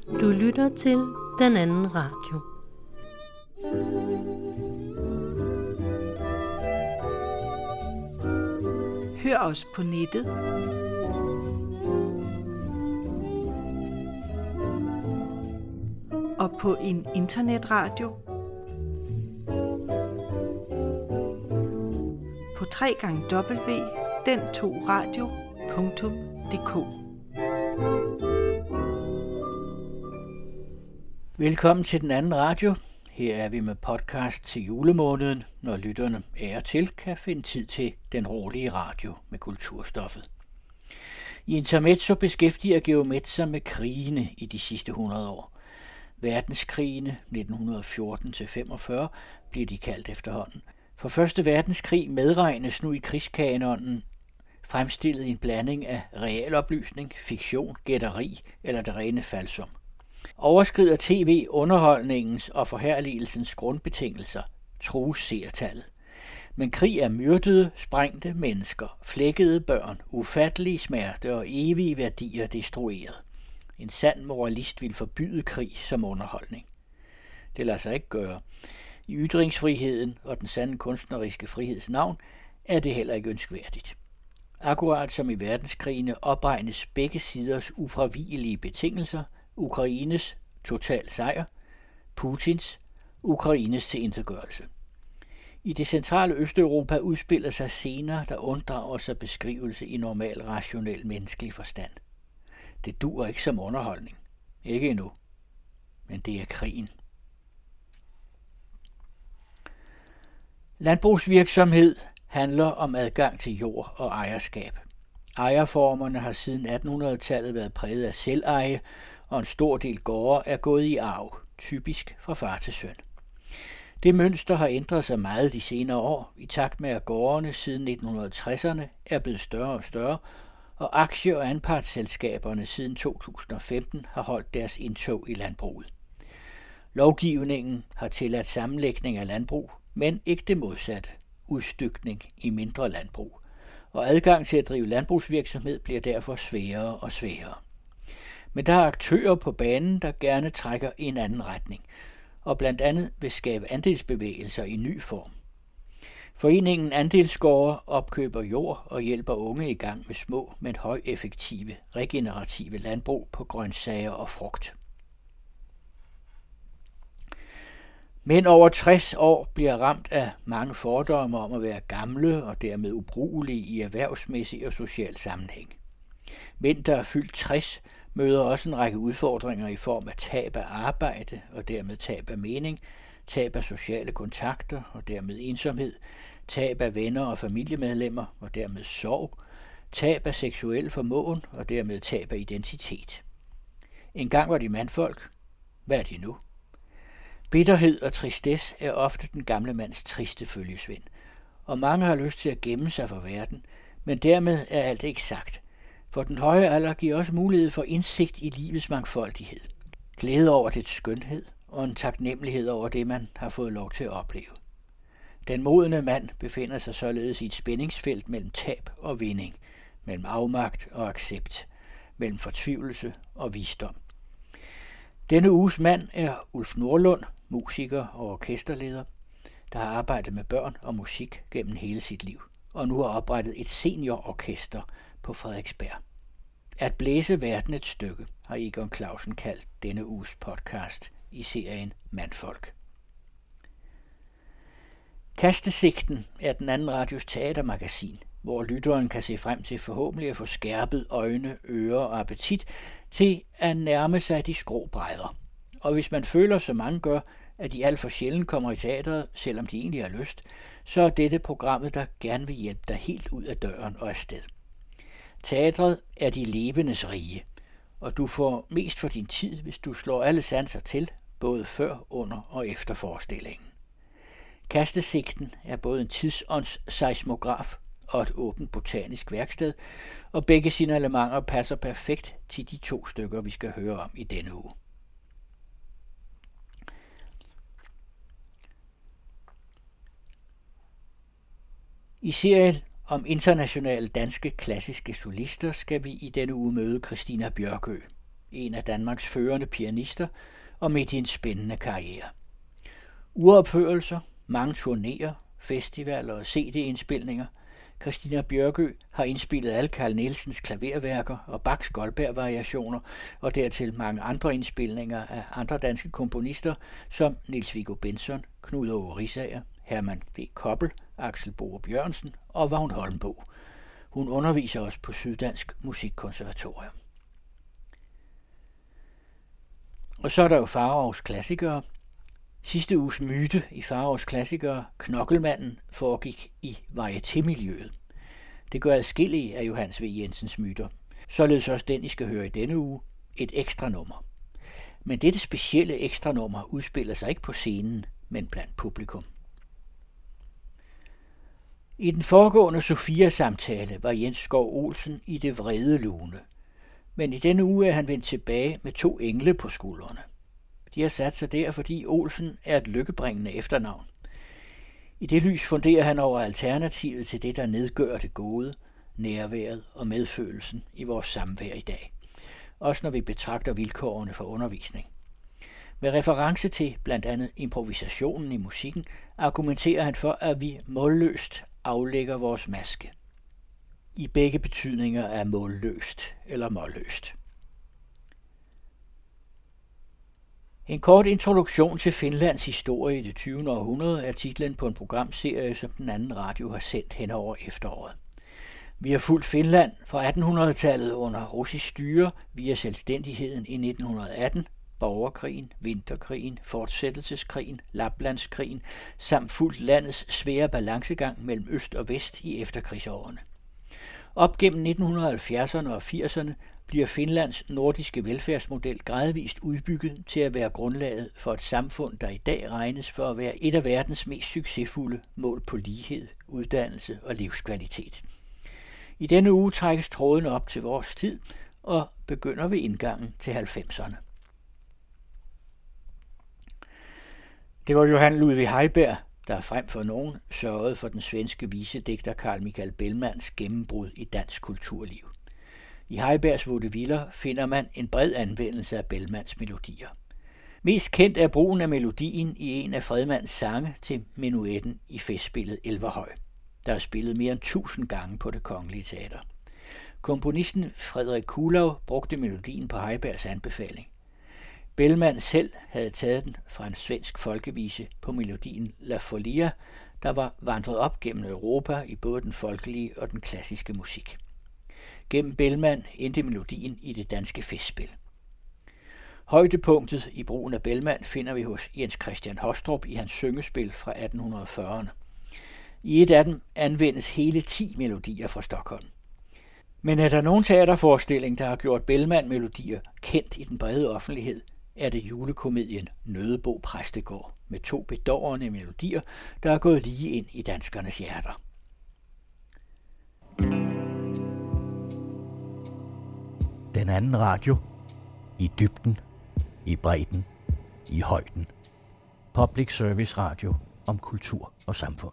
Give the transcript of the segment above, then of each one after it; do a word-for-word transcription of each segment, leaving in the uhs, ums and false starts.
Du lytter til Den Anden Radio. Hør os på nettet. Og på en internetradio. På w w w punktum den to radio punktum d k. Velkommen til Den Anden Radio. Her er vi med podcast til julemåneden, når lytterne af og til kan finde tid til den rolige radio med kulturstoffet. I Intermezzo beskæftiger Geomet sig med krigene i de sidste hundrede år. Verdenskrigene nitten fjorten til femogfyrre bliver de kaldt efterhånden. For første verdenskrig medregnes nu i krigskanonen fremstillet i en blanding af realoplysning, fiktion, gætteri eller det rene falsum. Overskrider tv underholdningens og forherligelsens grundbetingelser, trues seertallet. Men krig er myrdede, sprængte mennesker, flækkede børn, ufattelige smerte og evige værdier destrueret. En sand moralist vil forbyde krig som underholdning. Det lader sig ikke gøre. I ytringsfriheden og den sande kunstneriske friheds navn er det heller ikke ønskværdigt. Akkurat som i verdenskrigene opregnes begge siders ufravigelige betingelser, Ukraines total sejr, Putins, Ukraines tilintetgørelse. I det centrale Østeuropa udspiller sig scener, der unddrager sig beskrivelse i normal rationel menneskelig forstand. Det duer ikke som underholdning. Ikke endnu. Men det er krigen. Landbrugsvirksomhed handler om adgang til jord og ejerskab. Ejerformerne har siden attenhundredetallet været præget af selveje, og en stor del gårde er gået i arv, typisk fra far til søn. Det mønster har ændret sig meget de senere år, i takt med at gårdene siden nitten tresserne er blevet større og større, og aktie- og anpartsselskaberne siden to tusind og femten har holdt deres indtog i landbruget. Lovgivningen har tilladt sammenlægning af landbrug, men ikke det modsatte, udstykning i mindre landbrug, og adgang til at drive landbrugsvirksomhed bliver derfor sværere og sværere. Men der er aktører på banen, der gerne trækker i en anden retning, og blandt andet vil skabe andelsbevægelser i ny form. Foreningen Andelsgårde opkøber jord og hjælper unge i gang med små, men højeffektive, regenerative landbrug på grøntsager og frugt. Mænd over tres år bliver ramt af mange fordomme om at være gamle og dermed ubrugelige i erhvervsmæssig og social sammenhæng. Mænd, der er fyldt tres, møder også en række udfordringer i form af tab af arbejde og dermed tab af mening, tab af sociale kontakter og dermed ensomhed, tab af venner og familiemedlemmer og dermed sorg, tab af seksuel formåen og dermed tab af identitet. En gang var de mandfolk. Hvad er de nu? Bitterhed og tristesse er ofte den gamle mands triste følgesvend, og mange har lyst til at gemme sig for verden, men dermed er alt ikke sagt. For den høje alder giver også mulighed for indsigt i livets mangfoldighed, glæde over dets skønhed og en taknemmelighed over det, man har fået lov til at opleve. Den modne mand befinder sig således i et spændingsfelt mellem tab og vinding, mellem afmagt og accept, mellem fortvivlelse og visdom. Denne uges mand er Ulf Nordlund, musiker og orkesterleder, der har arbejdet med børn og musik gennem hele sit liv, og nu har oprettet et seniororkester på Frederiksberg. At blæse verden et stykke, har Egon Clausen kaldt denne uges podcast i serien Mandfolk. Kastesigten er Den Anden Radios teatermagasin, hvor lytteren kan se frem til forhåbentlig at få skærpet øjne, ører og appetit til at nærme sig de skrå brædder. Og hvis man føler, som mange gør, at de alt for sjældent kommer i teateret, selvom de egentlig har lyst, så er dette programmet, der gerne vil hjælpe dig helt ud af døren og afsted. Teatret er de levendes rige, og du får mest for din tid, hvis du slår alle sanser til, både før, under og efter forestillingen. Kastesigten er både en tidsåndsseismograf og et åbent botanisk værksted, og begge signalementer passer perfekt til de to stykker, vi skal høre om i denne uge. I serien om internationale danske klassiske solister skal vi i denne uge møde Christina Bjørkøe. en af Danmarks førende pianister og midt i en spændende karriere. Uropførelser, mange turnéer, festivaler og C D-indspilninger. Christina Bjørgø har indspillet alle Carl Nielsens klaverværker og Bachs Goldberg-variationer, og dertil mange andre indspilninger af andre danske komponister, som Niels-Viggo Bentzon, Knud Aage Riisager, Herman V. Koppel, Axel Borup Jørgensen og Vagn Holmboe. Hun underviser også på Syddansk Musikkonservatorium. Og så er der jo Farovs klassikere. Sidste uges myte i Farovs klassikere, Knokkelmanden, foregik i varieté-miljøet. Det gør adskillige af Johannes V. Jensens myter. Således også den, I skal høre i denne uge, et ekstra nummer. Men dette specielle ekstra nummer udspiller sig ikke på scenen, men blandt publikum. I den foregående Sofia-samtale var Jens Schou Olsen i det vrede lune. Men i denne uge er han vendt tilbage med to engle på skuldrene. De har sat sig der, fordi Olsen er et lykkebringende efternavn. I det lys funderer han over alternativet til det, der nedgør det gode, nærværet og medfølelsen i vores samvær i dag. Også når vi betragter vilkårene for undervisning. Med reference til blandt andet improvisationen i musikken, argumenterer han for, at vi målløst aflægger vores maske. I begge betydninger er målløst eller målløst. En kort introduktion til Finlands historie i det tyvende århundrede er titlen på en programserie, som den anden radio har sendt hen over efteråret. Vi har fulgt Finland fra attenhundredetallet under russisk styre via selvstændigheden i nitten atten, borgerkrigen, vinterkrigen, fortsættelseskrigen, Laplandskrigen, samt fulgt landets svære balancegang mellem øst og vest i efterkrigsårene. Op gennem nitten halvfjerdserne og firserne bliver Finlands nordiske velfærdsmodel gradvist udbygget til at være grundlaget for et samfund, der i dag regnes for at være et af verdens mest succesfulde mål på lighed, uddannelse og livskvalitet. I denne uge trækkes trådene op til vores tid og begynder ved indgangen til halvfemserne. Det var Johan Ludvig Heiberg, der frem for nogen sørgede for den svenske visedigter Carl Michael Bellmans gennembrud i dansk kulturliv. I Heibergs vaudevilles finder man en bred anvendelse af Bellmans melodier. Mest kendt er brugen af melodien i en af Fredmans sange til menuetten i festspillet Elverhøj, der er spillet mere end tusind gange på Det Kongelige Teater. Komponisten Frederik Kuhlau brugte melodien på Heibergs anbefaling. Bellman selv havde taget den fra en svensk folkevise på melodien La Follia, der var vandret op gennem Europa i både den folkelige og den klassiske musik. Gennem Bellman endte melodien i det danske festspil. Højdepunktet i brugen af Bellman finder vi hos Jens Christian Hostrup i hans syngespil fra atten fyrrerne. I et af dem anvendes hele ti melodier fra Stockholm. Men er der nogen teaterforestilling, der har gjort Bellman-melodier kendt i den brede offentlighed, er det julekomedien Nøddebo Præstegård med to bedårende melodier, der er gået lige ind i danskernes hjerter. Den anden radio. I dybden, i bredden, i højden. Public Service Radio om kultur og samfund.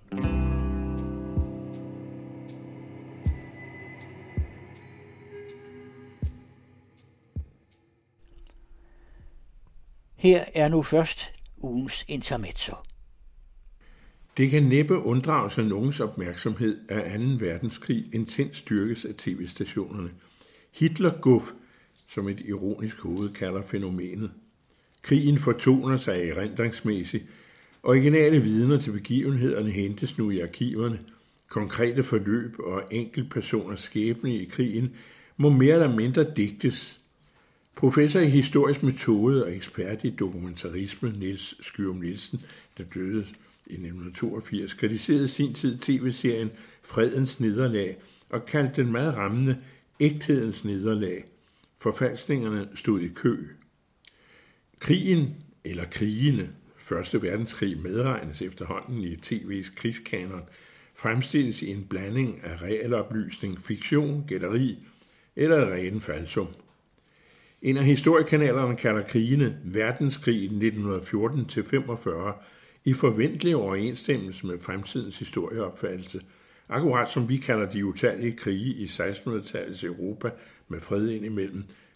Her er nu først ugens intermezzo. Det kan næppe unddrage sig nogens opmærksomhed, at anden verdenskrig intens styrkes af tv-stationerne. Hitlerguf, som et ironisk hoved kalder fænomenet. Krigen fortoner sig erindringsmæssigt. Originale vidner til begivenhederne hentes nu i arkiverne. Konkrete forløb og enkeltpersoners skæbne i krigen må mere eller mindre digtes. Professor i historisk metode og ekspert i dokumentarisme Niels Skyum Nielsen, der døde i nitten toogfirs, kritiserede sin tid tv-serien Fredens Nederlag og kaldte den meget rammende ægthedens nederlag. Forfalskningerne stod i kø. Krigen, eller krigene, Første Verdenskrig medregnes efterhånden i tv's krigskanon, fremstilles i en blanding af realoplysning, fiktion, gætteri eller ren falsum. En af historiekanalerne kalder krigene verdenskrigen nitten fjorten til femogfyrre i forventelig overensstemmelse med fremtidens historieopfattelse, akkurat som vi kalder de utallige krige i sekstenhundredetallets Europa med fred indimellem,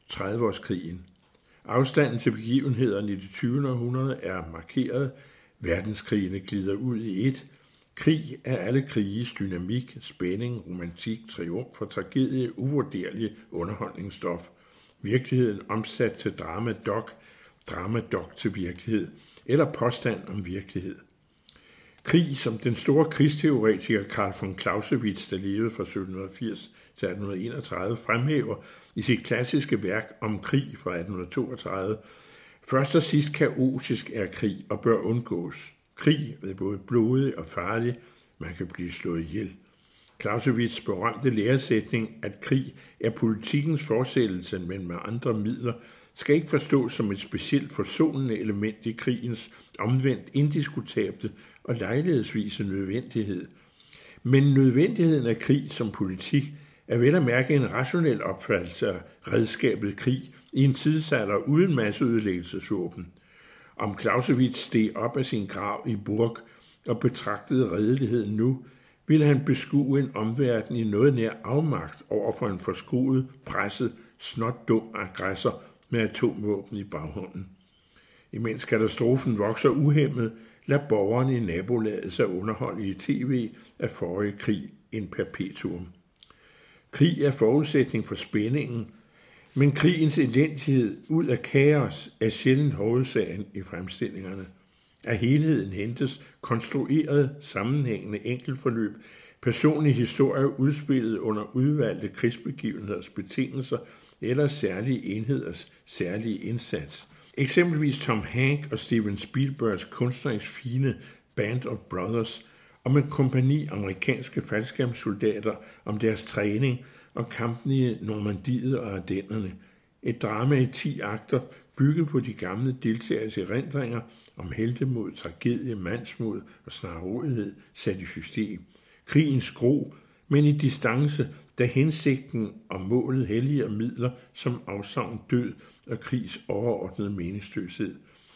tredive-årskrigen. Afstanden til begivenhederne i det tyvende århundrede er markeret. Verdenskrigene glider ud i et. Krig er alle kriges dynamik, spænding, romantik, triumf og tragedie, uvurderlige underholdningsstof. Virkeligheden omsat til drama-dok, drama-dok til virkelighed, eller påstand om virkelighed. Krig, som den store krigsteoretiker Karl von Clausewitz, der levede fra sytten firs til atten enogtredive, fremhæver i sit klassiske værk om krig fra atten toogtredive. Først og sidst kaotisk er krig og bør undgås. Krig er både blodig og farlig, man kan blive slået ihjel. Clausewitz' berømte læresætning, at krig er politikens fortsættelse, men med andre midler, skal ikke forstås som et specielt forsonende element i krigens omvendt indiskutable og lejlighedsvise nødvendighed. Men nødvendigheden af krig som politik er vel at mærke en rationel opfattelse af redskabet krig i en tidsalder uden masseødelæggelsesvåben. Om Clausewitz steg op af sin grav i Burg og betragtede redeligheden nu, ville han beskue en omverden i noget nær afmagt over for en forskruet, presset, snot dum aggressor med atomvåben i baghånden. Imens katastrofen vokser uhæmmet, lader borgerne i nabolaget sig underholde i tv af forrige krig in perpetuum. Krig er forudsætning for spændingen, men krigens elendighed ud af kaos er sjældent hovedsagen i fremstillingerne. Af helheden hentes konstrueret, sammenhængende enkeltforløb, personlig historie udspillet under udvalgte krigsbegivenheders betingelser eller særlige enheders særlige indsats. Eksempelvis Tom Hanks og Steven Spielbergs kunstnerisk fine Band of Brothers om et kompagni amerikanske faldskærmssoldater om deres træning og kampen i Normandiet og Ardennerne. Et drama i ti akter, bygget på de gamle deltagers erindringer om heltemod, tragedie, mandsmod og snarrådighed sat i system. Krigens gro, men i distance, da hensigten og målet helliger midler som afsavn død og krigs overordnede meningsløshed.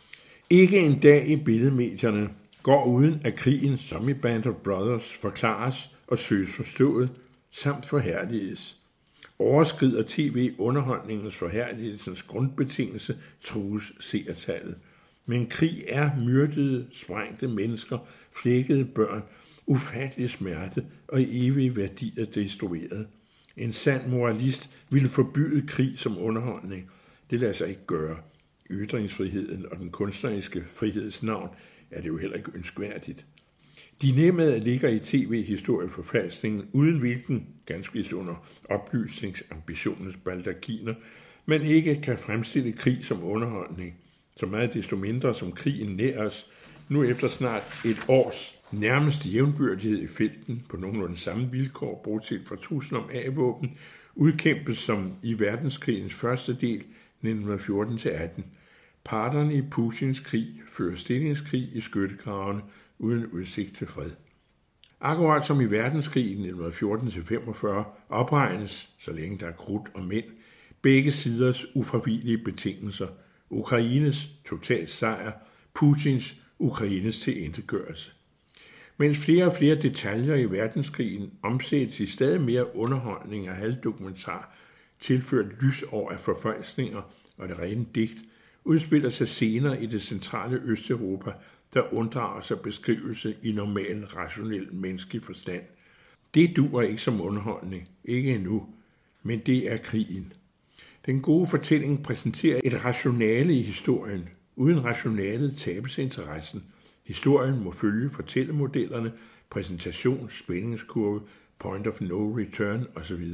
Ikke en dag i billedmedierne går uden at krigen, som i Band of Brothers, forklares og søges forstået, samt forherliges. Overskrider tv-underholdningens forherligelsens grundbetingelse, trues seertallet. Men krig er myrdede, sprængte mennesker, flækkede børn, ufattelig smerte og evige værdier destrueret. En sand moralist ville forbyde krig som underholdning. Det lader sig ikke gøre. Ytringsfriheden og den kunstneriske friheds navn er det jo heller ikke ønskværdigt. Dilemmaet ligger i tv-historieforfalskningen, uden hvilken, ganske vist under oplysningsambitionens baldakiner, man ikke kan fremstille krig som underholdning, så meget desto mindre som krigen nær os, nu efter snart et års nærmest jævnbyrdighed i felten på nogenlunde samme vilkår, bortset fra truslen om A-våben, udkæmpes som i verdenskrigens første del nitten fjorten til atten. Parterne i Putins krig fører stillingskrig i skyttegravene uden udsigt til fred. Akkurat som i verdenskrigen nitten fjorten til femogfyrre opregnes, så længe der er krudt og mænd, begge siders ufravigelige betingelser, Ukraines total sejr, Putins Ukraines tilintetgørelse. Mens flere og flere detaljer i verdenskrigen omsættes i stadig mere underholdning og halvdokumentar, tilført lysår af forfalskninger og det rene digt, udspiller sig senere i det centrale Østeuropa, der unddrager sig beskrivelse i normal, rationel menneskelig forstand. Det duer ikke som underholdning, ikke endnu, men det er krigen. Den gode fortælling præsenterer et rationale i historien. Uden rationalet tabes interessen. Historien må følge fortællemodellerne, præsentation, spændingskurve, point of no return osv.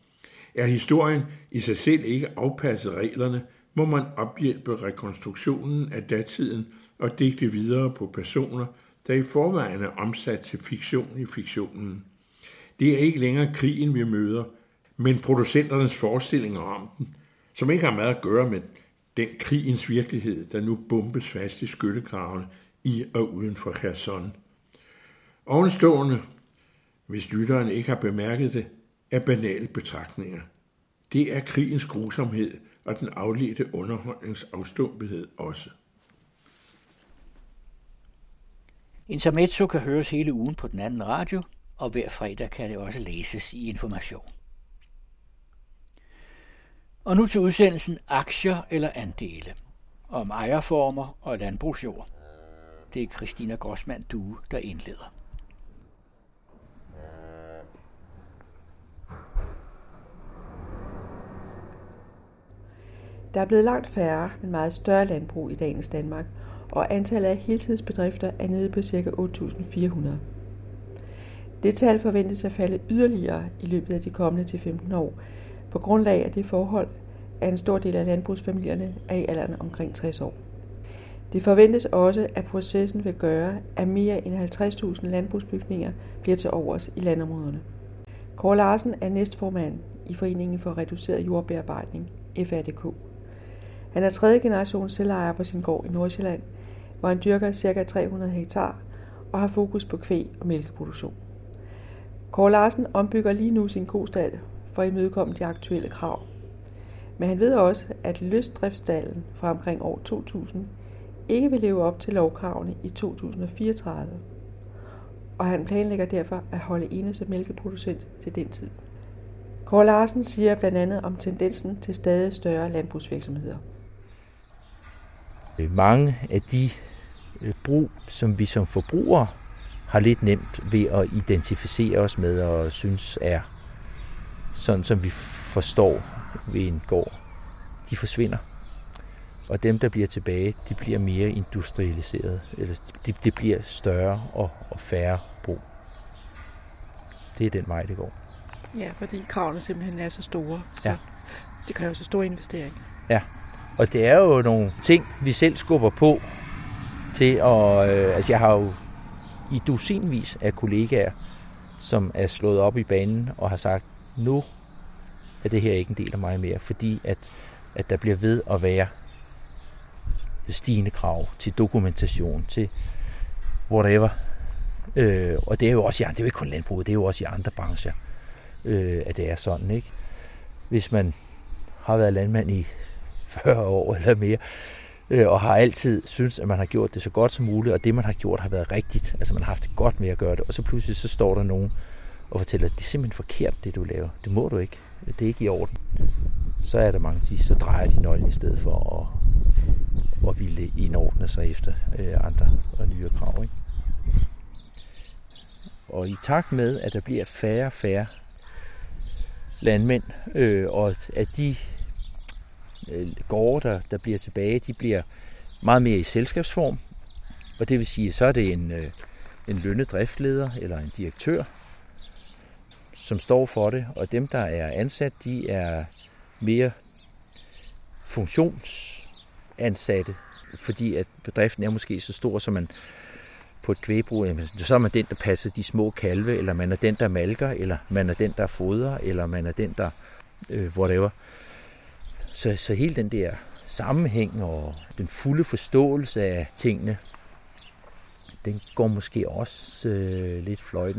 Er historien i sig selv ikke afpasset reglerne, må man ophjælpe rekonstruktionen af datiden og digte videre på personer, der i forvejen er omsat til fiktion i fiktionen. Det er ikke længere krigen, vi møder, men producenternes forestillinger om den, som ikke har meget at gøre med den krigens virkelighed, der nu bombes fast i skyttegravene i og uden for Kherson. Ovenstående, hvis lytteren ikke har bemærket det, er banale betragtninger. Det er krigens grusomhed og den afledte underholdningsafstumpethed også. Intermezzo kan høres hele ugen på den anden radio, og hver fredag kan det også læses i Information. Og nu til udsendelsen Aktier eller andele, om ejerformer og landbrugsjord. Det er Christina Grossmann Due, der indleder. Der er blevet langt færre, men meget større landbrug i dagens Danmark, og antallet af heltidsbedrifter er nede på ca. otte tusind fire hundrede. Det tal forventes at falde yderligere i løbet af de kommende til femten år, på grundlag af det forhold, at en stor del af landbrugsfamilierne er i alderen omkring tres år. Det forventes også, at processen vil gøre, at mere end halvtreds tusind landbrugsbygninger bliver til overs i landområderne. Kåre Larsen er næstformand i Foreningen for Reduceret Jordbearbejdning, F R D K. Han er tredje generation selvejer på sin gård i Nordsjælland, hvor han dyrker ca. tre hundrede hektar og har fokus på kvæg og mælkeproduktion. Kåre Larsen ombygger lige nu sin kostald for at imødekomme de aktuelle krav. Men han ved også, at løsdriftsstalden fra omkring år to tusind ikke vil leve op til lovkravene i to tusind og fireogtredive, og han planlægger derfor at holde inde som mælkeproducent til den tid. Kåre Larsen siger blandt andet om tendensen til stadig større landbrugsvirksomheder. Mange af de brug, som vi som forbrugere har lidt nemt ved at identificere os med og synes er sådan, som vi forstår ved en gård, de forsvinder. Og dem, der bliver tilbage, de bliver mere industrialiseret, eller de, de bliver større og, og færre brug. Det er den vej, det går. Ja, fordi kravene simpelthen er så store, så ja. Det kræver så store investeringer. Ja, og det er jo nogle ting, vi selv skubber på til at... Øh, altså, jeg har jo i dusinvis af kollegaer, som er slået op i banen og har sagt, nu er det her ikke en del af mig mere, fordi at, at der bliver ved at være stigende krav til dokumentation, til whatever. Øh, og det er jo også, ja, det er jo ikke kun landbruget, det er jo også i andre brancher, øh, at det er sådan, ikke? Hvis man har været landmand i fyrre år eller mere, øh, og har altid syntes, at man har gjort det så godt som muligt, og det, man har gjort, har været rigtigt, altså man har haft det godt med at gøre det, og så pludselig så står der nogen og fortæller, at det er simpelthen forkert, det du laver. Det må du ikke. Det er ikke i orden. Så er der mange, de så drejer de nøglen i stedet for at, at ville indordne sig efter øh, andre og nye krav, ikke? Og i takt med, at der bliver færre og færre landmænd, øh, og at de øh, gårde, der, der bliver tilbage, de bliver meget mere i selskabsform, og det vil sige, så er det en, øh, en lønnet driftleder eller en direktør, som står for det, og dem, der er ansat, de er mere funktionsansatte, fordi at bedriften er måske så stor, så man på et kvægbrug, så er man den, der passer de små kalve, eller man er den, der malker, eller man er den, der fodrer, eller man er den, der øh, whatever. Så, så hele den der sammenhæng og den fulde forståelse af tingene, den går måske også øh, lidt fløjten.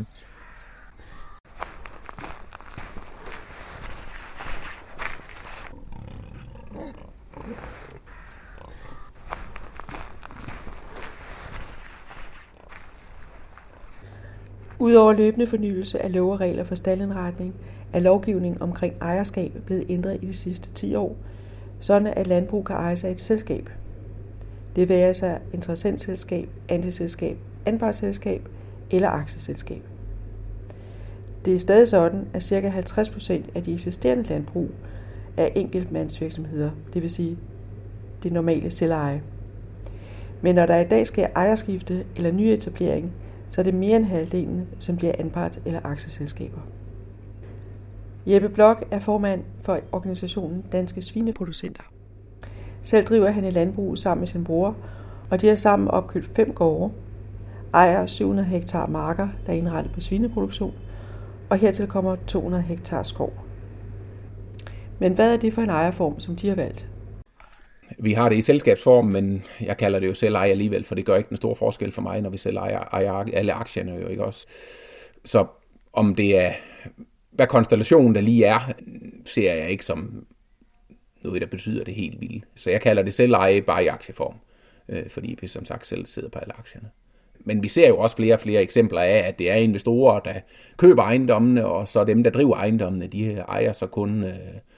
Udover løbende fornyelse af love og regler for staldindretning, er lovgivningen omkring ejerskab blevet ændret i de sidste ti år, sådan at landbrug kan eje sig et selskab. Det være sig interessentselskab, andelsselskab, anpartsselskab eller aktieselskab. Det er stadig sådan, at ca. halvtreds procent af de eksisterende landbrug er enkeltmandsvirksomheder, det vil sige det normale selveje. Men når der i dag sker ejerskifte eller nyetablering, så er det mere end halvdelen, som bliver anparts- eller aktieselskaber. Jeppe Blok er formand for organisationen Danske Svineproducenter. Selv driver han et landbrug sammen med sin bror, og de har sammen opkøbt fem gårde, ejer syv hundrede hektar marker, der er indrettet på svineproduktion, og hertil kommer to hundrede hektar skov. Men hvad er det for en ejerform, som de har valgt? Vi har det i selskabsform, men jeg kalder det jo selv ejer alligevel, for det gør ikke den store forskel for mig, når vi selv ejer, ejer alle aktierne jo, ikke også. Så om det er, hvad konstellationen der lige er, ser jeg ikke som noget, der betyder det helt vildt. Så jeg kalder det selv eje bare i aktieform, øh, fordi vi som sagt selv sidder på alle aktierne. Men vi ser jo også flere og flere eksempler af, at det er investorer, der køber ejendommene, og så dem, der driver ejendommene, de ejer så kun, øh,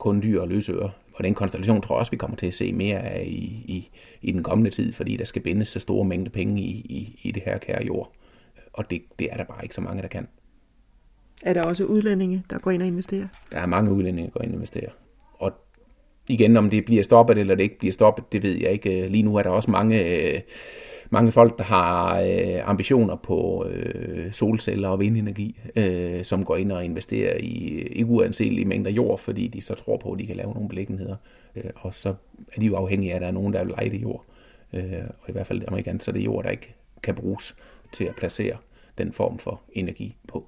kun dyr og løsøre. Og den konstellation tror jeg også, vi kommer til at se mere af i, i, i den kommende tid, fordi der skal bindes så store mængde penge i, i, i det her kære jord. Og det, det er der bare ikke så mange, der kan. Er der også udlændinge, der går ind og investerer? Der er mange udlændinge, der går ind og investerer. Og igen, om det bliver stoppet eller det ikke bliver stoppet, det ved jeg ikke. Lige nu er der også mange, mange folk, der har ambitioner på solceller og vindenergi, som går ind og investerer i ikke uanselige mængder jord, fordi de så tror på, at de kan lave nogle beliggenheder. Og så er de jo afhængige af, at der er nogen, der vil leje det jord. Og i hvert fald amerikansk, så er det jord, der ikke kan bruges til at placere den form for energi på.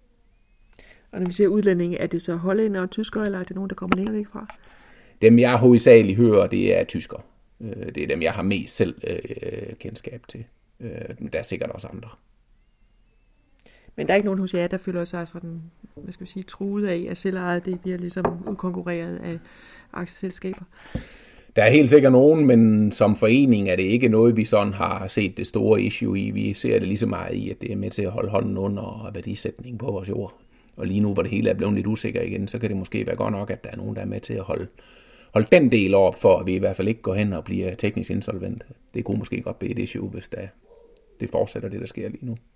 Og når vi siger udlændinge, er det så hollændere og tyskere, eller er det nogen, der kommer længere væk fra? Dem, jeg hovedsageligt hører, det er tyskere. Det er dem, jeg har mest selv kendskab til. Der er sikkert også andre. Men der er ikke nogen hos jer, der føler sig sådan, hvad skal vi sige, truet af, at selvejet det bliver ligesom udkonkurreret af aktieselskaber? Der er helt sikkert nogen, men som forening er det ikke noget, vi sådan har set det store issue i. Vi ser det lige så meget i, at det er med til at holde hånden under værdisætningen på vores jord. Og lige nu, hvor det hele er blevet lidt usikker igen, så kan det måske være godt nok, at der er nogen, der er med til at holde, holde den del op, for at vi i hvert fald ikke går hen og bliver teknisk insolvent. Det kunne måske godt blive et issue, hvis der, det fortsætter det, der sker lige nu.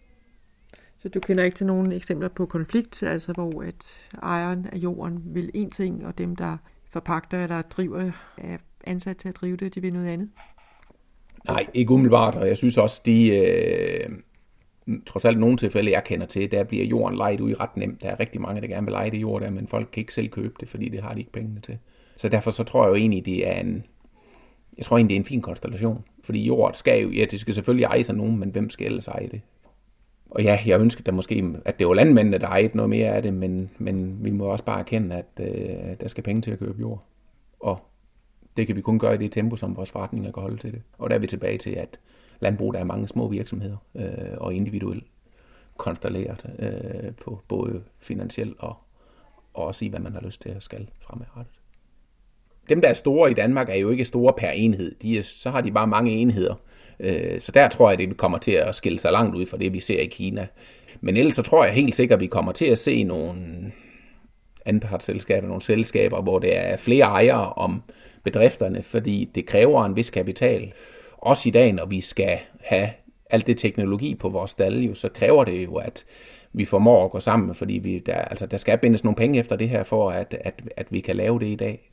Så du kender ikke til nogen eksempler på konflikt, altså hvor at ejeren af jorden vil en ting, og dem, der forpagter eller driver, er ansat til at drive det, de vil noget andet? Nej, ikke umiddelbart, og jeg synes også, de... Øh trods alt nogle tilfælde, jeg kender til, der bliver jorden lejet ud i ret nemt. Der er rigtig mange, der gerne vil leje det jord der, men folk kan ikke selv købe det, fordi det har de ikke pengene til. Så derfor så tror jeg jo egentlig, det er en, jeg tror egentlig, det er en fin konstellation. Fordi jord skal jo, ja, det skal selvfølgelig ejes af nogen, men hvem skal ellers eje det? Og ja, jeg ønsker da måske, at det var landmændene, der ejede noget mere af det, men, men vi må også bare erkende, at øh, der skal penge til at købe jord. Og det kan vi kun gøre i det tempo, som vores forretninger kan holde til det. Og der er vi tilbage til, at landbrug, der er mange små virksomheder øh, og individuelt konstelleret øh, på både finansielt og, og også i, hvad man har lyst til at skal fremadrettet. Dem, der er store i Danmark, er jo ikke store per enhed. De er, så har de bare mange enheder. Øh, så der tror jeg, det kommer til at skille sig langt ud fra det, vi ser i Kina. Men ellers så tror jeg helt sikkert, at vi kommer til at se nogle anpartsselskaber, nogle selskaber, hvor der er flere ejere om bedrifterne, fordi det kræver en vis kapital. Også i dag, når vi skal have alt det teknologi på vores stalde, så kræver det jo, at vi formår at gå sammen, fordi vi, der, altså, der skal bindes nogle penge efter det her, for at, at, at vi kan lave det i dag.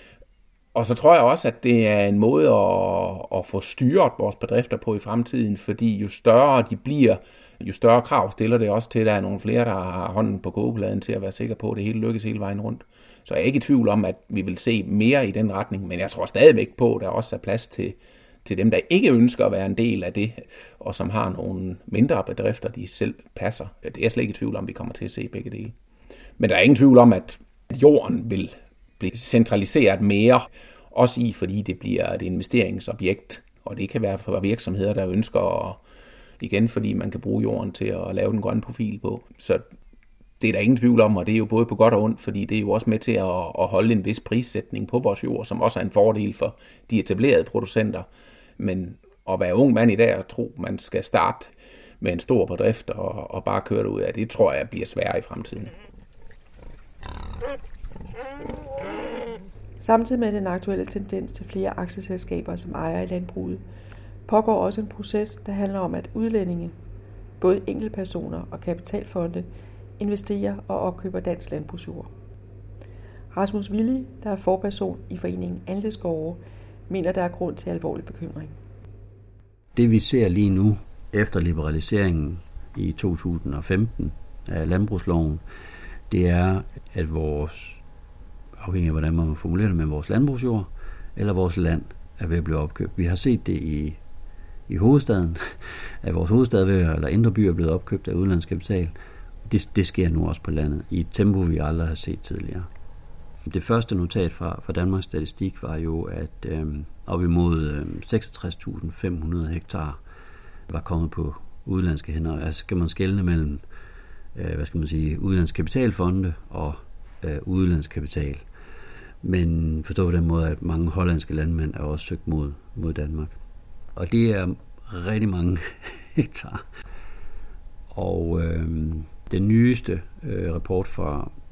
Og så tror jeg også, at det er en måde at, at få styret vores bedrifter på i fremtiden, fordi jo større de bliver, jo større krav stiller det også til, at der er nogle flere, der har hånden på kogepladen til at være sikker på, at det hele lykkes hele vejen rundt. Så jeg er ikke i tvivl om, at vi vil se mere i den retning, men jeg tror stadigvæk på, at der også er plads til til dem, der ikke ønsker at være en del af det, og som har nogle mindre bedrifter, de selv passer. Det er jeg slet ikke i tvivl om, vi kommer til at se begge dele. Men der er ingen tvivl om, at jorden vil blive centraliseret mere, også i, fordi det bliver et investeringsobjekt, og det kan være for virksomheder, der ønsker, at, igen, fordi man kan bruge jorden til at lave den grønne profil på. Så det er der ingen tvivl om, og det er jo både på godt og ondt, fordi det er jo også med til at, at holde en vis prissætning på vores jord, som også er en fordel for de etablerede producenter. Men at være ung mand i dag og tro, man skal starte med en stor bedrift og, og bare køre det ud af, det tror jeg bliver sværere i fremtiden. Samtidig med den aktuelle tendens til flere aktieselskaber, som ejer i landbruget, pågår også en proces, der handler om, at udlændinge, både enkeltpersoner og kapitalfonde, investerer og opkøber dansk landbrugsjord. Rasmus Willi, der er forperson i foreningen Andelsgårde, mener, der er grund til alvorlig bekymring. Det vi ser lige nu, efter liberaliseringen i to tusind og femten af landbrugsloven, det er, at vores, afhængig af hvordan man formulerer det, med vores landbrugsjord eller vores land er ved at blive opkøbt. Vi har set det i, i hovedstaden, at vores hovedstad eller indre by er blevet opkøbt af udenlandsk kapital. Det, det sker nu også på landet i et tempo, vi aldrig har set tidligere. Det første notat fra, fra Danmarks Statistik var jo, at øh, op imod øh, seksogtres tusind fem hundrede hektar var kommet på udenlandske hænder. Altså skal man skelne mellem øh, hvad skal man sige, udenlandsk kapitalfonde og øh, udenlandsk kapital. Men forstå på den måde, at mange hollandske landmænd er også søgt mod, mod Danmark. Og det er rigtig mange hektar. Og øh, den nyeste øh, rapport fra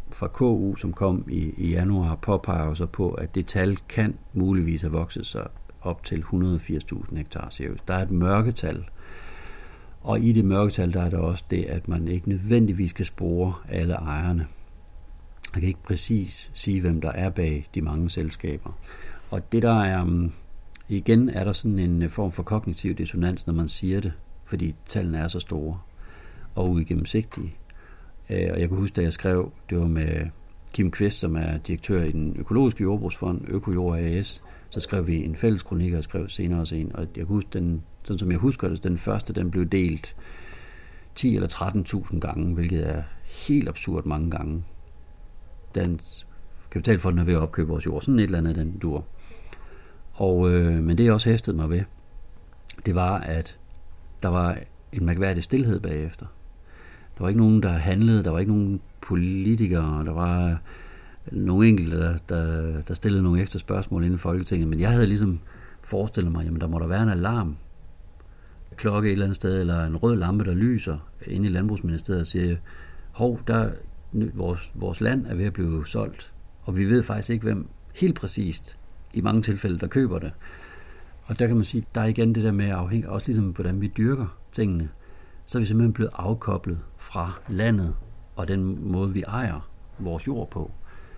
fra K U, som kom i, i januar, påpeger også på, at det tal kan muligvis have vokset sig op til et hundrede og firs tusind hektar cirkus. Der er et mørketal, og i det mørketal, der er der også det, at man ikke nødvendigvis kan spore alle ejerne. Jeg kan ikke præcis sige, hvem der er bag de mange selskaber. Og det der er, igen er der sådan en form for kognitiv dissonans, når man siger det, fordi tallene er så store og uigennemsigtige. Og jeg kan huske, da jeg skrev, det var med Kim Kvist, som er direktør i den økologiske jordbrugsfond, Økojord A S, så skrev vi en fælles kronik, og skrev senere også en, og jeg kan huske, den, sådan som jeg husker det, den første, den blev delt ti eller tretten tusind gange, hvilket er helt absurd mange gange. Den kapitalfonden er ved at opkøbe vores jord, sådan et eller andet, den dur. Og, øh, men det jeg også hæftede mig ved, det var, at der var en mærkværdig stilhed bagefter. Der var ikke nogen, der handlede, der var ikke nogen politikere, der var nogle enkelte, der, der, der stillede nogle ekstra spørgsmål inden Folketinget, men jeg havde ligesom forestillet mig, jamen der må der være en alarm, klokke et eller andet sted, eller en rød lampe, der lyser inde i Landbrugsministeriet og siger, hov, der, vores, vores land er ved at blive solgt, og vi ved faktisk ikke, hvem helt præcist i mange tilfælde, der køber det. Og der kan man sige, der er igen det der med at afhænge, også ligesom hvordan vi dyrker tingene, så er vi simpelthen blevet afkoblet fra landet og den måde, vi ejer vores jord på.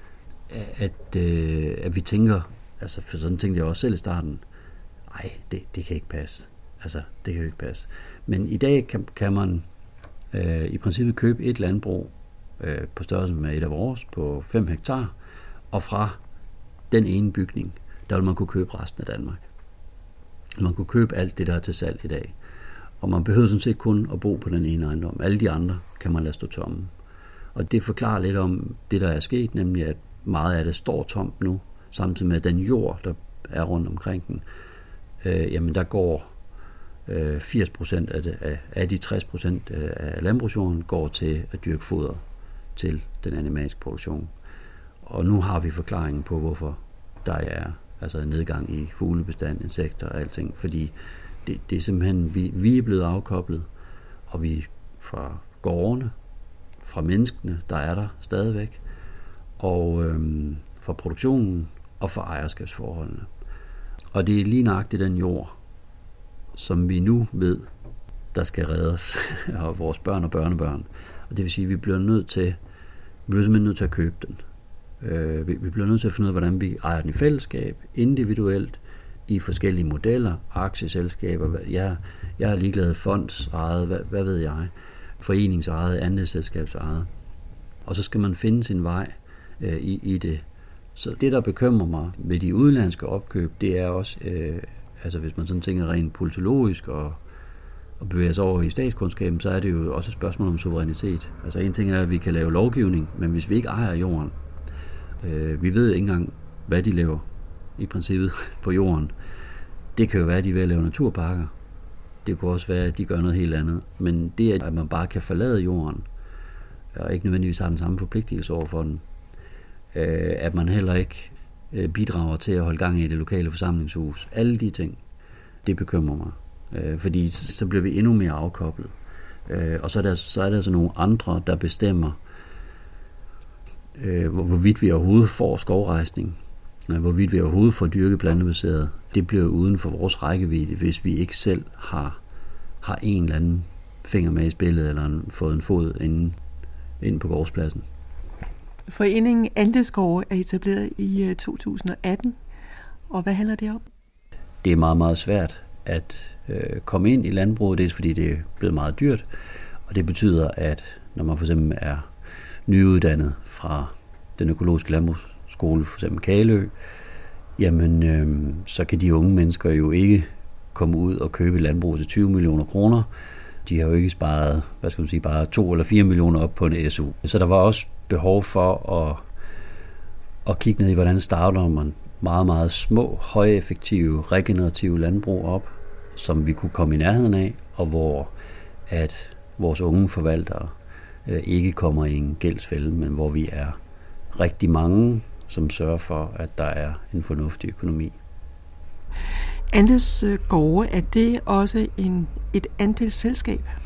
At, øh, at vi tænker, altså for sådan tænkte jeg også selv i starten, ej, det, det kan ikke passe. Altså, det kan jo ikke passe. Men i dag kan, kan man øh, i princippet købe et landbrug øh, på størrelse med et af vores på fem hektar, og fra den ene bygning, der vil man kunne købe resten af Danmark. Man kunne købe alt det, der er til salg i dag. Og man behøver sådan set kun at bo på den ene ejendom. Alle de andre kan man lade stå tomme. Og det forklarer lidt om det, der er sket, nemlig at meget af det står tomt nu, samtidig med den jord, der er rundt omkring den. Øh, jamen der går øh, firs procent af, det, af, af de tres procent af landbrugsjorden går til at dyrke foder til den animalske produktion. Og nu har vi forklaringen på, hvorfor der er altså en nedgang i fuglebestand, insekter og alting, fordi det, det er simpelthen, vi, vi er blevet afkoblet, og vi fra gårdene, fra menneskene, der er der stadigvæk, og øhm, fra produktionen og fra ejerskabsforholdene. Og det er lige nøjagtigt den jord, som vi nu ved, der skal reddes af vores børn og børnebørn. Og det vil sige, at vi bliver nødt til, vi bliver simpelthen nødt til at købe den. Øh, vi, vi bliver nødt til at finde ud af, hvordan vi ejer den i fællesskab, individuelt, i forskellige modeller, aktieselskaber. Jeg, jeg er ligeglad fondsejet, hvad, hvad ved jeg, foreningsejet, andelsselskabsejet. Og så skal man finde sin vej øh, i, i det. Så det, der bekymrer mig ved de udenlandske opkøb, det er også, øh, altså hvis man sådan tænker rent politologisk og, og bevæger sig over i statskundskaben, så er det jo også et spørgsmål om suverænitet. Altså en ting er, at vi kan lave lovgivning, men hvis vi ikke ejer jorden, øh, vi ved ikke engang, hvad de laver i princippet på jorden. Det kan jo være, at de vil lave naturparker. Det kunne også være, at de gør noget helt andet. Men det, at man bare kan forlade jorden, og ikke nødvendigvis har den samme forpligtelse over for den, øh, at man heller ikke øh, bidrager til at holde gang i det lokale forsamlingshus. Alle de ting, det bekymrer mig. Øh, fordi så bliver vi endnu mere afkoblet. Øh, og så er, der, så er der så nogle andre, der bestemmer, øh, hvorvidt vi overhovedet får skovrejsning, hvorvidt vi overhovedet får dyrket plantebaseret. Det bliver uden for vores rækkevidde, hvis vi ikke selv har, har en eller anden finger med i spillet, eller en, fået en fod inde, inde på gårdspladsen. Foreningen Andeskove er etableret i to tusind og atten, og hvad handler det om? Det er meget, meget svært at øh, komme ind i landbruget, det er fordi det er blevet meget dyrt, og det betyder, at når man for eksempel er nyuddannet fra den økologiske landbrugsskole, for eksempel Kalø, jamen øh, så kan de unge mennesker jo ikke komme ud og købe landbrug til tyve millioner kroner. De har jo ikke sparet, hvad skal man sige, bare to eller fire millioner op på en S U. Så der var også behov for at, at kigge ned i, hvordan starter man meget, meget små, højeffektive, regenerative landbrug op, som vi kunne komme i nærheden af, og hvor at vores unge forvaltere øh, ikke kommer i en gældsfælde, men hvor vi er rigtig mange, som sørger for, at der er en fornuftig økonomi. Andelsgårde, er det også en, et andelsselskab?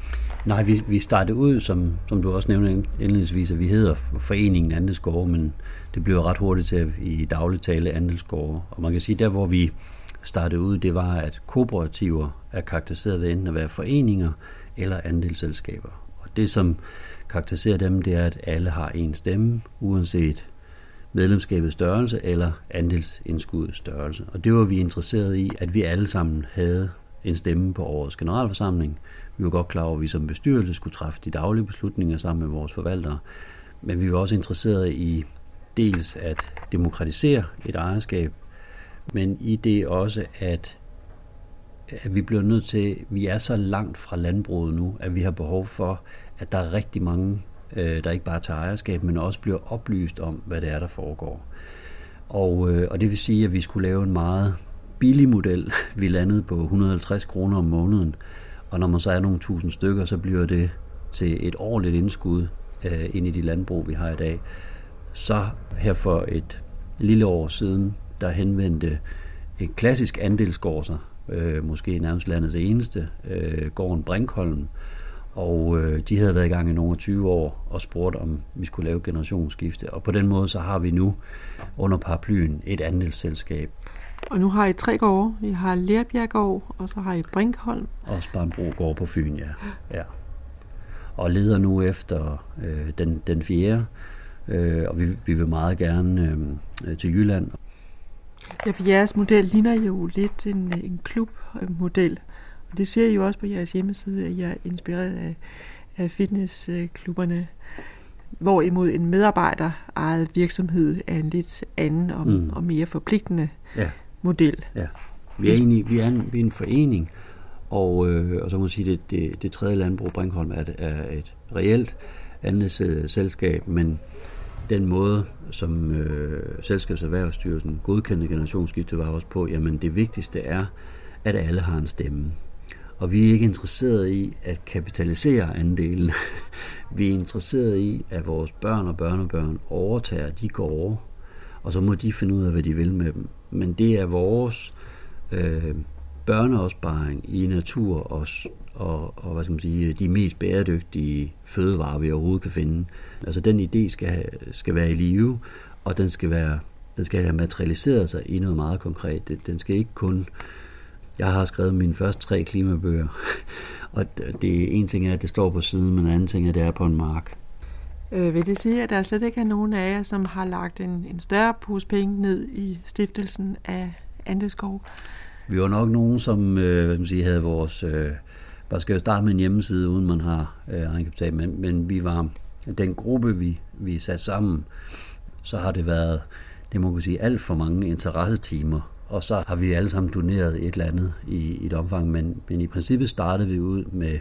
Nej, vi, vi startede ud, som, som du også nævnte indledningsvis, at vi hedder Foreningen Andelsgårde, men det blev ret hurtigt til i daglig tale andelsgårde. Og man kan sige, der hvor vi startede ud, det var, at kooperativer er karakteriseret ved enten at være foreninger eller andelsselskaber. Og det, som karakteriserer dem, det er, at alle har en stemme, uanset medlemskabets størrelse eller andelsindskuddets størrelse. Og det var vi interesseret i, at vi alle sammen havde en stemme på årets generalforsamling. Vi var godt klar over, at vi som bestyrelse skulle træffe de daglige beslutninger sammen med vores forvaltere, men vi var også interesseret i dels at demokratisere et ejerskab, men i det også, at, at vi bliver nødt til, vi er så langt fra landbruget nu, at vi har behov for, at der er rigtig mange, der ikke bare tager ejerskab, men også bliver oplyst om, hvad det er, der foregår. Og, og det vil sige, at vi skulle lave en meget billig model. Vi landede på et hundrede og halvtreds kroner om måneden, og når man så er nogle tusind stykker, så bliver det til et årligt indskud øh, ind i de landbrug, vi har i dag. Så her for et lille år siden, der henvendte et klassisk andelsgård sig, øh, måske nærmest landets eneste, øh, gården Brinkholm, og øh, de havde været i gang i nogle tyve år og spurgte, om vi skulle lave generationsskifte. Og på den måde, så har vi nu under paraplyen et andelsselskab. Og nu har I tre gårde. I har Lerbjerggård, og så har I Brinkholm. Og Sparnbro gård på Fyn, ja. ja. Og leder nu efter øh, den, den fjerde, øh, og vi, vi vil meget gerne øh, til Jylland. Ja, for jeres model ligner jo lidt en, en klubmodel. Og det ser I jo også på jeres hjemmeside, at jeg er inspireret af, af fitnessklubberne. Hvorimod en medarbejder-ejet virksomhed er en lidt anden og, mm. og mere forpligtende ja. model. Ja, vi er, egentlig, vi er, en, vi er en forening, og, øh, og så må man sige, at det, det, det tredje landbrug, Brinkholm, er, er et reelt andelsselskab, men den måde, som øh, Selskabserhvervsstyrelsen godkendte generationsskifte, var også på, jamen det vigtigste er, at alle har en stemme. Og vi er ikke interesseret i at kapitalisere andelen. Vi er interesseret i, at vores børn og børnebørn overtager de gårde, og så må de finde ud af, hvad de vil med dem. Men det er vores øh, børneopsparing i natur og, og, og hvad skal man sige, de mest bæredygtige fødevarer, vi overhovedet kan finde. Altså den idé skal, skal være i live, og den skal, være, den skal have materialiseret sig i noget meget konkret. Den skal ikke kun... Jeg har skrevet mine første tre klimabøger, og det en ting er, at det står på siden, men en anden ting er, at det er på en mark. Øh, vil det sige, at der slet ikke er nogen af jer, som har lagt en, en større pose penge ned i stiftelsen af Andelsgård? Vi var nok nogen, som øh, hvad skal man sige, havde vores... Øh, bare skal jo starte med en hjemmeside, uden man har øh, egenkapital, men, men vi var den gruppe, vi, vi satte sammen, så har det været, det må man sige, alt for mange interessetimer. Og så har vi alle sammen doneret et eller andet i, i et omfang, men, men i princippet startede vi ud med,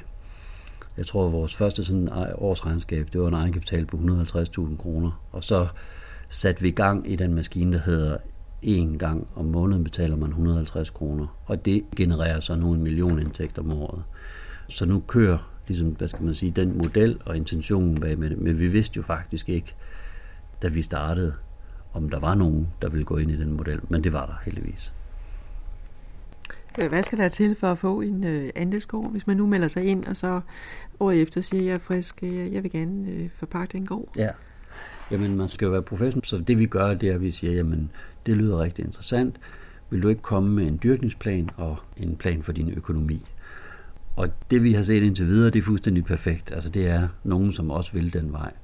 jeg tror, vores første sådan årsregnskab, det var en egenkapital på et hundrede og halvtreds tusind kroner. Og så satte vi i gang i den maskine, der hedder en gang om måneden betaler man et hundrede og halvtreds kroner. Og det genererer så nu en million indtægt om året. Så nu kører ligesom, hvad skal man sige, den model og intentionen bag med det. Men vi vidste jo faktisk ikke, da vi startede, om der var nogen, der ville gå ind i den model, men det var der heldigvis. Hvad skal der til for at få en øh, andelsgård, hvis man nu melder sig ind, og så året efter siger, jeg er frisk, jeg vil gerne øh, forpagte en gård? Ja, jamen man skal jo være professionel, så det vi gør, det er, at vi siger, jamen det lyder rigtig interessant. Vil du ikke komme med en dyrkningsplan og en plan for din økonomi? Og det vi har set indtil videre, det er fuldstændig perfekt. Altså det er nogen, som også vil den vej.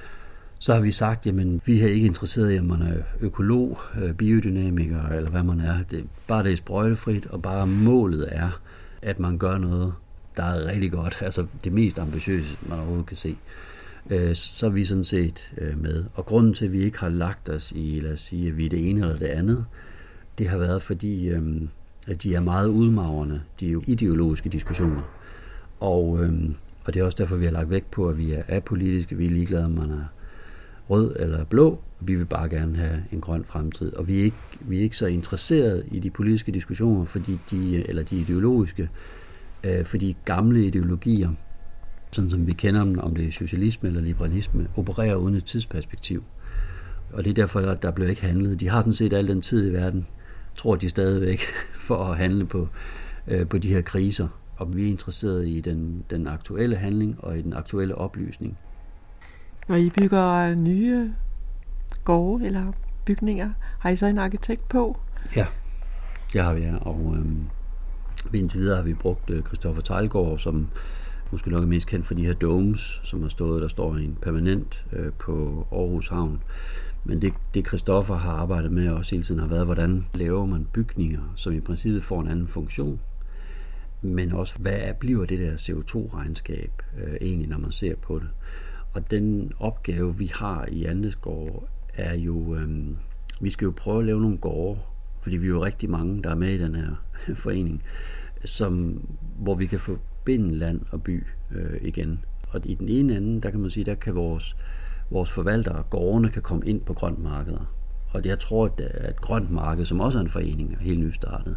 Så har vi sagt, jamen vi er ikke interesseret i, om man er økolog, biodynamiker eller hvad man er. Det, bare det er sprøjtefrit, og bare målet er, at man gør noget, der er rigtig godt. Altså det mest ambitiøse, man overhovedet kan se. Så er vi sådan set med. Og grunden til, at vi ikke har lagt os i, lad os sige, at vi er det ene eller det andet, det har været fordi, at de er meget udmagrende, de er jo ideologiske diskussioner. Og, og det er også derfor, vi har lagt vægt på, at vi er apolitiske, vi er ligeglade, om man er rød eller blå, vi vil bare gerne have en grøn fremtid. Og vi er ikke, vi er ikke så interesserede i de politiske diskussioner, fordi de, eller de ideologiske, øh, fordi gamle ideologier, sådan som vi kender dem, om det er socialisme eller liberalisme, opererer uden et tidsperspektiv. Og det er derfor, at der bliver ikke handlet. De har sådan set al den tid i verden, tror de stadigvæk, for at handle på, øh, på de her kriser. og vi er interesseret i den, den aktuelle handling og i den aktuelle oplysning. Når I bygger nye gårde eller bygninger, har I så en arkitekt på? Ja, det har vi, ja. Og øhm, indtil videre har vi brugt øh, Christoffer Teilgaard, som måske nok er mest kendt for de her domes, som har stået, der står en permanent øh, på Aarhus Havn. Men det, det Christoffer har arbejdet med også hele tiden har været, hvordan laver man bygninger, som i princippet får en anden funktion. Men også, hvad er, bliver det der C O to regnskab øh, egentlig, når man ser på det. Og den opgave, vi har i Andesgård, er jo, øh, vi skal jo prøve at lave nogle gårde, fordi vi er jo rigtig mange, der er med i den her forening, som, hvor vi kan forbinde land og by øh, igen. Og i den ene ende, der kan man sige, der kan vores, vores forvaltere, gårdene, kan komme ind på grøntmarkeder. Og jeg tror, at, at grønt marked, som også er en forening, er helt nystartet.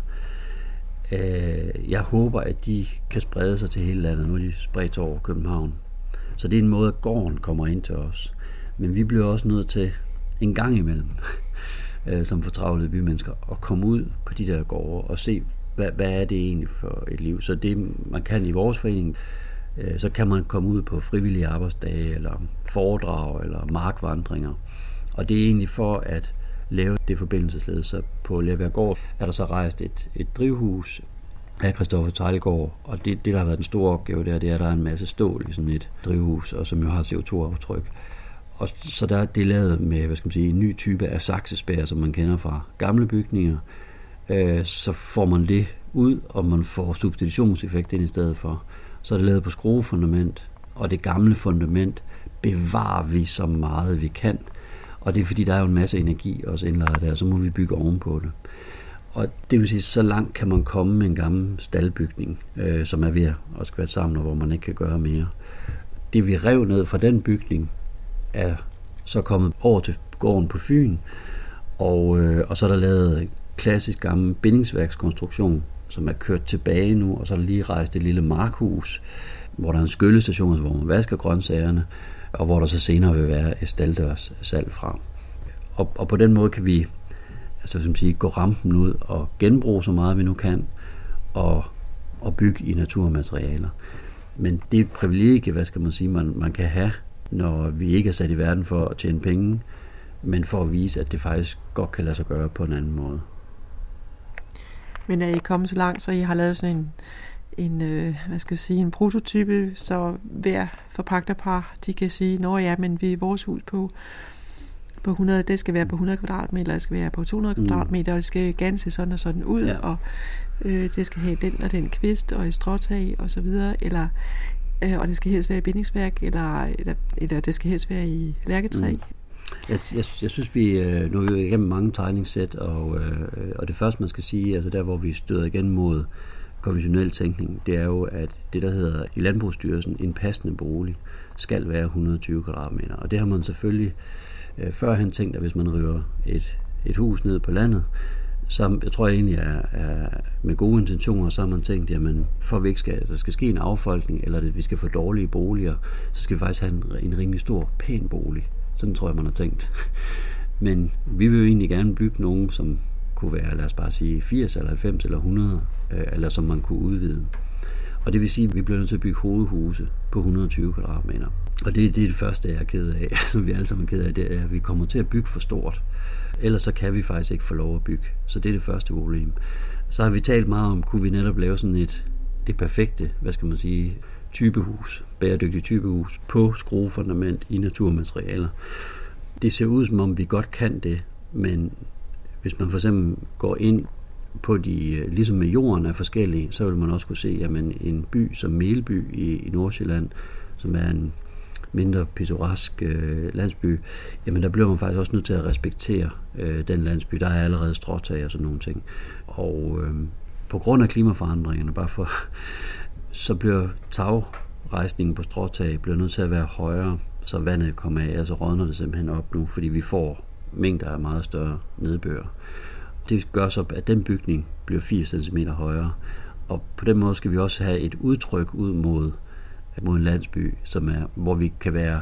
Øh, jeg håber, at de kan sprede sig til hele landet. Nu er de spredt over København. Så det er en måde, at gården kommer ind til os. Men vi bliver også nødt til en gang imellem, som fortravlede bymennesker, at komme ud på de der gårde og se, hvad, hvad er det egentlig for et liv. Så det, man kan i vores forening, så kan man komme ud på frivillige arbejdsdage, eller foredrag, eller markvandringer. Og det er egentlig for at lave det forbindelsesled. Så på Lerberggård er der så rejst et, et drivhus af Christoffer Teilgaard, og det, det, der har været den store opgave der, det er, at der er en masse stål i sådan et drivhus, og som jo har C O to aftryk. Og så der er det lavet med, hvad skal man sige, en ny type af saksespær, som man kender fra gamle bygninger. Øh, så får man det ud, og man får substitutionseffekt ind i stedet for. Så er det lavet på skruefundament, og det gamle fundament bevarer vi så meget vi kan. Og det er fordi, der er jo en masse energi også indlejret der, så må vi bygge ovenpå det. Og det vil sige, så langt kan man komme med en gammel staldbygning, øh, som er ved at skvætte sammen, og hvor man ikke kan gøre mere. Det vi rev ned fra den bygning, er så kommet over til gården på Fyn, og, øh, og så er der lavet en klassisk gammel bindingsværkskonstruktion, som er kørt tilbage nu, og så er der lige rejst et lille markhus, hvor der er en skyllestation, hvor man vasker grøntsagerne, og hvor der så senere vil være et staldørs salg fra. Og, og på den måde kan vi altså, som sige, gå rampen ud og genbruge så meget vi nu kan, og, og bygge i naturmaterialer. Men det er et privilegie, hvad skal man sige, man, man kan have, når vi ikke er sat i verden for at tjene penge, men for at vise, at det faktisk godt kan lade sig gøre på en anden måde. Men er I kommet så langt, så I har lavet sådan en, en øh, hvad skal jeg sige, en prototype, så hver forpagterpar, de kan sige, nå ja, men vi er vores hus på, på hundrede, det skal være på hundrede kvadratmeter, det skal være på to hundrede kvadratmeter, og det skal gerne se sådan og sådan ud, ja. og øh, det skal have den og den kvist, og et stråtag, og så videre, eller øh, og det skal helst være i bindingsværk, eller, eller, eller det skal helst være i lærketræ. Mm. Jeg, jeg, jeg synes, vi nu er vi igennem mange tegningssæt, og, øh, og det første, man skal sige, altså der, hvor vi støder igen mod konventionel tænkning, det er jo, at det, der hedder i Landbrugsstyrelsen, en passende bolig, skal være et hundrede og tyve kvadratmeter. Og det har man selvfølgelig øh, førhen tænkt, at hvis man river et, et hus ned på landet, så jeg tror jeg egentlig, er, er med gode intentioner, så har man tænkt, jamen for at vi ikke skal, altså, der skal ske en affolkning, eller at vi skal få dårlige boliger, så skal vi faktisk have en, en rimelig stor, pæn bolig. Sådan tror jeg, man har tænkt. Men vi vil jo egentlig gerne bygge nogen, som kunne være, lad os bare sige, firs eller halvfems eller hundrede, eller som man kunne udvide. Og det vil sige, at vi bliver nødt til at bygge hovedhuse på et hundrede og tyve kvadratmeter. Og det, det er det første, jeg er ked af, som vi alle sammen er ked af, det er, at vi kommer til at bygge for stort. Ellers så kan vi faktisk ikke få lov at bygge. Så det er det første problem. Så har vi talt meget om, kunne vi netop lave sådan et, det perfekte, hvad skal man sige, typehus, bæredygtigt typehus, på skruefundament i naturmaterialer. Det ser ud, som om vi godt kan det, men hvis man for eksempel går ind på de, ligesom med jorden er forskellige, så vil man også kunne se, at en by som Melby i, i Nordsjælland, som er en mindre pittoresk øh, landsby, jamen der bliver man faktisk også nødt til at respektere øh, den landsby. Der er allerede stråtag og sådan nogle ting. Og øh, på grund af klimaforandringerne, bare for, så bliver tagrejsningen på stråtag bliver nødt til at være højere, så vandet kommer af, og så rådner det simpelthen op nu, fordi vi får mængder af meget større nedbør. Det gør så, at den bygning bliver firs centimeter højere, og på den måde skal vi også have et udtryk ud mod, mod en landsby, som er, hvor vi kan være,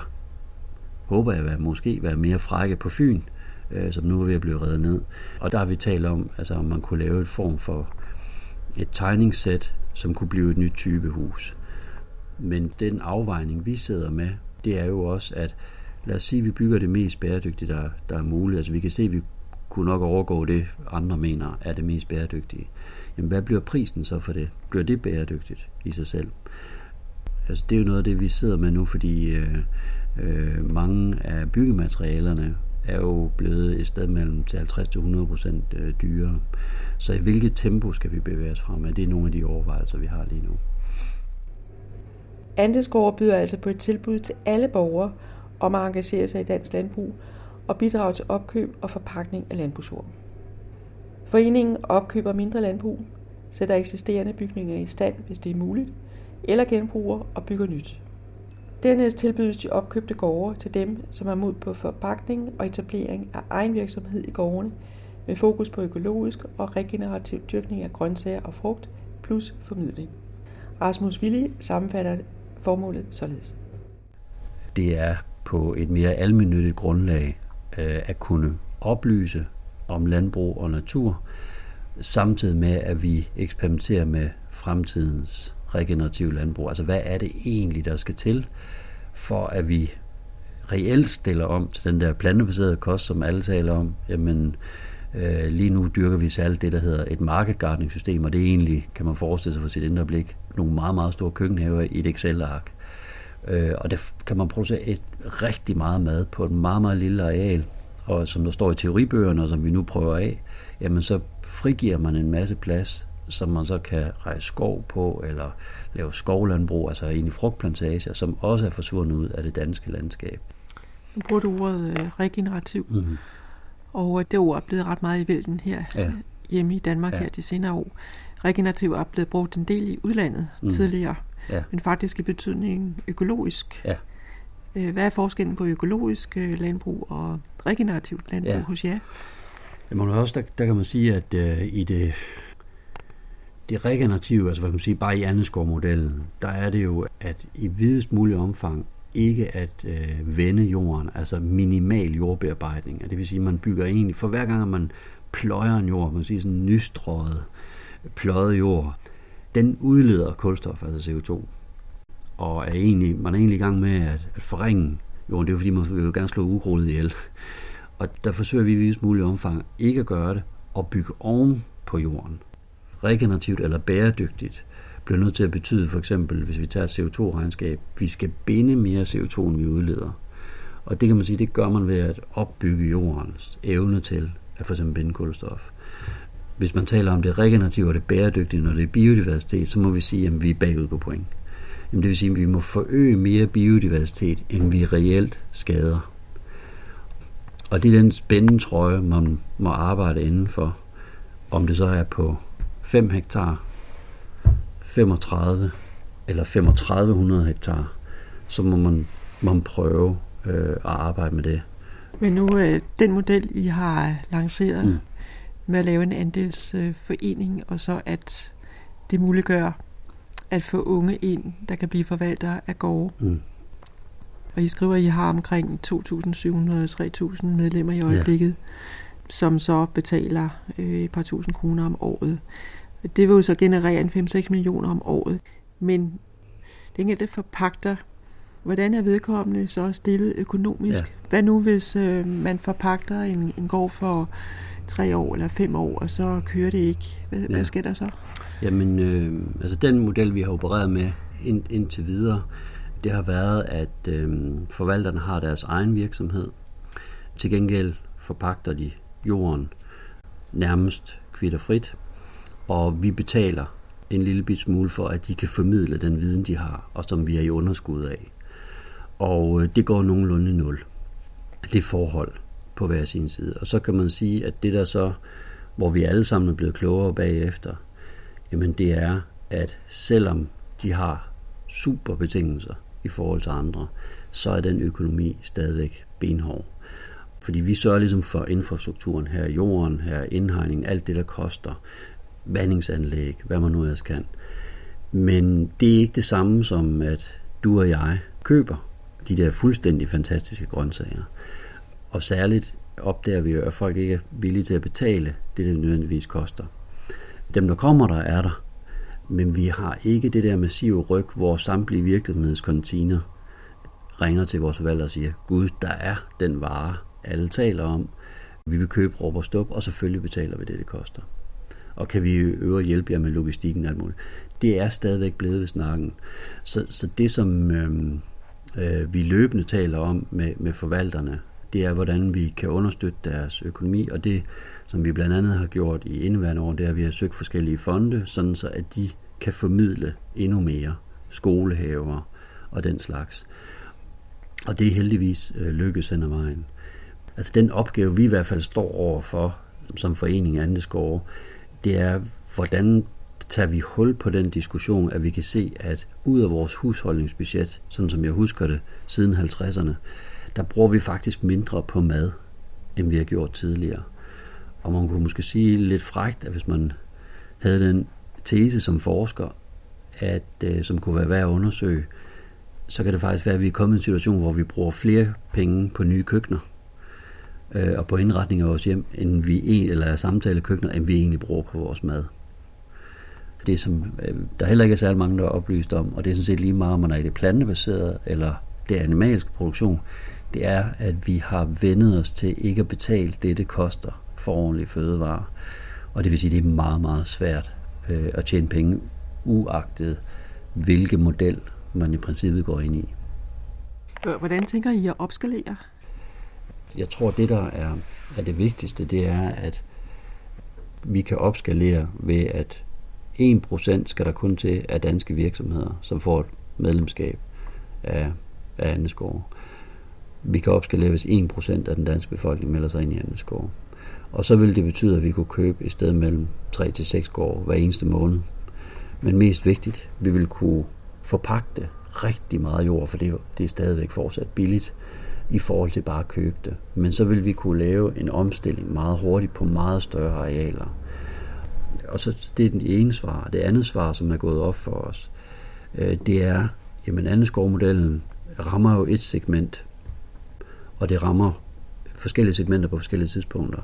håber jeg, måske være mere frække på Fyn, øh, som nu er ved at blive revet ned. Og der har vi talt om, altså, om man kunne lave et form for et tegningssæt, som kunne blive et nyt type hus. Men den afvejning, vi sidder med, det er jo også, at lad os sige, at vi bygger det mest bæredygtige, der, der er muligt. Altså vi kan se, at vi kunne nok overgå det, andre mener er det mest bæredygtige. Jamen hvad bliver prisen så for det? Bliver det bæredygtigt i sig selv? Altså det er jo noget af det, vi sidder med nu, fordi øh, øh, mange af byggematerialerne er jo blevet et sted mellem halvtreds til hundrede procent øh, dyrere. Så i hvilket tempo skal vi bevæge os frem? Det er nogle af de overvejelser, vi har lige nu. Andelsgårde byder altså på et tilbud til alle borgere om at engagere sig i dansk landbrug og bidrage til opkøb og forpagtning af landbrugsjord. Foreningen opkøber mindre landbrug, sætter eksisterende bygninger i stand, hvis det er muligt, eller genbruger og bygger nyt. Dernæst tilbydes de opkøbte gårde til dem, som har mod på forpagtning og etablering af egen virksomhed i gårdene, med fokus på økologisk og regenerativ dyrkning af grøntsager og frugt, plus formidling. Rasmus Willi sammenfatter formålet således. Det er på et mere almennyttigt grundlag øh, at kunne oplyse om landbrug og natur, samtidig med, at vi eksperimenterer med fremtidens regenerative landbrug. Altså, hvad er det egentlig, der skal til, for at vi reelt stiller om til den der plantebaserede kost, som alle taler om? Jamen, øh, lige nu dyrker vi særligt det, der hedder et market gardening system, og det er egentlig, kan man forestille sig for sit indre blik, nogle meget, meget store køkkenhaver i et Excel-ark. Øh, og der kan man producere et rigtig meget mad på et meget, meget lille areal, og som der står i teoribøgerne, og som vi nu prøver af, jamen så frigiver man en masse plads, som man så kan rejse skov på, eller lave skovlandbrug, altså egentlig frugtplantager, som også er forsvundet ud af det danske landskab. Nu bruger du ordet øh, regenerativ, mm-hmm. og det ord er blevet ret meget i vælten her ja. hjemme i Danmark ja. her de senere år. Regenerativ er blevet brugt en del i udlandet mm. tidligere, ja. men faktisk i betydning økologisk. Ja. Hvad er forskellen på økologisk landbrug og regenerativt landbrug ja. hos jer? Jamen også, der, der kan man sige, at uh, i det, det regenerative, altså hvad kan man sige, bare i andelsgårdmodellen, der er det jo, at i videst mulig omfang ikke at uh, vende jorden, altså minimal jordbearbejdning. Det vil sige, at man bygger egentlig, for hver gang man pløjer en jord, man siger sådan en nystrøget, pløjet jord, den udleder kulstof, altså C O to. Og er egentlig, man er egentlig i gang med at, at forringe jorden. Det er jo fordi, man vil jo gerne slå ukrudtet ihjel. Og der forsøger vi i videst mulig omfang ikke at gøre det, og bygge oven på jorden. Regenerativt eller bæredygtigt bliver nødt til at betyde, for eksempel, hvis vi tager et C O to regnskab, vi skal binde mere C O to, end vi udleder. Og det kan man sige, det gør man ved at opbygge jordens evne til at for eksempel binde kulstof. Hvis man taler om det regenerative og det bæredygtige, når det er biodiversitet, så må vi sige, at vi er bagud på point. Jamen det vil sige, at vi må forøge mere biodiversitet, end vi reelt skader. Og det er den spændetrøje, man må arbejde indenfor. Om det så er på fem hektar, femogtredive eller femogtredive hundrede hektar, så må man, man prøve øh, at arbejde med det. Men nu, øh, den model, I har lanceret mm. med at lave en andelsforening, øh, og så at det muliggør at få unge ind, der kan blive forvaltere af gårde. Mm. Og I skriver, at I har omkring to tusind syv hundrede til tre tusind medlemmer i øjeblikket, ja. som så betaler øh, et par tusind kroner om året. Det vil jo så generere en fem til seks millioner om året. Men det enkelte forpagter, hvordan er vedkommende så stillet økonomisk? Ja. Hvad nu, hvis øh, man forpagter en, en gård for tre år eller fem år, og så kører det ikke? Hvad, ja. hvad sker der så? Jamen, øh, altså den model, vi har opereret med ind, indtil videre, det har været, at øh, forvalterne har deres egen virksomhed. Til gengæld forpagter de jorden nærmest kvitterfrit, og vi betaler en lille bit smule for, at de kan formidle den viden, de har, og som vi er i underskud af. Og øh, det går nogenlunde i nul. Det forhold på hver sin side. Og så kan man sige, at det der så, hvor vi alle sammen er blevet klogere bagefter, jamen det er, at selvom de har super betingelser i forhold til andre, så er den økonomi stadigvæk benhård. Fordi vi sørger ligesom for infrastrukturen her, jorden, her indhegning, alt det der koster, vandingsanlæg, hvad man nu ellers kan. Men det er ikke det samme som, at du og jeg køber de der fuldstændig fantastiske grøntsager. Og særligt opdager vi jo, at folk ikke er villige til at betale det, det nødvendigvis koster. Dem, der kommer der, er der. Men vi har ikke det der massive ryg, hvor samtlige virksomhedskantiner ringer til vores forvalter og siger, Gud, der er den vare, alle taler om. Vi vil købe råb og stop, og selvfølgelig betaler vi det, det koster. Og kan vi øve hjælpe jer med logistikken og alt muligt. Det er stadigvæk blevet ved snakken. Så, så det, som øh, øh, vi løbende taler om med, med forvalterne, det er, hvordan vi kan understøtte deres økonomi, og det, som vi blandt andet har gjort i indeværende år, det er, at vi har søgt forskellige fonde, sådan så at de kan formidle endnu mere skolehaver og den slags. Og det er heldigvis øh, lykkes hen ad vejen. Altså den opgave, vi i hvert fald står overfor som forening af andelsgårde, det er, hvordan tager vi hul på den diskussion, at vi kan se, at ud af vores husholdningsbudget, sådan som jeg husker det, siden halvtredserne, der bruger vi faktisk mindre på mad, end vi har gjort tidligere. Og man kunne måske sige lidt frækt, at hvis man havde den tese som forsker, at, øh, som kunne være værd at undersøge, så kan det faktisk være, at vi er kommet i en situation, hvor vi bruger flere penge på nye køkkener øh, og på indretning af vores hjem, end vi eller samtalekøkkener, end vi egentlig bruger på vores mad. Det, som øh, der heller ikke er særlig mange, der er oplyst om, og det er sådan set lige meget, om man er i det plantebaserede eller det animalske produktion, det er, at vi har vendet os til ikke at betale det, det koster for ordentlige fødevarer. Og det vil sige, at det er meget, meget svært øh, at tjene penge, uagtet hvilke model man i princippet går ind i. Hvordan tænker I at opskalere? Jeg tror, det der er, er det vigtigste, det er, at vi kan opskalere ved, at en procent skal der kun til af danske virksomheder, som får et medlemskab af, af andelsgårde. Vi kan opskalere, hvis en procent af den danske befolkning melder sig ind i andelsgårde. Og så vil det betyde, at vi kunne købe et sted mellem tre til seks gårde hver eneste måned. Men mest vigtigt, vi vil kunne forpagte rigtig meget jord, for det, det er stadigvæk fortsat billigt i forhold til bare at købe det. Men så vil vi kunne lave en omstilling meget hurtigt på meget større arealer. Og så det er den ene svar. Det andet svar, som er gået op for os, det er, jamen andelsgårdmodellen rammer jo et segment, og det rammer forskellige segmenter på forskellige tidspunkter.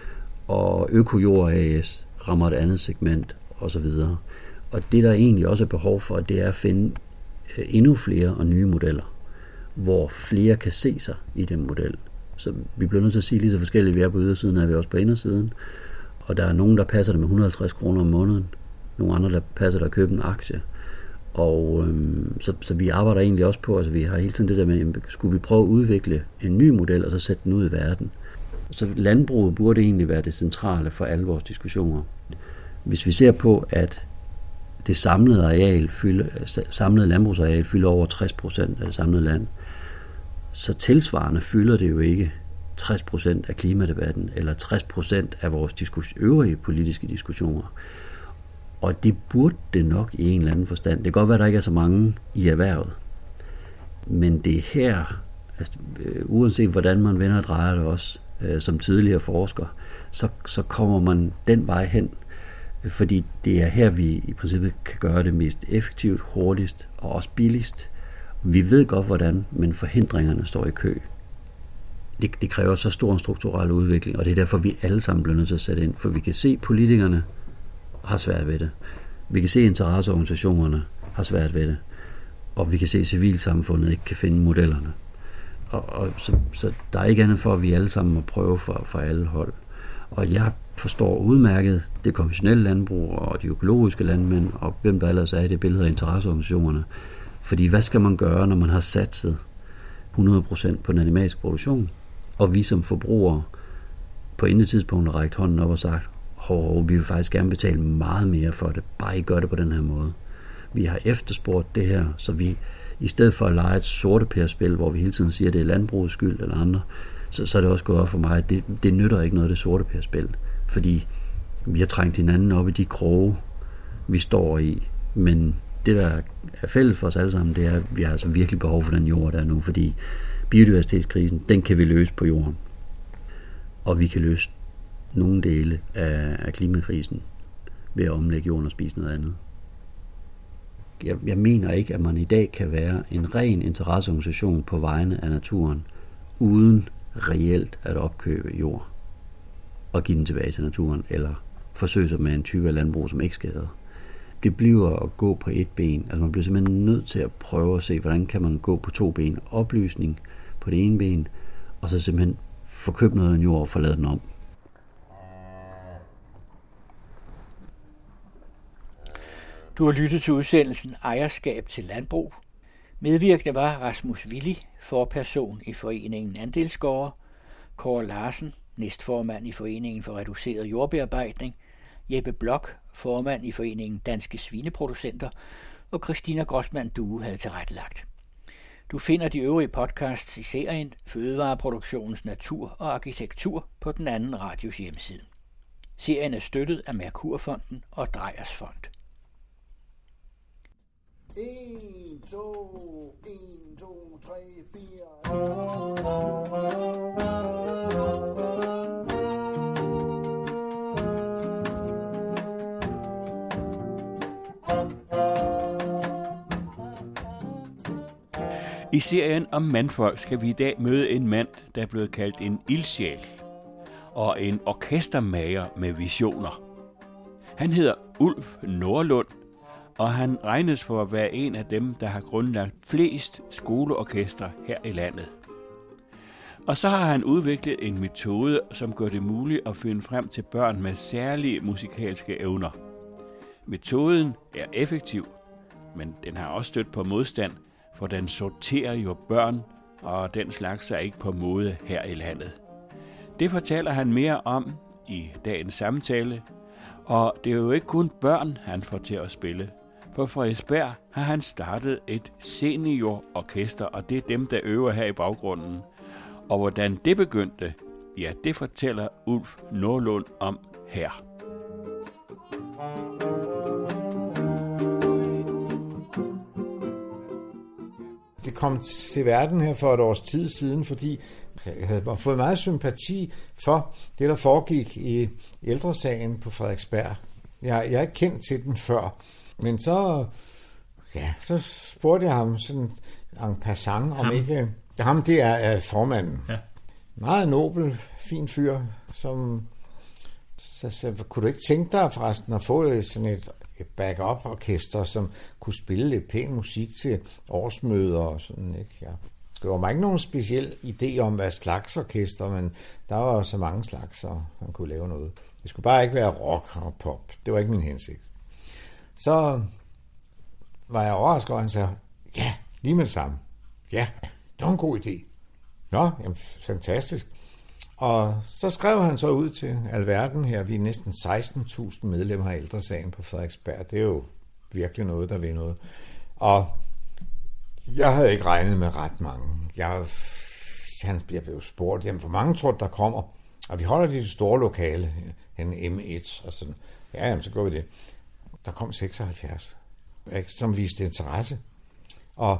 Og Økojord A S rammer et andet segment, og så videre. Og det, der egentlig også er behov for, det er at finde endnu flere og nye modeller, hvor flere kan se sig i den model. Så vi bliver nødt til at sige lige så forskellige, vi er på ydersiden, er vi også på indersiden. Og der er nogen, der passer det med et hundrede og halvtreds kroner om måneden. Nogle andre, der passer der at købe en aktie. Og øhm, så, så vi arbejder egentlig også på, altså vi har hele tiden det der med, skulle vi prøve at udvikle en ny model, og så sætte den ud i verden. Så landbruget burde egentlig være det centrale for alle vores diskussioner. Hvis vi ser på, at det samlede areal fylder, samlede landbrugsareal fylder over tres procent af det samlede land, så tilsvarende fylder det jo ikke tres procent af klimadebatten, eller tres procent af vores diskus- øvrige politiske diskussioner. Og det burde det nok i en eller anden forstand. Det kan godt være, at der ikke er så mange i erhvervet. Men det er her, altså, øh, uanset hvordan man vender og drejer det også, øh, som tidligere forsker, så, så kommer man den vej hen. Fordi det er her, vi i princippet kan gøre det mest effektivt, hurtigst og også billigst. Vi ved godt, hvordan, men forhindringerne står i kø. Det, det kræver så stor en strukturel udvikling, og det er derfor, vi alle sammen bliver nødt til at sætte ind. For vi kan se, at politikerne har svært ved det. Vi kan se, at interesseorganisationerne har svært ved det. Og vi kan se, at civilsamfundet ikke kan finde modellerne. Og, og så, så der er ikke andet for, at vi alle sammen må prøve for, for alle hold. Og jeg forstår udmærket det konventionelle landbrug og de økologiske landmænd, og hvem der ellers er i det billede af interesseorganisationerne. Fordi hvad skal man gøre, når man har satset hundrede procent på den animalske produktion, og vi som forbrugere på intet tidspunkt har rækket hånden op og sagt, hov, vi vil faktisk gerne betale meget mere for det, bare ikke gør det på den her måde. Vi har efterspurgt det her, så vi i stedet for at lege et sortepærspil, hvor vi hele tiden siger, at det er landbrugets skyld eller andre, så, så er det også gået op for mig, at det, det nytter ikke noget, det sortepærspil, fordi vi har trængt hinanden op i de kroge, vi står i, men det, der er fælles for os alle sammen, det er, at vi har altså virkelig behov for den jord, der er nu, fordi biodiversitetskrisen, den kan vi løse på jorden. Og vi kan løse nogle dele af, af klimakrisen ved at omlægge jorden og spise noget andet. Jeg, jeg mener ikke, at man i dag kan være en ren interesseorganisation på vegne af naturen, uden reelt at opkøbe jord og give den tilbage til naturen, eller forsøge sig med en type af landbrug, som ikke skader. Det bliver at gå på et ben. Altså man bliver simpelthen nødt til at prøve at se, hvordan kan man gå på to ben. Oplysning på det ene ben, og så simpelthen få købt noget jord og forlade den om. Du har lyttet til udsendelsen Ejerskab til landbrug. Medvirkende var Rasmus Willi, forperson i foreningen Andelsgårde, Kåre Larsen, næstformand i foreningen for reduceret jordbearbejdning, Jeppe Blok, formand i foreningen Danske Svineproducenter, og Christina Grossmann Due havde tilrettelagt. Du finder de øvrige podcasts i serien Fødevareproduktionens natur og arkitektur på den anden radios hjemmeside. Serien er støttet af Merkurfonden og Dreyers Fond. en, to, en, to, tre, fire. I serien om mandfolk skal vi i dag møde en mand, der er blevet kaldt en ildsjæl og en orkestermager med visioner. Han hedder Ulf Nordlund, og han regnes for at være en af dem, der har grundlagt flest skoleorkestre her i landet. Og så har han udviklet en metode, som gør det muligt at finde frem til børn med særlige musikalske evner. Metoden er effektiv, men den har også stødt på modstand, for den sorterer jo børn, og den slags er ikke på mode her i landet. Det fortæller han mere om i dagens samtale, og det er jo ikke kun børn, han får til at spille. På Frederiksberg har han startet et seniororkester, og det er dem, der øver her i baggrunden. Og hvordan det begyndte, ja, det fortæller Ulf Nordlund om her. Det kom til verden her for et års tid siden, fordi jeg havde fået meget sympati for det, der foregik i ældresagen på Frederiksberg. Jeg, jeg er ikke kendt til den før, men så, ja, så spurgte jeg ham sådan en passant, om ham. ikke... Ham, det er, er formanden. Ja. Meget nobel, fin fyr, som... Så, så kunne du ikke tænke dig forresten at få sådan et, et backup-orkester, som kunne spille lidt pæn musik til årsmøder og sådan, ikke? Ja. Det var mig ikke nogen speciel idé om, hvad slags orkester, men der var så mange slags, så man kunne lave noget. Det skulle bare ikke være rock og pop. Det var ikke min hensigt. Så var jeg overrasket, og han sagde, ja, lige med det samme. Ja, det var en god idé. Nå, jamen, fantastisk. Og så skrev han så ud til alverden her. Vi er næsten seksten tusind medlemmer af ældresagen på Frederiksberg. Det er jo virkelig noget, der vil noget. Og jeg havde ikke regnet med ret mange. Jeg, han, jeg blev spurgt, jamen, hvor mange tror der kommer? Og vi holder det i det store lokale, en M et og sådan. Ja, jamen, så går vi det. Der kom seksoghalvfjerds, som viste interesse. Og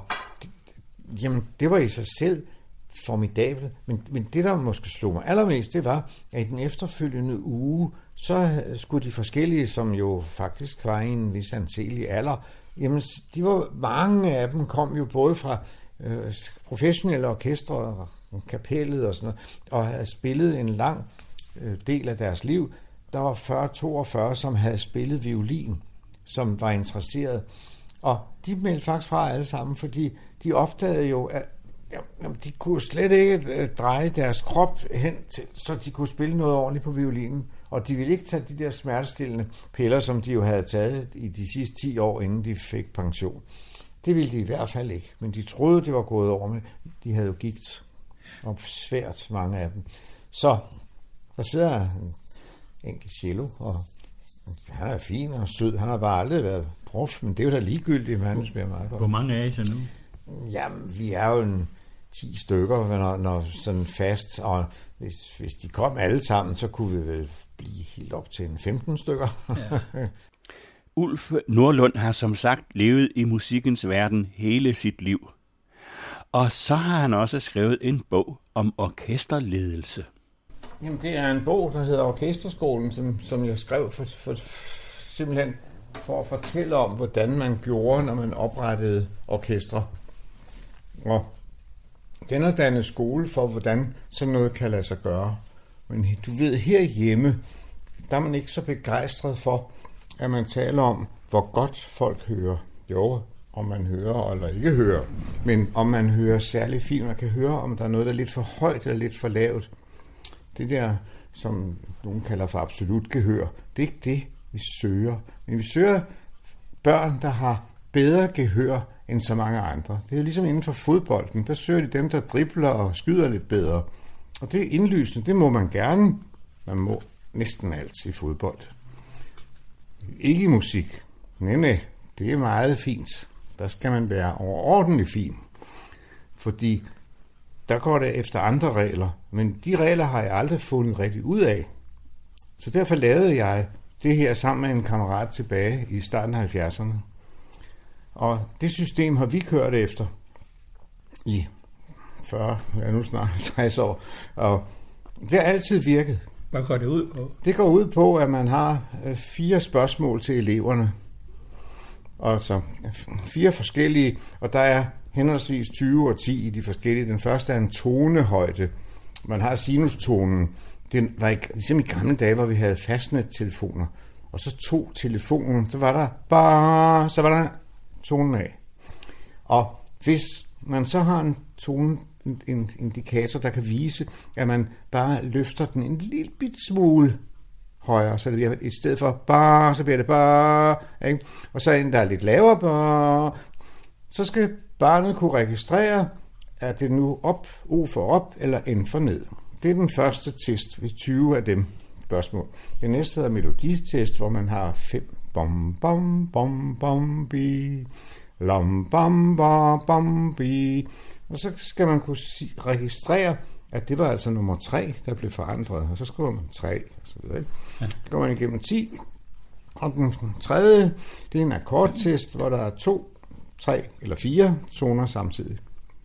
jamen, det var i sig selv formidabelt, men, men det, der måske slog mig allermest, det var, at i den efterfølgende uge, så skulle de forskellige, som jo faktisk var i en vis anselig alder, jamen, de var, mange af dem kom jo både fra øh, professionelle orkestre og kapellet og sådan noget, og havde spillet en lang øh, del af deres liv. Der var fyrre til toogfyrre, som havde spillet violin, som var interesseret. Og de meldte faktisk fra alle sammen, fordi de opdagede jo, at jamen, de kunne slet ikke dreje deres krop hen til, så de kunne spille noget ordentligt på violinen. Og de ville ikke tage de der smertestillende piller, som de jo havde taget i de sidste ti år, inden de fik pension. Det ville de i hvert fald ikke, men de troede, det var gået over med. De havde jo gigt, og svært mange af dem. Så der sidder en enkelt cello, og han er fin og sød. Han har bare aldrig været prof, men det er jo da ligegyldigt, men han spiller meget godt. Hvor mange er I så nu? Jamen, vi er jo en ti stykker, når, når sådan fast, og hvis, hvis de kom alle sammen, så kunne vi vel blive helt op til en femten stykker. Ja. Ulf Nordlund har som sagt levet i musikkens verden hele sit liv. Og så har han også skrevet en bog om orkesterledelse. Jamen, det er en bog, der hedder Orkesterskolen, som, som jeg skrev for, for, simpelthen for at fortælle om, hvordan man gjorde, når man oprettede orkestre. Og den er dannet skole for, hvordan sådan noget kan lade sig gøre. Men du ved, herhjemme, der er man ikke så begejstret for, at man taler om, hvor godt folk hører. Jo, om man hører eller ikke hører, men om man hører særlig fint. Man kan høre, om der er noget, der er lidt for højt eller lidt for lavt. Det der, som nogen kalder for absolut gehør, det er ikke det, vi søger. Men vi søger børn, der har bedre gehør end så mange andre. Det er jo ligesom inden for fodbolden. Der søger de dem, der dribler og skyder lidt bedre. Og det er indlysende. Det må man gerne. Man må næsten alt i fodbold. Ikke i musik. Nej, nej. Det er meget fint. Der skal man være overordentligt fin. Fordi der går det efter andre regler. Men de regler har jeg aldrig fundet rigtig ud af. Så derfor lavede jeg det her sammen med en kammerat tilbage i starten af halvfjerdserne. Og det system har vi kørt efter i fyrre, ja nu snart halvtreds år. Og det har altid virket. Hvad går det ud på? Det går ud på, at man har fire spørgsmål til eleverne. Og så fire forskellige, og der er henholdsvis tyve og ti i de forskellige. Den første er en tonehøjde. Man har sinustonen. Det var ikke, ligesom i gamle dage, hvor vi havde fastnettelefoner. Og så tog telefonen, så var der bare, så var der tonen af. Og hvis man så har en tone, en indikator, der kan vise, at man bare løfter den en lille bit smule højere, så det bliver, i stedet for bare, så bliver det bare, ikke? Og så en, der er lidt lavere bare, så skal barnet kunne registrere, at det nu op, O for op, eller N for ned. Det er den første test ved tyve af dem spørgsmål. Den næste hedder meloditest, hvor man har fem bom bom bom bom bi lam bam bam bom bi. Og så skal man kunne registrere, at det var altså nummer tre, der blev forandret. Og så skriver man tre, og så videre. Ja. Så går man igennem ti. Og den tredje, det er en akkordtest, hvor der er to, tre eller fire toner samtidig.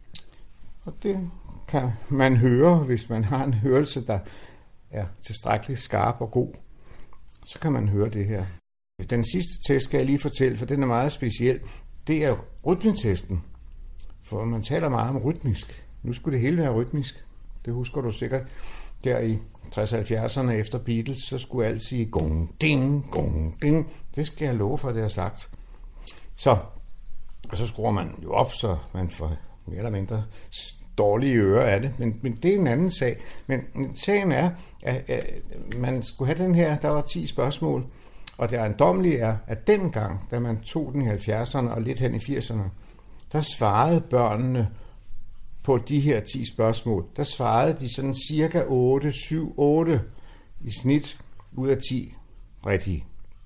Og det kan man høre, hvis man har en hørelse, der er tilstrækkeligt skarp og god. Så kan man høre det her. Den sidste test skal jeg lige fortælle, for den er meget speciel. Det er rytmetesten. For man taler meget om rytmisk. Nu skulle det hele være rytmisk. Det husker du sikkert. Der i tres halvfjerdserne efter Beatles, så skulle alt sige gong, ding, gong, ding. Det skal jeg love for, det jeg har sagt. Så, og så skruer man jo op, så man får mere eller mindre dårlige ører af det. Men, men det er en anden sag. Men sagen er, at, at man skulle have den her, der var ti spørgsmål, og det ejendommelige er, at dengang, da man tog den i halvfjerdserne og lidt hen i firserne, der svarede børnene på de her ti spørgsmål. Der svarede de sådan cirka otte, syv, otte i snit ud af ti rigtige.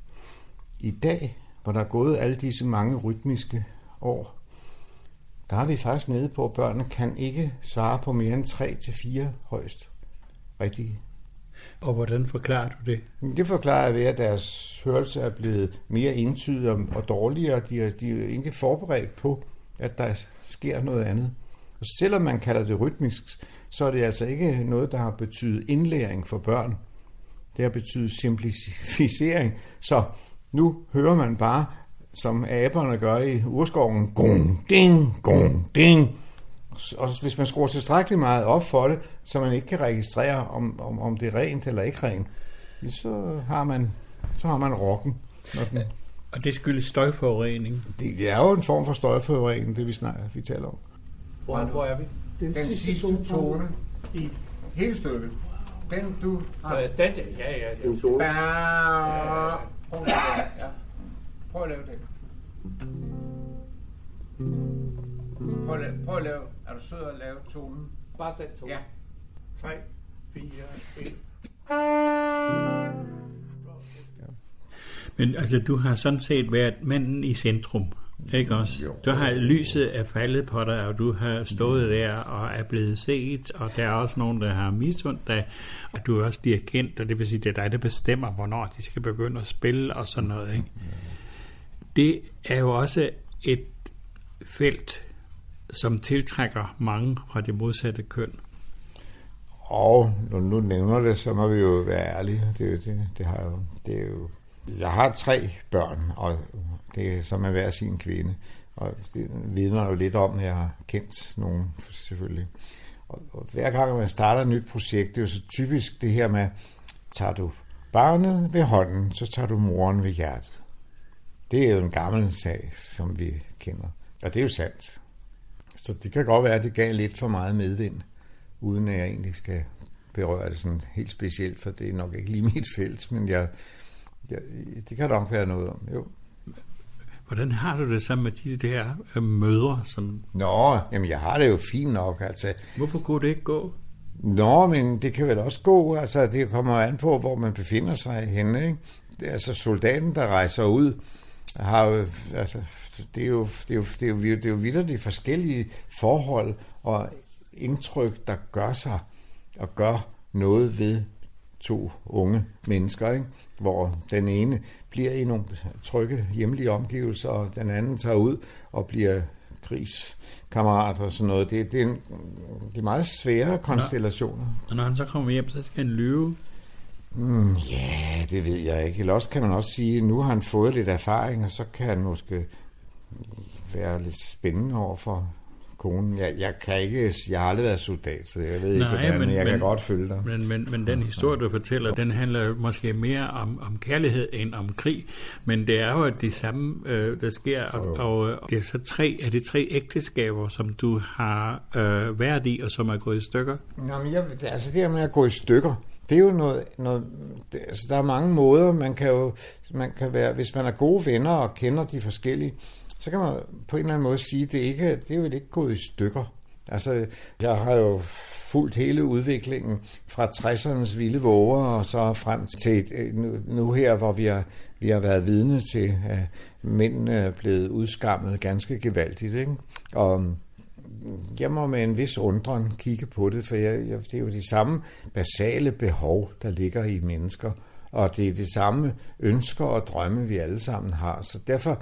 I dag, hvor der er gået alle disse mange rytmiske år, der er vi faktisk nede på, at børnene kan ikke svare på mere end tre til fire højst rigtige. Og hvordan forklarer du det? Det forklarer jeg ved, at deres hørelse er blevet mere entydig og dårligere. De er, de er ikke forberedt på, at der sker noget andet. Og selvom man kalder det rytmisk, så er det altså ikke noget, der har betydet indlæring for børn. Det har betydet simplificering. Så nu hører man bare, som aberne gør i urskoven, gong, ding, gong, ding. Og hvis man skruer tilstrækkeligt meget op for det, så man ikke kan registrere, om, om, om det er rent eller ikke rent, så har man, så har man rocken. Den... Og det skyldes støjforurening? Det, det er jo en form for støjforurening, det vi snart vi taler om. Hvor, hvor er vi? Den, den sidste tone i hele stykket. Den du har. Den, ja, ja, ja. Den solo. Ja. Prøv at lave det. Ja. Prøv at lave det. Prøv at lave, prøv at lave. Er du sød at lave tonen? Bare den tone. Ja. tre, fire, et. Men altså, du har sådan set været manden i centrum, ikke også? Du har lyset er faldet på dig, og du har stået der og er blevet set, og der er også nogen, der har misundt dig, og du er også dirigent, og det vil sige, det er dig, der bestemmer, hvornår de skal begynde at spille og sådan noget, ikke? Det er jo også et felt, som tiltrækker mange fra det modsatte køn. Og når du nu nævner det, så må vi jo være ærlige. Det er jo, det, det har jo, det er jo, jeg har tre børn, og det er som at være sin kvinde. Og det vidner jo lidt om, at jeg har kendt nogen, selvfølgelig. Og, og hver gang man starter et nyt projekt, det er jo så typisk det her med, tager du barnet ved hånden, så tager du moren ved hjertet. Det er jo en gammel sag, som vi kender. Og det er jo sandt. Så det kan godt være, at det gav lidt for meget medvind, uden at jeg egentlig skal berøre det sådan helt specielt, for det er nok ikke lige mit felt, men jeg, jeg, det kan nok være noget om, jo. Hvordan har du det sammen med de der øh, mødre? Som... Nå, jamen jeg har det jo fint nok, altså. Hvorfor kunne det ikke gå? Nå, men det kan vel også gå, altså det kommer an på, hvor man befinder sig henne, ikke? Det er altså soldaten, der rejser ud, har jo, altså, det er jo, det er jo, det er jo, det er jo vidt de forskellige forhold og indtryk, der gør sig og gør noget ved to unge mennesker, ikke? Hvor den ene bliver i nogle trygge hjemlige omgivelser, og den anden tager ud og bliver krigskammerat og sådan noget. Det, det, er, en, det er meget svære konstellationer. Og når han så kommer hjem, så skal han lyve? Mm, ja, yeah, det ved jeg ikke. Eller også kan man også sige, at nu har han fået lidt erfaring, og så kan han måske være lidt spændende over for konen. Jeg, jeg kan ikke, jeg har aldrig været soldat, så jeg ved Nej, ikke, hvordan, men, jeg men, kan godt følge dig. Men, men, men den historie, du fortæller, den handler måske mere om, om kærlighed end om krig, men det er jo det samme, øh, der sker, og, og det er så tre af de tre ægteskaber, som du har øh, været i, og som er gået i stykker. Nå, men jeg, altså det her med at gå i stykker, det er jo noget, noget det, altså der er mange måder, man kan jo, man kan være, hvis man er gode venner og kender de forskellige, så kan man på en eller anden måde sige, at det, ikke, det er jo ikke gået i stykker. Altså, jeg har jo fulgt hele udviklingen fra tressernes vilde våger, og så frem til nu, nu her, hvor vi har, vi har været vidne til, at mændene er blevet udskammet ganske gevaldigt, ikke? Og jeg må med en vis undren kigge på det, for jeg, jeg, det er jo de samme basale behov, der ligger i mennesker, og det er de samme ønsker og drømme, vi alle sammen har. Så derfor,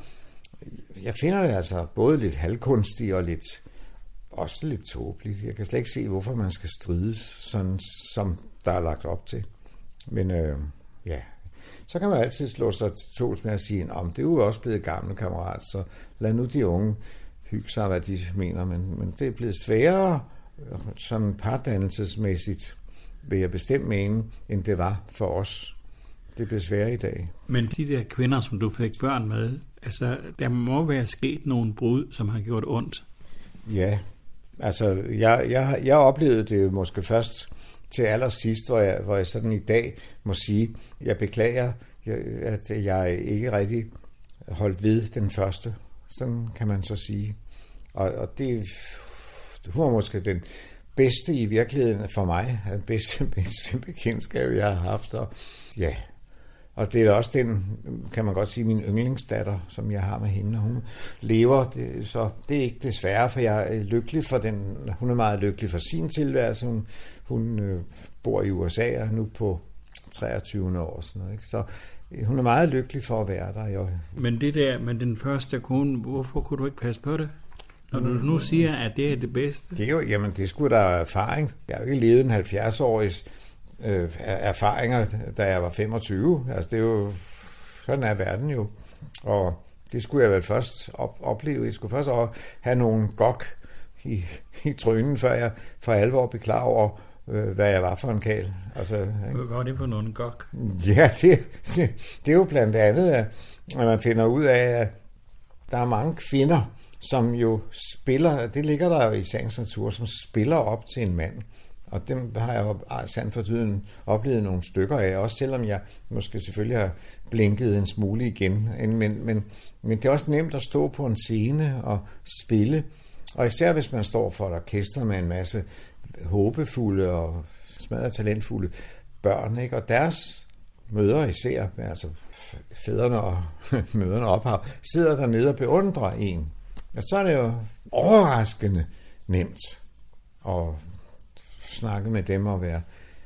jeg finder det altså både lidt halvkunstigt og lidt, også lidt tåbeligt. Jeg kan slet ikke se, hvorfor man skal strides, sådan som der er lagt op til. Men øh, ja, så kan man altid slå sig til tåls med at sige, om det er jo også blevet gamle kammerat, så lad nu de unge hygge sig, hvad de mener, men, men det er blevet sværere, sådan pardannelsesmæssigt, vil jeg bestemt mene, end det var for os. Det bliver sværere i dag. Men de der kvinder, som du fik børn med, altså, der må være sket nogle brud, som har gjort ondt. Ja, altså, jeg, jeg, jeg oplevede det jo måske først til allersidst, hvor jeg, hvor jeg sådan i dag må sige, jeg beklager, at jeg ikke rigtig holdt ved den første. Sådan kan man så sige. Og, og det var måske den bedste i virkeligheden for mig, den bedste, bedste bekendtskab, jeg har haft. Og, ja. Og det er også den, kan man godt sige, min yndlingsdatter, som jeg har med hende. Hun lever, det, så det er ikke desværre, for jeg er lykkelig for den. Hun er meget lykkelig for sin tilværelse. Hun, hun øh, bor i U S A og nu på treogtyve år og sådan noget, ikke? Så hun er meget lykkelig for at være der. Jo. Men det der med den første kone, hvorfor kunne du ikke passe på det? Når du nu siger, at det er det bedste. Det er jo, jamen det skulle der erfaring. Jeg har jo ikke levet en halvfjerds-årig øh, erfaringer, da jeg var femogtyve. Altså det er jo, sådan er verden jo. Og det skulle jeg vel først op- opleve. Jeg skulle først have nogle gok i, i trynen, før jeg for alvor blev klar over, hvad jeg var for en kæl. Altså, hvad går det på nogle gok? Ja, det, det, det er jo blandt andet, at man finder ud af, at der er mange kvinder, som jo spiller, det ligger der jo i sagens natur, som spiller op til en mand. Og dem har jeg jo sandt for tiden oplevet nogle stykker af, også selvom jeg måske selvfølgelig har blinket en smule igen. Men, men, men det er også nemt at stå på en scene og spille, og især hvis man står for et orkester med en masse håbefulde og smadret talentfulde børn, ikke? Og deres mødre især, altså fædrene og mødrene ophav, sidder dernede og beundrer en. Og så er det jo overraskende nemt at snakke med dem og være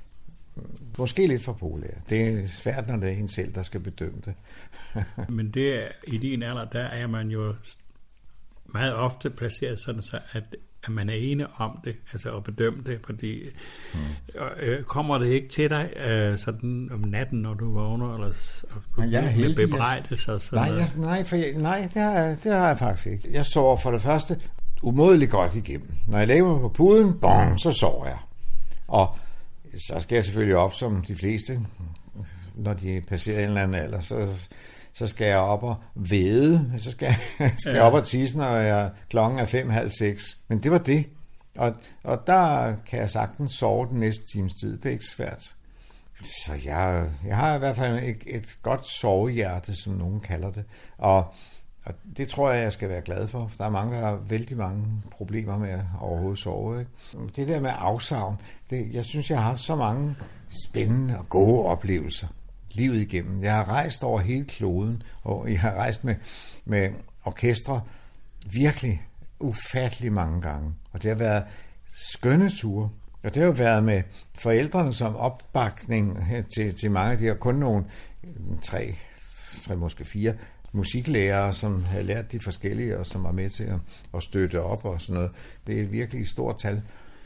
måske lidt for populær. Det er svært, når det er en selv, der skal bedømme det. Men det er, i din alder, der er man jo meget ofte placeret sådan, så at at man er enig om det, altså at bedømme det, fordi hmm. øh, kommer det ikke til dig øh, sådan om natten, når du vågner, eller og, jeg er heldig, med bebrejdelser og sådan nej, noget? Jeg, nej, for jeg, nej det, har jeg, det har jeg faktisk ikke. Jeg sover for det første umådeligt godt igennem. Når jeg lægger mig på puden, bong, så sover jeg. Og så skal jeg selvfølgelig op, som de fleste når de passerer en eller anden alder, så, så skal jeg op og væde, så skal jeg, skal ja. jeg op og tisse, når jeg, klokken er fem, halv seks. Men det var det. Og, og der kan jeg sagtens sove den næste times tid. Det er ikke svært. Så jeg, jeg har i hvert fald et, et godt sovehjerte, som nogen kalder det. Og, og det tror jeg, jeg skal være glad for, for der er mange, der har vældig mange problemer med at overhovedet sove. Ikke? Det der med afsavn, det, jeg synes, jeg har haft så mange spændende og gode oplevelser livet igennem. Jeg har rejst over hele kloden, og jeg har rejst med, med orkestre virkelig ufattelig mange gange. Og det har været skønne ture. Og det har jo været med forældrene som opbakning til, til mange af de her, kun nogle tre, tre måske fire musiklærere, som havde lært de forskellige, og som var med til at, at støtte op og sådan noget. Det er et virkelig stort tal.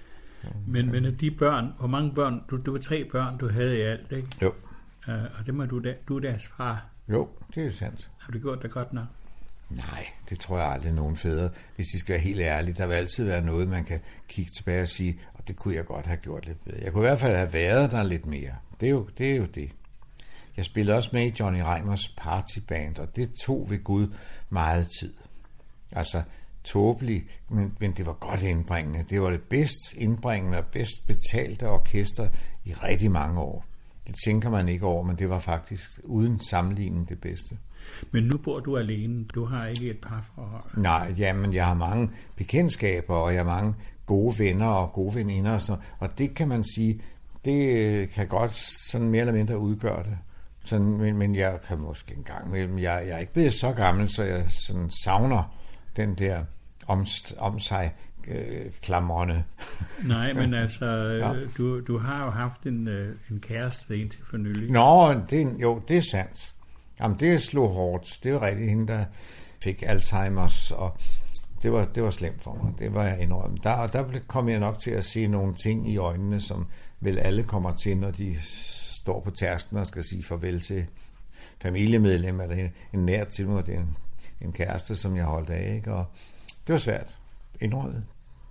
Men, men de børn, hvor mange børn, du, du var tre børn, du havde i alt, ikke? Jo. Uh, og det må du, du er deres far. Jo, det er sandt. Har du gjort det godt nok? Nej, det tror jeg aldrig nogen fædre. Hvis de skal være helt ærlige, der vil altid være noget, man kan kigge tilbage og sige, og det kunne jeg godt have gjort lidt bedre. Jeg kunne i hvert fald have været der lidt mere. Det er jo det. Er jo det. Jeg spillede også med i Johnny Reimers partyband, og det tog ved Gud meget tid. Altså tåbeligt, men, men det var godt indbringende. Det var det bedst indbringende og bedst betalte orkester i rigtig mange år. Det tænker man ikke over, men det var faktisk uden sammenligning det bedste. Men nu bor du alene. Du har ikke et parforhold. Nej, jamen jeg har mange bekendtskaber, og jeg har mange gode venner og gode veninder og sådan, og det kan man sige, det kan godt sådan mere eller mindre udgøre det. Sådan, men, men jeg kan måske en gang imellem, jeg, jeg er ikke blevet så gammel, så jeg sådan savner den der om, om sig øh, klamrende. Nej, men altså, ja. du, du har jo haft en, en kæreste indtil for nylig. Nå, det, jo, det er sandt. Jamen, det slog hårdt. Det var rigtig hende, der fik Alzheimers, og det var, det var slemt for mig. Det var jeg indrømmet. Der, og der kom jeg nok til at se nogle ting i øjnene, som vel alle kommer til, når de står på tærsten og skal sige farvel til familiemedlem, eller en, en nær til mig, det er en, en kæreste, som jeg holdt af, ikke? Og det var svært. Indrømmet.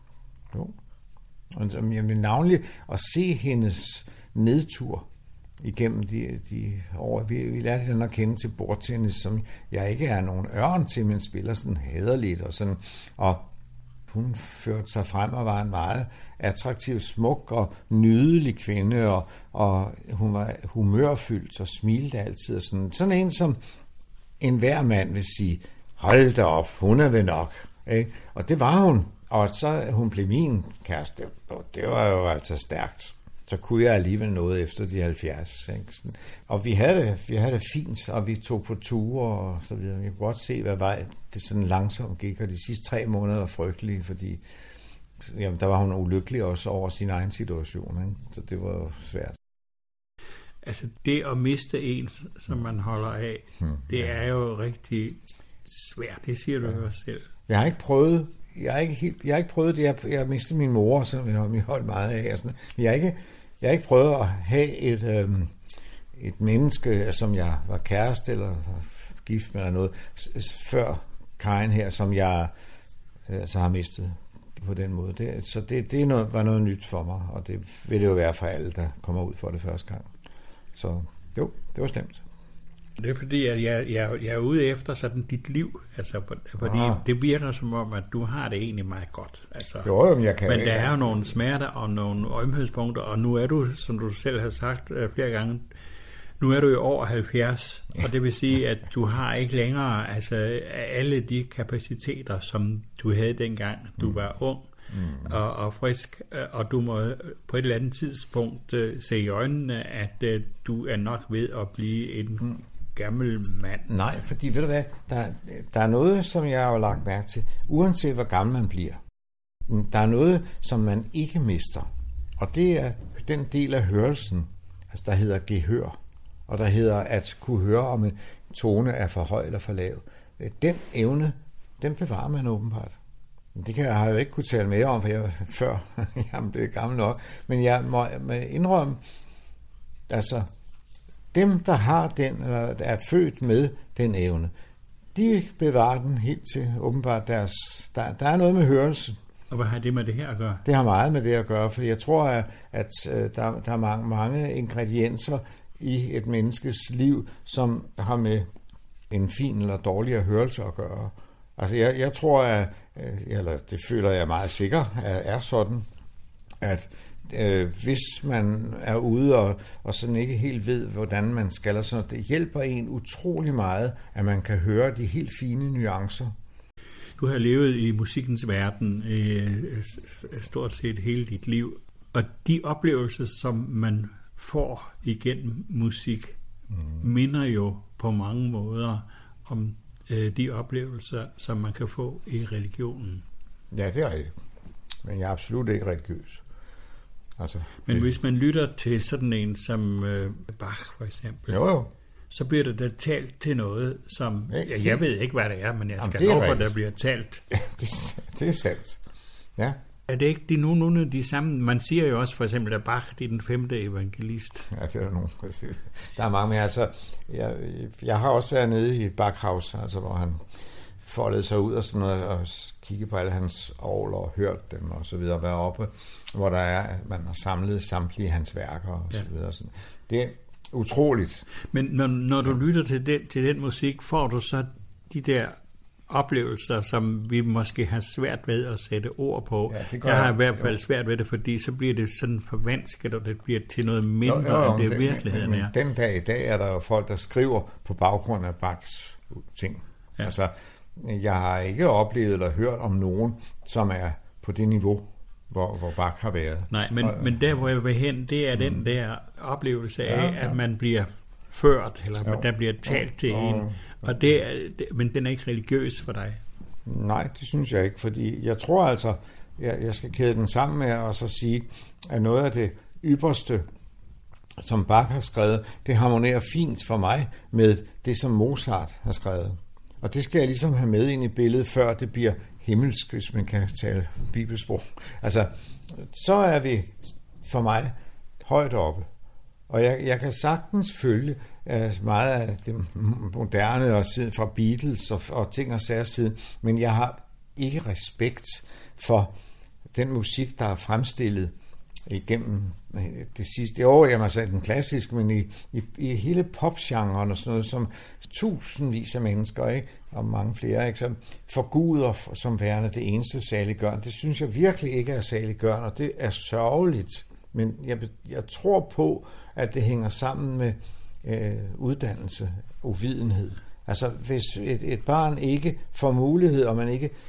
Jo. Og jeg vil navnlig at se hendes nedtur igennem de, de år. Vi, vi lærte hende at kende til bordtennis, som jeg ikke er nogen ørn til, men spiller sådan hæderligt og sådan. Og hun førte sig frem og var en meget attraktiv, smuk og nydelig kvinde, og, og hun var humørfyldt og smilte altid. Og sådan. sådan en, som enhver mand vil sige, hold da op, hun er ved nok. Ikke? Og det var hun. Og så hun blev min kæreste. Og det var jo altså stærkt. Så kunne jeg alligevel noget efter de halvfjerds. Ikke? Og vi havde, det, vi havde det fint, og vi tog på ture og så videre. Jeg kunne godt se, hvad vej det sådan langsomt gik, og de sidste tre måneder var frygtelige, fordi jamen, der var hun ulykkelig også over sin egen situation. Ikke? Så det var svært. Altså det at miste en, som man holder af, hmm, det ja. er jo rigtig svært. Det siger du ja. jo selv. Jeg har ikke prøvet Jeg har ikke, helt, jeg har ikke prøvet det. Jeg, jeg har mistet min mor, som jeg har holdt meget af. Og sådan. Men jeg har, ikke, jeg har ikke prøvet at have et, øhm, et menneske, som jeg var kæreste eller gift med eller noget, før Karin her, som jeg altså har mistet på den måde. Det, så det, det noget, var noget nyt for mig, og det vil det jo være for alle, der kommer ud for det første gang. Så jo, det var slemt. Det er fordi, at jeg, jeg, jeg er ude efter sådan dit liv, altså, fordi ah. det virker som om, at du har det egentlig meget godt. Altså, jo, jo, men jeg kan Men der er jo nogle smerter og nogle ømhedspunkter, og nu er du, som du selv har sagt uh, flere gange, nu er du jo over halvfjerds, og det vil sige, at du har ikke længere altså, alle de kapaciteter, som du havde dengang, du var ung mm. og, og frisk, og du må på et eller andet tidspunkt uh, se i øjnene, at uh, du er nok ved at blive en mm. gammel mand. Nej, fordi ved du hvad, der, der er noget, som jeg har lagt mærke til, uanset hvor gammel man bliver. Der er noget, som man ikke mister, og det er den del af hørelsen, altså der hedder gehør, og der hedder at kunne høre, om en tone er for høj eller for lav. Den evne, den bevarer man åbenbart. Det kan jeg, har jeg jo ikke kunne tale mere om, for jeg, før jeg er blevet gammel nok, men jeg må, må indrømme, altså dem, der har den, eller er født med den evne, de bevarer den helt til åbenbart deres... Der, der er noget med hørelse. Og hvad har det med det her at gøre? Det har meget med det at gøre, for jeg tror, at, at der, der er mange, mange ingredienser i et menneskes liv, som har med en fin eller dårligere hørelse at gøre. Altså jeg, jeg tror, at, eller det føler jeg meget sikker, at er sådan, at øh, hvis man er ude og, og sådan ikke helt ved, hvordan man skal, så det hjælper en utrolig meget, at man kan høre de helt fine nuancer. Du har levet i musikkens verden øh, stort set hele dit liv, og de oplevelser, som man får igennem musik, mm. minder jo på mange måder om øh, de oplevelser, som man kan få i religionen. Ja, det er rigtigt. Men jeg er absolut ikke religiøs. Altså, Men det... hvis man lytter til sådan en som øh, Bach for eksempel, jo, jo. så bliver der da talt til noget, som... Ja, jeg ved ikke, hvad det er, men jeg skal love, at der bliver talt. det, det er sandt. Ja. Er det ikke de nogenlunde de samme? Man siger jo også for eksempel, at Bach det er den femte evangelist. Ja, det er der nogen. Der er mange, men altså... Jeg, jeg har også været nede i Bachhaus, altså hvor han foldede sig ud og sådan noget, og kigge på alle hans orgler og hørt dem og så videre, og være oppe, hvor der er, man har samlet samtlige hans værker og så videre. Sådan. Det er utroligt. Men når, når du lytter til den, til den musik, får du så de der oplevelser, som vi måske har svært ved at sætte ord på. Ja, jeg har i hvert fald jo. svært ved det, fordi så bliver det sådan forvansket, og det bliver til noget mindre, jo, jo, jo, end det den, virkeligheden men, er. Men den dag i dag er der jo folk, der skriver på baggrund af Bachs ting. Ja. Altså, jeg har ikke oplevet eller hørt om nogen, som er på det niveau, hvor, hvor Bach har været. Nej, men, og, men der, hvor jeg vil hen, det er mm. den der oplevelse af, ja, ja. at man bliver ført, eller jo. der bliver talt til jo. en. Og det er, det, men den er ikke religiøs for dig? Nej, det synes jeg ikke, fordi jeg tror altså, jeg, jeg skal kæde den sammen med at så sige, at noget af det ypperste, som Bach har skrevet, det harmonerer fint for mig med det, som Mozart har skrevet. Og det skal jeg ligesom have med ind i billedet, før det bliver himmelsk, hvis man kan tale bibelsprog. Altså, så er vi for mig højt oppe. Og jeg, jeg kan sagtens følge uh, meget af det moderne og siden fra Beatles og, og ting og sager siden, men jeg har ikke respekt for den musik, der er fremstillet igennem det sidste år, jeg må sige den klassiske, men i, i, i hele popgenren og sådan noget, som tusindvis af mennesker, ikke, og mange flere, ikke, som forguder som værende det eneste saliggørende. Det synes jeg virkelig ikke er saliggørende, og det er sørgeligt. Men jeg, jeg tror på, at det hænger sammen med øh, uddannelse, uvidenhed. Altså, hvis et, et barn ikke får mulighed, og man ikke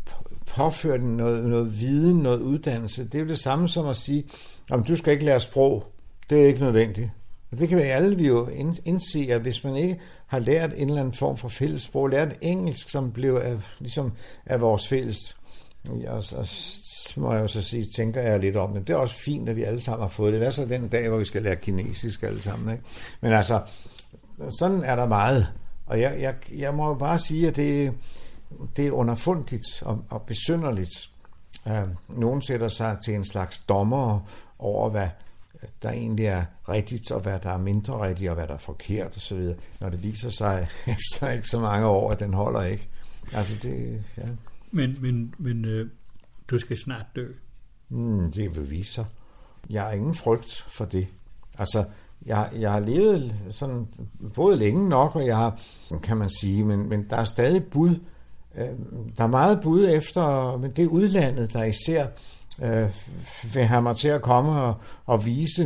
påfører den noget, noget viden, noget uddannelse, det er jo det samme som at sige, om du skal ikke lære sprog, det er ikke nødvendigt. Og det kan vi alle vi jo indse, at hvis man ikke har lært en eller anden form for fælles sprog, lært engelsk, som blev af, ligesom af vores fælles, og så må jeg jo så sige, tænker jeg lidt om, men det er også fint, at vi alle sammen har fået det. Hvad så den dag, hvor vi skal lære kinesisk alle sammen, ikke? Men altså, sådan er der meget. Og jeg, jeg, jeg må jo bare sige, at det, det er underfundigt og, og besynderligt. Uh, nogen sætter sig til en slags dommer over, hvad der egentlig er rigtigt, og hvad der er mindre rigtigt, og hvad der er forkert osv., når det viser sig efter ikke så mange år, at den holder ikke. Altså det, ja. Men, men, men øh, du skal snart dø. Mm, det vil vise sig. Jeg har ingen frygt for det. Altså, jeg, jeg har levet sådan både længe nok, og jeg har, kan man sige, men, men der er stadig bud. Øh, der er meget bud efter, men det er udlandet, der især øh, vil have mig til at komme og, og vise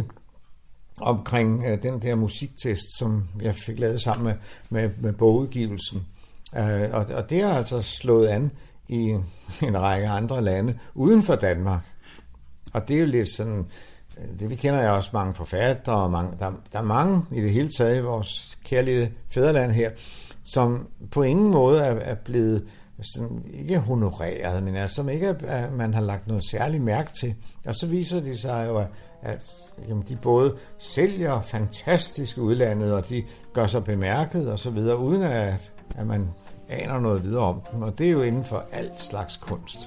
omkring øh, den der musiktest, som jeg fik lavet sammen med, med, med bogudgivelsen. Øh, og, og det har altså slået an i en række andre lande uden for Danmark. Og det er jo lidt sådan, det vi kender jeg også mange forfattere, og mange, der, der er mange i det hele taget i vores kærlige fædreland her, som på ingen måde er, er blevet sådan, ikke honoreret, men altså, som ikke er, at man har lagt noget særligt mærke til. Og så viser det sig jo, at, at jamen, de både sælger fantastisk udlandet, og de gør sig bemærket og så videre, uden at, at man aner noget videre om dem, og det er jo inden for alt slags kunst.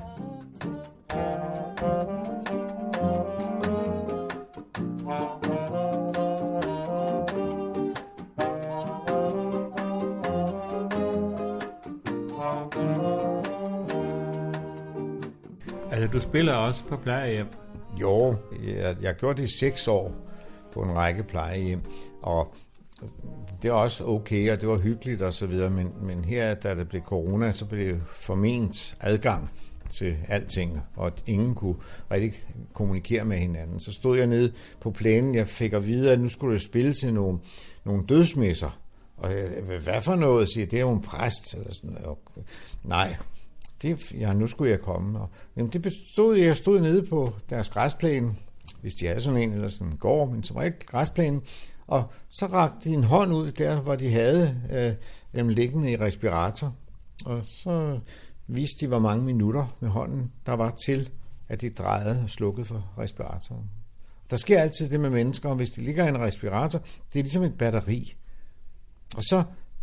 Altså, du spiller også på plejehjem? Jo, jeg, jeg gjorde det i seks år på en række plejehjem, Og det er også okay, og det var hyggeligt og så videre, men, men her, da det blev corona, så blev det forment adgang til alting, og at ingen kunne rigtig kommunikere med hinanden. Så stod jeg nede på plænen, jeg fik at vide, at nu skulle jeg spille til nogle, nogle dødsmesser. Og jeg, hvad for noget, siger det er jo en præst, eller sådan og, nej, det, ja, nu skulle jeg komme. Og, jamen, det bestod, jeg stod nede på deres græsplæne, hvis de havde sådan en, eller sådan en gård, men som ikke græsplænen, og så rakte de en hånd ud der, hvor de havde øh, dem liggende i respirator, og så viste de, hvor mange minutter med hånden der var til, at de drejede og slukkede for respiratoren. Der sker altid det med mennesker, og hvis de ligger i en respirator, det er ligesom et batteri. Og så,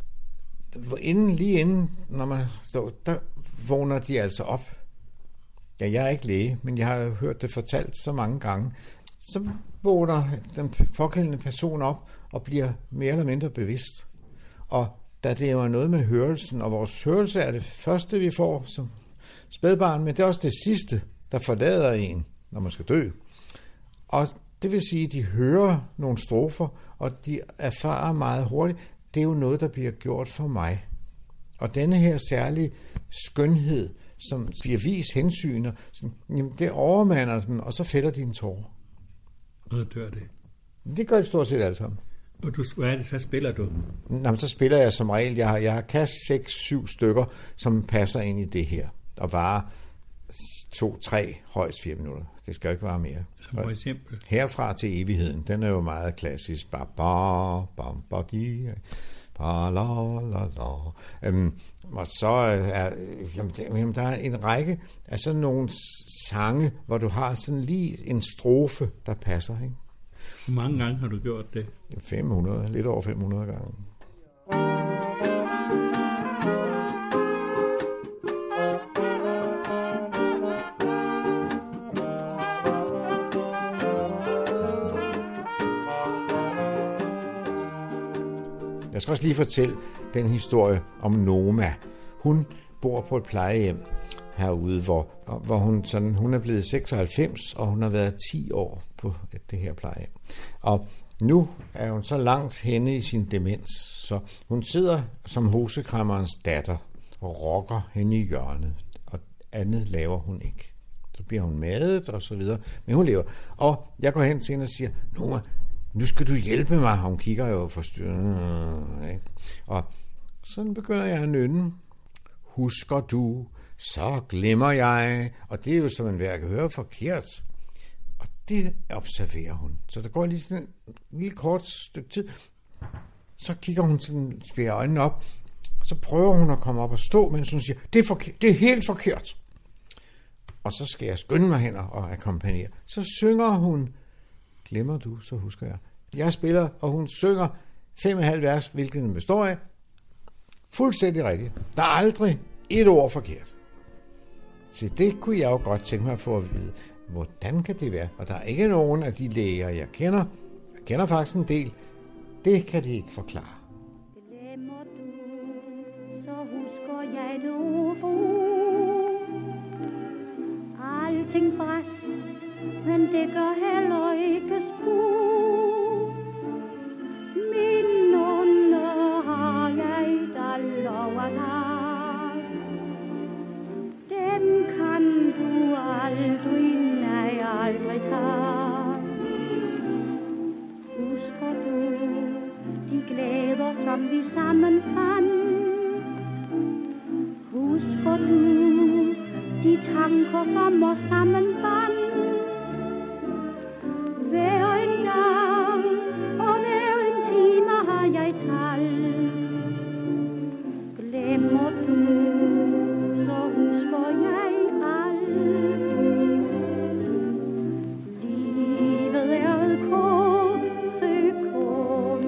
inden, lige inden, når man står, der vågner de altså op. Ja, jeg er ikke læge, men jeg har hørt det fortalt så mange gange. Så vågner den pågældende person op og bliver mere eller mindre bevidst. Og da det jo er noget med hørelsen, og vores hørelse er det første, vi får som spædbarn, men det er også det sidste, der forlader en, når man skal dø. Og det vil sige, at de hører nogle strofer, og de erfarer meget hurtigt. Det er jo noget, der bliver gjort for mig. Og denne her særlige skønhed, som bliver vist hensyner, sådan, jamen det overmander dem, og så fælder de en tårer. Og så dør det. Det gør det stort set alle sammen. Og du, hvad er det, så spiller du? Jamen, så spiller jeg som regel. Jeg har, jeg har kast seks, syv stykker, som passer ind i det her. Og varer to, tre, højst fire minutter. Det skal jo ikke vare mere. Som for eksempel? Herfra til evigheden. Den er jo meget klassisk. Ba, ba, ba, ba, di, ba, la, la, la. Um, og så er jamen, der er en række af sådan nogle sange, hvor du har sådan lige en strofe, der passer, ikke? Hvor mange gange har du gjort det? fem hundrede, lidt over fem hundrede gange. Jeg skal også lige fortælle den historie om Noma. Hun bor på et plejehjem herude, hvor, hvor hun, sådan, hun er blevet seksoghalvfems, og hun har været ti år på det her plejehjem. Og nu er hun så langt henne i sin demens, så hun sidder som hosekræmmerens datter og rokker henne i hjørnet, og andet laver hun ikke. Så bliver hun madet og så videre, men hun lever. Og jeg går hen til hende og siger, Noma, nu skal du hjælpe mig. Hun kigger jo forstyrret. Og så begynder jeg at nynne. Husker du, så glemmer jeg. Og det er jo som en værk at høre forkert. Og det observerer hun. Så der går lige sådan en lille kort stykke tid. Så kigger hun sådan, spærer øjnene op. Så prøver hun at komme op og stå, mens hun siger, det er, forkert, det er helt forkert. Og så skal jeg skynde mig hen og akkompagnere. Så synger hun, glemmer du, så husker jeg. Jeg spiller, og hun synger fem og halv vers, hvilket den består af. Fuldstændig rigtigt. Der er aldrig et ord forkert. Så det kunne jeg jo godt tænke mig at få at vide. Hvordan kan det være? Og der er ikke nogen af de læger, jeg kender. Jeg kender faktisk en del. Det kan de ikke forklare. Glemmer du, så husker jeg du. Alting bræst, men det gør heller ikke spor. Minderne har jeg, der lover dig. Dem kan du aldrig, nej, aldrig tage. Husker du de glæder, som vi sammen fandt? Husker du de tanker, som os sammen bandt? Hver en dag og hver en time har jeg talt. Glemmer du, så husker jeg alt. Livet er et kort sekund.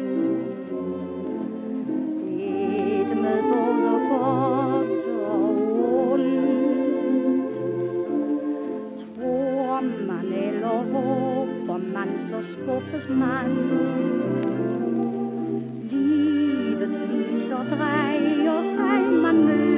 Et med både godt og ondt. Tror man eller håber man, så skuffes man. Livets viser drejer sig, man møder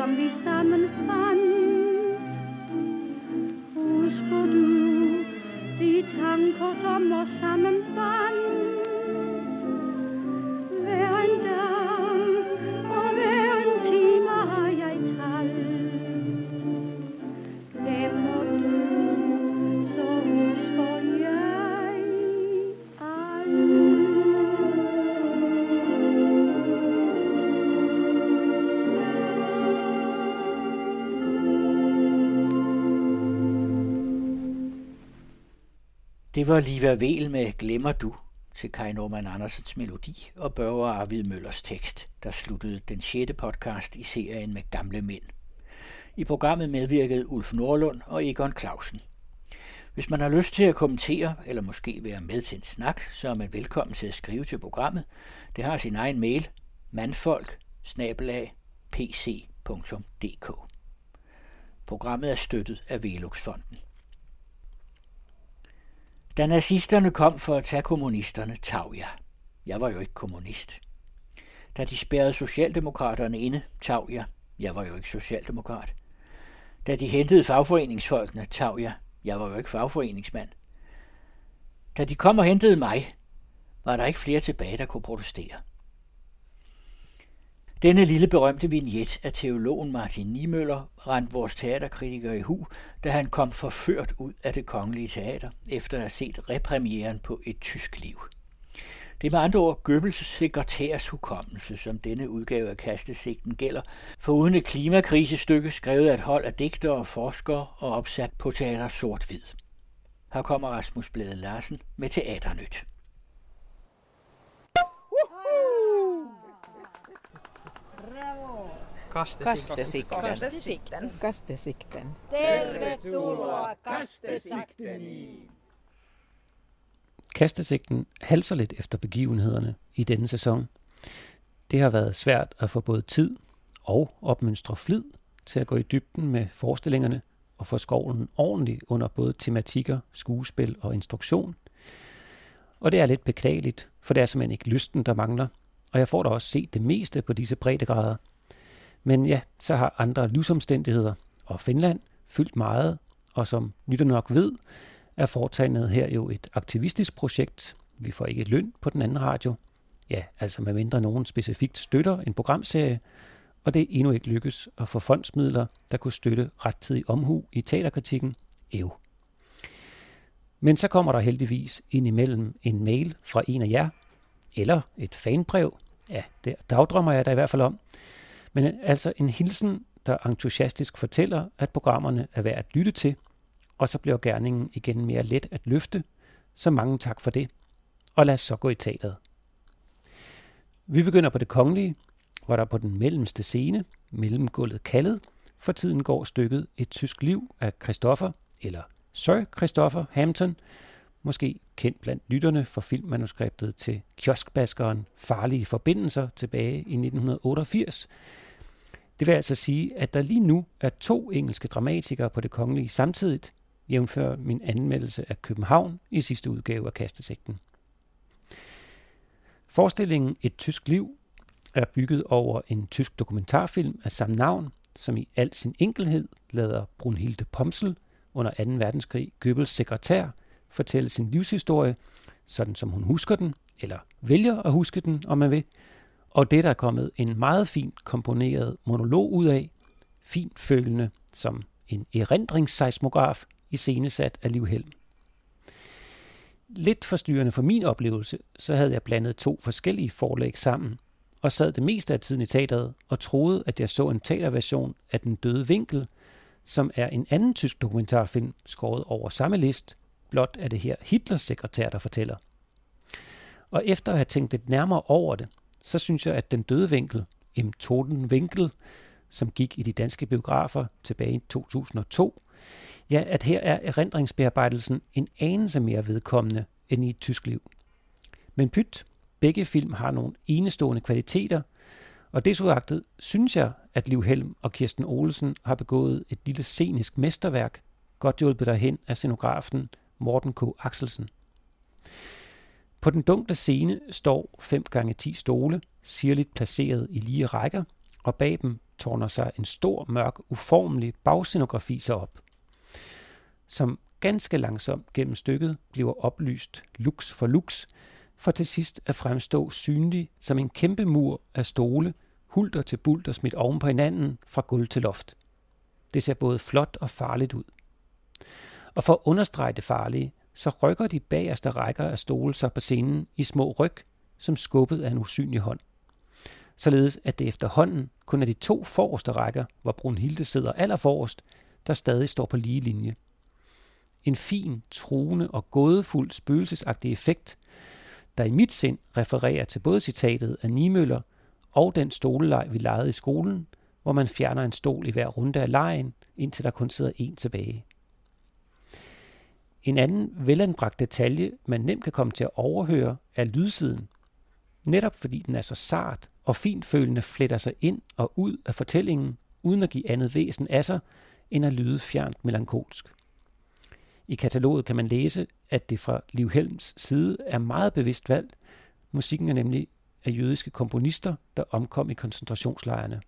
som vi sammen fandt. Husker du de tanker, som os sammen bandt? Hver en dag og hver en time har jeg talt. Glemmer du, så husker jeg alt. Det var Liva Vel med Glemmer du til Kai Normann Andersens melodi og Børge Arvid Møllers tekst, der sluttede den sjette podcast i serien med gamle mænd. I programmet medvirkede Ulf Nordlund og Egon Clausen. Hvis man har lyst til at kommentere eller måske være med til en snak, så er man velkommen til at skrive til programmet. Det har sin egen mail, mandfolk bindestreg p c punktum d k. Programmet er støttet af Velux-fonden. Da nazisterne kom for at tage kommunisterne, tav jeg. Jeg var jo ikke kommunist. Da de spærrede socialdemokraterne inde, tav jeg. Jeg var jo ikke socialdemokrat. Da de hentede fagforeningsfolkene, tav jeg. Jeg var jo ikke fagforeningsmand. Da de kom og hentede mig, var der ikke flere tilbage, der kunne protestere. Denne lille berømte vignet af teologen Martin Niemøller rendte vores teaterkritiker i hu, da han kom forført ud af Det Kongelige Teater, efter at have set repremieren på Et tysk liv. Det er med andre ord Goebbels sekretærs hukommelse, som denne udgave af Kastesigten gælder, foruden et klimakrisestykke skrevet af et hold af digtere og forskere og opsat på teater sort-hvid. Her kommer Rasmus Blæde Larsen med Teaternyt. Kastesikten. Kastesikten. Kastesikten. Tervetuloa Kastesigteni. Kastesigten halser lidt efter begivenhederne i denne sæson. Det har været svært at få både tid og opmønstre flid til at gå i dybden med forestillingerne og få skovlen ordentligt under både tematikker, skuespil og instruktion. Og det er lidt beklageligt, for det er simpelthen ikke lysten, der mangler, og jeg får da også set det meste på disse breddegrader. Men ja, så har andre livsomstændigheder og Finland fyldt meget, og som lytterne nok ved, er foretagendet her jo et aktivistisk projekt. Vi får ikke løn på den anden radio. Ja, altså med mindre nogen specifikt støtter en programserie, og det er endnu ikke lykkes at få fondsmidler, der kunne støtte rettidig omhu i teaterkritikken. Ev. Men så kommer der heldigvis indimellem en mail fra en af jer, eller et fanbrev. Ja, der dagdrømmer jeg da i hvert fald om. Men altså en hilsen, der entusiastisk fortæller, at programmerne er værd at lytte til, og så bliver gerningen igen mere let at løfte, så mange tak for det. Og lad os så gå i teateret. Vi begynder på Det Kongelige, hvor der på den mellemste scene, mellemgulvet kaldet, for tiden går stykket Et tysk liv af Christopher, eller Sir Christopher Hampton, måske kendt blandt lytterne for filmmanuskriptet til kioskbaskeren Farlige Forbindelser tilbage i nitten otteogfirs. Det vil altså sige, at der lige nu er to engelske dramatikere på Det Kongelige samtidigt, jævnfør min anmeldelse af København i sidste udgave af Kastesigten. Forestillingen Et tysk liv er bygget over en tysk dokumentarfilm af samme navn, som i al sin enkelhed lader Brunhilde Pomsel under anden verdenskrig Goebbels sekretær fortælle sin livshistorie, sådan som hun husker den, eller vælger at huske den, om man vil. Og det der er kommet en meget fint komponeret monolog ud af, fint følende som en erindringsseismograf iscenesat af Liv Helm. Lidt forstyrrende for min oplevelse, så havde jeg blandet to forskellige forlæg sammen, og sad det meste af tiden i teateret og troede, at jeg så en teaterversion af Den døde vinkel, som er en anden tysk dokumentarfilm skåret over samme list, blot er det her Hitlers sekretær, der fortæller. Og efter at have tænkt lidt nærmere over det, så synes jeg, at Den døde vinkel, Im Toten Winkel, som gik i de danske biografer tilbage i to tusind og to, ja, at her er erindringsbearbejdelsen en anelse mere vedkommende end i Et tysk liv. Men pyt, begge film har nogle enestående kvaliteter, og desudagtet synes jeg, at Liv Helm og Kirsten Olesen har begået et lille scenisk mesterværk, godt hjulpet derhen af scenografen Morten K. Axelsen. På den dunkle scene står fem gange ti stole, sirligt placeret i lige rækker, og bag dem tårner sig en stor, mørk, uformelig bagscenografi sig op, som ganske langsomt gennem stykket bliver oplyst lux for lux, for til sidst at fremstå synlig som en kæmpe mur af stole, hulter til bulter smidt oven på hinanden fra gulv til loft. Det ser både flot og farligt ud. Og for at understrege det farlige, så rykker de bagerste rækker af stole sig på scenen i små ryg, som skubbet af en usynlig hånd. Således at det efterhånden kun er de to forreste rækker, hvor Brunhilde sidder allerforrest, der stadig står på lige linje. En fin, truende og gådefuld spøgelsesagtig effekt, der i mit sind refererer til både citatet af Niemøller og den stoleleg, vi legede i skolen, hvor man fjerner en stol i hver runde af legen, indtil der kun sidder en tilbage. En anden velanbragt detalje, man nemt kan komme til at overhøre, er lydsiden. Netop fordi den er så sart og fintfølende fletter sig ind og ud af fortællingen, uden at give andet væsen af sig, end at lyde fjernt melankolsk. I kataloget kan man læse, at det fra Liv Helms side er meget bevidst valgt. Musikken er nemlig af jødiske komponister, der omkom i koncentrationslejrene.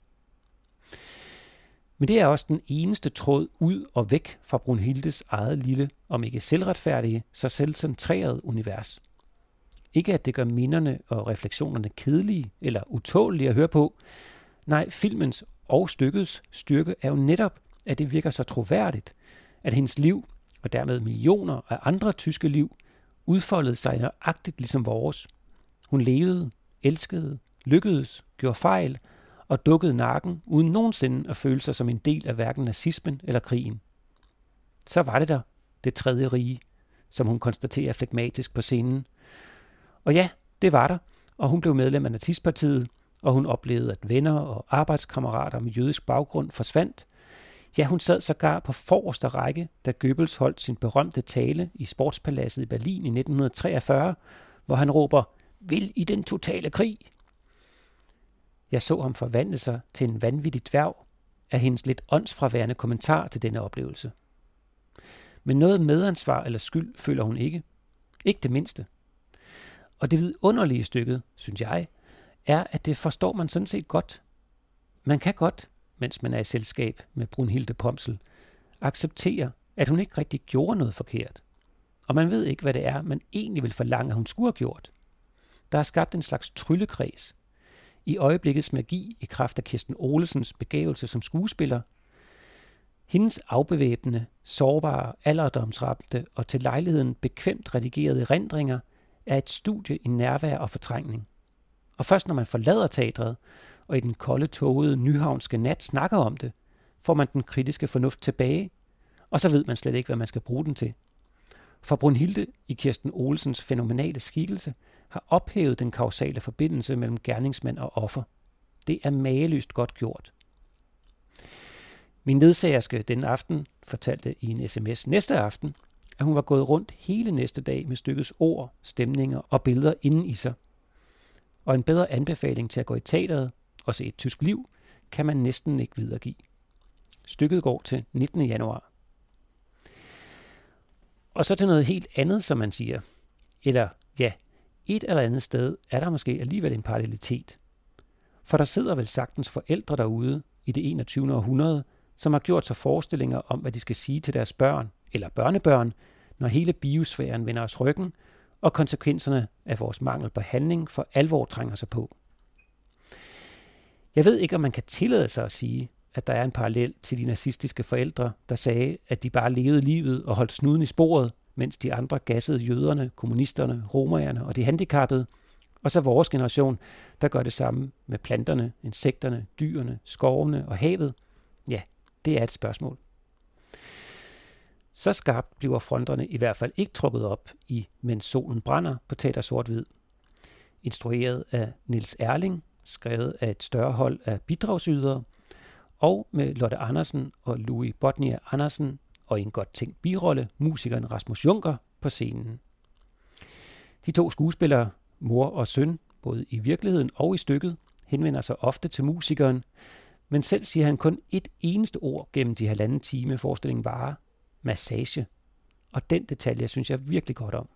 Men det er også den eneste tråd ud og væk fra Brunhildes eget lille, om ikke selvretfærdige, så selvcentrerede univers. Ikke at det gør minderne og refleksionerne kedelige eller utålige at høre på. Nej, filmens og stykkets styrke er jo netop, at det virker så troværdigt, at hendes liv, og dermed millioner af andre tyske liv, udfoldede sig nøjagtigt ligesom vores. Hun levede, elskede, lykkedes, gjorde fejl og dukkede nakken, uden nogensinde at føle sig som en del af hverken nazismen eller krigen. Så var det der, det tredje rige, som hun konstaterer flegmatisk på scenen. Og ja, det var der, og hun blev medlem af nazistpartiet, og hun oplevede, at venner og arbejdskammerater med jødisk baggrund forsvandt. Ja, hun sad sågar på forreste række, da Goebbels holdt sin berømte tale i Sportspaladset i Berlin i nitten treogfyrre, hvor han råber, "Vil i den totale krig!" Jeg så ham forvandle sig til en vanvittig dværg af hendes lidt åndsfraværende kommentar til denne oplevelse. Men noget medansvar eller skyld føler hun ikke. Ikke det mindste. Og det vidunderlige stykket, synes jeg, er, at det forstår man sådan set godt. Man kan godt, mens man er i selskab med Brunhilde Pomsel, acceptere, at hun ikke rigtig gjorde noget forkert. Og man ved ikke, hvad det er, man egentlig vil forlange, at hun skulle have gjort. Der er skabt en slags tryllekreds. I øjeblikkets magi i kraft af Kirsten Olesens begævelse som skuespiller. Hendes afbevæbnende, sårbare, alderdomsramte og til lejligheden bekvemt redigerede erindringer er et studie i nærvær og fortrængning. Og først når man forlader teatret, og i den kolde, tågede, nyhavnske nat snakker om det, får man den kritiske fornuft tilbage, og så ved man slet ikke, hvad man skal bruge den til. For Brunhilde i Kirsten Olesens fænomenale skikkelse har ophævet den kausale forbindelse mellem gerningsmand og offer. Det er mageløst godt gjort. Min ledsagerske den aften fortalte i en sms næste aften, at hun var gået rundt hele næste dag med stykkets ord, stemninger og billeder inden i sig. Og en bedre anbefaling til at gå i teateret og se et tysk liv, kan man næsten ikke videregive. Stykket går til nittende januar. Og så til noget helt andet, som man siger. Eller ja, et eller andet sted er der måske alligevel en parallelitet. For der sidder vel sagtens forældre derude i det enogtyvende århundrede, som har gjort sig forestillinger om, hvad de skal sige til deres børn eller børnebørn, når hele biosfæren vender os ryggen, og konsekvenserne af vores mangel på handling for alvor trænger sig på. Jeg ved ikke, om man kan tillade sig at sige, at der er en parallel til de nazistiske forældre, der sagde, at de bare levede livet og holdt snuden i sporet, mens de andre gassede jøderne, kommunisterne, romerne og de handicappede, og så vores generation, der gør det samme med planterne, insekterne, dyrene, skovene og havet. Ja, det er et spørgsmål. Så skarpt bliver fronterne i hvert fald ikke trukket op i Mens solen brænder på Teater Sort-Hvid. Instrueret af Niels Erling, skrevet af et større hold af bidragsydere, og med Lotte Andersen og Louis Botnia Andersen, og i en godt tænkt birolle, musikeren Rasmus Juncker på scenen. De to skuespillere, mor og søn, både i virkeligheden og i stykket, henvender sig ofte til musikeren, men selv siger han kun et eneste ord gennem de halvanden time forestillingen varer: massage. Og den detalje synes jeg virkelig godt om.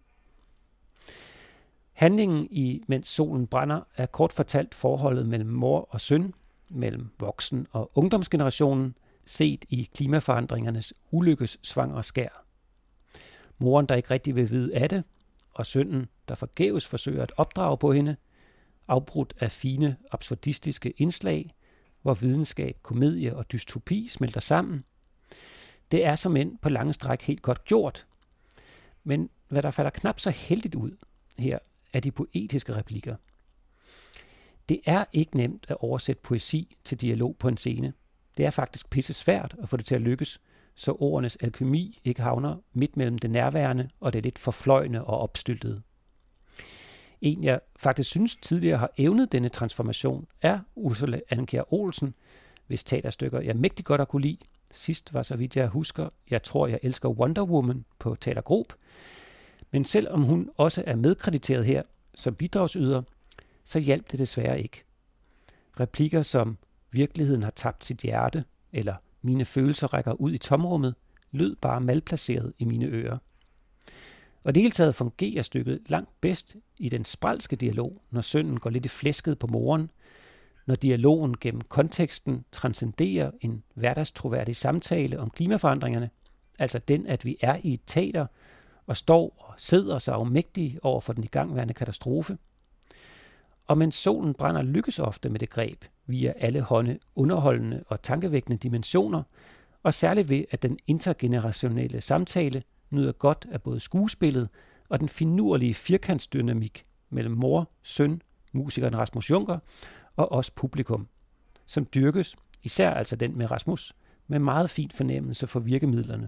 Handlingen i Mens solen brænder er kort fortalt forholdet mellem mor og søn, mellem voksen- og ungdomsgenerationen, set i klimaforandringernes ulykkessvangre skær. Moren, der ikke rigtig vil vide af det, og sønnen, der forgæves forsøger at opdrage på hende, afbrudt af fine, absurdistiske indslag, hvor videnskab, komedie og dystopi smelter sammen. Det er som end på lange stræk helt godt gjort. Men hvad der falder knap så heldigt ud her, er de poetiske replikker. Det er ikke nemt at oversætte poesi til dialog på en scene. Det er faktisk pisse svært at få det til at lykkes, så ordenes alkymi ikke havner midt mellem det nærværende og det lidt forfløjende og opstyltede. En, jeg faktisk synes tidligere har evnet denne transformation, er Ursula Andkjær Olsen, hvis teaterstykker jeg mægtig godt at kunne lide. Sidst var, så vidt jeg husker, Jeg tror, jeg elsker Wonder Woman på Teater Grob. Men selvom hun også er medkrediteret her som bidragsyder, så hjalp det desværre ikke. Replikker som virkeligheden har tabt sit hjerte, eller mine følelser rækker ud i tomrummet, lød bare malplaceret i mine ører. Og det hele taget fungerer stykket langt bedst i den spralske dialog, når sønnen går lidt i flæsket på moren, når dialogen gennem konteksten transcenderer en hverdagstroværdig samtale om klimaforandringerne, altså den, at vi er i et teater og står og sidder så afmægtige over for den igangværende katastrofe. Og mens solen brænder, lykkes ofte med det greb via alle hånde underholdende og tankevækkende dimensioner, og særligt ved, at den intergenerationelle samtale nyder godt af både skuespillet og den finurlige firkantsdynamik mellem mor, søn, musikeren Rasmus Juncker og os publikum, som dyrkes, især altså den med Rasmus, med meget fin fornemmelse for virkemidlerne.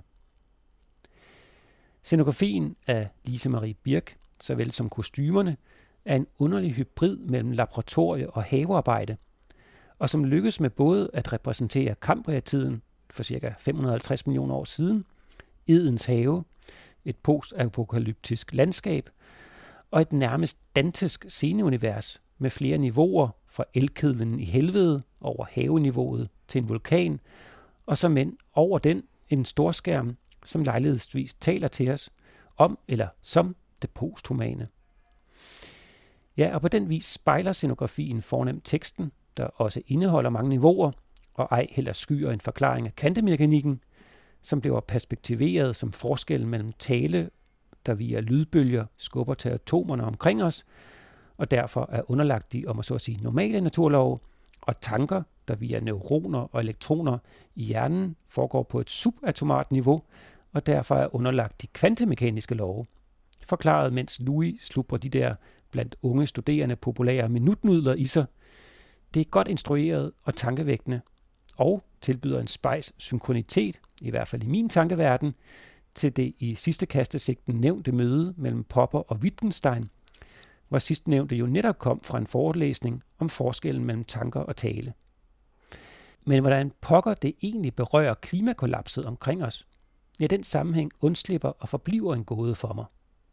Scenografien af Lise Marie Birk, såvel som kostymerne, er en underlig hybrid mellem laboratorie og havearbejde, og som lykkes med både at repræsentere Cambria-tiden for ca. fem hundrede og halvtreds millioner år siden, Edens have, et postapokalyptisk landskab, og et nærmest dantisk sceneunivers med flere niveauer fra elkedlen i helvede over haveniveauet til en vulkan, og som end over den en storskærm, som lejlighedsvis taler til os om eller som det posthumane. Ja, og på den vis spejler scenografien fornemt teksten, der også indeholder mange niveauer, og ej heller skyer en forklaring af kvantemekanikken, som bliver perspektiveret som forskellen mellem tale, der via lydbølger skubber til atomerne omkring os, og derfor er underlagt de, om at så at sige, normale naturlove, og tanker, der via neuroner og elektroner i hjernen foregår på et subatomart niveau, og derfor er underlagt de kvantemekaniske love. Forklaret, mens Louis slubrer de der blandt unge studerende populære minutnudler i sig. Det er godt instrueret og tankevækkende, og tilbyder en spejs synkronitet, i hvert fald i min tankeverden, til det i sidste kastesigten nævnte møde mellem Popper og Wittgenstein, hvor sidstnævnte jo netop kom fra en forelæsning om forskellen mellem tanker og tale. Men hvordan pokker det egentlig berører klimakollapset omkring os? Ja, den sammenhæng undslipper og forbliver en gåde for mig.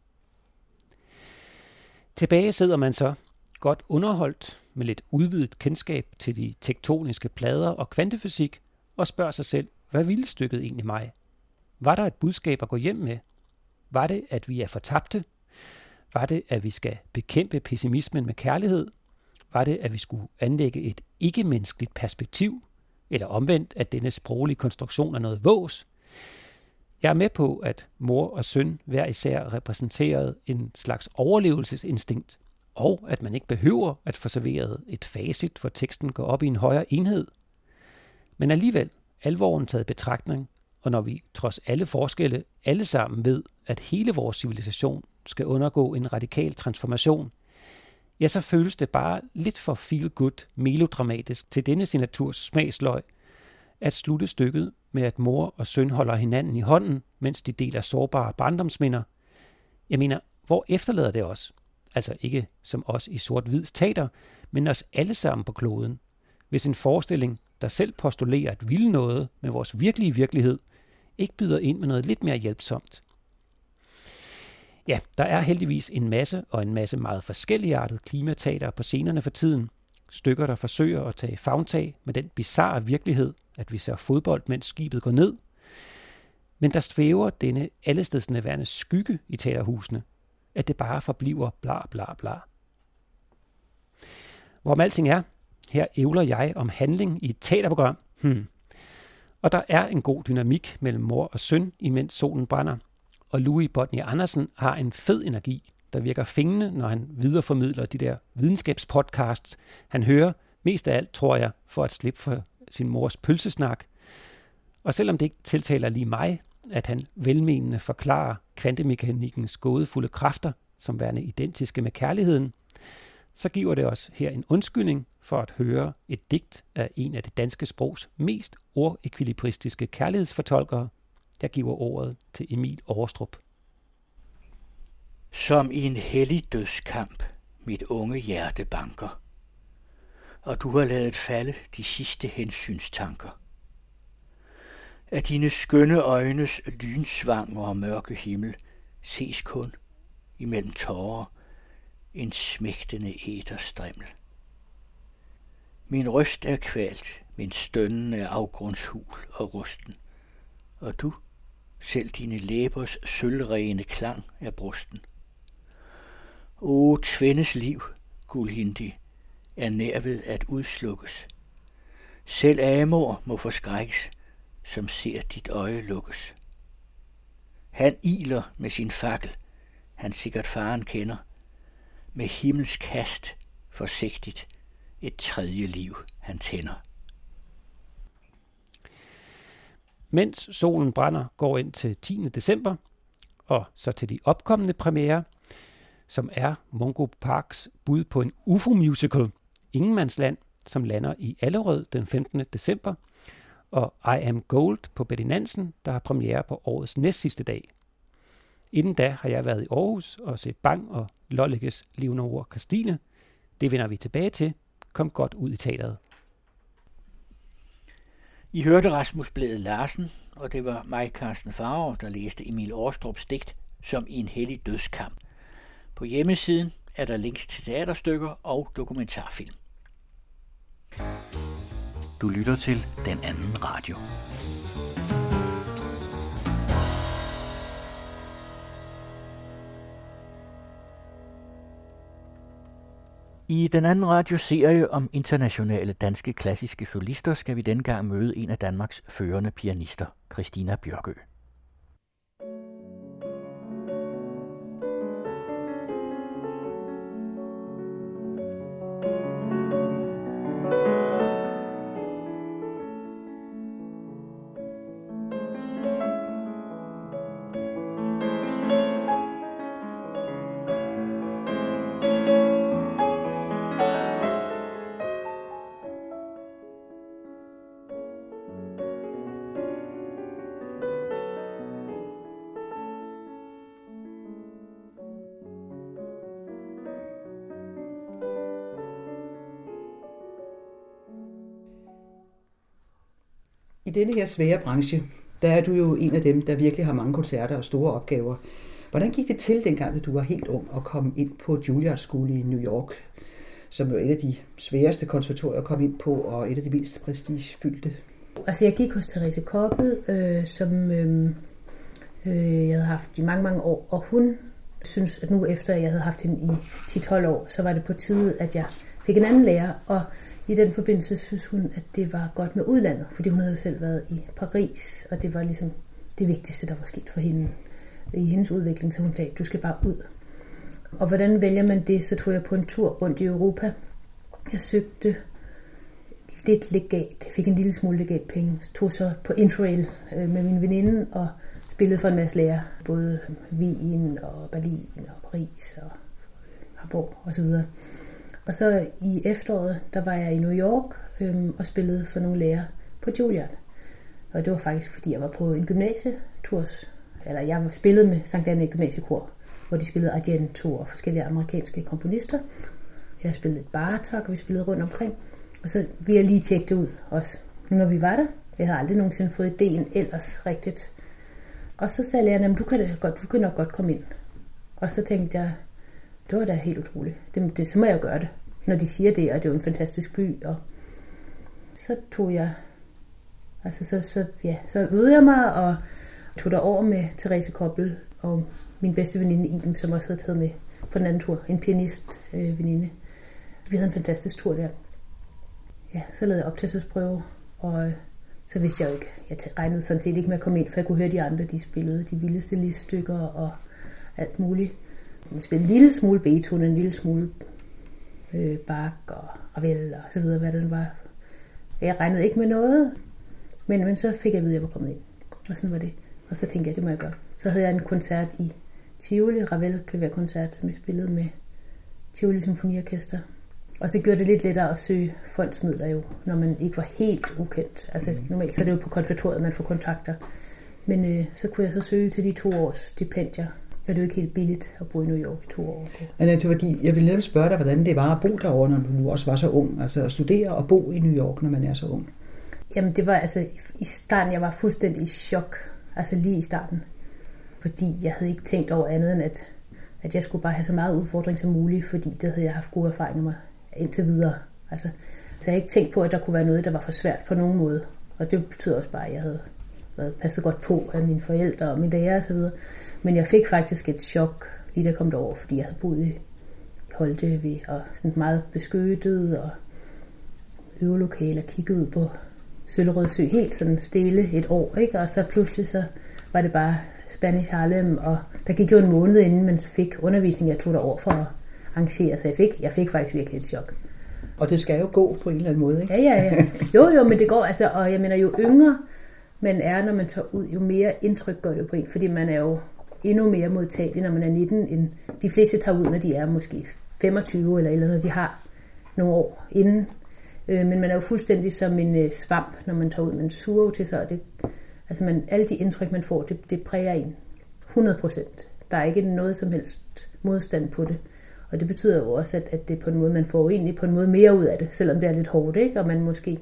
Tilbage sidder man så, godt underholdt med lidt udvidet kendskab til de tektoniske plader og kvantefysik, og spørger sig selv, hvad ville stykket egentlig mig? Var der et budskab at gå hjem med? Var det, at vi er fortabte? Var det, at vi skal bekæmpe pessimismen med kærlighed? Var det, at vi skulle anlægge et ikke-menneskeligt perspektiv? Eller omvendt, at denne sproglige konstruktion er noget vås? Jeg er med på, at mor og søn hver især repræsenterede en slags overlevelsesinstinkt, og at man ikke behøver at få serveret et facit, hvor teksten går op i en højere enhed. Men alligevel, alvoren taget betragtning, og når vi trods alle forskelle alle sammen ved, at hele vores civilisation skal undergå en radikal transformation, ja, så føles det bare lidt for feel-good melodramatisk til denne signaturs smagsløg, at slutte stykket med, at mor og søn holder hinanden i hånden, mens de deler sårbare barndomsminder. Jeg mener, hvor efterlader det os? Altså ikke som os i sort-hvids teater, men os alle sammen på kloden. Hvis en forestilling, der selv postulerer at ville noget med vores virkelige virkelighed, ikke byder ind med noget lidt mere hjælpsomt. Ja, der er heldigvis en masse og en masse meget forskelligartede klimateater på scenerne for tiden. Stykker, der forsøger at tage favntag med den bizarre virkelighed, at vi ser fodbold, mens skibet går ned. Men der svæver denne allestedsnærværende skygge i teaterhusene, at det bare forbliver bla bla bla. Hvorom alting er, Her ævler jeg om handling i et teaterprogram. Hmm. Og der er en god dynamik mellem mor og søn, imens solen brænder. Og Louis Bodney Andersen har en fed energi, der virker fængende, når han videreformidler de der videnskabspodcasts, han hører, mest af alt, tror jeg, for at slippe for sin mors pølsesnak. Og selvom det ikke tiltaler lige mig, at han velmenende forklarer kvantemekanikkens gådefulde kræfter som værende identiske med kærligheden, så giver det os her en undskyldning for at høre et digt af en af det danske sprogs mest ordekvilibristiske kærlighedsfortolkere. Jeg giver ordet til Emil Aarestrup. Som i en hellig dødskamp mit unge hjerte banker, og du har ladet falde de sidste hensynstanker. Af dine skønne øjnes lynsvang og mørke himmel ses kun imellem tårer en smægtende æterstrimmel. Min røst er kvalt, min stønnen er afgrundshul og rusten, og du, selv dine læbers sølvrene klang er brusten. O, tvendes liv, guldhindi, er nær ved at udslukkes. Selv Amor må forskrækkes, som ser dit øje lukkes. Han iler med sin fakkel, han sikkert faren kender, med himmels kast forsigtigt et tredje liv han tænder. Mens solen brænder går ind til tiende december, og så til de opkommende premiere, som er Mungo Parks bud på en U F O-musical, Ingenmandsland, som lander i Allerød den femtende december, og I Am Gold på Betty Nansen, der har premiere på årets næstsidste dag. Inden da har jeg været i Aarhus og set Bang og Lolleges Leonora Christine. Det vender vi tilbage til. Kom godt ud i teateret. I hørte Rasmus Blædel Larsen, og det var mig, Carsten Farver, der læste Emil Aarestrups digt Som i en hellig dødskamp. På hjemmesiden er der links til teaterstykker og dokumentarfilm. Du lytter til Den Anden Radio. I Den Anden Radio-serie om internationale danske klassiske solister skal vi denne gang møde en af Danmarks førende pianister, Christina Bjørkø. I denne her svære branche, der er du jo en af dem, der virkelig har mange koncerter og store opgaver. Hvordan gik det til dengang, da du var helt ung og kom ind på Juilliard School i New York, som jo er et af de sværeste konservatorier at komme ind på, og et af de mest prestigefyldte? Altså jeg gik hos Therese Koppel, øh, som øh, øh, jeg havde haft i mange, mange år, og hun synes, at nu efter jeg havde haft hende i ti til tolv år, så var det på tide, at jeg fik en anden lærer, og i den forbindelse synes hun, at det var godt med udlandet, fordi hun havde jo selv været i Paris, og det var ligesom det vigtigste, der var sket for hende i hendes udvikling, så hun sagde, du skal bare ud. Og hvordan vælger man det? Så tog jeg på en tur rundt i Europa. Jeg søgte lidt legat, jeg fik en lille smule legatpenge, tog så på Interrail med min veninde og spillede for en masse lærere, både Wien og Berlin og Paris og Hamburg og så videre. Og så i efteråret, der var jeg i New York øhm, og spillede for nogle lærere på Juilliard. Og det var faktisk, fordi jeg var på en gymnasietur, eller jeg spillede med Sankt Anne Gymnasiekor, hvor de spillede Argento og forskellige amerikanske komponister. Jeg spillede et Bartok, og vi spillede rundt omkring. Og så ville jeg lige tjekke det ud også, når vi var der. Jeg havde aldrig nogensinde fået idéen ellers rigtigt. Og så sagde læreren, du kan, da godt, du kan nok godt komme ind. Og så tænkte jeg, det var da helt utroligt. Det, det, så må jeg jo gøre det, når de siger det, og det er jo en fantastisk by. Og så tog jeg, altså så, så, ja, så øvede jeg mig og tog derover med Therese Koppel og min bedste veninde Iben, som også havde taget med på den anden tur. En pianist øh, veninde. Vi havde en fantastisk tur der. ja, så lavede jeg optagelsesprøve, og så vidste jeg jo ikke, jeg regnede sådan set ikke med at komme ind, for jeg kunne høre de andre, de spillede de vildeste liststykker og alt muligt. Man spillede en lille smule Beethoven, en lille smule øh, Bach og Ravel og så videre, hvad det var. Jeg regnede ikke med noget, men, men så fik jeg at vide, at jeg var kommet ind. Og sådan var det. Og så tænkte jeg, det må jeg gøre. Så havde jeg en koncert i Tivoli, Ravel klaverkoncert, som jeg spillede med Tivoli Symfoniorkester. Og så gjorde det lidt lettere at søge fondsmidler jo, når man ikke var helt ukendt. Altså mm. normalt så er det jo på konservatoriet, man får kontakter. Men øh, så kunne jeg så søge til de to års stipendier. Og det er jo ikke helt billigt at bo i New York i to år. Annette, fordi jeg ville lidt spørge dig, hvordan det var at bo derovre, når du nu også var så ung. Altså at studere og bo i New York, når man er så ung. Jamen det var altså, i starten, jeg var fuldstændig i chok. Altså lige i starten. Fordi jeg havde ikke tænkt over andet end, at, at jeg skulle bare have så meget udfordring som muligt, fordi det havde jeg haft gode erfaringer med indtil videre. Altså, så jeg havde ikke tænkt på, at der kunne være noget, der var for svært på nogen måde. Og det betyder også bare, at jeg havde været passet godt på af mine forældre og mine lærer osv. Men jeg fik faktisk et chok, lige da jeg kom derover, fordi jeg havde boet i Holte ved, og sådan meget beskyttet, og øvelokaler, kigget ud på Søllerød Sø, helt sådan stille et år, ikke? Og så pludselig så var det bare Spanish Harlem, og der gik jo en måned inden man fik undervisning, jeg tog derover for at arrangere, så jeg fik, jeg fik faktisk virkelig et chok. Og det skal jo gå på en eller anden måde, ikke? Ja, ja, ja. Jo, jo, men det går, altså, og jeg mener, jo yngre man er, når man tager ud, jo mere indtryk gør det på en, fordi man er jo endnu mere modtagelig, når man er nitten, end de fleste tager ud, når de er måske femogtyve, eller eller når de har nogle år inden. Men man er jo fuldstændig som en svamp, når man tager ud, man suger til sig, og det, altså man, alle de indtryk, man får, det, det præger en hundrede procent. Der er ikke noget som helst modstand på det. Og det betyder jo også, at, at det på en måde, man får jo egentlig på en måde mere ud af det, selvom det er lidt hårdt, ikke? Og man måske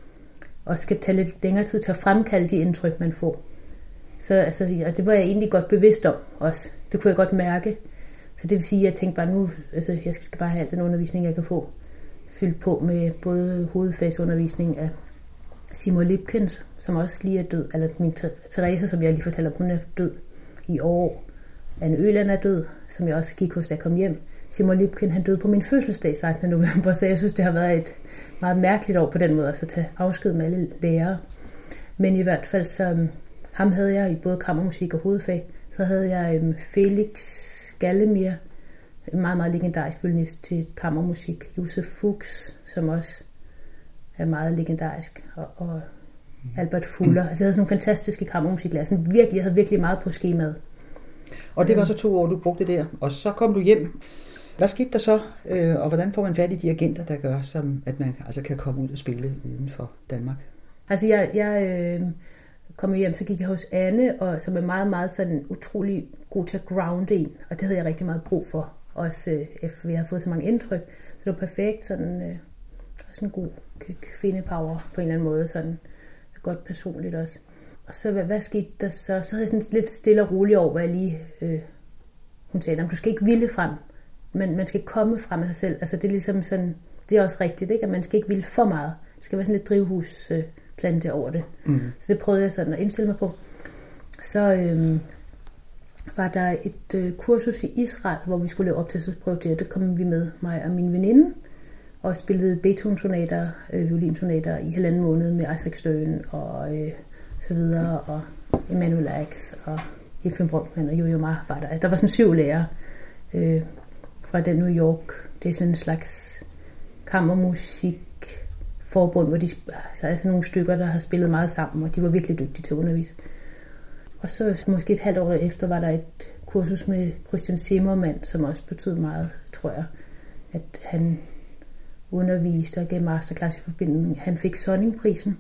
også skal tage lidt længere tid til at fremkalde de indtryk, man får. Så altså, og det var jeg egentlig godt bevidst om også. Det kunne jeg godt mærke. Så det vil sige, at jeg tænkte bare nu, altså jeg skal bare have al den undervisning, jeg kan få, fyldt på med både hovedfagsundervisning af Simon Lipkins, som også lige er død, eller min Therese, som jeg lige fortalte om, hun er død i år. Anne Øland er død, som jeg også gik hos, da jeg kom hjem. Simon Lipkin, han døde på min fødselsdag sekstende november, så jeg synes, det har været et meget mærkeligt år på den måde, altså at tage afsked med alle lærere. Men i hvert fald, så ham havde jeg i både kammermusik og hovedfag. Så havde jeg um, Felix Gallemir, en meget, meget legendarisk violinist til kammermusik. Josef Fuchs, som også er meget legendarisk, og, og Albert Fuller. Altså jeg havde sådan nogle fantastiske kammermusiklærer. Sådan virkelig, jeg havde virkelig meget på skemaet. Og det var så to år, du brugte der, og så kom du hjem. Hvad skete der så, og hvordan får man fat i de agenter, der gør, som at man altså kan komme ud og spille uden for Danmark? Altså jeg, jeg øh, kom hjem, så gik jeg hos Anne, og som er meget, meget sådan utrolig god til at grounde en, og det havde jeg rigtig meget brug for, også øh, efter vi havde fået så mange indtryk. Så det var perfekt, sådan, øh, sådan en god kvindepower på en eller anden måde, sådan godt personligt også. Og så, hvad, hvad skete der så? Så havde jeg sådan lidt stille og roligt over, hvor jeg lige, øh, hun sagde, du skal ikke ville frem, men man skal komme frem af sig selv. Altså det er ligesom sådan, det er også rigtigt, ikke? At man skal ikke ville for meget. Det skal være sådan lidt drivhusplante over det. Mm. Så det prøvede jeg sådan at indstille mig på. Så øh, var der et øh, kursus i Israel, hvor vi skulle lave optagelsesprøve der. Der kom vi med, mig og min veninde, og spillede Beethoven-sonater, øh, violinsonater i halvanden måned med Isaac Stern og øh, så videre, og Emanuel Ax og Efraim Brønkmann og Jojo Ma var der. Der var sådan syv lærere øh, fra den New York. Det er sådan en slags kammermusikforbund, hvor de altså, er sådan nogle stykker, der har spillet meget sammen, og de var virkelig dygtige til at undervise. Og så måske et halvt år efter var der et kursus med Christian Zimmermann, som også betød meget, tror jeg, at han underviste og gav masterclass i forbindelse. Han fik Sonningprisen.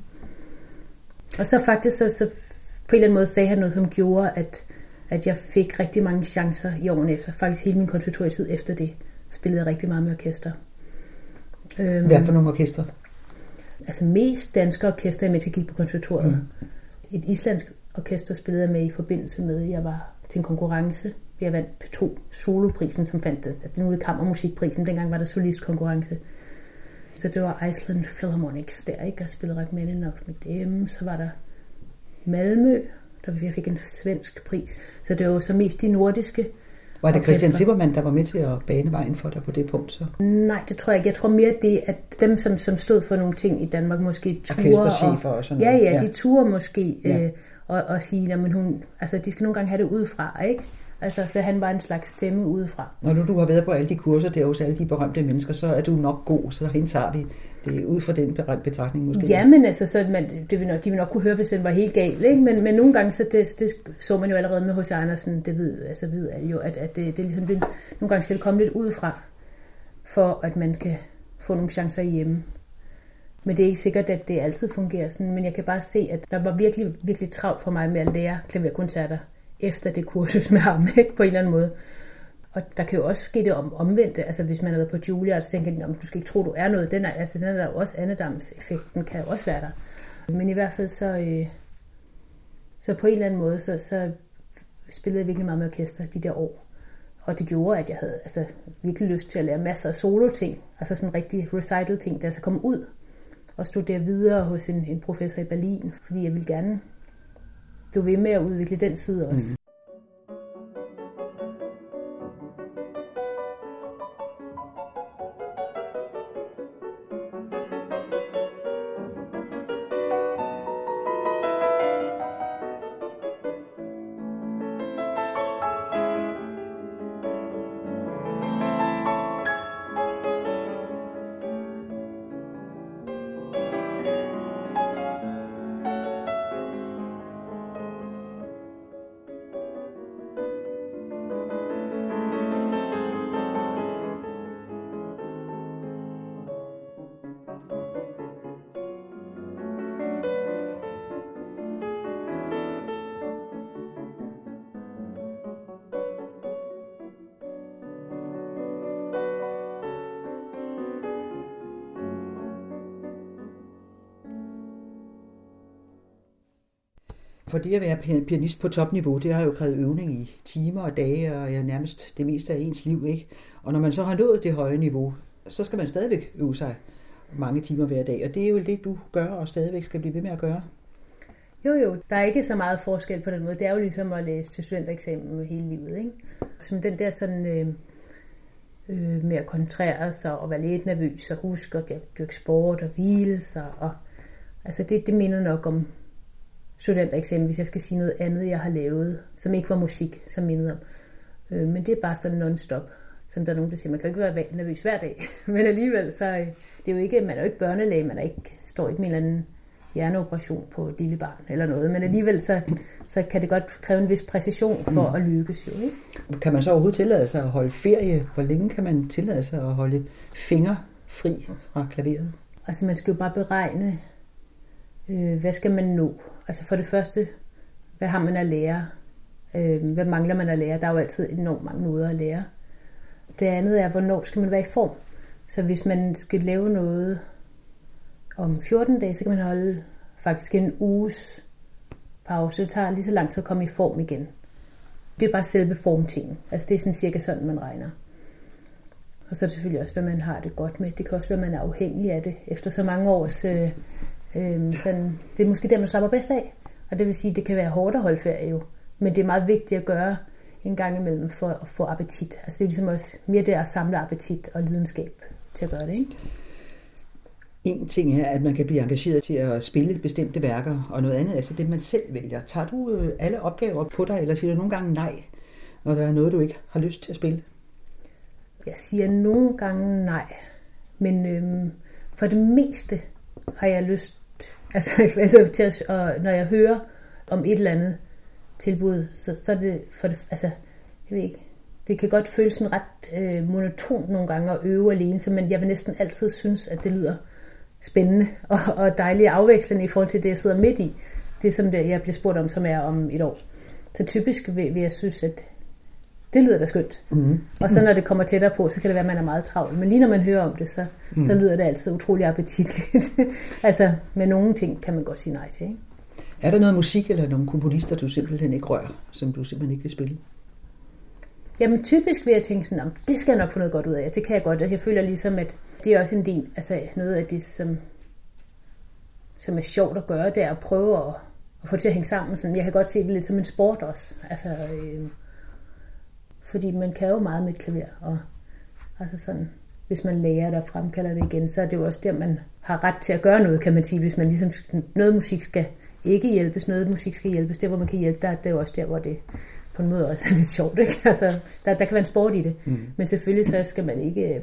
Og så faktisk, så, så på en eller anden måde sagde han noget, som gjorde, at, at jeg fik rigtig mange chancer i årene efter. Faktisk hele min konservatorietid efter det spillede jeg rigtig meget med orkester. Hvad for nogle orkester? Altså mest danske orkester, mens jeg gik på konservatoriet. Mm. Et islandsk orkester spillede jeg med i forbindelse med, at jeg var til en konkurrence. Jeg vandt P to soloprisen, som fandt det. Nu er det kammermusikprisen. Dengang var der solistkonkurrence. Så det var Iceland Philharmonics der, ikke? Jeg spillede Rachmaninoff med dem. Så var der Malmø, der jeg fik en svensk pris. Så det var så mest de nordiske. Var det orkester. Christian Zimmermann, der var med til at bane vejen for dig på det punkt? Så? Nej, det tror jeg ikke. Jeg tror mere det, at dem, som, som stod for nogle ting i Danmark, måske ture. Orkesterchefer og, og sådan noget. Ja, ja, de ture måske ja. øh, og, og sige, at hun, altså, de skal nogle gange have det udefra, ikke? Altså, så han var en slags stemme udefra. Når nu du har været på alle de kurser der hos alle de berømte mennesker, så er du nok god, så hende tager vi det ud fra den betragtning måske. Ja, men altså, så man, det vil nok, de vil nok kunne høre, hvis den var helt gal, ikke? Men, men nogle gange, så, det, det så man jo allerede med H C Andersen, det ved, altså ved alle jo, at, at det, det ligesom, det, nogle gange skal det komme lidt udefra, for at man kan få nogle chancer hjemme. Men det er ikke sikkert, at det altid fungerer sådan, men jeg kan bare se, at der var virkelig, virkelig travlt for mig med at lære klaverkoncerter efter det kursus med ham, ikke? På en eller anden måde. Og der kan jo også ske det om omvendt, altså hvis man har været på Juilliard, så tænker de, du skal ikke tro, du er noget. Den er, altså, den er der jo også, andedamseffekten kan jo også være der. Men i hvert fald så, øh, så på en eller anden måde, så, så spillede jeg virkelig meget med orkester de der år. Og det gjorde, at jeg havde altså, virkelig lyst til at lære masser af solo-ting, altså sådan rigtig recital-ting, der så kom ud og studere videre hos en, en professor i Berlin, fordi jeg ville gerne du ved med at udvikle den side også. Mm. For det at være pianist på topniveau, det har jo krævet øvning i timer og dage, og ja, nærmest det meste af ens liv, ikke? Og når man så har nået det høje niveau, så skal man stadigvæk øve sig mange timer hver dag, og det er jo det, du gør, og stadigvæk skal blive ved med at gøre. Jo, jo, der er ikke så meget forskel på den måde. Det er jo ligesom at læse til studentereksamen hele livet, ikke? Som den der sådan øh, øh, med at koncentrere sig og være lidt nervøs og huske at dyrke sport og hvile sig. Og, altså det, det minder nok om studentereksamen, hvis jeg skal sige noget andet, jeg har lavet, som ikke var musik, som mindede om. Øh, men det er bare sådan non-stop, som der er nogen, der siger, man kan jo ikke være nervøs hver dag. Men alligevel, så øh, det er jo ikke, man er jo ikke børnelæge, man er ikke, står ikke med en eller anden hjerneoperation på et lille barn eller noget, men alligevel så, så kan det godt kræve en vis præcision for mm. at lykkes jo, ikke? Kan man så overhovedet tillade sig at holde ferie? Hvor længe kan man tillade sig at holde fingre fri fra klaveret? Altså man skal jo bare beregne, øh, hvad skal man nå? Altså for det første, hvad har man at lære? Øh, hvad mangler man at lære? Der er jo altid enormt mange noder at lære. Det andet er, hvornår skal man være i form? Så hvis man skal lave noget om fjorten dage, så kan man holde faktisk en uges pause. Det tager lige så lang tid at komme i form igen. Det er bare selve formtingen. Altså det er sådan cirka sådan, man regner. Og så er det selvfølgelig også, hvad man har det godt med. Det kan også være, at man er afhængig af det. Efter så mange års... Øh, øh, sådan, det er måske der, man slapper bedst af. Og det vil sige, at det kan være hårdt at holde ferie jo. Men det er meget vigtigt at gøre en gang imellem for at få appetit. Altså det er ligesom også mere det at samle appetit og lidenskab til at gøre det, ikke? En ting er, at man kan blive engageret til at spille bestemte værker, og noget andet er så det, man selv vælger. Tager du alle opgaver på dig, eller siger du nogle gange nej, når der er noget, du ikke har lyst til at spille? Jeg siger nogle gange nej, men øhm, for det meste har jeg lyst, altså, altså til at, og når jeg hører om et eller andet tilbud, så, så er det for det, altså, jeg ved ikke, det kan godt føles sådan ret øh, monotont nogle gange at øve alene, så, men jeg vil næsten altid synes, at det lyder spændende og, og dejligt afvekslende i forhold til det, jeg sidder midt i. Det, som det, jeg bliver spurgt om, som er om et år. Så typisk vil, vil jeg synes, at det lyder da skønt. Mm. Og så når det kommer tættere på, så kan det være, at man er meget travl. Men lige når man hører om det, så, mm. så lyder det altid utrolig appetitligt. Altså, med nogle ting kan man godt sige nej til, ikke? Er der noget musik eller nogle komponister, du simpelthen ikke rører, som du simpelthen ikke vil spille? Jamen typisk vil jeg tænke sådan, det skal jeg nok få noget godt ud af. Det kan jeg godt, og jeg føler ligesom, at det er også en del, altså noget af det, som, som er sjovt at gøre, det er at prøve at, at få det til at hænge sammen. Sådan, jeg kan godt se det lidt som en sport også. Altså, øh, fordi man kan jo meget med et klaver, og altså sådan, hvis man lærer det og fremkalder det igen, så er det jo også der, man har ret til at gøre noget, kan man sige, hvis man ligesom, noget musik skal ikke hjælpes, noget musik skal hjælpes, der hvor man kan hjælpe, der, det er jo også der, hvor det på en måde også er lidt sjovt, ikke? Altså, der, der kan være en sport i det, mm. men selvfølgelig så skal man ikke,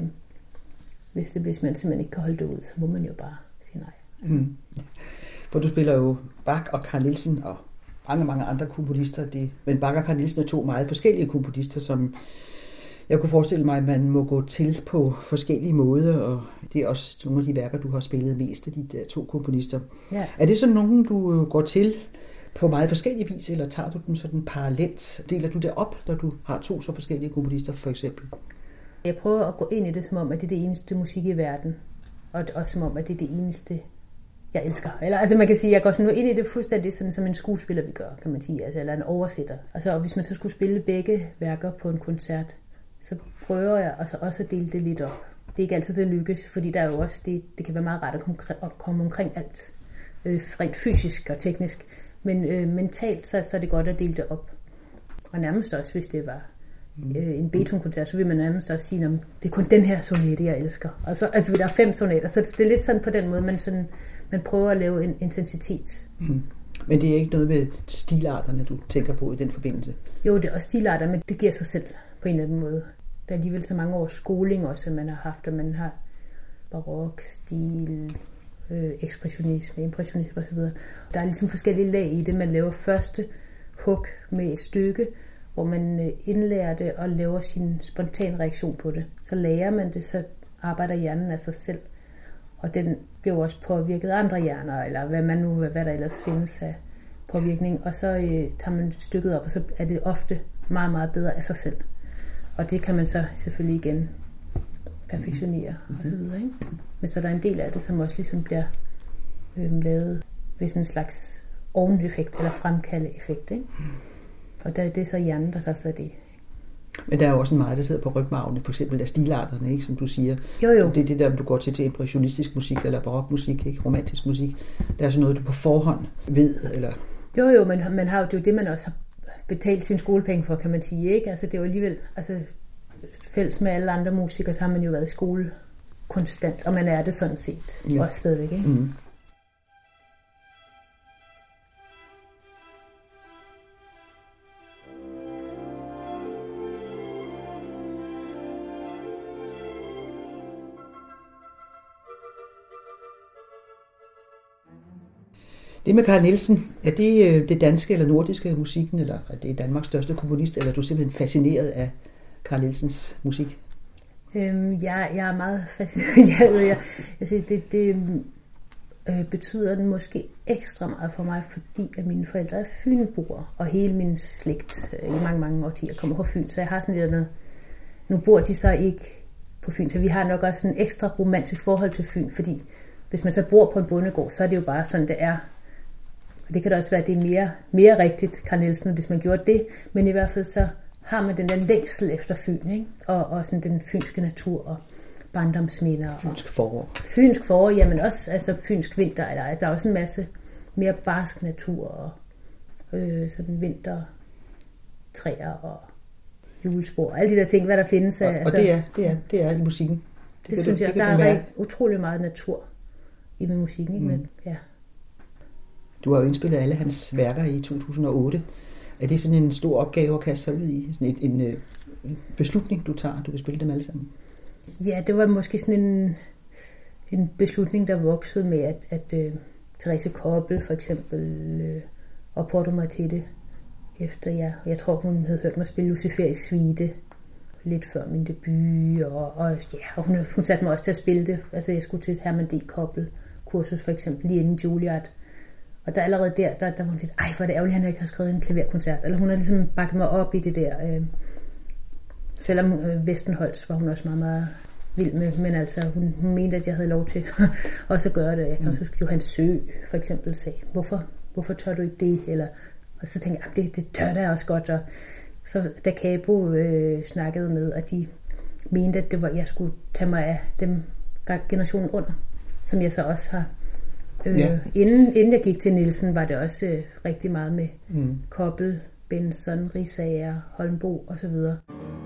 hvis, det, hvis man simpelthen ikke kan holde det ud, så må man jo bare sige nej. Altså. Mm. For du spiller jo Bach og Carl Nielsen og mange, mange andre komponister, det, men Bach og Carl Nielsen er to meget forskellige komponister, som jeg kunne forestille mig, at man må gå til på forskellige måder, og det er også nogle af de værker, du har spillet mest af de der to komponister. Ja. Er det sådan nogen, du går til på meget forskellige vis, eller tager du dem sådan parallelt? Deler du det op, når du har to så forskellige komponister, for eksempel? Jeg prøver at gå ind i det, som om, at det er det eneste musik i verden, og også som om, at det er det eneste, jeg elsker. Eller, altså man kan sige, at jeg går sådan ind i det fuldstændig sådan, som en skuespiller vi gør, kan man sige, altså, eller en oversætter. Altså, og hvis man så skulle spille begge værker på en koncert, så prøver jeg også, også at dele det lidt op. Det er ikke altid, det lykkes, fordi der er jo også det, det kan være meget rart at komme, at komme omkring alt, øh, rent fysisk og teknisk, men øh, mentalt, så, så er det godt at dele det op. Og nærmest også, hvis det var øh, en Beethoven-koncert, så vil man nærmest også sige, at det er kun den her sonate, jeg elsker. Og så, altså, der er fem sonater, så det er lidt sådan på den måde, man, sådan, man prøver at lave en intensitet. Mm. Men det er ikke noget med stilarterne, du tænker på i den forbindelse? Jo, det er også stilarter, men det giver sig selv på en eller anden måde. Der er alligevel så mange års skoling også, man har haft, og man har barok, stil, øh, ekspressionisme, impressionisme osv. Der er ligesom forskellige lag i det. Man laver første hug med et stykke, hvor man indlærer det og laver sin spontan reaktion på det. Så lærer man det, så arbejder hjernen af sig selv. Og den bliver også påvirket af andre hjerner, eller hvad, man nu, hvad der ellers findes af påvirkning. Og så øh, tager man stykket op, og så er det ofte meget, meget bedre af sig selv. Og det kan man så selvfølgelig igen perfektionere mm-hmm. og så videre, ikke? Men så der er en del af det, som også ligesom bliver øhm, lavet ved sådan en slags oveneffekt eller fremkalde-effekt, ikke? Mm. Og der, det er så hjernen, der tager sig det. Men der er jo også en meget, der sidder på rygmarvene, for eksempel af stilarterne, ikke, som du siger. Jo, jo. Det er det der, om du går til, til impressionistisk musik eller barokmusik, ikke, romantisk musik. Der er sådan noget, du på forhånd ved, eller... Jo, jo, men man har jo, det er jo det, man også har betalt sin skolepenge for, kan man sige, ikke? Altså det er jo alligevel, altså fælles med alle andre musikere, så har man jo været i skole konstant, og man er det sådan set ja. Også stadigvæk, ikke? Mm. Det med Carl Nielsen, er det det danske eller nordiske musikken, eller er det Danmarks største komponist, eller er du simpelthen fascineret af Carl Nielsens musik? Øhm, jeg, jeg er meget fascineret. jeg, jeg, jeg siger, det det øh, betyder den måske ekstra meget for mig, fordi at mine forældre er fynboer, og hele min slægt øh, i mange, mange årtier kommer fra Fyn, så jeg har sådan lidt noget. Nu bor de så ikke på Fyn, så vi har nok også en ekstra romantisk forhold til Fyn, fordi hvis man så bor på en bondegård, så er det jo bare sådan, det er. Og det kan da også være, at det er mere, mere rigtigt, Carl Nielsen, hvis man gjorde det. Men i hvert fald så har man den der længsel efter Fyn, ikke? Og, og sådan den fynske natur og barndomsminder. Fynsk forår. Fynsk forår, jamen også altså fynsk vinter. Eller, der er også en masse mere barsk natur og øh, sådan vintertræer og julespor. Alle de der ting, hvad der findes. Og, altså, og det, er, det, er, det er i musikken. Det, det synes du, jeg, det der er rigtig, utrolig meget natur i med musikken. Ikke? Mm. Ja. Du har jo indspillet alle hans værker i to tusind og otte. Er det sådan en stor opgave at kaste sig ud i? Sådan et, en, en beslutning, du tager, du vil spille dem alle sammen? Ja, det var måske sådan en, en beslutning, der voksede med, at, at uh, Therese Koppel for eksempel uh, opfordrede mig til det, efter jeg, jeg tror, hun havde hørt mig spille Lucifer i Suite lidt før min debut, og, og, ja, og hun, hun satte mig også til at spille det. Altså, jeg skulle til Herman D. Koppel kursus for eksempel, lige inden Juilliard. Og der allerede der, der, der var hun lidt, ej, hvor er det ærgerligt, han ikke har skrevet en klaverkoncert. Eller hun har ligesom bakket mig op i det der. Øh, selvom øh, Vestenholz var hun også meget, meget vild med, men altså, hun, hun mente, at jeg havde lov til også at gøre det. Jeg kan også huske, Johan Sø for eksempel sagde, hvorfor, hvorfor tør du ikke det? Eller, og så tænkte jeg, det, det tør da også godt. Og så da Cabo øh, snakkede med, at de mente, at det var, jeg skulle tage mig af dem generationen under, som jeg så også har. Øh, ja. inden, inden jeg gik til Nielsen, var det også øh, rigtig meget med mm. Koppel, Benson, Risager, Holmboe osv.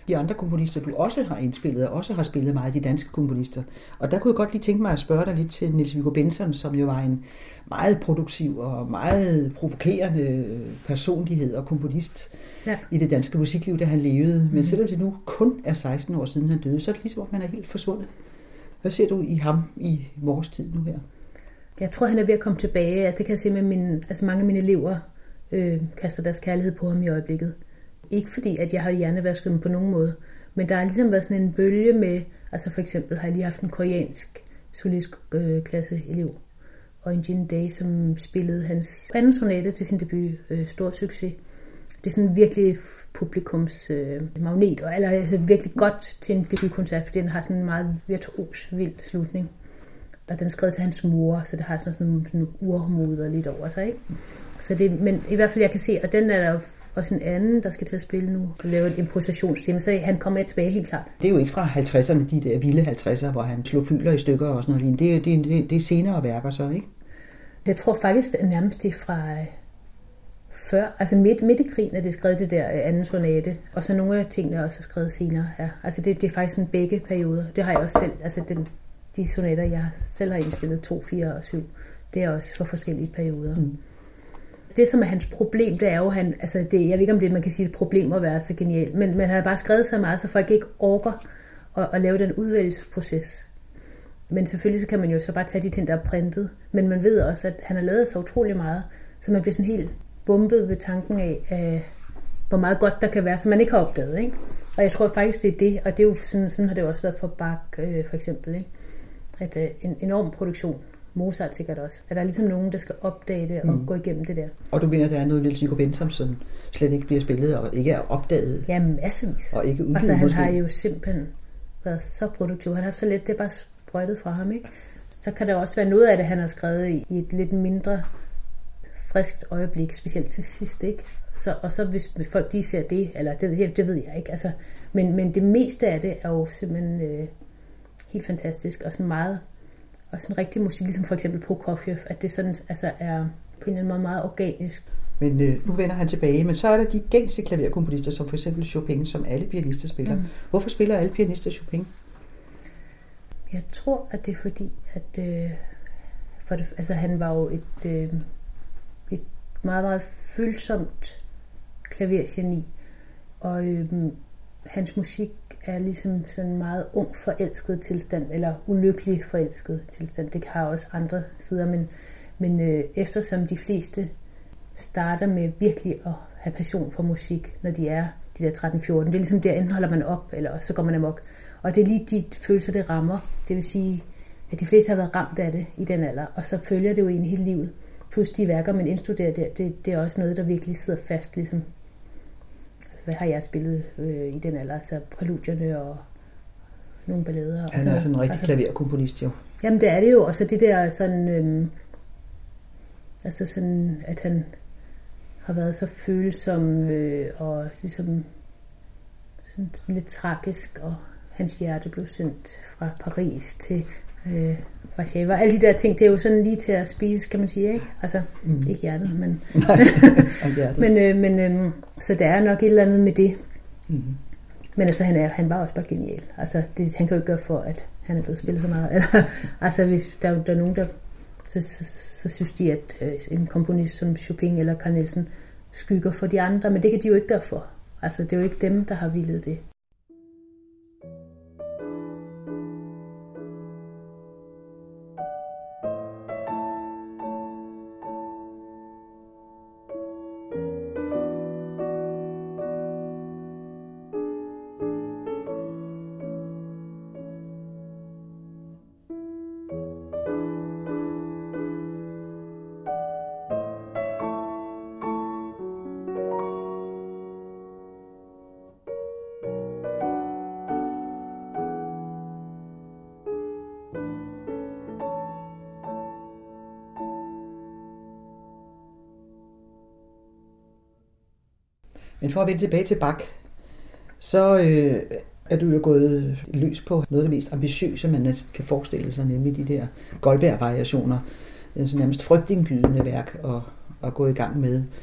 de andre komponister, du også har indspillet, og også har spillet meget, de danske komponister. Og der kunne jeg godt lige tænke mig at spørge dig lidt til Niels Viggo Bentzon, som jo var en meget produktiv og meget provokerende personlighed og komponist ja. i det danske musikliv, da han levede. Men selvom det nu kun er seksten år siden han døde, så er det ligesom, at han er helt forsvundet. Hvad ser du i ham i vores tid nu her? Jeg tror, han er ved at komme tilbage. Altså, det kan jeg se med mine, altså mange af mine elever øh, kaster deres kærlighed på ham i øjeblikket. Ikke fordi, at jeg har hjernevasket dem på nogen måde, men der har ligesom været sådan en bølge med, altså for eksempel har jeg lige haft en koreansk solistklasseelev, og en Jin Day, som spillede hans anden sonate til sin debut, øh, stor succes. Det er sådan virkelig publikums øh, magnet, og eller, altså virkelig godt til en debutkoncert, fordi den har sådan en meget virtuos, vild slutning. Og den er skrevet til hans mor, så det har sådan sådan, sådan urmoder lidt over sig, ikke? Så det, men i hvert fald jeg kan se, og den er der også en anden, der skal til at spille nu, og lave et improvisationstema, så han kommer med tilbage helt klart. Det er jo ikke fra halvtredserne, de der vilde halvtredsere, hvor han slog fyler i stykker og sådan noget. Det er, det, det, det er senere værker så, ikke? Jeg tror faktisk at nærmest det er fra før, altså midt, midt i krigen er det skrevet det der anden sonate, og så nogle af tingene er også skrevet senere. Ja. Altså det, det er faktisk sådan begge perioder. Det har jeg også selv, altså den, de sonater, jeg selv har indspillet, to, fire og syv, det er også for forskellige perioder. Mm. Det, som er hans problem, det er jo, han, altså det, jeg ved ikke, om det man kan sige et problem at være så genial, men, men han har bare skrevet så meget, så folk ikke orker at, at lave den udvælgelsesproces. Men selvfølgelig så kan man jo så bare tage de ting, der er printet, men man ved også, at han har lavet så utrolig meget, så man bliver sådan helt bumpet ved tanken af, af hvor meget godt der kan være, som man ikke har opdaget, ikke? Og jeg tror faktisk, det er det, og det er jo sådan, sådan har det jo også været for Bach, øh, for eksempel, ikke? At øh, en enorm produktion, Mozart sikkert også, at der er ligesom nogen, der skal opdage det og mm. gå igennem det der. Og du mener, der er noget Niels Viggo Bentzon, som slet ikke bliver spillet og ikke er opdaget? Ja, massevis. Og ikke udgivet, altså, han måske. har jo simpelthen været så produktiv. Han har haft så lidt, det er bare sprøjtet fra ham, ikke? Så kan der også være noget af det, han har skrevet i et lidt mindre friskt øjeblik, specielt til sidst, ikke? Så, og så hvis folk de ser det, eller det, det ved jeg ikke, altså, men, men det meste af det er jo simpelthen øh, helt fantastisk, og sådan meget, og sådan rigtig musik, ligesom for eksempel Prokofjev, at det sådan, altså er på en eller anden måde meget organisk. Men øh, nu vender han tilbage, men så er der de gængse klaverkomponister, som for eksempel Chopin, som alle pianister spiller. Mm. Hvorfor spiller alle pianister Chopin? Jeg tror, at det er fordi, at øh, for det, altså, han var jo et, øh, et meget, meget følsomt klavergeni, og øh, hans musik er ligesom sådan en meget ung forelsket tilstand, eller ulykkelig forelsket tilstand. Det har også andre sider, men, men øh, eftersom de fleste starter med virkelig at have passion for musik, når de er de der tretten fjorten, det er ligesom der, enten holder man op, eller så går man amok. Og det er lige de følelser, det rammer. Det vil sige, at de fleste har været ramt af det i den alder, og så følger det jo egentlig hele livet. Plus de værker, man indstuderer der, det, det er også noget, der virkelig sidder fast, ligesom hvad har jeg spillet øh, i den alder, altså præludierne og nogle ballader. Han er også en rigtig altså, klaverkomponist, jo. Jamen det er det jo, og så det der sådan, øhm, altså sådan, at han har været så følsom øh, og ligesom sådan, sådan lidt tragisk, og hans hjerte blev sendt fra Paris til øh, Warszawa. Alle de der ting, det er jo sådan lige til at spise, kan man sige, ikke? Altså, mm. ikke hjertet, men... hjertet. men, øh, men øh, så der er nok et eller andet med det. Mm. Men altså, han, er, han var også bare genial. Altså, det, han kan jo ikke gøre for, at han er blevet spillet så meget. Eller, altså, hvis der, der er nogen, der... Så, så, så synes de, at øh, en komponist som Chopin eller Carl Nielsen skygger for de andre, men det kan de jo ikke gøre for. Altså, det er jo ikke dem, der har villet det. Men for at vende tilbage til Bach, så øh, er du jo gået løs på noget af det mest ambitiøse, man næsten kan forestille sig, nemlig de der Goldberg-variationer. Det er sådan nærmest frygtindgydende værk at, at gå i gang med.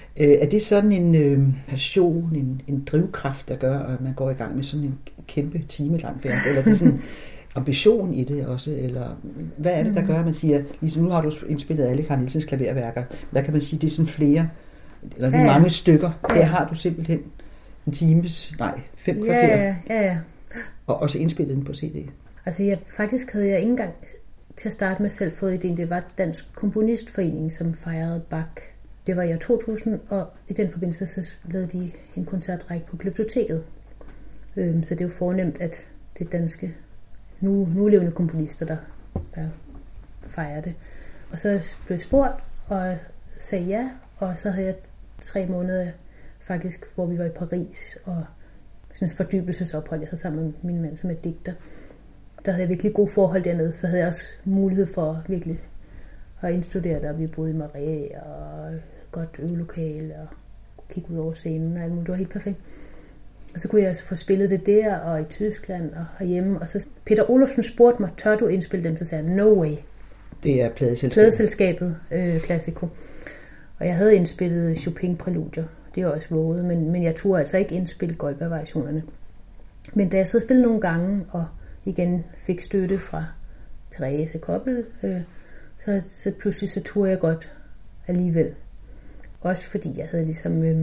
Øh, er det sådan en øh, passion, en, en drivkraft, der gør, at man går i gang med sådan en kæmpe timelang værk? Eller er det sådan ambition i det også? Eller hvad er det, der gør, at man siger, ligesom nu har du indspillet alle Carl Nielsens klaverværker, der kan man sige, det er sådan flere, eller det er ja, ja. mange stykker. Ja. Her har du simpelthen en times, nej, fem kvarter. Ja, ja, ja. Og også indspillet den på C D. Altså jeg, faktisk havde jeg ikke engang til at starte med selv fået idéen. Det var Dansk Komponistforening, som fejrede Bach. Det var i år to tusind, og i den forbindelse så lavede de en koncertrække på Glyptoteket. Øhm, så det er jo fornemt, at det er danske, nu, nu levende komponister, der, der fejrer det. Og så blev jeg spurgt, og sagde ja, og så havde jeg tre måneder faktisk, hvor vi var i Paris, og sådan et fordybelsesophold, jeg havde sammen med min mand, som er digter. Der havde jeg virkelig gode forhold dernede, så havde jeg også mulighed for virkelig at indstudere der. Vi boede i Marais, og godt øvelokale, og kigge ud over scenen, og alt muligt. Det var helt perfekt. Og så kunne jeg altså få spillet det der, og i Tyskland, og herhjemme. Og så Peter Olofsen spurgte mig, tør du indspille dem? Så sagde jeg, no way. Det er pladeselskabet. Pladeselskabet, øh, Classico. Og jeg havde indspillet Chopin-præludier. Det er også våget, men, men jeg turde altså ikke indspille Goldberg-variationerne. Men da jeg så spillede nogle gange, og igen fik støtte fra Therese Koppel, øh, så, så pludselig så turde jeg godt alligevel. Også fordi jeg havde ligesom øh,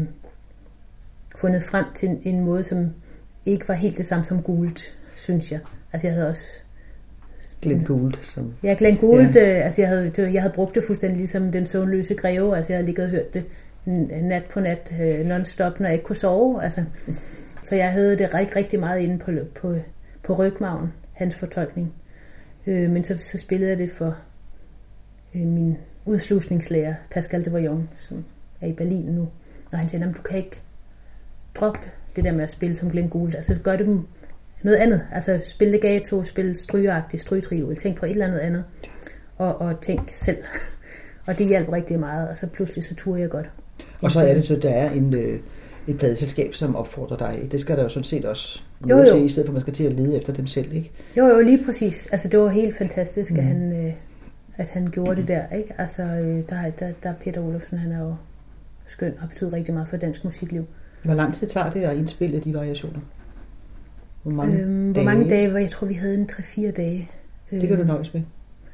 fundet frem til en, en måde, som ikke var helt det samme som Gould, synes jeg. Altså jeg havde også... Glenn Gould. Som... Ja, Glenn Gould. Ja. Øh, altså jeg havde, det, jeg havde brugt det fuldstændig ligesom Den søvnløse greve. Altså jeg havde ligget og hørt det nat på nat øh, non-stop, når jeg ikke kunne sove. Altså, så jeg havde det rigtig, rigtig meget inde på, på, på rygmarven, hans fortolkning. Øh, men så, så spillede jeg det for øh, min udslusningslærer, Pascal de Voyon, som er i Berlin nu. Og han siger, du kan ikke droppe det der med at spille som Glenn Gould. Altså gør det noget andet. Altså spille legato, spille strygeagtigt, strygetriol. Tænk på et eller andet andet. Og, og tænk selv. Og det hjalp rigtig meget. Og så pludselig så turde jeg godt. Og så er det så, der er en, øh, et pladeselskab, som opfordrer dig. Det skal der jo sådan set også jo, jo. se, i stedet for at man skal til at lede efter dem selv, ikke? Jo, jo, lige præcis. Altså det var helt fantastisk, mm. at, han, øh, at han gjorde det der, ikke? Altså øh, der, der, der Peter Olofsen, han er jo skøn og betyder rigtig meget for dansk musikliv. Hvor lang tid tager det at indspille de variationer? Hvor mange øhm, dage? Hvor mange dage? Jeg tror, vi havde en tre fire dage. Det kan du nøjes med?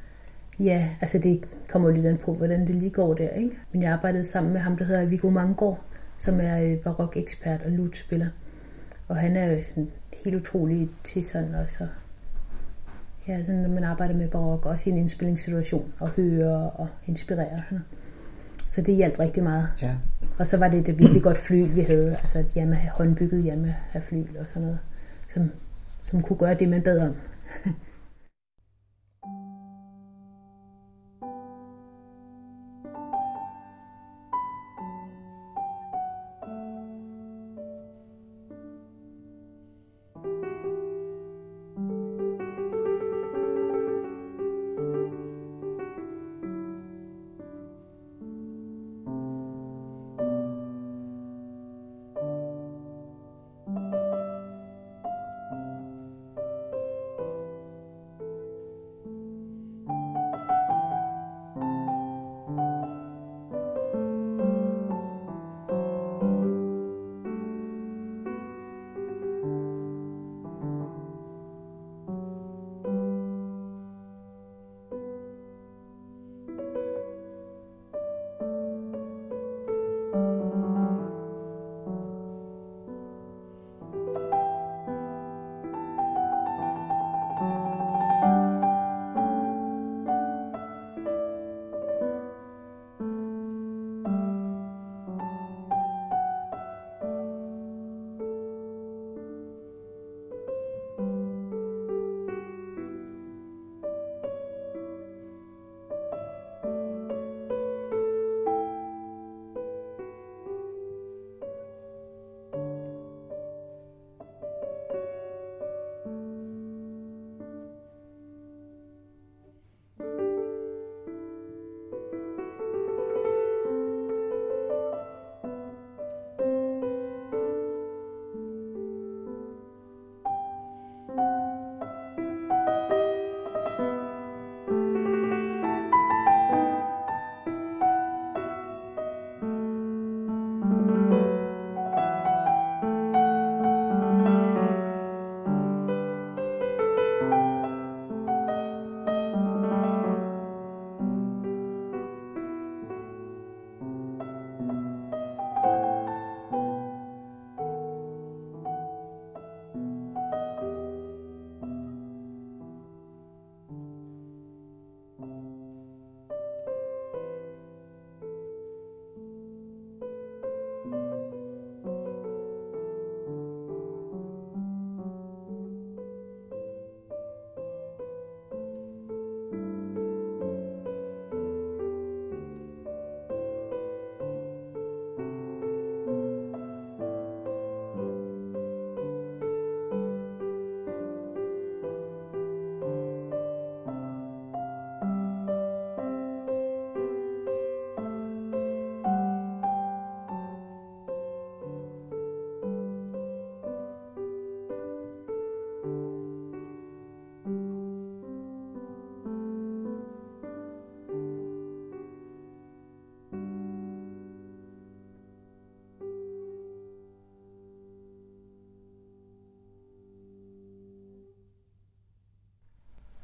Ja, altså det kommer jo lidt an på, hvordan det lige går der, ikke? Men jeg arbejdede sammen med ham, der hedder Viggo Manggaard, som er barok-ekspert og lutspiller. Og han er jo helt utrolig til sådan også. Ja, sådan, når man arbejder med barok, også i en indspillingssituation, og hører og inspirerer. Så det hjalp rigtig meget. Ja. Og så var det et virkelig godt fly, vi havde. Altså et Yamaha, håndbygget Yamaha-fly og sådan noget, som, som kunne gøre det, man bad om.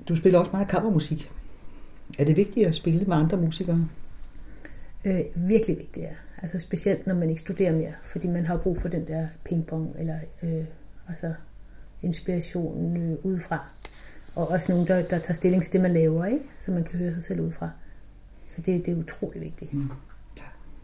Du spiller også meget kammermusik. Er det vigtigt at spille med andre musikere? Øh, virkelig vigtigt, ja. Altså specielt når man ikke studerer mere, fordi man har brug for den der pingpong, eller øh, altså inspiration øh, udefra. Og også nogen, der, der tager stilling til det, man laver, ikke? Så man kan høre sig selv udefra. Så det, det er utrolig vigtigt. Mm. Ja.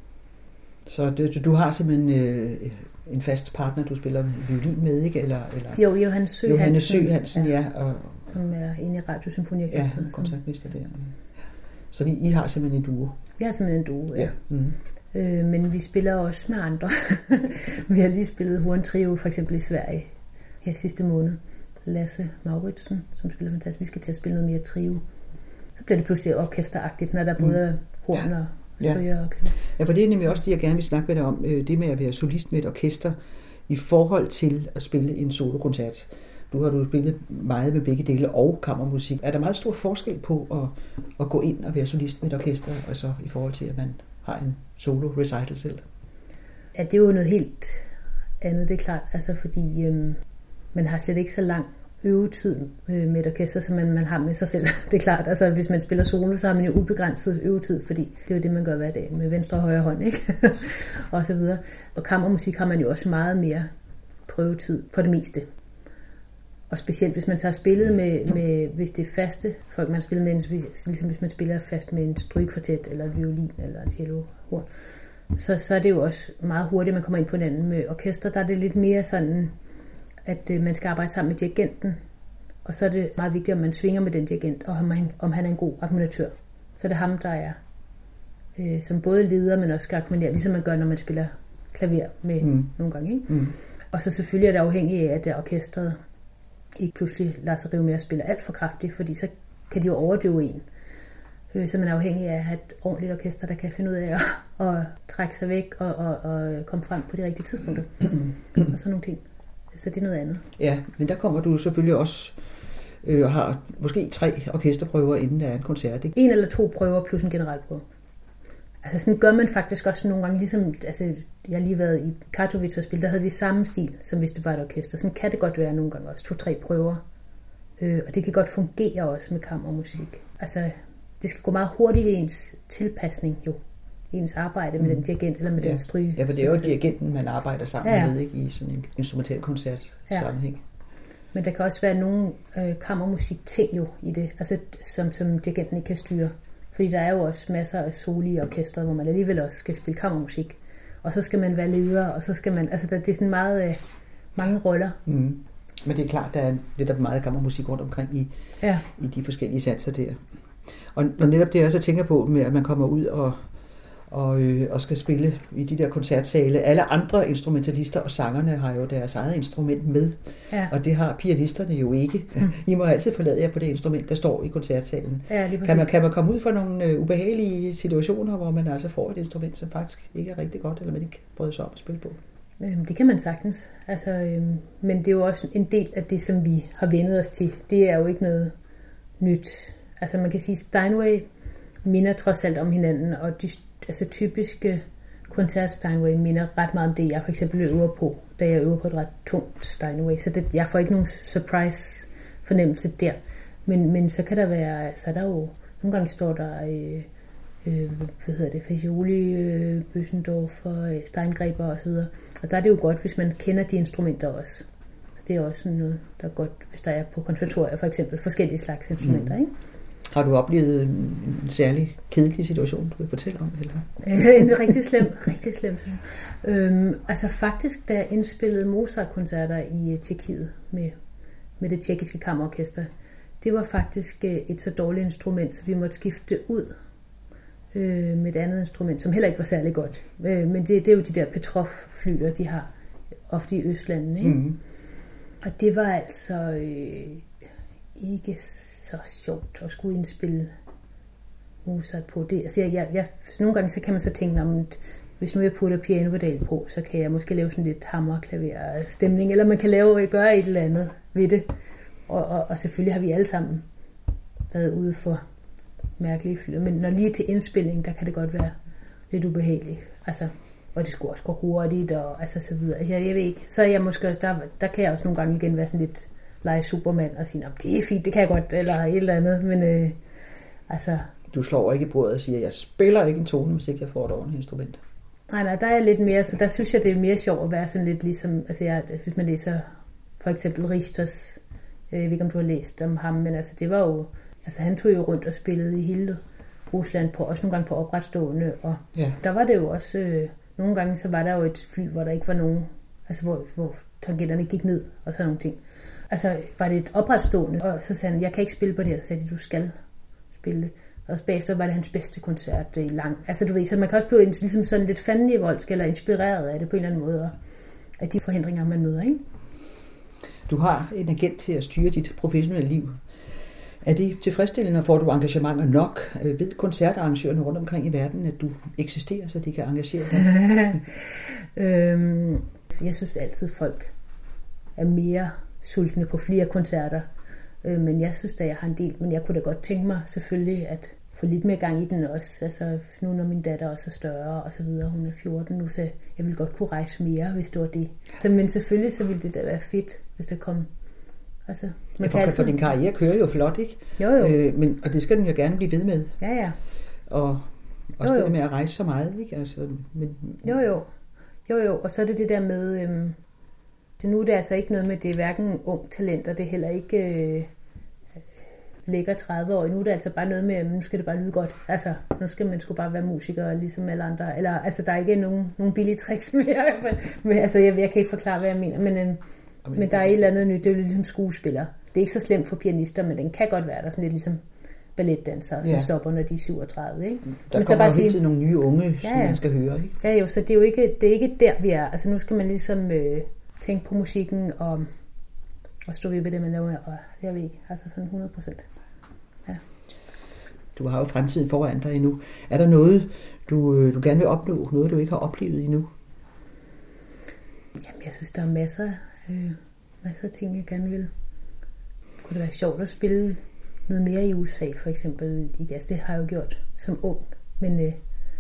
Så det, du har simpelthen øh, en fast partner, du spiller violin med, ikke? Eller, eller... Jo, Johannes Sø Hansen. Johannes Sø Hansen, ja. ja og... Som er inde i Radiosymfoniorkestret. Ja, koncertmester der. Så vi, I har simpelthen en duo? Vi har simpelthen en duo, ja. ja. Mm. Øh, men vi spiller også med andre. Vi har lige spillet Horn Trio, for eksempel i Sverige, her sidste måned. Lasse Mauritsen, som spiller fantastisk. Vi skal til at spille noget mere trio. Så bliver det pludselig orkesteragtigt, når der er både mm. horn og stryger ja. og klaver. Ja, for det er nemlig også det, jeg gerne vil snakke med dig om. Det med at være solist med et orkester i forhold til at spille en solokoncert. Du har du spillet meget med begge dele og kammermusik. Er der meget stor forskel på at, at gå ind og være solist med et orkester, og så i forhold til, at man har en solo recital selv? Ja, det er jo noget helt andet, det er klart. Altså fordi øhm, man har slet ikke så lang øvetid øh, med et orkester, som man, man har med sig selv. Det er klart. Altså hvis man spiller solo, så har man jo ubegrænset øvetid, fordi det er jo det, man gør hver dag med venstre og højre hånd, ikke? og så videre. Og kammermusik har man jo også meget mere prøvetid på det meste. Og specielt hvis man så har spillet med, med, hvis det er faste folk, man har spillet med, ligesom hvis man spiller fast med en strygekvartet, eller en violin, eller en cellohorn, så, så er det jo også meget hurtigt, man kommer ind på hinanden. Med orkester, der er det lidt mere sådan, at man skal arbejde sammen med dirigenten, og så er det meget vigtigt, om man svinger med den dirigent, og om han, om han er en god akkompagnatør. Så er det ham, der er øh, som både leder, men også skal akkompagnere, ligesom man gør, når man spiller klaver med mm. nogle gange. Ikke? Mm. Og så selvfølgelig er det afhængigt af, at det orkestret ikke pludselig lader sig rive med at spille alt for kraftigt, fordi så kan de jo overdøve en. Så man er afhængig af at have et ordentligt orkester, der kan finde ud af at, at trække sig væk og, og, og komme frem på de rigtige tidspunkter. og sådan nogle ting. Så det er noget andet. Ja, men der kommer du selvfølgelig også øh, og har måske tre orkesterprøver, inden der er en koncert, ikke? En eller to prøver plus en generalprøve. Altså sådan gør man faktisk også nogle gange, ligesom, altså jeg har lige været i Katowice og spillet, der havde vi samme stil, som hvis det var et orkester. Sådan kan det godt være nogle gange også, to-tre prøver. Øh, og det kan godt fungere også med kammermusik. Altså, det skal gå meget hurtigt i ens tilpasning jo. Ens arbejde med mm. den dirigent eller med ja. den stryge. Ja, for det er jo dirigenten, man arbejder sammen ja. med, ikke, i sådan en instrumental koncert ja. sammenhæng. Men der kan også være nogle øh, kammermusik ting jo i det, altså som, som dirigenten ikke kan styre. Fordi der er jo også masser af soli i orkestret, hvor man alligevel også skal spille kammermusik. Og så skal man være leder, og så skal man... Altså, der, det er sådan meget... Øh, mange roller. Mm. Men det er klart, der er lidt meget kammermusik rundt omkring i, ja. i de forskellige satser der. Og, og netop det, jeg også tænker på, med at man kommer ud og, og, øh, og skal spille i de der koncertsale. Alle andre instrumentalister og sangerne har jo deres eget instrument med. Ja. Og det har pianisterne jo ikke. Mm. I må altid forlade jer på det instrument, der står i koncertsalen. Ja, kan, man, kan man komme ud for nogle øh, ubehagelige situationer, hvor man altså får et instrument, som faktisk ikke er rigtig godt, eller man ikke bryder sig om at spille på? Øhm, det kan man sagtens. Altså, øhm, men det er jo også en del af det, som vi har vendet os til. Det er jo ikke noget nyt. Altså man kan sige, Steinway minder trods alt om hinanden, og de altså, typiske koncert Steinway minder ret meget om det, jeg for eksempel øver på, da jeg øver på et ret tungt Steinway. Så det, jeg får ikke nogen surprise fornemmelse der. Men, men så kan der være, så er der jo, nogle gange står der, øh, øh, hvad hedder det, Fagioli, øh, Bösendorfer, Steingreber osv. Og der er det jo godt, hvis man kender de instrumenter også. Så det er også sådan noget, der er godt, hvis der er på konservatorier for eksempel, forskellige slags instrumenter, mm. ikke? Har du oplevet en særlig kedelig situation, du vil fortælle om? Eller? en rigtig slem, rigtig slem. Øhm, altså faktisk, da jeg indspillede Mozart-koncerter i Tjekkiet med, med det tjekkiske kammerorkester, det var faktisk et så dårligt instrument, så vi måtte skifte ud øh, med et andet instrument, som heller ikke var særlig godt. Øh, men det, det er jo de der Petrov-flyer, de har ofte i Østlandene, ikke? Mm. Og det var altså øh, ikke så sjovt at skulle indspille Mozart på det. Altså jeg, jeg, jeg, nogle gange så kan man så tænke, om hvis nu jeg putter pianopedal på, så kan jeg måske lave sådan lidt hammerklaver stemning, eller man kan lave gøre et eller andet ved det. Og, og, og selvfølgelig har vi alle sammen været ude for mærkelige flyer, men når lige til indspilling, der kan det godt være lidt ubehageligt. Altså, og det skulle også gå hurtigt, og altså så videre. Jeg, jeg ved ikke. Så er jeg måske, der, der kan jeg også nogle gange igen være sådan lidt lege Superman og sige, det er fint, det kan jeg godt, eller et eller andet, men øh, altså... Du slår ikke i bordet og siger, jeg spiller ikke en tone, hvis ikke jeg får et ordentligt instrument. Nej, nej, der er lidt mere, så der synes jeg, det er mere sjovt at være sådan lidt ligesom, altså jeg, hvis man læser for eksempel Richters, jeg ved ikke, om du har læst om ham, men altså det var jo, altså han tog jo rundt og spillede i hele Rusland, på, også nogle gange på opretstående, og ja. Der var det jo også, øh, nogle gange så var der jo et fly, hvor der ikke var nogen, altså hvor, hvor tangenterne gik ned, og sådan nogle ting. Altså var det et opretstående, og så sagde han, jeg kan ikke spille på det her, så sagde de, du skal spille det. Og bagefter var det hans bedste koncert i lang. Altså du ved, så man kan også blive ligesom sådan lidt fandenivoldsk eller inspireret af det på en eller anden måde, af de forhindringer, man møder, ikke? Du har en agent til at styre dit professionelle liv. Er det tilfredsstillende, får du engagementer nok? Ved koncertarrangørerne rundt omkring i verden, at du eksisterer, så de kan engagere dig? øhm, jeg synes altid, folk er mere sultne på flere koncerter. Men jeg synes da, jeg har en del, men jeg kunne da godt tænke mig selvfølgelig at få lidt mere gang i den også. Altså nu når min datter også er større og så videre, hun er fjorten nu, så jeg ville godt kunne rejse mere, hvis det var det. Så, men selvfølgelig så ville det da være fedt, hvis der kom... Altså, man ja, kan altid... for din karriere kører jo flot, ikke? Jo, jo. Øh, men, og det skal den jo gerne blive ved med. Ja, ja. Og også jo, jo. det med at rejse så meget, ikke? Altså, men... Jo, jo. Jo, jo. Og så er det det der med... Øhm... Så nu er det altså ikke noget med, det er hverken ung talent, og det er heller ikke... Øh... ligger tredive år. Nu er det altså bare noget med, nu skal det bare lyde godt. Altså, nu skal man sgu bare være musiker, ligesom alle andre. Eller, altså, der er ikke nogen, nogen billige tricks mere. Men, altså, jeg, jeg kan ikke forklare, hvad jeg mener. Men, øhm, men, men der er et eller andet nyt. Det er jo ligesom skuespiller. Det er ikke så slemt for pianister, men den kan godt være der. Sådan lidt ligesom balletdansere, som ja. stopper, når de er syvogtredive. Ikke? Der men kommer så bare hele sige, nogle nye unge, ja, som man skal høre. Ikke? Ja, jo, så det er jo ikke, det er ikke der, vi er. Altså, nu skal man ligesom øh, tænke på musikken og, og stå ved det, man laver. Og jeg ved ikke, altså sådan hundrede procent. Ja. Du har jo fremtiden foran dig endnu. Er der noget, du, du gerne vil opnå? Noget, du ikke har oplevet endnu? Jamen, jeg synes, der er masser, øh, masser af ting, jeg gerne vil. Kunne det være sjovt at spille noget mere i U S A, for eksempel? Altså, det har jeg jo gjort som ung, men øh,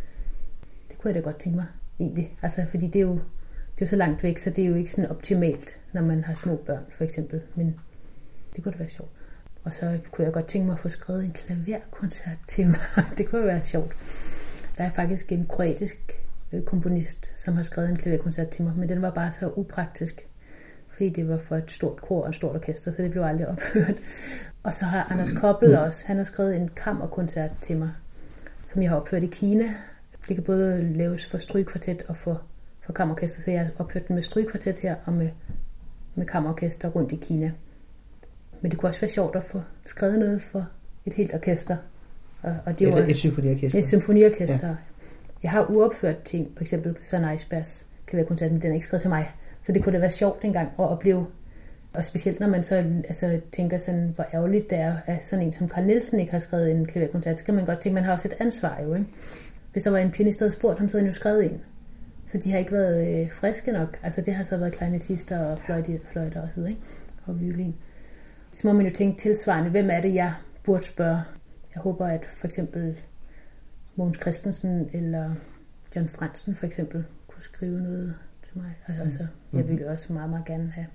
det kunne jeg da godt tænke mig, egentlig. Altså, fordi det er jo, det er jo så langt væk, så det er jo ikke sådan optimalt, når man har små børn, for eksempel. Men det kunne da være sjovt. Og så kunne jeg godt tænke mig at få skrevet en klaverkoncert til mig. Det kunne være sjovt. Der er faktisk en kroatisk komponist, som har skrevet en klaverkoncert til mig, men den var bare så upraktisk, fordi det var for et stort kor og et stort orkester, så det blev aldrig opført. Og så har Anders Koppel også, han har skrevet en kammerkoncert til mig, som jeg har opført i Kina. Det kan både laves for strygekvartet og for, for kammerorkester, så jeg har opført den med strygekvartet her og med, med kammerorkester rundt i Kina. Men det kunne også være sjovt at få skrevet noget for et helt orkester. Og, og det Eller var et symfoniorkester. Et symfoniorkester. Ja. Jeg har uopført ting, for eksempel Søren Eisbergs klaverkoncert, men den er ikke skrevet til mig. Så det kunne da være sjovt engang at opleve. Og specielt når man så altså, tænker sådan, hvor ærgerligt det er, at sådan en som Carl Nielsen ikke har skrevet en klaverkoncert, så kan man godt tænke, man har også et ansvar jo, ikke? Hvis der var en pianist, der havde spurgt ham, så havde han jo skrevet en. Så de har ikke været øh, friske nok. Altså det har så været klarinetter og fløjter og så videre, ikke? Og violin. Så må man jo tænke tilsvarende, hvem er det, jeg burde spørge? Jeg håber, at for eksempel Mogens Christensen eller John Franzen for eksempel kunne skrive noget til mig. Altså, mm. jeg ville jo også meget, meget gerne have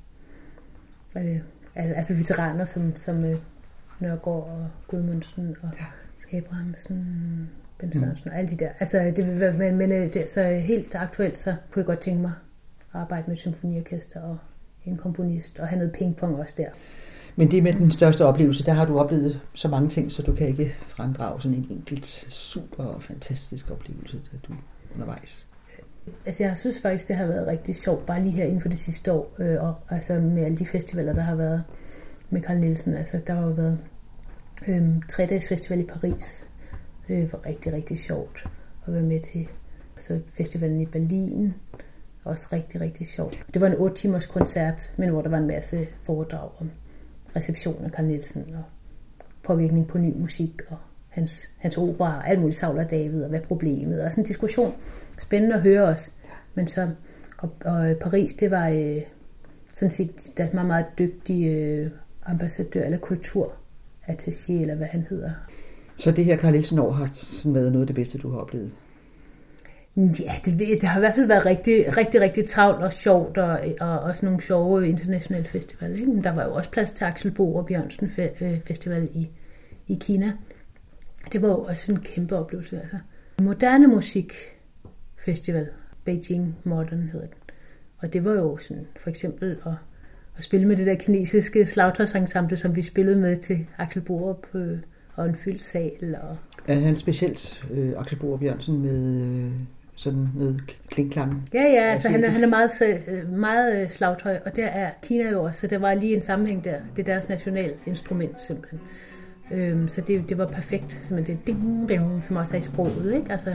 øh, altså veteraner som, som øh, Nørgaard og Gudmundsen og ja. Abrahamsen, Ben Sørensen mm. og alle de der. Altså, det vil være, men, men det, så helt aktuelt, så kunne jeg godt tænke mig at arbejde med et symfoniorkester og en komponist og have noget pingpong også der. Men det med den største oplevelse, der har du oplevet så mange ting, så du kan ikke fremdrage sådan en enkelt super fantastisk oplevelse, der du undervejs. Altså jeg synes faktisk, det har været rigtig sjovt, bare lige her inden for det sidste år, øh, og altså med alle de festivaler, der har været med Carl Nielsen. Altså der har jo været øh, tre dages festival i Paris. Det var rigtig, rigtig sjovt at være med til. Altså festivalen i Berlin, også rigtig, rigtig sjovt. Det var en otte timers koncert, men hvor der var en masse foredrag om reception af Carl Nielsen og påvirkning på ny musik og hans, hans opera og alt muligt, Saul og David og hvad problemet og sådan en diskussion. Spændende at høre os. Men så, og, og Paris, det var øh, sådan set, der er meget, meget dygtig øh, ambassadør eller kulturattaché, eller hvad han hedder. Så det her Carl Nielsen år har sådan været noget af det bedste, du har oplevet? Ja, det, det har i hvert fald været rigtig, rigtig, rigtig travlt og sjovt, og, og også nogle sjove internationale festivaler. Ikke? Men der var jo også plads til Axel Borup Jørgensen Festival i, i Kina. Det var jo også en kæmpe oplevelse. Altså. Moderne Musik Festival, Beijing Modern hedder den. Og det var jo sådan, for eksempel at, at spille med det der kinesiske slagtøjsensemble, som vi spillede med til Axel Borup øh, og en fyldt sal. Og... Er han specielt øh, Axel Borup Jørgensen med øh, sådan noget klingklang? Ja, ja, altså han er, han er meget, meget slagtøj, og der er Kina jo også, så der var lige en sammenhæng der. Det er deres nationale instrument simpelthen. Øhm, så det, det var perfekt, simpelthen det ding, ding, som også er i sproget, ikke? Altså...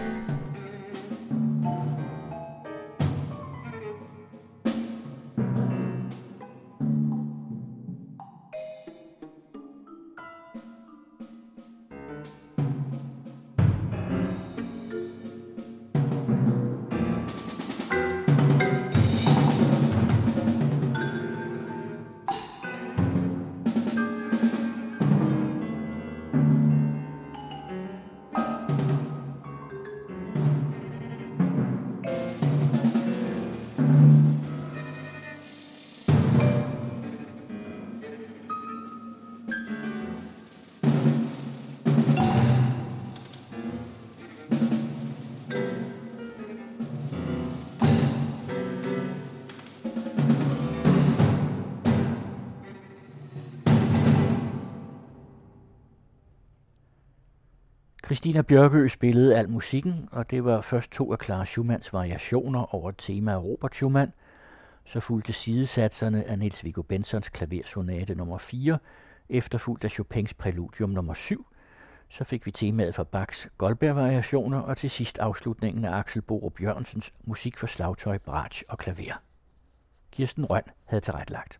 Christina Bjørkøe spillede al musikken, og det var først to af Clara Schumanns variationer over et tema af Robert Schumann. Så fulgte sidesatserne af Niels Viggo Bentzons klaversonate nummer fire, efterfulgt af Chopins præludium nummer syv. Så fik vi temaet fra Bachs Goldberg-variationer, og til sidst afslutningen af Axel Borup Jørgensens musik for slagtøj, bratsch og klaver. Kirsten Røn havde tilrettelagt.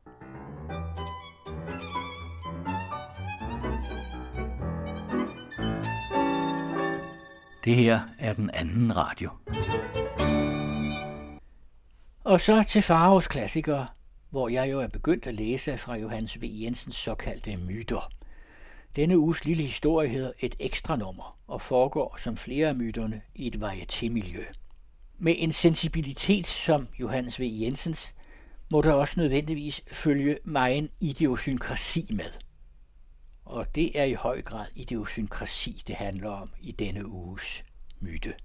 Det her er den anden radio. Og så til Faros klassikere, hvor jeg jo er begyndt at læse fra Johannes V. Jensens såkaldte myter. Denne uges lille historie hedder Et ekstra nummer og foregår som flere af myterne i et varieté-miljø. Med en sensibilitet som Johannes V. Jensens må der også nødvendigvis følge megen idiosynkrasi med. Og det er i høj grad idiosynkrasi, det handler om i denne uges myte.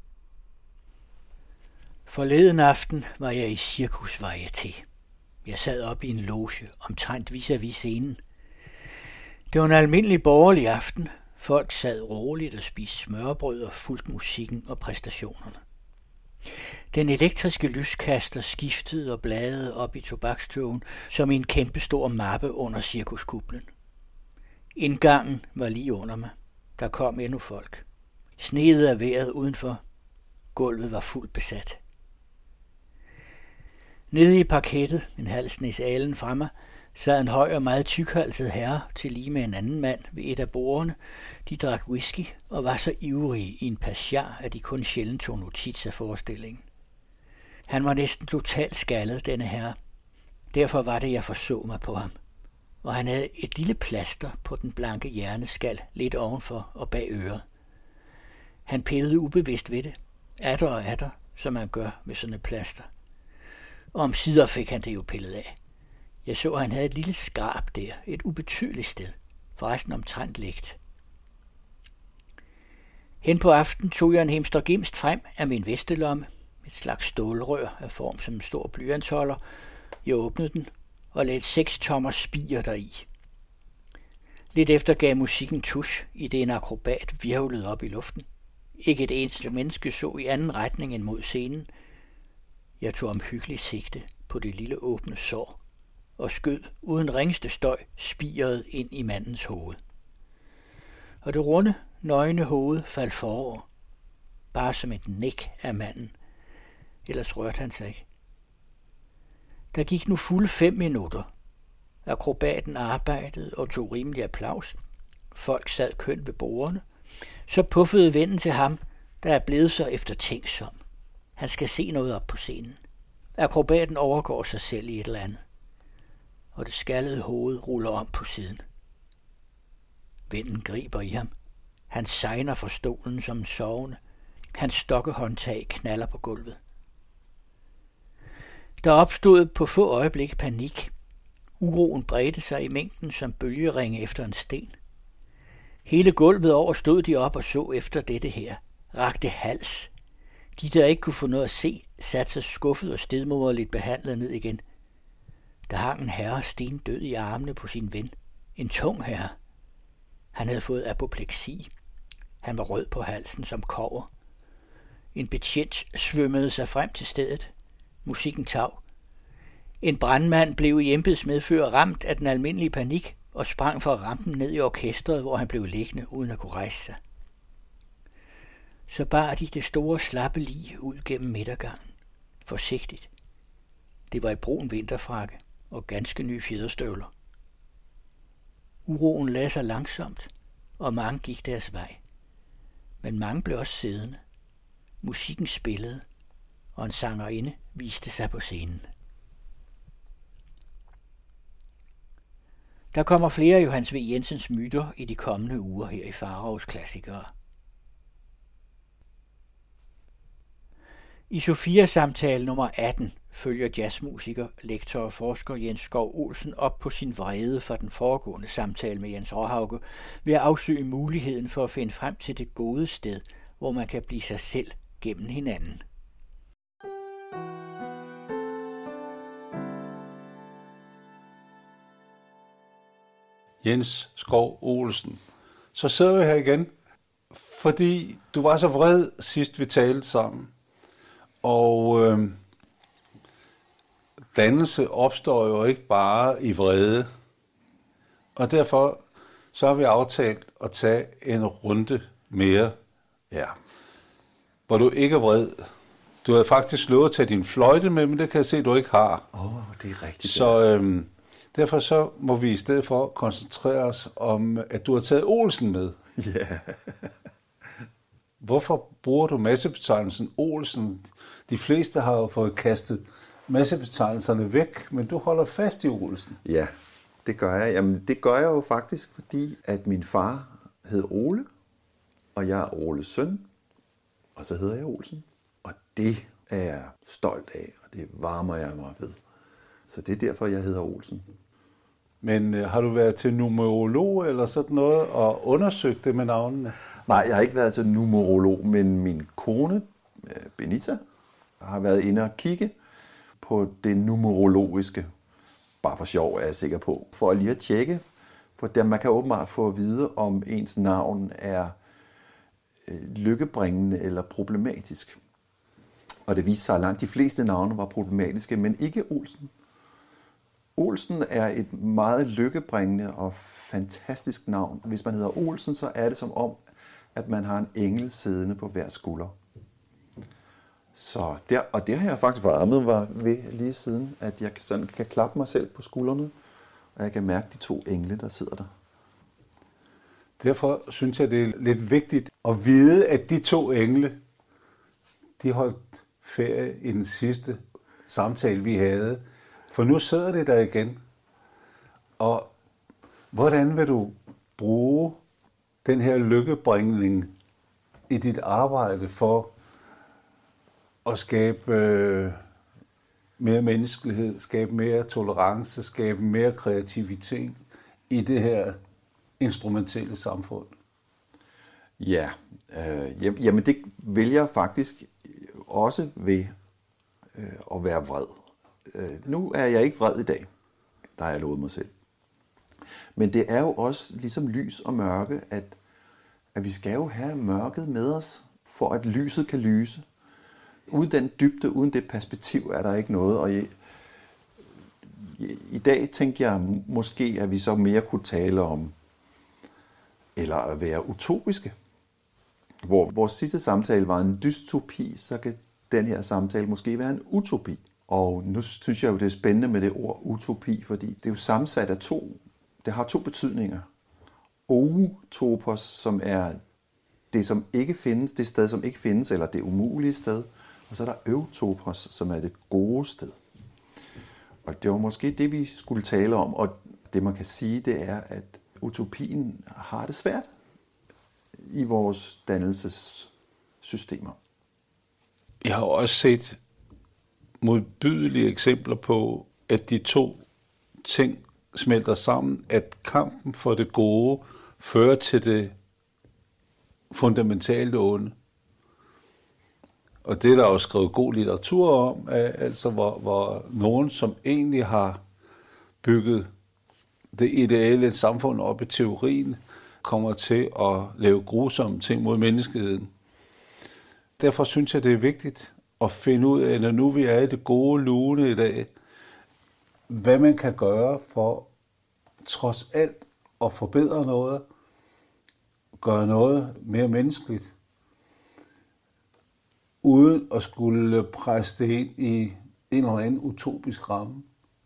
Forleden aften var jeg i Cirkus Varieté. Jeg sad op i en loge, omtrent vis-à-vis scenen. Det var en almindelig borgerlig aften. Folk sad roligt og spiste smørbrød og fulgte musikken og præstationerne. Den elektriske lyskaster skiftede og bladede op i tobakstøven som i en kæmpestor mappe under cirkuskuplen. Indgangen var lige under mig. Der kom endnu folk. Sneede af vejret udenfor. Gulvet var fuldt besat. Nede i parkettet, en halv snes alen fra mig, sad en høj og meget tykhalset herre til lige med en anden mand ved et af bordene. De drak whisky og var så ivrige i en passiar, at de kun sjældent tog notits af forestillingen. Han var næsten totalt skaldet, denne herre. Derfor var det, jeg forså mig på ham. Og han havde et lille plaster på den blanke hjerneskal lidt ovenfor og bag øret. Han pillede ubevidst ved det, atter og atter, som man gør med sådan et plaster. Og omsider fik han det jo pillet af. Jeg så, at han havde et lille skarp der, et ubetydeligt sted, forresten omtrent lægt. Hen på aften tog jeg en hemster gimst frem af min vestelomme, et slags stålrør af form som en stor blyantsholder. Jeg åbnede den og lagde et seks tommer spiger deri. Lidt efter gav musikken tusch, i det en akrobat virvlede op i luften. Ikke et eneste menneske så i anden retning end mod scenen. Jeg tog omhyggeligt sigte på det lille åbne sår og skød uden ringeste støj spigeret ind i mandens hoved. Og det runde, nøgne hoved faldt forover, bare som et næk af manden. Ellers rørte han sig ikke. Der gik nu fulde fem minutter. Akrobaten arbejdede og tog rimelig applaus. Folk sad kønt ved bordene. Så puffede vennen til ham, der er blevet så eftertænksom. Han skal se noget op på scenen. Akrobaten overgår sig selv i et eller andet. Og det skaldede hoved ruller om på siden. Vennen griber i ham. Han sejner fra stolen som en sovende. Hans stokkehåndtag knaller på gulvet. Der opstod på få øjeblik panik. Uroen bredte sig i mængden som bølgeringe efter en sten. Hele gulvet over stod de op og så efter dette her. Rakte hals. De, der ikke kunne få noget at se, satte sig skuffet og stedmoderligt behandlet ned igen. Der hang en herre stendød i armene på sin ven. En tung herre. Han havde fået apopleksi. Han var rød på halsen som kobber. En betjent svømmede sig frem til stedet. Musikken tav. En brandmand blev i embedsmedfører ramt af den almindelige panik og sprang fra rampen ned i orkestret, hvor han blev liggende uden at kunne rejse sig. Så bar de det store slappe lig ud gennem midtergangen. Forsigtigt. Det var i brun vinterfrakke og ganske nye fjederstøvler. Uroen lagde sig langsomt, og mange gik deres vej. Men mange blev også siddende. Musikken spillede, og en sangerinde viste sig på scenen. Der kommer flere Johannes V. Jensens myter i de kommende uger her i Faraos Klassikere. I Sofia-samtale nummer atten følger jazzmusiker, lektor og forsker Jens Skov Olsen op på sin vrede fra den foregående samtale med Jens Råhauke ved at afsøge muligheden for at finde frem til det gode sted, hvor man kan blive sig selv gennem hinanden. Jens Skov Olsen. Så sidder vi her igen, fordi du var så vred sidst vi talte sammen. Og øh, dannelse opstår jo ikke bare i vrede. Og derfor så har vi aftalt at tage en runde mere. Ja. Hvor du ikke er vred. Du havde faktisk lovet at tage din fløjte med, men det kan jeg se, du ikke har. Åh, oh, det er rigtigt. Så øh, derfor så må vi i stedet for koncentrere os om, at du har taget Olsen med. Ja. Yeah. Hvorfor bruger du massebetegnelsen Olsen? De fleste har jo fået kastet massebetegnelserne væk, men du holder fast i Olsen. Ja, det gør jeg. Jamen, det gør jeg jo faktisk, fordi at min far hed Ole, og jeg er Oles søn, og så hedder jeg Olsen. Og det er jeg stolt af, og det varmer jeg mig ved. Så det er derfor, jeg hedder Olsen. Men øh, har du været til numerolog eller sådan noget og undersøgt det med navnene? Nej, jeg har ikke været til numerolog, men min kone, Benita, har været inde og kigge på det numerologiske. Bare for sjov er jeg sikker på. For lige at tjekke, for der man kan åbenbart få at vide, om ens navn er lykkebringende eller problematisk. Og det viste sig, at langt de fleste navne var problematiske, men ikke Olsen. Olsen er et meget lykkebringende og fantastisk navn. Hvis man hedder Olsen, så er det som om, at man har en engel siddende på hver skulder. Så der, og det har jeg faktisk varmet var ved lige siden, at jeg sådan kan klappe mig selv på skuldrene, og jeg kan mærke de to engle, der sidder der. Derfor synes jeg, det er lidt vigtigt at vide, at de to engle, de holdt ferie i den sidste samtale, vi havde. For nu sidder det der igen. Og hvordan vil du bruge den her lykkebringning i dit arbejde for at skabe øh, mere menneskelighed, skabe mere tolerance, skabe mere kreativitet i det her instrumentelle samfund? Ja, øh, jamen det vil jeg faktisk også ved øh, at være vred. Øh, nu er jeg ikke vred i dag, der har jeg lovet mig selv. Men det er jo også ligesom lys og mørke, at, at vi skal jo have mørket med os, for at lyset kan lyse. Uden den dybde, uden det perspektiv, er der ikke noget. Og i, i, i dag tænker jeg måske, at vi så mere kunne tale om, eller at være utopiske. Hvor vores sidste samtale var en dystopi, så kan den her samtale måske være en utopi. Og nu synes jeg jo, det er spændende med det ord utopi, fordi det er jo sammensat af to. Det har to betydninger. Outopos, som er det, som ikke findes, det sted, som ikke findes, eller det umulige sted. Og så er der eutopos, som er det gode sted. Og det var måske det, vi skulle tale om. Og det, man kan sige, det er, at utopien har det svært i vores dannelsessystemer. Jeg har også set modbydelige eksempler på, at de to ting smelter sammen, at kampen for det gode fører til det fundamentalt onde. Og det er der jo skrevet god litteratur om, altså hvor, hvor nogen, som egentlig har bygget det ideelle samfund op i teorien, kommer til at lave grusomme ting mod menneskeheden. Derfor synes jeg, det er vigtigt at finde ud af, når nu vi er i det gode lune i dag, hvad man kan gøre for trods alt at forbedre noget, gøre noget mere menneskeligt, uden at skulle presse det ind i en eller anden utopisk ramme.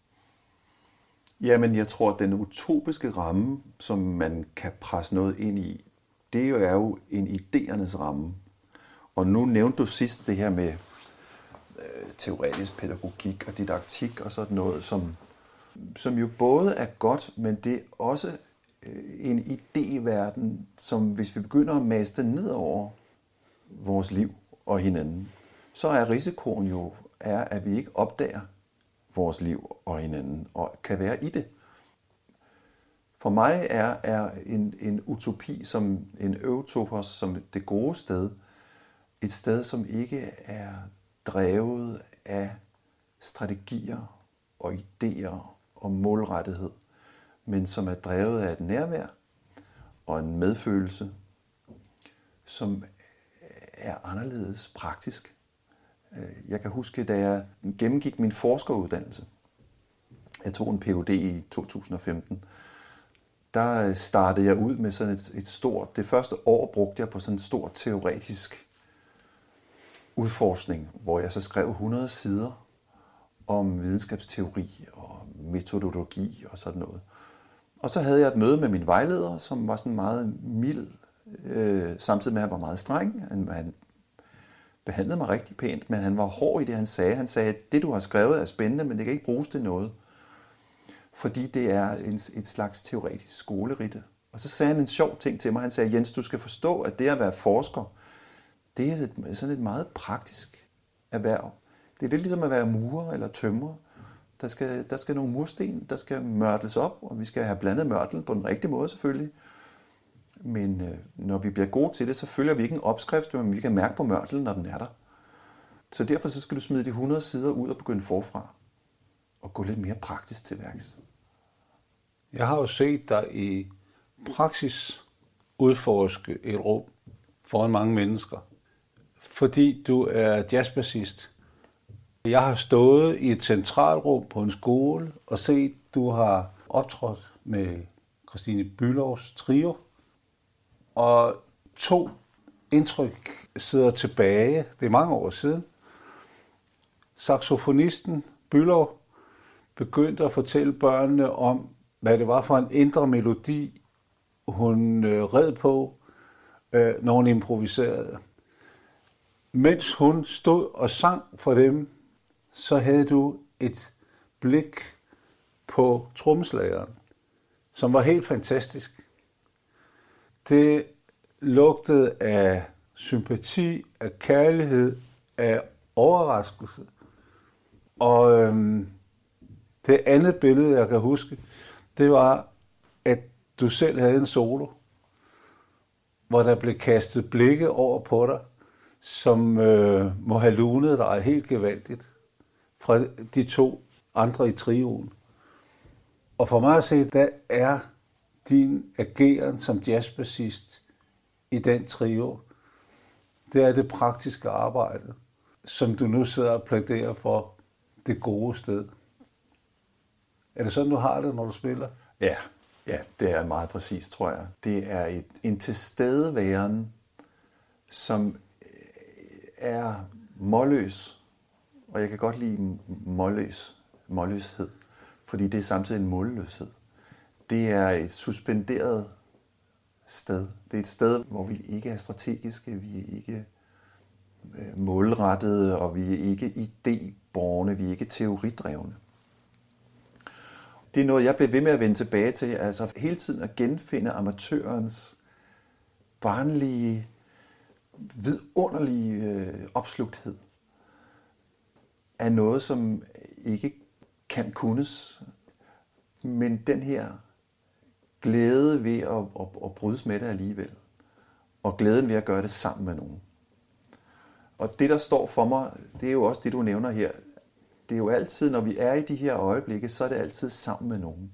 Jamen, jeg tror, at den utopiske ramme, som man kan presse noget ind i, det er jo en idéernes ramme. Og nu nævnte du sidst det her med øh, teoretisk pædagogik og didaktik og sådan noget, som, som jo både er godt, men det er også øh, en idéverden, som hvis vi begynder at maste ned over vores liv og hinanden, så er risikoen jo, er, at vi ikke opdager vores liv og hinanden, og kan være i det. For mig er, er en, en utopi som en øutopos, som det gode sted, et sted, som ikke er drevet af strategier og idéer og målrettighed, men som er drevet af et nærvær og en medfølelse, som er anderledes praktisk. Jeg kan huske, da jeg gennemgik min forskeruddannelse, jeg tog en P H D i to tusind og femten, der startede jeg ud med sådan et, et stort, det første år brugte jeg på sådan en stor teoretisk udforskning, hvor jeg så skrev hundrede sider om videnskabsteori og metodologi og sådan noget. Og så havde jeg et møde med min vejleder, som var sådan meget mild, øh, samtidig med at han var meget streng. Han, han behandlede mig rigtig pænt, men han var hård i det, han sagde. Han sagde, at det, du har skrevet, er spændende, men det kan ikke bruges til noget. Fordi det er en, et slags teoretisk skoleritte. Og så sagde han en sjov ting til mig. Han sagde, Jens, du skal forstå, at det at være forsker, det er et, sådan et meget praktisk erhverv. Det er lidt ligesom at være murer eller tømrer. Der skal, der skal nogle mursten, der skal mørtles op, og vi skal have blandet mørtel på den rigtige måde selvfølgelig. Men øh, når vi bliver gode til det, så følger vi ikke en opskrift, men vi kan mærke på mørtelen, når den er der. Så derfor så skal du smide de hundrede sider ud og begynde forfra. Og gå lidt mere praktisk til værks. Jeg har jo set dig i praksis udforske et rum foran mange mennesker. Fordi du er jazzbassist. Jeg har stået i et centralrum på en skole og set, du har optrådt med Christine Bülows trio. Og to indtryk sidder tilbage. Det er mange år siden. Saxofonisten Bülow begyndte at fortælle børnene om, hvad det var for en indre melodi, hun øh, red på, øh, når hun improviserede. Mens hun stod og sang for dem, så havde du et blik på trommeslageren, som var helt fantastisk. Det lugtede af sympati, af kærlighed, af overraskelse. Og øhm, det andet billede, jeg kan huske, det var, at du selv havde en solo, hvor der blev kastet blikke over på dig, som øh, må have lunet dig helt gevaldigt fra de to andre i trioen. Og for mig at se, der er din ageren som jazzbassist i den trio, det er det praktiske arbejde, som du nu sidder og plæderer for det gode sted. Er det sådan, du har det, når du spiller? Ja, ja, det er meget præcist, tror jeg. Det er et, en tilstedeværen, som er målløs, og jeg kan godt lide målløs, målløshed, fordi det er samtidig en målløshed. Det er et suspenderet sted. Det er et sted, hvor vi ikke er strategiske, vi er ikke målrettede, og vi er ikke idébårne, vi er ikke teoridrevne. Det er noget, jeg bliver ved med at vende tilbage til, altså hele tiden at genfinde amatørens barnlige, vidunderlige øh, opslugthed er noget, som ikke kan kunnes, men den her glæde ved at, at, at brydes med det alligevel, og glæden ved at gøre det sammen med nogen. Og det, der står for mig, det er jo også det, du nævner her. Det er jo altid, når vi er i de her øjeblikke, så er det altid sammen med nogen.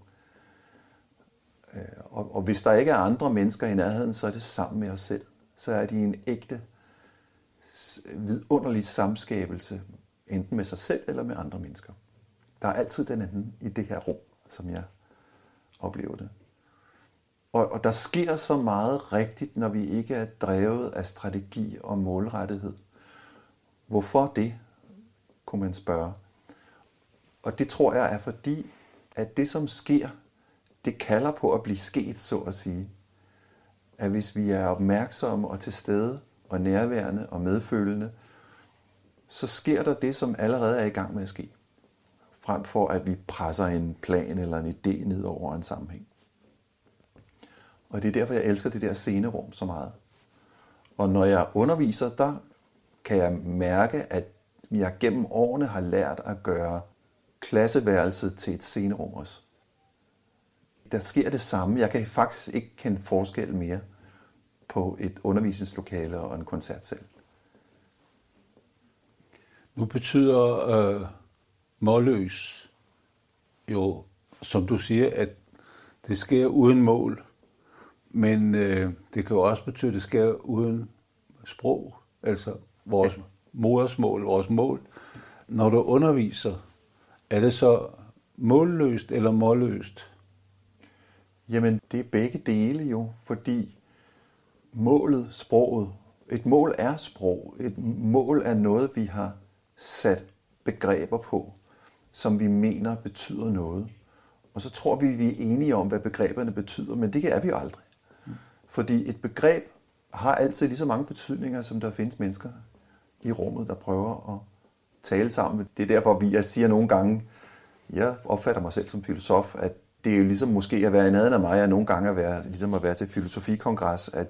Og, og hvis der ikke er andre mennesker i nærheden, så er det sammen med os selv. Så er de en ægte, vidunderlig samskabelse, enten med sig selv eller med andre mennesker. Der er altid den anden i det her rum, som jeg oplever det. Og, og der sker så meget rigtigt, når vi ikke er drevet af strategi og målrettighed. Hvorfor det, kunne man spørge. Og det tror jeg er fordi, at det som sker, det kalder på at blive sket, så at sige. At hvis vi er opmærksomme og til stede og nærværende og medfølende, så sker der det, som allerede er i gang med at ske. Frem for at vi presser en plan eller en idé ned over en sammenhæng. Og det er derfor, jeg elsker det der scenerum så meget. Og når jeg underviser, der kan jeg mærke, at jeg gennem årene har lært at gøre klasseværelset til et scenerum også. Der sker det samme. Jeg kan faktisk ikke kende forskel mere på et undervisningslokale og en koncertsal. Nu betyder øh, målløs jo, som du siger, at det sker uden mål. Men øh, det kan jo også betyde, at det sker uden sprog, altså vores modersmål, vores mål. Når du underviser, er det så målløst eller målløst? Jamen, det er begge dele jo, fordi målet, sproget, et mål er sprog. Et mål er noget, vi har sat begreber på, som vi mener betyder noget. Og så tror vi, vi er enige om, hvad begreberne betyder, men det er vi jo aldrig. Fordi et begreb har altid lige så mange betydninger, som der findes mennesker i rummet, der prøver at tale sammen. Det er derfor, vi jeg siger nogle gange, jeg opfatter mig selv som filosof, at det er jo ligesom måske at være i nærheden af mig, og nogle gange at være, ligesom at være til filosofikongres, at,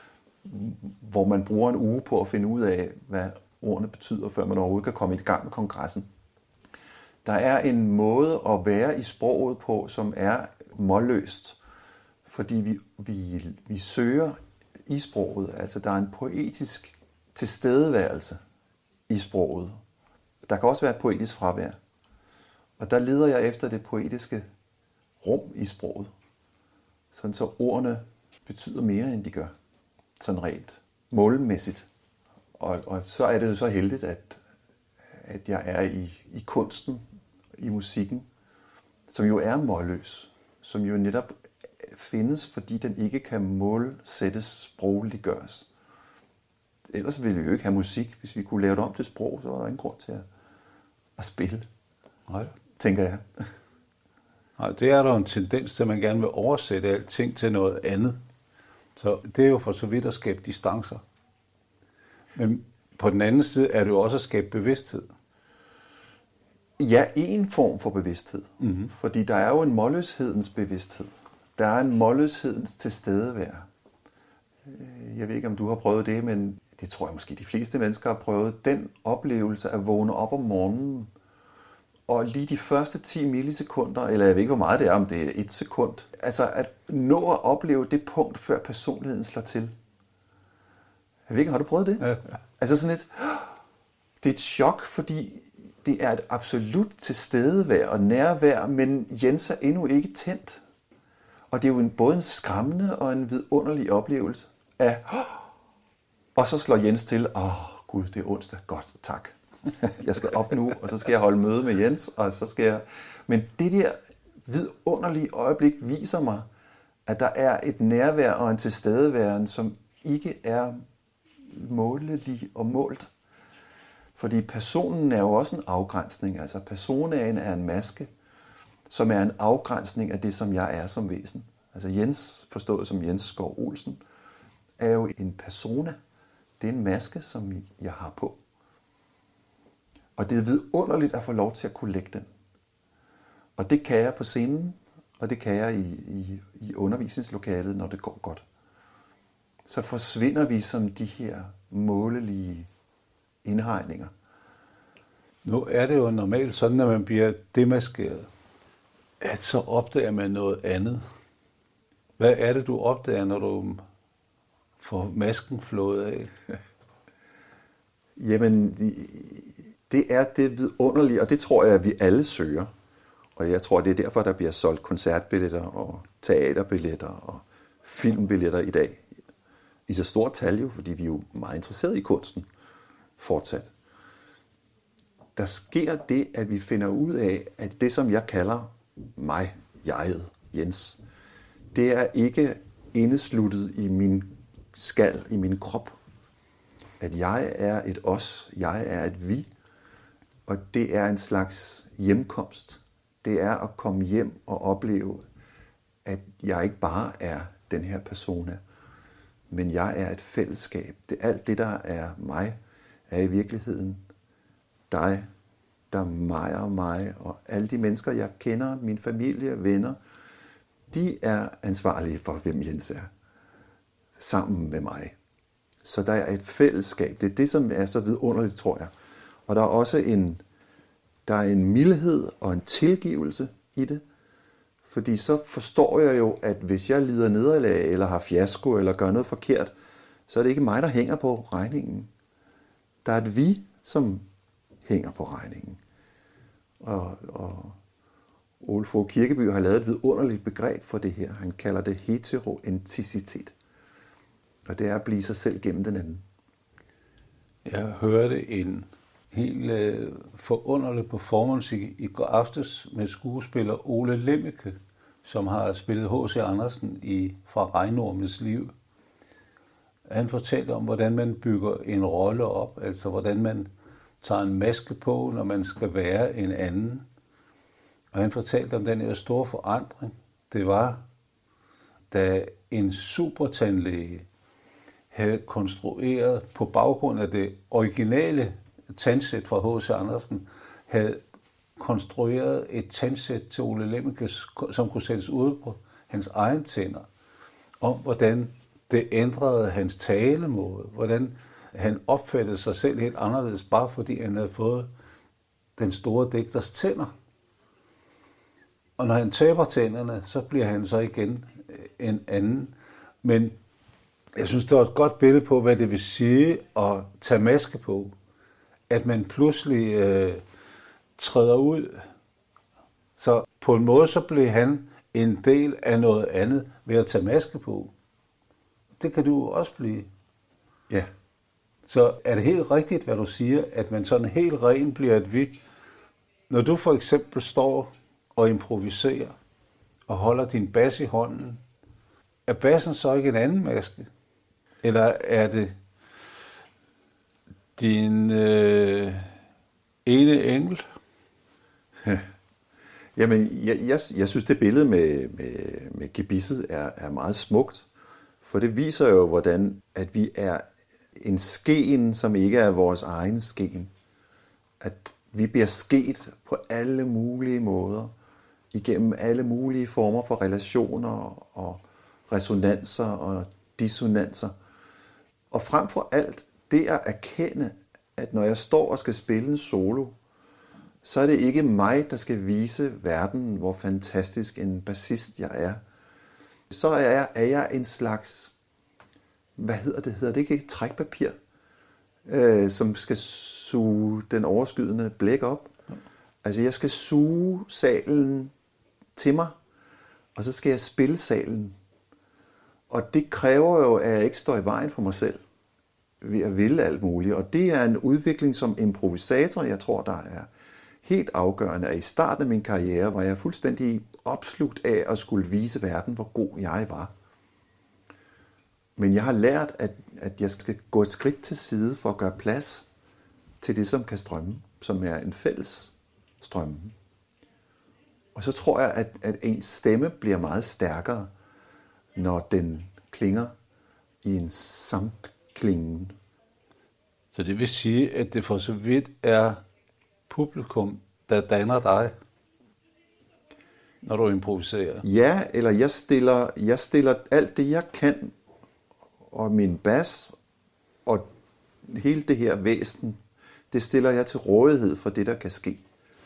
hvor man bruger en uge på at finde ud af, hvad ordene betyder, før man overhovedet kan komme i gang med kongressen. Der er en måde at være i sproget på, som er målløst, fordi vi, vi, vi søger i sproget. Altså der er en poetisk tilstedeværelse i sproget. Der kan også være et poetisk fravær. Og der leder jeg efter det poetiske rum i sproget, sådan så ordene betyder mere, end de gør, sådan rent målmæssigt. Og, og så er det jo så heldigt, at, at jeg er i, i kunsten, i musikken, som jo er målløs, som jo netop findes, fordi den ikke kan målsættes, sprogliggøres. Ellers ville vi jo ikke have musik. Hvis vi kunne lave det om til sprog, så var der ingen grund til at, at spille. Nej. Tænker jeg. Nej, det er der en tendens til, at man gerne vil oversætte alting til noget andet. Så det er jo for så vidt at skabe distancer. Men på den anden side er det jo også at skabe bevidsthed. Ja, en form for bevidsthed. Mm-hmm. Fordi der er jo en målløshedens bevidsthed. Der er en målløshedens tilstedevær. Jeg ved ikke, om du har prøvet det, men det tror jeg måske de fleste mennesker har prøvet. Den oplevelse at vågne op om morgenen, og lige de første ti millisekunder, eller jeg ved ikke, hvor meget det er, om det er et sekund, altså at nå at opleve det punkt, før personligheden slår til. Jeg ved ikke, har du prøvet det? Ja, ja. Altså sådan et, det er et chok, fordi det er et absolut tilstedevær og nærvær, men Jens er endnu ikke tændt. Og det er jo en, både en skræmmende og en vidunderlig oplevelse af, og så slår Jens til, åh oh, gud, det er onsdag, godt, tak. Jeg skal op nu, og så skal jeg holde møde med Jens, og så skal jeg... Men det der vidunderlige øjeblik viser mig, at der er et nærvær og en tilstedeværen, som ikke er målelig og målt. Fordi personen er jo også en afgrænsning. Altså personaen er en maske, som er en afgrænsning af det, som jeg er som væsen. Altså Jens, forstået som Jens Skov Olsen, er jo en persona. Det er en maske, som jeg har på. Og det er vidunderligt at få lov til at kunne lægge den. Og det kan jeg på scenen, og det kan jeg i, i, i undervisningslokalet, når det går godt. Så forsvinder vi som de her målelige indhegninger. Nu er det jo normalt sådan, når man bliver demaskeret, at så opdager man noget andet. Hvad er det, du opdager, når du får masken flået af? Jamen, det er det vidunderlige, og det tror jeg, at vi alle søger. Og jeg tror, det er derfor, der bliver solgt koncertbilletter og teaterbilletter og filmbilletter i dag. I så stort tal jo, fordi vi er jo meget interesserede i kunsten fortsat. Der sker det, at vi finder ud af, at det, som jeg kalder mig, jeget, Jens, det er ikke indesluttet i min skal, i min krop. At jeg er et os, jeg er et vi, og det er en slags hjemkomst. Det er at komme hjem og opleve, at jeg ikke bare er den her persona, men jeg er et fællesskab. Det, alt det, der er mig, er i virkeligheden dig, der er mig og mig, og alle de mennesker, jeg kender, min familie, venner, de er ansvarlige for, hvem Jens er, sammen med mig. Så der er et fællesskab. Det er det, som er så vidunderligt, tror jeg. Og der er også en, der er en mildhed og en tilgivelse i det. Fordi så forstår jeg jo, at hvis jeg lider nederlag, eller har fiasko, eller gør noget forkert, så er det ikke mig, der hænger på regningen. Der er et vi, som hænger på regningen. Og, og Ole Fogh Kirkeby har lavet et vidunderligt begreb for det her. Han kalder det heteroenticitet. Og det er at blive sig selv gennem den anden. Jeg hørte en helt øh, forunderlig performance i, i går aftes med skuespiller Ole Lemmeke, som har spillet H C Andersen i Fra Regnormens liv. Han fortalte om, hvordan man bygger en rolle op, altså hvordan man tager en maske på, når man skal være en anden. Og han fortalte om den her store forandring. Det var, da en supertandlæge havde konstrueret på baggrund af det originale tandsæt fra H C Andersen, havde konstrueret et tandsæt til Ole Lemmeke, som kunne sættes ude på hans egen tænder, om hvordan det ændrede hans talemåde, hvordan han opfattede sig selv helt anderledes, bare fordi han havde fået den store digters tænder. Og når han taber tænderne, så bliver han så igen en anden. Men jeg synes, det var et godt billede på, hvad det vil sige at tage maske på. At man pludselig øh, træder ud. Så på en måde, så blev han en del af noget andet ved at tage maske på. Det kan du også blive. Ja. Så er det helt rigtigt, hvad du siger, at man sådan helt ren bliver et vi. Når du for eksempel står og improviserer og holder din bas i hånden, er bassen så ikke en anden maske? Eller er det din øh, ene engel? Jamen, jeg, jeg, jeg synes, det billede med, med, med gebisset er, er meget smukt, for det viser jo, hvordan at vi er en sken, som ikke er vores egen sken. At vi bliver sket på alle mulige måder, igennem alle mulige former for relationer og resonanser og dissonanser. Og frem for alt, det at erkende, at når jeg står og skal spille en solo, så er det ikke mig, der skal vise verden, hvor fantastisk en bassist jeg er. Så er jeg, er jeg en slags, hvad hedder det? Hedder det ikke et trækpapir, øh, som skal suge den overskydende blæk op? Altså jeg skal suge salen til mig, og så skal jeg spille salen. Og det kræver jo, at jeg ikke står i vejen for mig selv ved at ville alt muligt. Og det er en udvikling som improvisator, jeg tror, der er helt afgørende. At i starten af min karriere var jeg fuldstændig opslugt af at skulle vise verden, hvor god jeg var. Men jeg har lært, at, at jeg skal gå et skridt til side for at gøre plads til det, som kan strømme, som er en fælles strømme. Og så tror jeg, at, at ens stemme bliver meget stærkere, når den klinger i en samklingen. Så det vil sige, at det for så vidt er publikum, der danner dig, når du improviserer? Ja, eller jeg stiller, jeg stiller alt det, jeg kan, og min bas, og hele det her væsen det stiller jeg til rådighed for det, der kan ske.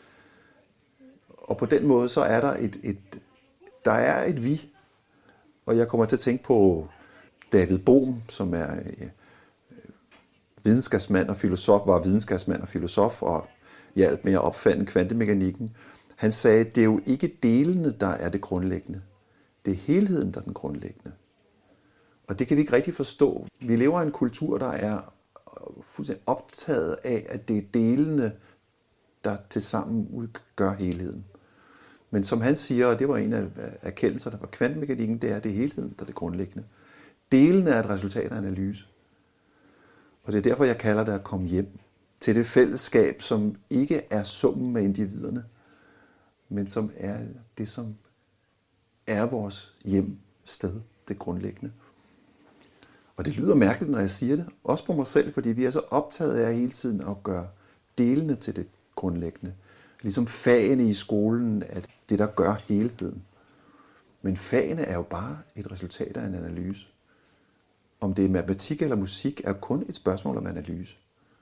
Og på den måde, så er der et, et, der er et vi. Og jeg kommer til at tænke på David Bohm, som er øh, videnskabsmand og filosof, var videnskabsmand og filosof, og hjalp med at opfinde kvantemekanikken. Han sagde, det er jo ikke delene, der er det grundlæggende. Det er helheden, der er den grundlæggende. Og det kan vi ikke rigtig forstå. Vi lever i en kultur, der er fuldstændig optaget af, at det er delene, der tilsammen udgør helheden. Men som han siger, og det var en af erkendelserne fra kvantemekanikken, det er det helheden, der er det grundlæggende. Delene er et resultat af analyse. Og det er derfor, jeg kalder det at komme hjem til det fællesskab, som ikke er summen af individerne, men som er det, som er vores hjemsted, det grundlæggende. Og det lyder mærkeligt, når jeg siger det, også på mig selv, fordi vi er så optaget af hele tiden at gøre delene til det grundlæggende. Ligesom fagene i skolen er det, der gør helheden. Men fagene er jo bare et resultat af en analyse. Om det er matematik eller musik, er kun et spørgsmål om analyse.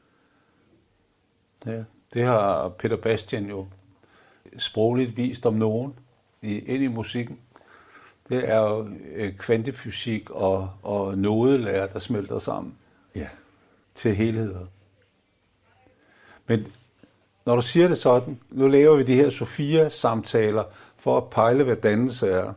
Ja, det har Peter Bastian jo sprogligt vist om nogen ind i musikken. Det er jo kvantefysik og, og nodelære, der smelter sammen ja. til helheder. Men når du siger det sådan, nu laver vi de her Sofia-samtaler for at pejle, hvad dannelse er,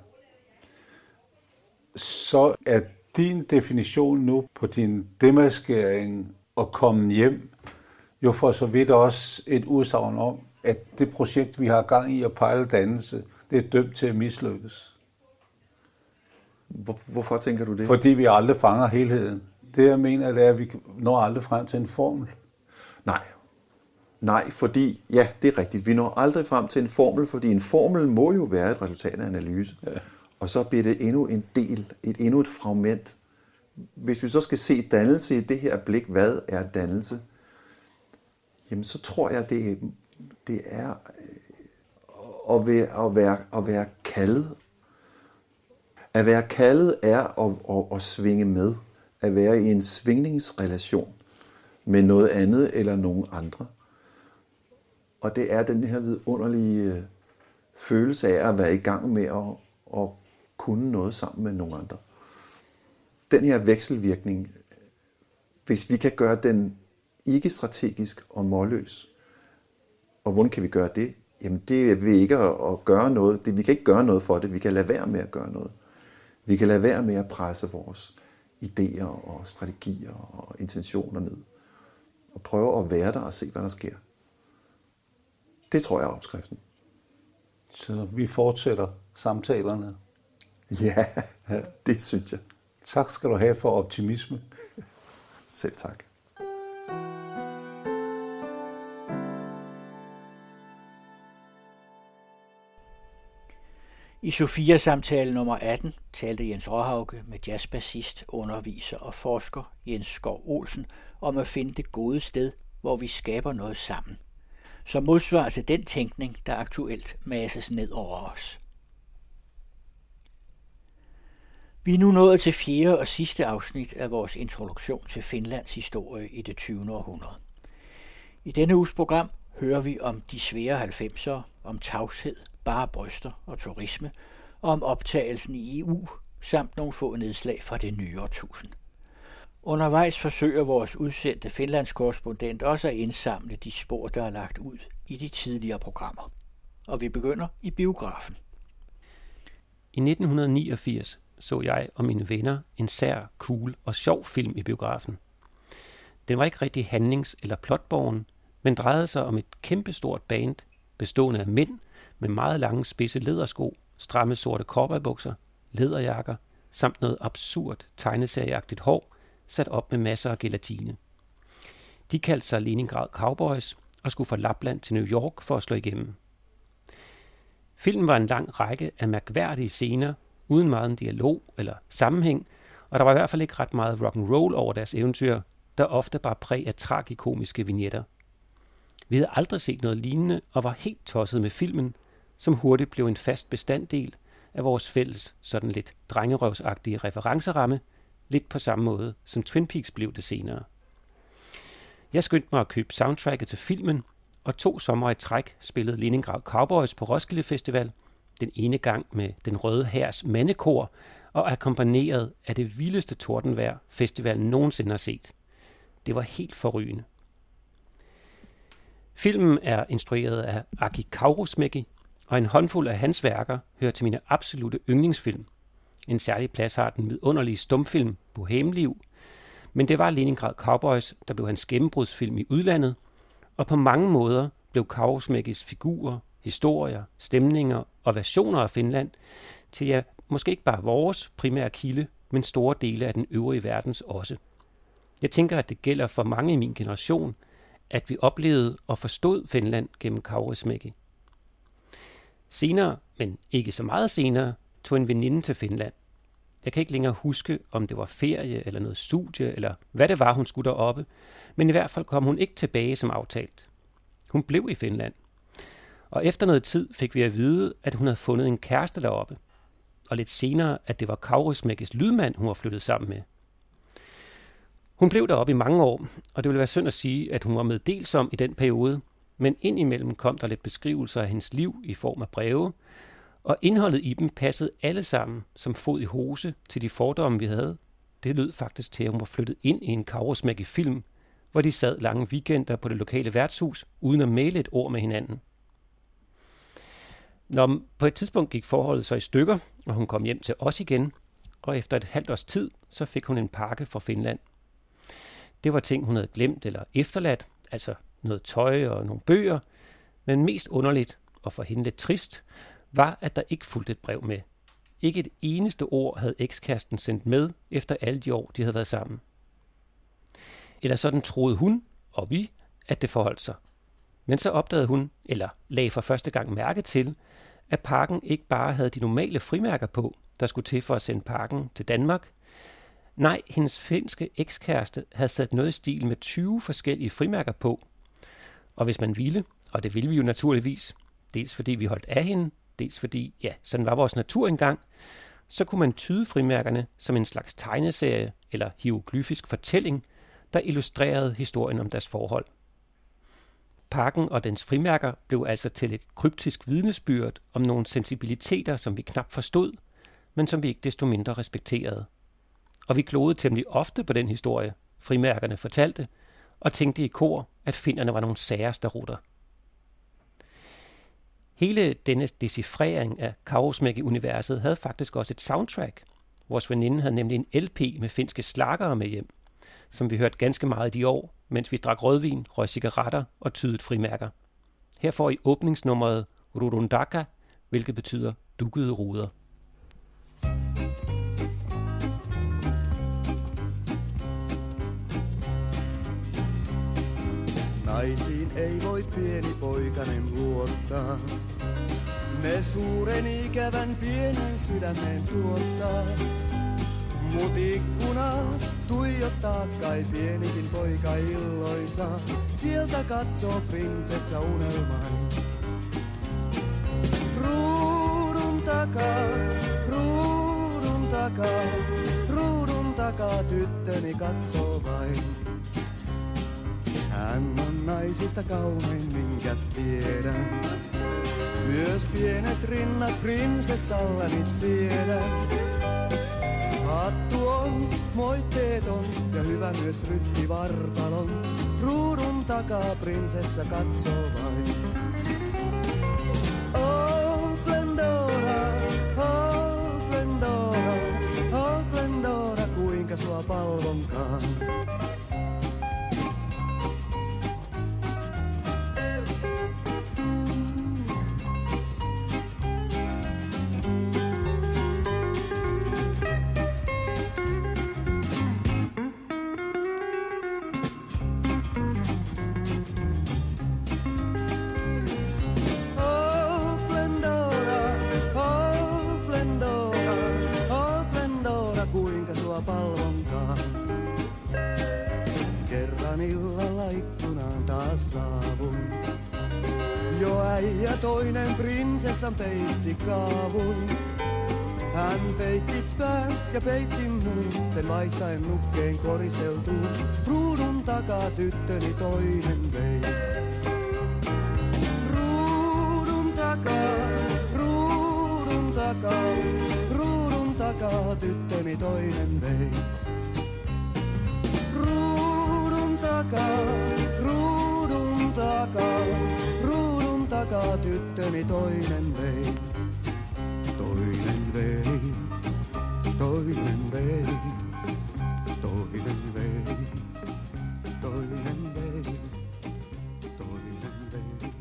så er din definition nu på din demaskering og komme hjem, jo for så vidt også et udsagn om, at det projekt, vi har gang i at pejle dannelse, det er dømt til at mislykkes. Hvor, hvorfor tænker du det? Fordi vi aldrig fanger helheden. Det jeg mener, det er, at vi når aldrig frem til en formel. Nej. Nej, fordi, ja, det er rigtigt. Vi når aldrig frem til en formel, fordi en formel må jo være et resultat af analyse. Ja. Og så bliver det endnu en del, et endnu et fragment. Hvis vi så skal se dannelse i det her blik, hvad er dannelse? Jamen, så tror jeg, det, det er at være, at, være, at være kaldet. At være kaldet er at, at, at svinge med. At være i en svingningsrelation med noget andet eller nogen andre. Og det er den her vidunderlige følelse af at være i gang med at, at kunne noget sammen med nogle andre. Den her vekselvirkning, hvis vi kan gøre den ikke strategisk og målløs, og hvordan kan vi gøre det? Jamen det er ved ikke at, at gøre noget. Det, vi kan ikke gøre noget for det. Vi kan lade være med at gøre noget. Vi kan lade være med at presse vores idéer og strategier og intentioner ned. Og prøve at være der og se, hvad der sker. Det tror jeg er opskriften. Så vi fortsætter samtalerne. Ja, ja, det synes jeg. Tak skal du have for optimisme. Selv tak. I Sofia-samtale nummer atten talte Jens Råhauke med jazzbassist, underviser og forsker Jens Skov Olsen om at finde det gode sted, hvor vi skaber noget sammen, som modsvar til den tænkning, der aktuelt masses ned over os. Vi er nu nået til fjerde og sidste afsnit af vores introduktion til Finlands historie i det tyvende århundrede. I denne uges program hører vi om de svære halvfemsere, om tavshed, bare bryster og turisme, og om optagelsen i E U, samt nogle få nedslag fra det nye årtusind. Undervejs forsøger vores udsendte Finlandskorrespondent også at indsamle de spor, der er lagt ud i de tidligere programmer. Og vi begynder i biografen. I nitten niogfirs så jeg og mine venner en sær, cool og sjov film i biografen. Den var ikke rigtig handlings- eller plotborgen, men drejede sig om et kæmpestort band, bestående af mænd med meget lange spidse lædersko, stramme sorte cowboybukser, læderjakker, samt noget absurd tegneserieagtigt hår, sat op med masser af gelatine. De kaldte sig Leningrad Cowboys og skulle fra Lapland til New York for at slå igennem. Filmen var en lang række af mærkværdige scener, uden meget dialog eller sammenhæng, og der var i hvert fald ikke ret meget rock and roll over deres eventyr, der ofte bare præg af tragikomiske vignetter. Vi havde aldrig set noget lignende og var helt tosset med filmen, som hurtigt blev en fast bestanddel af vores fælles sådan lidt drengerøvsagtige referenceramme, lidt på samme måde som Twin Peaks blev det senere. Jeg skyndte mig at købe soundtracket til filmen, og to sommer i træk spillede Leningrad Cowboys på Roskilde Festival, den ene gang med Den Røde Hærs mandekor, og akkompagneret af det vildeste tordenvejr, festivalen nogensinde har set. Det var helt forrygende. Filmen er instrueret af Aki Kaurismäki, og en håndfuld af hans værker hører til mine absolute yndlingsfilm. En særlig plads har den vidunderlige stumfilm Bohemliv, men det var Leningrad Cowboys, der blev hans gennembrudsfilm i udlandet, og på mange måder blev Kaurismäkis figurer, historier, stemninger og versioner af Finland til ja, måske ikke bare vores primære kilde, men store dele af den øvrige verdens også. Jeg tænker, at det gælder for mange i min generation, at vi oplevede og forstod Finland gennem Kaurismäki. Senere, men ikke så meget senere, tog en veninde til Finland. Jeg kan ikke længere huske, om det var ferie eller noget studie, eller hvad det var, hun skulle deroppe, men i hvert fald kom hun ikke tilbage som aftalt. Hun blev i Finland. Og efter noget tid fik vi at vide, at hun havde fundet en kæreste deroppe. Og lidt senere, at det var Kaurismäkis lydmand, hun var flyttet sammen med. Hun blev deroppe i mange år, og det ville være synd at sige, at hun var meddelsom i den periode, men indimellem kom der lidt beskrivelser af hendes liv i form af breve, og indholdet i dem passede alle sammen som fod i hose til de fordomme, vi havde. Det lød faktisk til, at hun var flyttet ind i en Kaurismäki-film, hvor de sad lange weekender på det lokale værtshus, uden at male et ord med hinanden. Når på et tidspunkt gik forholdet så i stykker, og hun kom hjem til os igen, og efter et halvt års tid, så fik hun en pakke fra Finland. Det var ting, hun havde glemt eller efterladt, altså noget tøj og nogle bøger, men mest underligt, og for hende lidt trist, var, at der ikke fulgte et brev med. Ikke et eneste ord havde ekskæresten sendt med, efter alle de år, de havde været sammen. Eller sådan troede hun, og vi, at det forholdt sig. Men så opdagede hun, eller lagde for første gang mærke til, at pakken ikke bare havde de normale frimærker på, der skulle til for at sende pakken til Danmark. Nej, hendes finske ekskæreste havde sat noget i stil med tyve forskellige frimærker på. Og hvis man ville, og det ville vi jo naturligvis, dels fordi vi holdt af hende, dels fordi, ja, sådan var vores natur engang, så kunne man tyde frimærkerne som en slags tegneserie eller hieroglyfisk fortælling, der illustrerede historien om deres forhold. Pakken og dens frimærker blev altså til et kryptisk vidnesbyrd om nogle sensibiliteter, som vi knap forstod, men som vi ikke desto mindre respekterede. Og vi klogede temmelig ofte på den historie, frimærkerne fortalte, og tænkte i kor, at finnerne var nogle særeste rutter. Hele denne decifrering af Kaurismäki-universet havde faktisk også et soundtrack. Vores veninde havde nemlig en L P med finske slagere med hjem, som vi hørte ganske meget i de år, mens vi drak rødvin, røg cigaretter og tydede frimærker. Her får I åbningsnummeret Rurundaka, hvilket betyder dukkede ruder. Naisiin ei voi pieni poikanen luottaa. Ne suuren ikävän pienen sydämen tuottaa. Mut ikkuna tuijottaa kai pienikin poika illoisa. Sieltä katsoo prinsessa unelmani. Ruudun takaa, ruudun takaa, ruudun takaa tyttöni katsoo vain. Hän on naisista kaunein, minkä tiedän. Myös pienet rinnat prinsessallani siedän. Hattu on moitteeton ja hyvä myös ryttivartalon. Ruudun takaa prinsessa katsoo vain. Oh Glendora, oh Glendora, oh Glendora, kuinka sua palvonkaan. Ja toinen prinsessan peitti kaavun. Hän peitti pään ja peitti muun, sen vaihtaen nukkeen koriseltuun. Ruudun takaa tyttöni toinen vei. Ruudun takaa, ruudun takaa, ruudun takaa tyttöni toinen vei. Ruudun takaa, ruudun takaa, ruudun takaa tyttöni toinen vei. Toinen vei, toinen vei, toinen vei, toinen vei, toinen vei.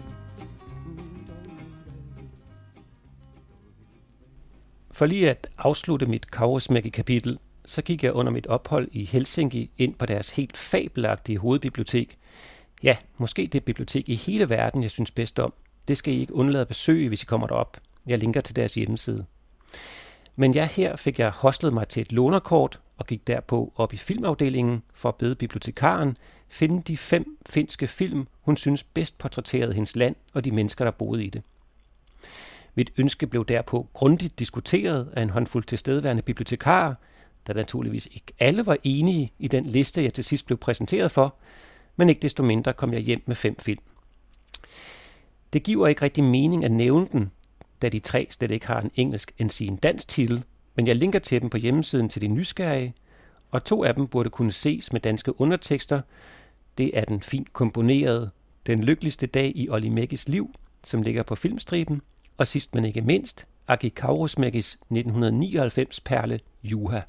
For lige at afslutte mit Kaurismäki-kapitel, så gik jeg under mit ophold i Helsinki ind på deres helt fabelagtige hovedbibliotek. Ja, måske det bibliotek i hele verden, jeg synes bedst om. Det skal I ikke undlade at besøge, hvis I kommer derop. Jeg linker til deres hjemmeside. Men ja, her fik jeg hostlet mig til et lånerkort og gik derpå op i filmafdelingen for at bede bibliotekaren finde de fem finske film, hun synes bedst portrætterede hendes land og de mennesker, der boede i det. Mit ønske blev derpå grundigt diskuteret af en håndfuld tilstedeværende bibliotekarer, der naturligvis ikke alle var enige i den liste, jeg til sidst blev præsenteret for, men ikke desto mindre kom jeg hjem med fem film. Det giver ikke rigtig mening at nævne den, da de tre slet ikke har en engelsk end en dansk titel, men jeg linker til dem på hjemmesiden til de nysgerrige, og to af dem burde kunne ses med danske undertekster. Det er den fint komponerede Den lykkeligste dag i Olli Mäkis liv, som ligger på Filmstriben, og sidst men ikke mindst, Aki Kaurismäkis nitten nioghalvfems perle Juha.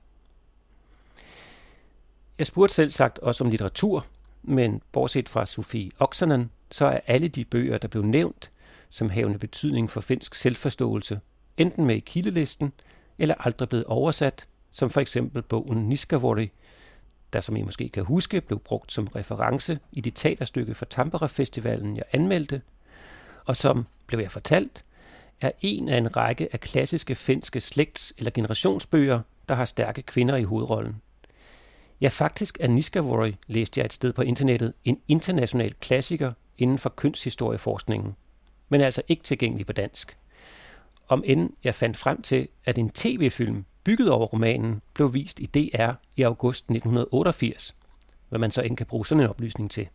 Jeg spurgte selv sagt også om litteratur, men bortset fra Sofie Oksanen, så er alle de bøger, der blev nævnt, som havende betydning for finsk selvforståelse, enten med i kildelisten, eller aldrig blevet oversat, som for eksempel bogen Niskavuori, der som I måske kan huske, blev brugt som reference i det teaterstykke for Tampere-festivalen, jeg anmeldte, og som, blev jeg fortalt, er en af en række af klassiske finske slægts- eller generationsbøger, der har stærke kvinder i hovedrollen. Ja, faktisk er Niskavuori, læste jeg et sted på internettet, en international klassiker inden for kønshistorieforskningen, men altså ikke tilgængelig på dansk. Om end jeg fandt frem til, at en tv-film bygget over romanen blev vist i D R i august nitten otteogfirs, hvad man så ikke kan bruge sådan en oplysning til.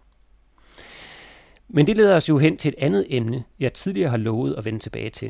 Men det leder os jo hen til et andet emne, jeg tidligere har lovet at vende tilbage til.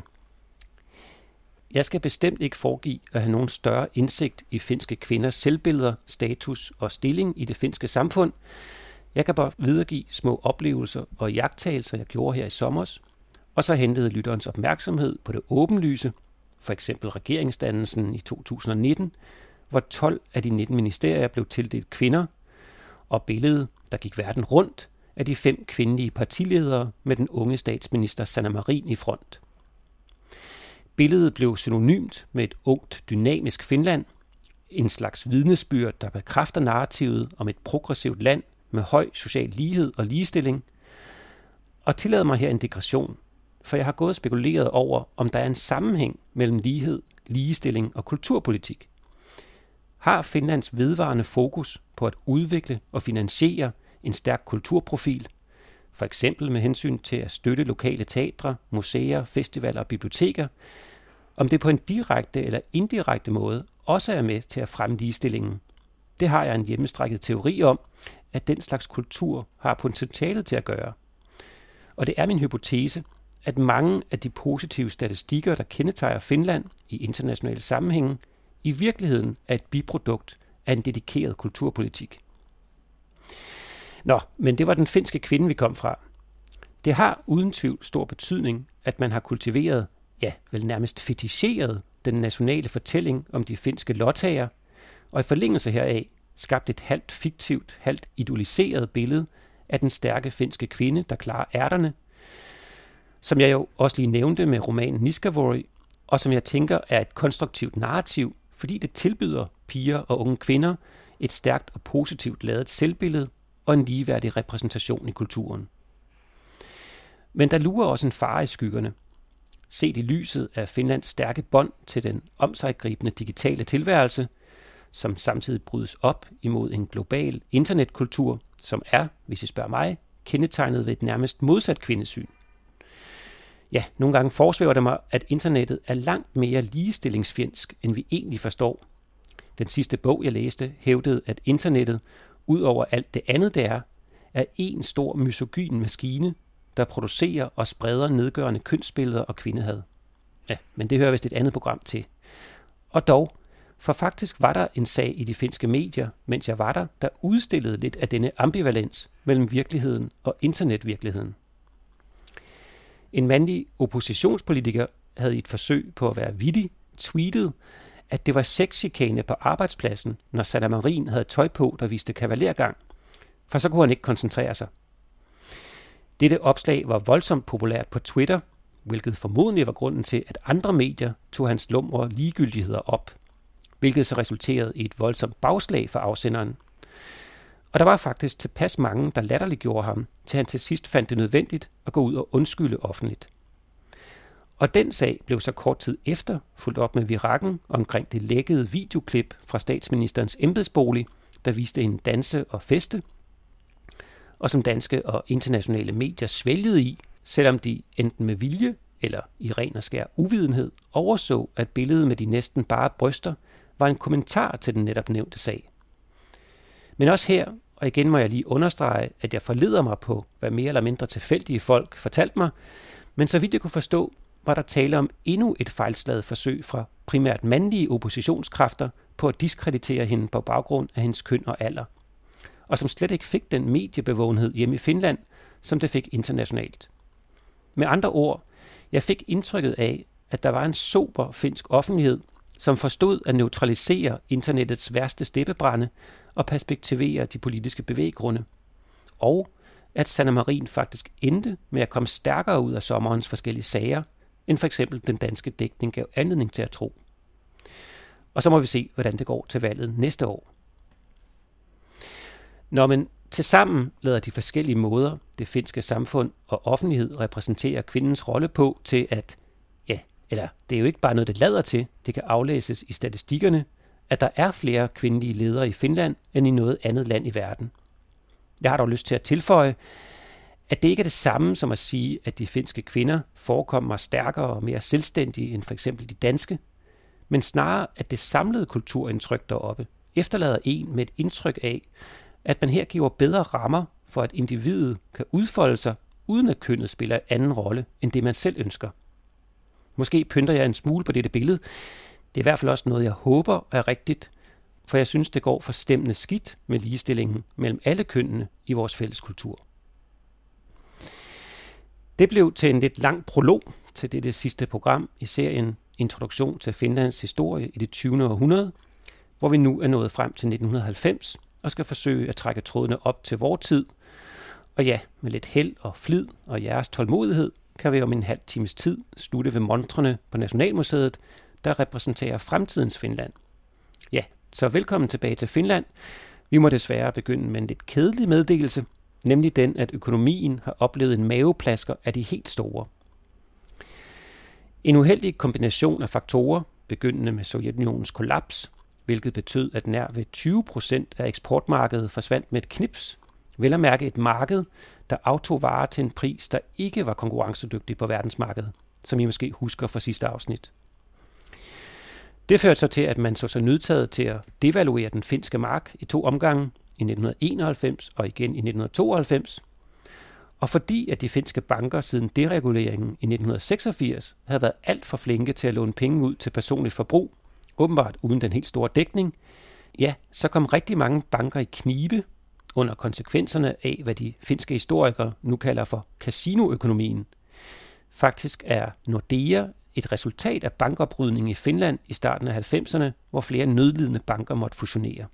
Jeg skal bestemt ikke foregive at have nogen større indsigt i finske kvinders selvbilleder, status og stilling i det finske samfund. Jeg kan bare videregive små oplevelser og iagttagelser, jeg gjorde her i sommers, og så hentede lytterens opmærksomhed på det åbenlyse, for eksempel regeringsdannelsen i to tusind nitten, hvor tolv af de nitten ministerier blev tildelt kvinder, og billedet, der gik verden rundt, af de fem kvindelige partiledere med den unge statsminister Sanna Marin i front. Billedet blev synonymt med et ungt, dynamisk Finland, en slags vidnesbyrd, der bekræfter narrativet om et progressivt land med høj social lighed og ligestilling. Og tillad mig her en digression, for jeg har gået og spekuleret over, om der er en sammenhæng mellem lighed, ligestilling og kulturpolitik. Har Finlands vedvarende fokus på at udvikle og finansiere en stærk kulturprofil, for eksempel med hensyn til at støtte lokale teatre, museer, festivaler og biblioteker, om det på en direkte eller indirekte måde også er med til at fremme ligestillingen. Det har jeg en hjemmestrækket teori om, at den slags kultur har potentialet til at gøre. Og det er min hypotese, at mange af de positive statistikker, der kendetegner Finland i internationale sammenhænge, i virkeligheden er et biprodukt af en dedikeret kulturpolitik. Nå, men det var den finske kvinde, vi kom fra. Det har uden tvivl stor betydning, at man har kultiveret, ja, vel nærmest feticheret den nationale fortælling om de finske lottager, og i forlængelse heraf skabt et halvt fiktivt, halvt idoliseret billede af den stærke finske kvinde, der klarer ærterne, som jeg jo også lige nævnte med romanen Niskavuori, og som jeg tænker er et konstruktivt narrativ, fordi det tilbyder piger og unge kvinder et stærkt og positivt ladet selvbillede og en ligeværdig repræsentation i kulturen. Men der lurer også en fare i skyggerne. Set i lyset af Finlands stærke bånd til den omsiggribende digitale tilværelse, som samtidig brydes op imod en global internetkultur, som er, hvis I spørger mig, kendetegnet ved et nærmest modsat kvindesyn. Ja, nogle gange forsvæver det mig, at internettet er langt mere ligestillingsfjendsk, end vi egentlig forstår. Den sidste bog, jeg læste, hævdede, at internettet, ud over alt det andet, det er, er en stor misogyn maskine, der producerer og spreder nedgørende kønsbilleder og kvindehad. Ja, men det hører vist et andet program til. Og dog, for faktisk var der en sag i de finske medier, mens jeg var der, der udstillede lidt af denne ambivalens mellem virkeligheden og internetvirkeligheden. En mandlig oppositionspolitiker havde i et forsøg på at være vittig tweetet, at det var sexchikane på arbejdspladsen, når Sanna Marin havde tøj på, der viste kavalergang, for så kunne han ikke koncentrere sig. Dette opslag var voldsomt populært på Twitter, hvilket formodentlig var grunden til, at andre medier tog hans lumre ligegyldigheder op, hvilket så resulterede i et voldsomt bagslag for afsenderen. Og der var faktisk tilpas mange, der latterliggjorde ham, til han til sidst fandt det nødvendigt at gå ud og undskylde offentligt. Og den sag blev så kort tid efter fulgt op med virakken omkring det lækkede videoklip fra statsministerens embedsbolig, der viste en danse og feste, og som danske og internationale medier svælgede i, selvom de enten med vilje eller i ren og skær uvidenhed overså, at billedet med de næsten bare bryster var en kommentar til den netop nævnte sag. Men også her, og igen må jeg lige understrege, at jeg forleder mig på, hvad mere eller mindre tilfældige folk fortalte mig, men så vidt jeg kunne forstå, var der tale om endnu et fejlslaget forsøg fra primært mandlige oppositionskræfter på at diskreditere hende på baggrund af hendes køn og alder, og som slet ikke fik den mediebevågenhed hjemme i Finland, som det fik internationalt. Med andre ord, jeg fik indtrykket af, at der var en sober finsk offentlighed, som forstod at neutralisere internettets værste steppebrænde og perspektivere de politiske bevæggrunde, og at Sanna Marin faktisk endte med at komme stærkere ud af sommerens forskellige sager, end for eksempel den danske dækning gav anledning til at tro. Og så må vi se, hvordan det går til valget næste år. Når man tilsammen lader de forskellige måder, det finske samfund og offentlighed repræsenterer kvindens rolle på til at, ja, eller det er jo ikke bare noget, det lader til, det kan aflæses i statistikkerne, at der er flere kvindelige ledere i Finland end i noget andet land i verden. Jeg har dog lyst til at tilføje, at det ikke er det samme som at sige, at de finske kvinder forekommer stærkere og mere selvstændige end for eksempel de danske, men snarere at det samlede kulturindtryk deroppe efterlader en med et indtryk af, at man her giver bedre rammer for, at individet kan udfolde sig, uden at kønnet spiller en anden rolle, end det man selv ønsker. Måske pynter jeg en smule på dette billede. Det er i hvert fald også noget, jeg håber er rigtigt, for jeg synes, det går forstemmende skidt med ligestillingen mellem alle kønnene i vores fælles kultur. Det blev til en lidt lang prolog til dette sidste program i serien Introduktion til Finlands historie i det tyvende århundrede, hvor vi nu er nået frem til nitten halvfems og skal forsøge at trække trådene op til vor tid. Og ja, med lidt held og flid og jeres tålmodighed kan vi om en halv times tid slutte ved montrene på Nationalmuseet, der repræsenterer fremtidens Finland. Ja, så velkommen tilbage til Finland. Vi må desværre begynde med en lidt kedelig meddelelse, nemlig den, at økonomien har oplevet en maveplasker af de helt store. En uheldig kombination af faktorer, begyndende med Sovjetunionens kollaps, hvilket betød, at nær ved tyve procent af eksportmarkedet forsvandt med et knips, vel at mærke et marked, der aftog varer til en pris, der ikke var konkurrencedygtig på verdensmarkedet, som I måske husker fra sidste afsnit. Det førte så til, at man så sig nødtaget til at devaluere den finske mark i to omgange, i nitten enoghalvfems og igen i nitten tooghalvfems. Og fordi at de finske banker siden dereguleringen i nitten seksogfirs havde været alt for flinke til at låne penge ud til personligt forbrug, åbenbart uden den helt store dækning, ja, så kom rigtig mange banker i knibe under konsekvenserne af, hvad de finske historikere nu kalder for casinoøkonomien. Faktisk er Nordea et resultat af bankoprydningen i Finland i starten af halvfemserne, hvor flere nødlidende banker måtte fusionere.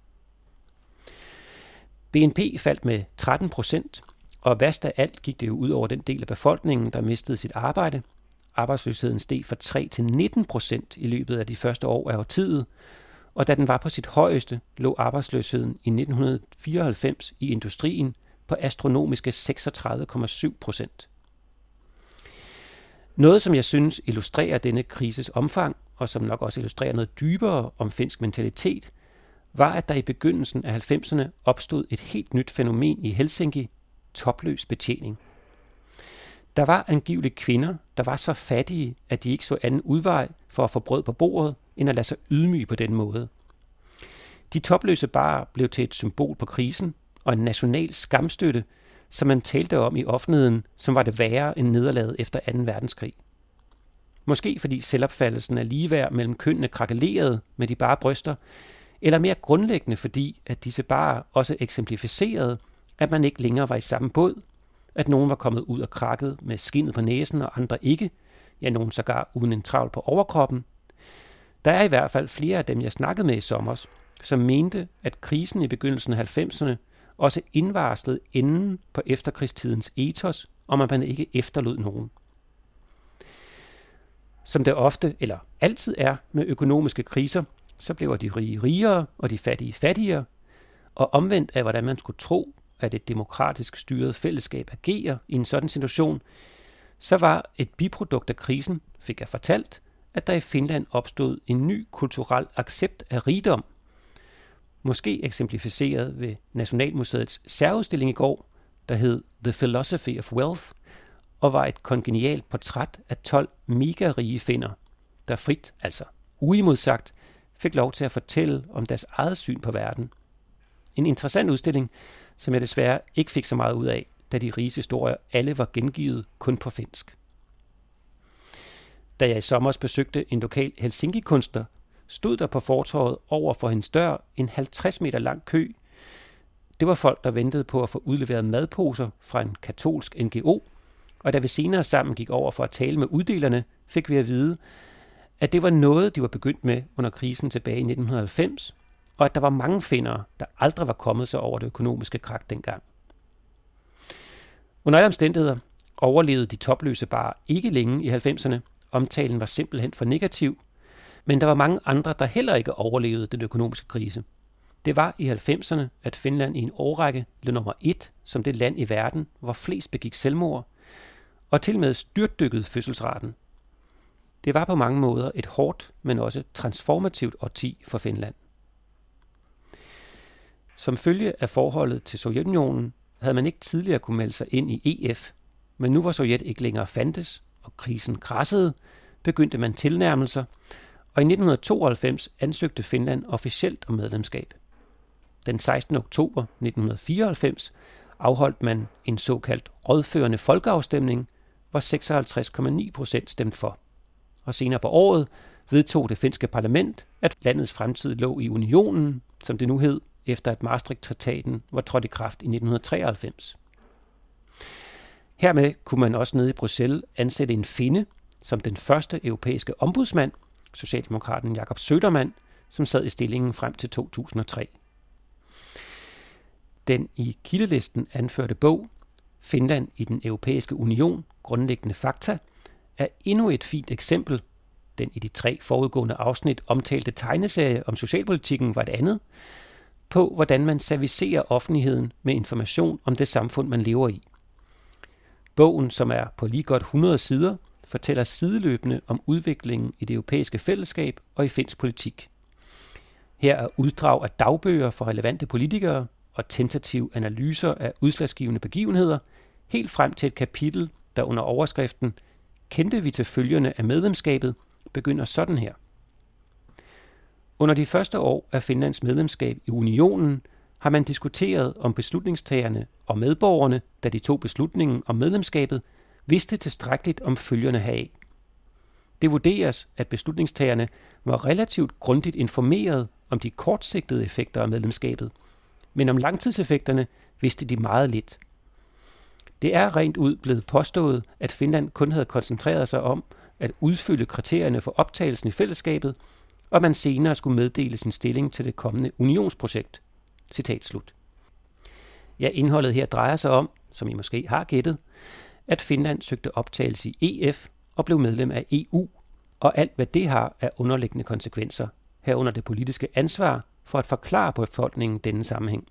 B N P faldt med tretten procent, og værst af alt gik det jo ud over den del af befolkningen, der mistede sit arbejde. Arbejdsløsheden steg fra tre til nitten procent i løbet af de første år af årtiet, og da den var på sit højeste, lå arbejdsløsheden i nitten fireoghalvfems i industrien på astronomiske seksogtredive komma syv procent. Noget, som jeg synes illustrerer denne krises omfang, og som nok også illustrerer noget dybere om finsk mentalitet, var, at der i begyndelsen af halvfemserne opstod et helt nyt fænomen i Helsinki, topløs betjening. Der var angiveligt kvinder, der var så fattige, at de ikke så anden udvej for at få brød på bordet, end at lade sig ydmyge på den måde. De topløse barer blev til et symbol på krisen og en national skamstøtte, som man talte om i offentligheden, som var det værre end nederlaget efter anden verdenskrig. Måske fordi selvopfattelsen af ligeværd mellem kønnene krakelerede med de bare bryster, eller mere grundlæggende fordi, at disse barer også eksemplificerede, at man ikke længere var i samme båd, at nogen var kommet ud og krakket med skindet på næsen og andre ikke, ja nogen sågar uden en travl på overkroppen. Der er i hvert fald flere af dem, jeg snakkede med i sommer, som mente, at krisen i begyndelsen af halvfemserne også indvarslede enden på efterkrigstidens ethos, om at man ikke efterlod nogen. Som det ofte, eller altid er med økonomiske kriser, så bliver de rige rigere og de fattige fattigere, og omvendt af hvordan man skulle tro, at et demokratisk styret fællesskab agerer i en sådan situation, så var et biprodukt af krisen, fik jeg fortalt, at der i Finland opstod en ny kulturel accept af rigdom. Måske eksemplificeret ved Nationalmuseets særudstilling i går, der hed The Philosophy of Wealth, og var et kongenialt portræt af tolv mega-rige finner, der frit, altså uimodsagt, fik lov til at fortælle om deres eget syn på verden. En interessant udstilling, som jeg desværre ikke fik så meget ud af, da de riges historier alle var gengivet kun på finsk. Da jeg i sommer besøgte en lokal Helsinki-kunstner, stod der på fortovet over for hendes dør en halvtreds meter lang kø. Det var folk, der ventede på at få udleveret madposer fra en katolsk N G O, og da vi senere sammen gik over for at tale med uddelerne, fik vi at vide, at det var noget, de var begyndt med under krisen tilbage i nitten halvfems, og at der var mange finnere, der aldrig var kommet sig over det økonomiske krak dengang. Under alle omstændigheder overlevede de topløse bare ikke længe i halvfemserne. Omtalen var simpelthen for negativ, men der var mange andre, der heller ikke overlevede den økonomiske krise. Det var i halvfemserne, at Finland i en årrække blev nummer et som det land i verden, hvor flest begik selvmord, og til med styrtdykkede fødselsraten. Det var på mange måder et hårdt, men også transformativt årti for Finland. Som følge af forholdet til Sovjetunionen havde man ikke tidligere kunne melde sig ind i E F, men nu hvor Sovjet ikke længere fandtes, og krisen krassede, begyndte man tilnærmelser, og i nitten tooghalvfems ansøgte Finland officielt om medlemskab. Den sekstende oktober nitten fireoghalvfems afholdt man en såkaldt rådførende folkeafstemning, hvor seksoghalvtreds komma ni procent stemte for. Og senere på året vedtog det finske parlament, at landets fremtid lå i unionen, som det nu hed, efter at Maastricht-traktaten var trådt i kraft i nitten treoghalvfems. Hermed kunne man også nede i Bruxelles ansætte en finne som den første europæiske ombudsmand, socialdemokraten Jakob Söderman, som sad i stillingen frem til to tusind og tre. Den i kildelisten anførte bog, Finland i den europæiske union, grundlæggende fakta, er endnu et fint eksempel. Den i de tre forudgående afsnit omtalte tegneserie om socialpolitikken var et andet, på hvordan man servicerer offentligheden med information om det samfund, man lever i. Bogen, som er på lige godt hundrede sider, fortæller sideløbende om udviklingen i det europæiske fællesskab og i finsk politik. Her er uddrag af dagbøger for relevante politikere og tentative analyser af udslagsgivende begivenheder, helt frem til et kapitel, der under overskriften "Kendte vi til følgerne af medlemskabet?" begynder sådan her. Under de første år af Finlands medlemskab i unionen har man diskuteret, om beslutningstagerne og medborgerne, da de tog beslutningen om medlemskabet, vidste tilstrækkeligt om følgerne heraf. Det vurderes, at beslutningstagerne var relativt grundigt informeret om de kortsigtede effekter af medlemskabet, men om langtidseffekterne vidste de meget lidt. Det er rent ud blevet påstået, at Finland kun havde koncentreret sig om at udfylde kriterierne for optagelsen i fællesskabet, og man senere skulle meddele sin stilling til det kommende unionsprojekt. Citat slut. Ja, indholdet her drejer sig om, som I måske har gættet, at Finland søgte optagelse i E F og blev medlem af E U, og alt hvad det har af underliggende konsekvenser, herunder det politiske ansvar for at forklare befolkningen denne sammenhæng.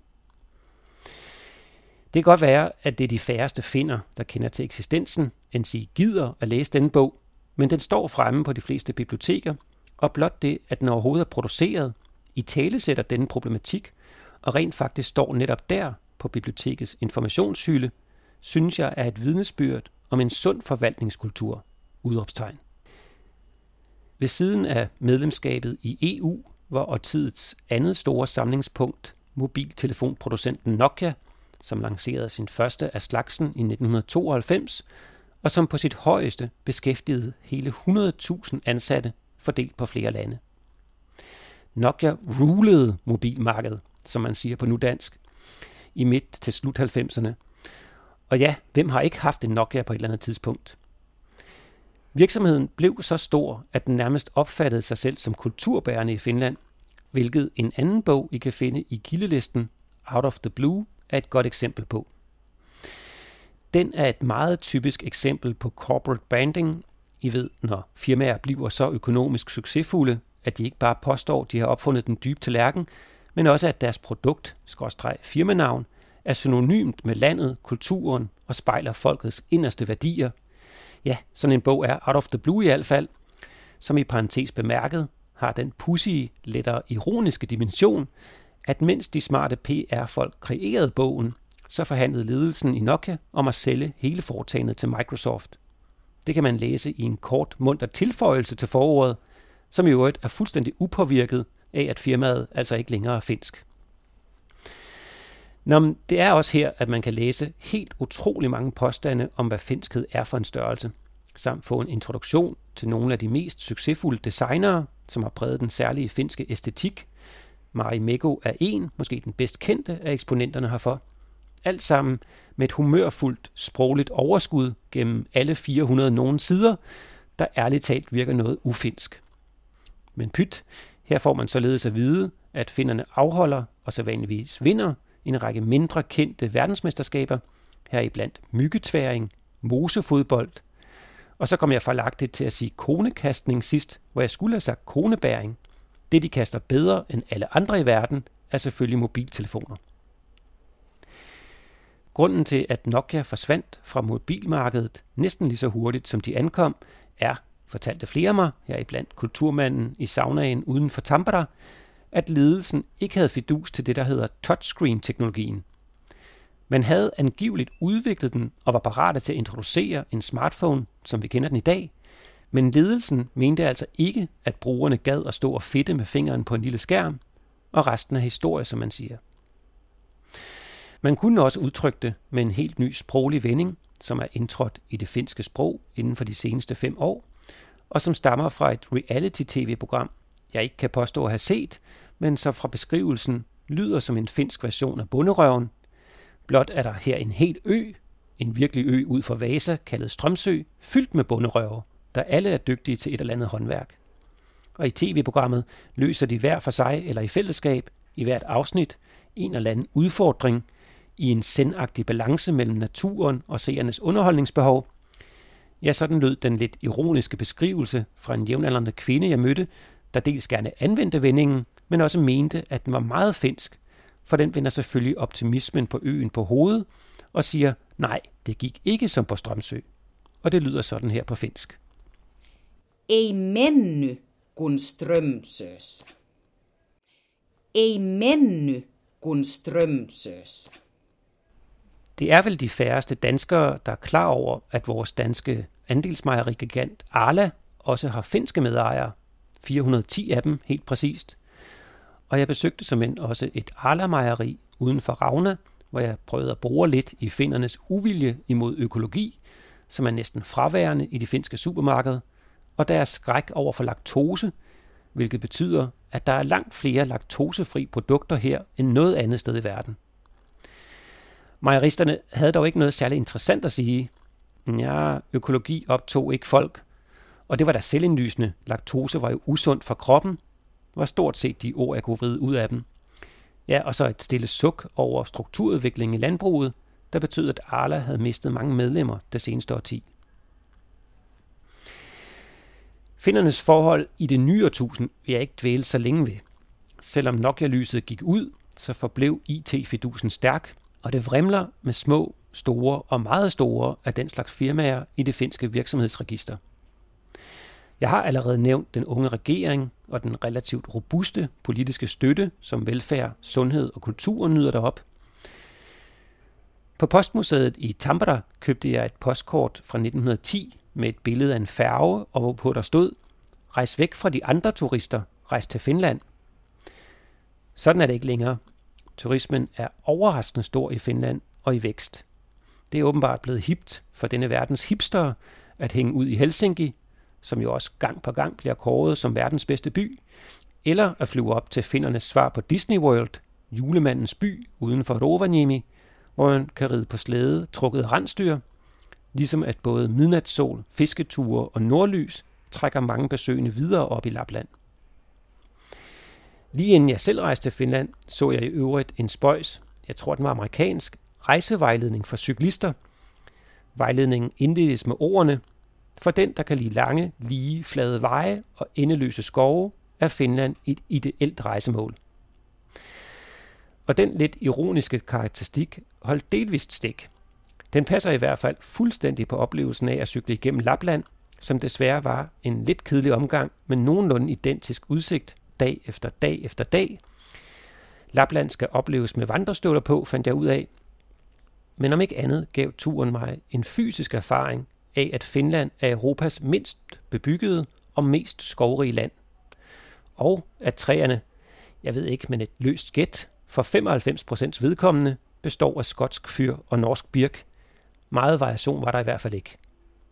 Det kan godt være, at det er de færreste finner, der kender til eksistensen, end sige gider at læse denne bog, men den står fremme på de fleste biblioteker, og blot det, at den overhovedet er produceret, i talesætter denne problematik, og rent faktisk står netop der på bibliotekets informationshylde, synes jeg er et vidnesbyrd om en sund forvaltningskultur. Udråbstegn. Ved siden af medlemskabet i E U var årtidets andet store samlingspunkt mobiltelefonproducenten Nokia, som lancerede sin første af slagsen i nitten tooghalvfems, og som på sit højeste beskæftigede hele hundrede tusind ansatte fordelt på flere lande. Nokia rulede mobilmarkedet, som man siger på nudansk, i midt til slut halvfemserne. Og ja, hvem har ikke haft en Nokia på et eller andet tidspunkt? Virksomheden blev så stor, at den nærmest opfattede sig selv som kulturbærende i Finland, hvilket en anden bog, I kan finde i kildelisten, Out of the Blue, er et godt eksempel på. Den er et meget typisk eksempel på corporate branding. I ved, når firmaer bliver så økonomisk succesfulde, at de ikke bare påstår, at de har opfundet den dybe tallerken, men også at deres produkt, skråstreg firmanavn, er synonymt med landet, kulturen og spejler folkets inderste værdier. Ja, sådan en bog er Out of the Blue i hvert fald, som i parentes bemærket har den pudsige, lettere ironiske dimension, at mens de smarte P R-folk kreerede bogen, så forhandlede ledelsen i Nokia om at sælge hele foretagendet til Microsoft. Det kan man læse i en kort, munter tilføjelse til forordet, som i øvrigt er fuldstændig upåvirket af, at firmaet altså ikke længere er finsk. Nå, men det er også her, at man kan læse helt utrolig mange påstande om, hvad finskhed er for en størrelse, samt få en introduktion til nogle af de mest succesfulde designere, som har præget den særlige finske æstetik. Mari Mekko er en, måske den bedst kendte af eksponenterne herfor. Alt sammen med et humørfuldt sprogligt overskud gennem alle fire hundrede nogen sider, der ærligt talt virker noget ufinsk. Men pyt, her får man således at vide, at finnerne afholder og så vanligvis vinder en række mindre kendte verdensmesterskaber, heriblandt myggetværing, mosefodbold, og så kom jeg forlagtigt til at sige konekastning sidst, hvor jeg skulle have sagt konebæring. Det, de kaster bedre end alle andre i verden, er selvfølgelig mobiltelefoner. Grunden til, at Nokia forsvandt fra mobilmarkedet næsten lige så hurtigt, som de ankom, er, fortalte flere mig, heriblandt kulturmanden i saunaen uden for Tampere, at ledelsen ikke havde fidus til det, der hedder touchscreen-teknologien. Man havde angiveligt udviklet den og var parate til at introducere en smartphone, som vi kender den i dag, men ledelsen mente altså ikke, at brugerne gad at stå og fedte med fingeren på en lille skærm, og resten er historie, som man siger. Man kunne også udtrykke det med en helt ny sproglig vending, som er indtrådt i det finske sprog inden for de seneste fem år, og som stammer fra et reality-tv-program, jeg ikke kan påstå at have set, men som fra beskrivelsen lyder som en finsk version af Bonderøven. Blot er der her en hel ø, en virkelig ø ud for Vasa, kaldet Strømsø, fyldt med bonderøver, der alle er dygtige til et eller andet håndværk. Og i tv-programmet løser de hver for sig eller i fællesskab, i hvert afsnit, en eller anden udfordring i en sendagtig balance mellem naturen og seernes underholdningsbehov. Ja, sådan lød den lidt ironiske beskrivelse fra en jævnaldrende kvinde, jeg mødte, der dels gerne anvendte vendingen, men også mente, at den var meget finsk, for den vender selvfølgelig optimismen på øen på hovedet og siger, nej, det gik ikke som på Strømsø. Og det lyder sådan her på finsk. Ei menny kun Strömsössä. Ei menny kun Strömsössä. Det er vel de færreste danskere, der er klar over, at vores danske andelsmejerigigant Arla også har finske medejere. fire hundrede og ti af dem, helt præcist. Og jeg besøgte såmænd også et Arla-mejeri uden for Rauna, hvor jeg prøvede at bore lidt i finnernes uvilje imod økologi, som er næsten fraværende i de finske supermarkeder, og deres skræk over for laktose, hvilket betyder, at der er langt flere laktosefri produkter her end noget andet sted i verden. Mejeristerne havde dog ikke noget særligt interessant at sige. Ja, økologi optog ikke folk, og det var da selvindlysende. Laktose var jo usundt for kroppen, var stort set de ord, jeg kunne vride ud af dem. Ja, og så et stille suk over strukturudviklingen i landbruget, der betød, at Arla havde mistet mange medlemmer det seneste årti. Finnernes forhold i det nye årtusind vil jeg ikke dvæle så længe ved. Selvom Nokia-lyset gik ud, så forblev I T-fidusen stærk, og det vrimler med små, store og meget store af den slags firmaer i det finske virksomhedsregister. Jeg har allerede nævnt den unge regering og den relativt robuste politiske støtte, som velfærd, sundhed og kultur nyder derop. På Postmuseet i Tampere købte jeg et postkort fra nitten ti med et billede af en færge, og hvorpå der stod: "Rejs væk fra de andre turister, rejs til Finland." Sådan er det ikke længere. Turismen er overraskende stor i Finland og i vækst. Det er åbenbart blevet hipt for denne verdens hipstere at hænge ud i Helsinki, som jo også gang på gang bliver kåret som verdens bedste by, eller at flyve op til finnernes svar på Disney World, julemandens by uden for Rovaniemi, hvor man kan ride på slæde trukket rensdyr, ligesom at både midnatssol, fisketure og nordlys trækker mange besøgende videre op i Lapland. Lige inden jeg selv rejste til Finland, så jeg i øvrigt en spøjs, jeg tror den var amerikansk, rejsevejledning for cyklister. Vejledningen indledes med ordene: "For den, der kan lide lange, lige, flade veje og endeløse skove, er Finland et ideelt rejsemål." Og den lidt ironiske karakteristik holdt delvist stik. Den passer i hvert fald fuldstændig på oplevelsen af at cykle igennem Lapland, som desværre var en lidt kedelig omgang med nogenlunde identisk udsigt dag efter dag efter dag. Lapland skal opleves med vandrestøvler på, fandt jeg ud af. Men om ikke andet gav turen mig en fysisk erfaring af, at Finland er Europas mindst bebyggede og mest skovrige land. Og at træerne, jeg ved ikke, men et løst gæt, for femoghalvfems procent vedkommende består af skotsk fyr og norsk birk. Meget variation var der i hvert fald ikke.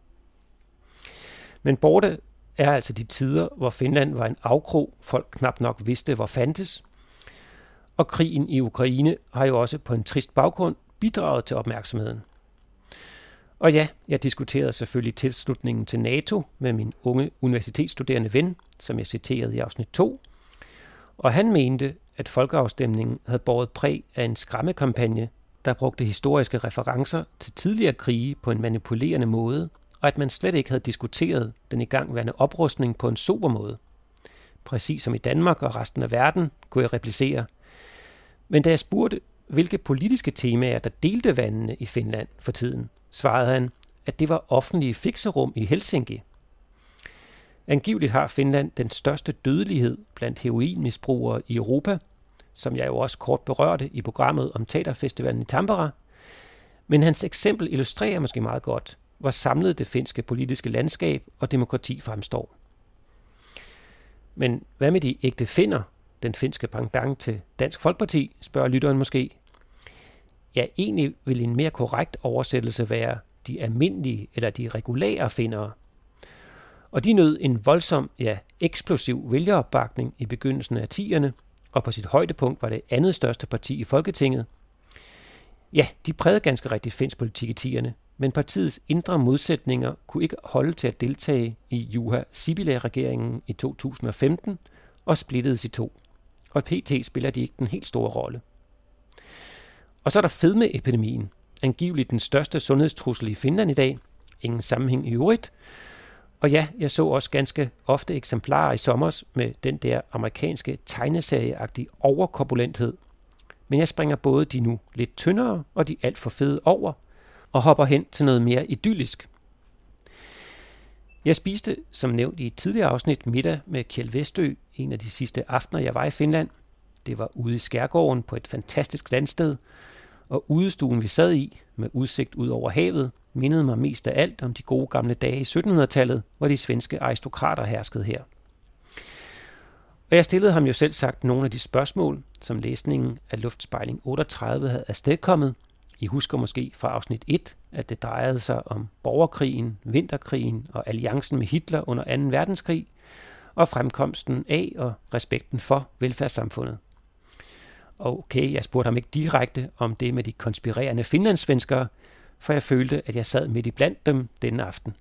Men borte er altså de tider, hvor Finland var en afkrog, folk knap nok vidste, hvor fandtes. Og krigen i Ukraine har jo også på en trist baggrund bidraget til opmærksomheden. Og ja, jeg diskuterede selvfølgelig tilslutningen til NATO med min unge universitetsstuderende ven, som jeg citerede i afsnit to. Og han mente, at folkeafstemningen havde båret præg af en skræmmekampagne, der brugte historiske referencer til tidligere krige på en manipulerende måde, og at man slet ikke havde diskuteret den igangværende oprustning på en sober måde. Præcis som i Danmark og resten af verden, kunne jeg replicere. Men da jeg spurgte, hvilke politiske temaer, der delte vandene i Finland for tiden, svarede han, at det var offentlige fikserum i Helsinki. Angiveligt har Finland den største dødelighed blandt heroinmisbrugere i Europa, som jeg jo også kort berørte i programmet om teaterfestivalen i Tampere. Men hans eksempel illustrerer måske meget godt, hvor samlet det finske politiske landskab og demokrati fremstår. Men hvad med de ægte finner, den finske pendant til Dansk Folkeparti, spørger lytteren måske. Ja, egentlig vil en mere korrekt oversættelse være de almindelige eller de regulære finnere. Og de nød en voldsom, ja eksplosiv vælgeropbakning i begyndelsen af tierne, og på sit højdepunkt var det andet største parti i Folketinget. Ja, de prægede ganske rigtigt finsk politik i tierne, men partiets indre modsætninger kunne ikke holde til at deltage i Juha Sipilä-regeringen i to tusind og femten og splittedes i to. Og pt. Spiller de ikke den helt store rolle. Og så er der fedmeepidemien, angiveligt den største sundhedstrussel i Finland i dag. Ingen sammenhæng i øvrigt. Og ja, jeg så også ganske ofte eksemplarer i sommer med den der amerikanske tegneserieagtige overkorpulenthed. Men jeg springer både de nu lidt tyndere og de alt for fede over, og hopper hen til noget mere idyllisk. Jeg spiste, som nævnt i et tidligere afsnit, middag med Kjeld Westø en af de sidste aftener, jeg var i Finland. Det var ude i skærgården på et fantastisk landsted, og udestuen vi sad i, med udsigt ud over havet, mindede mig mest af alt om de gode gamle dage i syttenhundredetallet, hvor de svenske aristokrater herskede her. Og jeg stillede ham jo selv sagt nogle af de spørgsmål, som læsningen af Luftspejling otteogtredive havde afstedkommet. I husker måske fra afsnit et, at det drejede sig om borgerkrigen, vinterkrigen og alliancen med Hitler under anden verdenskrig, og fremkomsten af og respekten for velfærdssamfundet. Og okay, jeg spurgte ham ikke direkte om det med de konspirerende finlandssvenskere, for jeg følte, at jeg sad midt i blandt dem denne aften.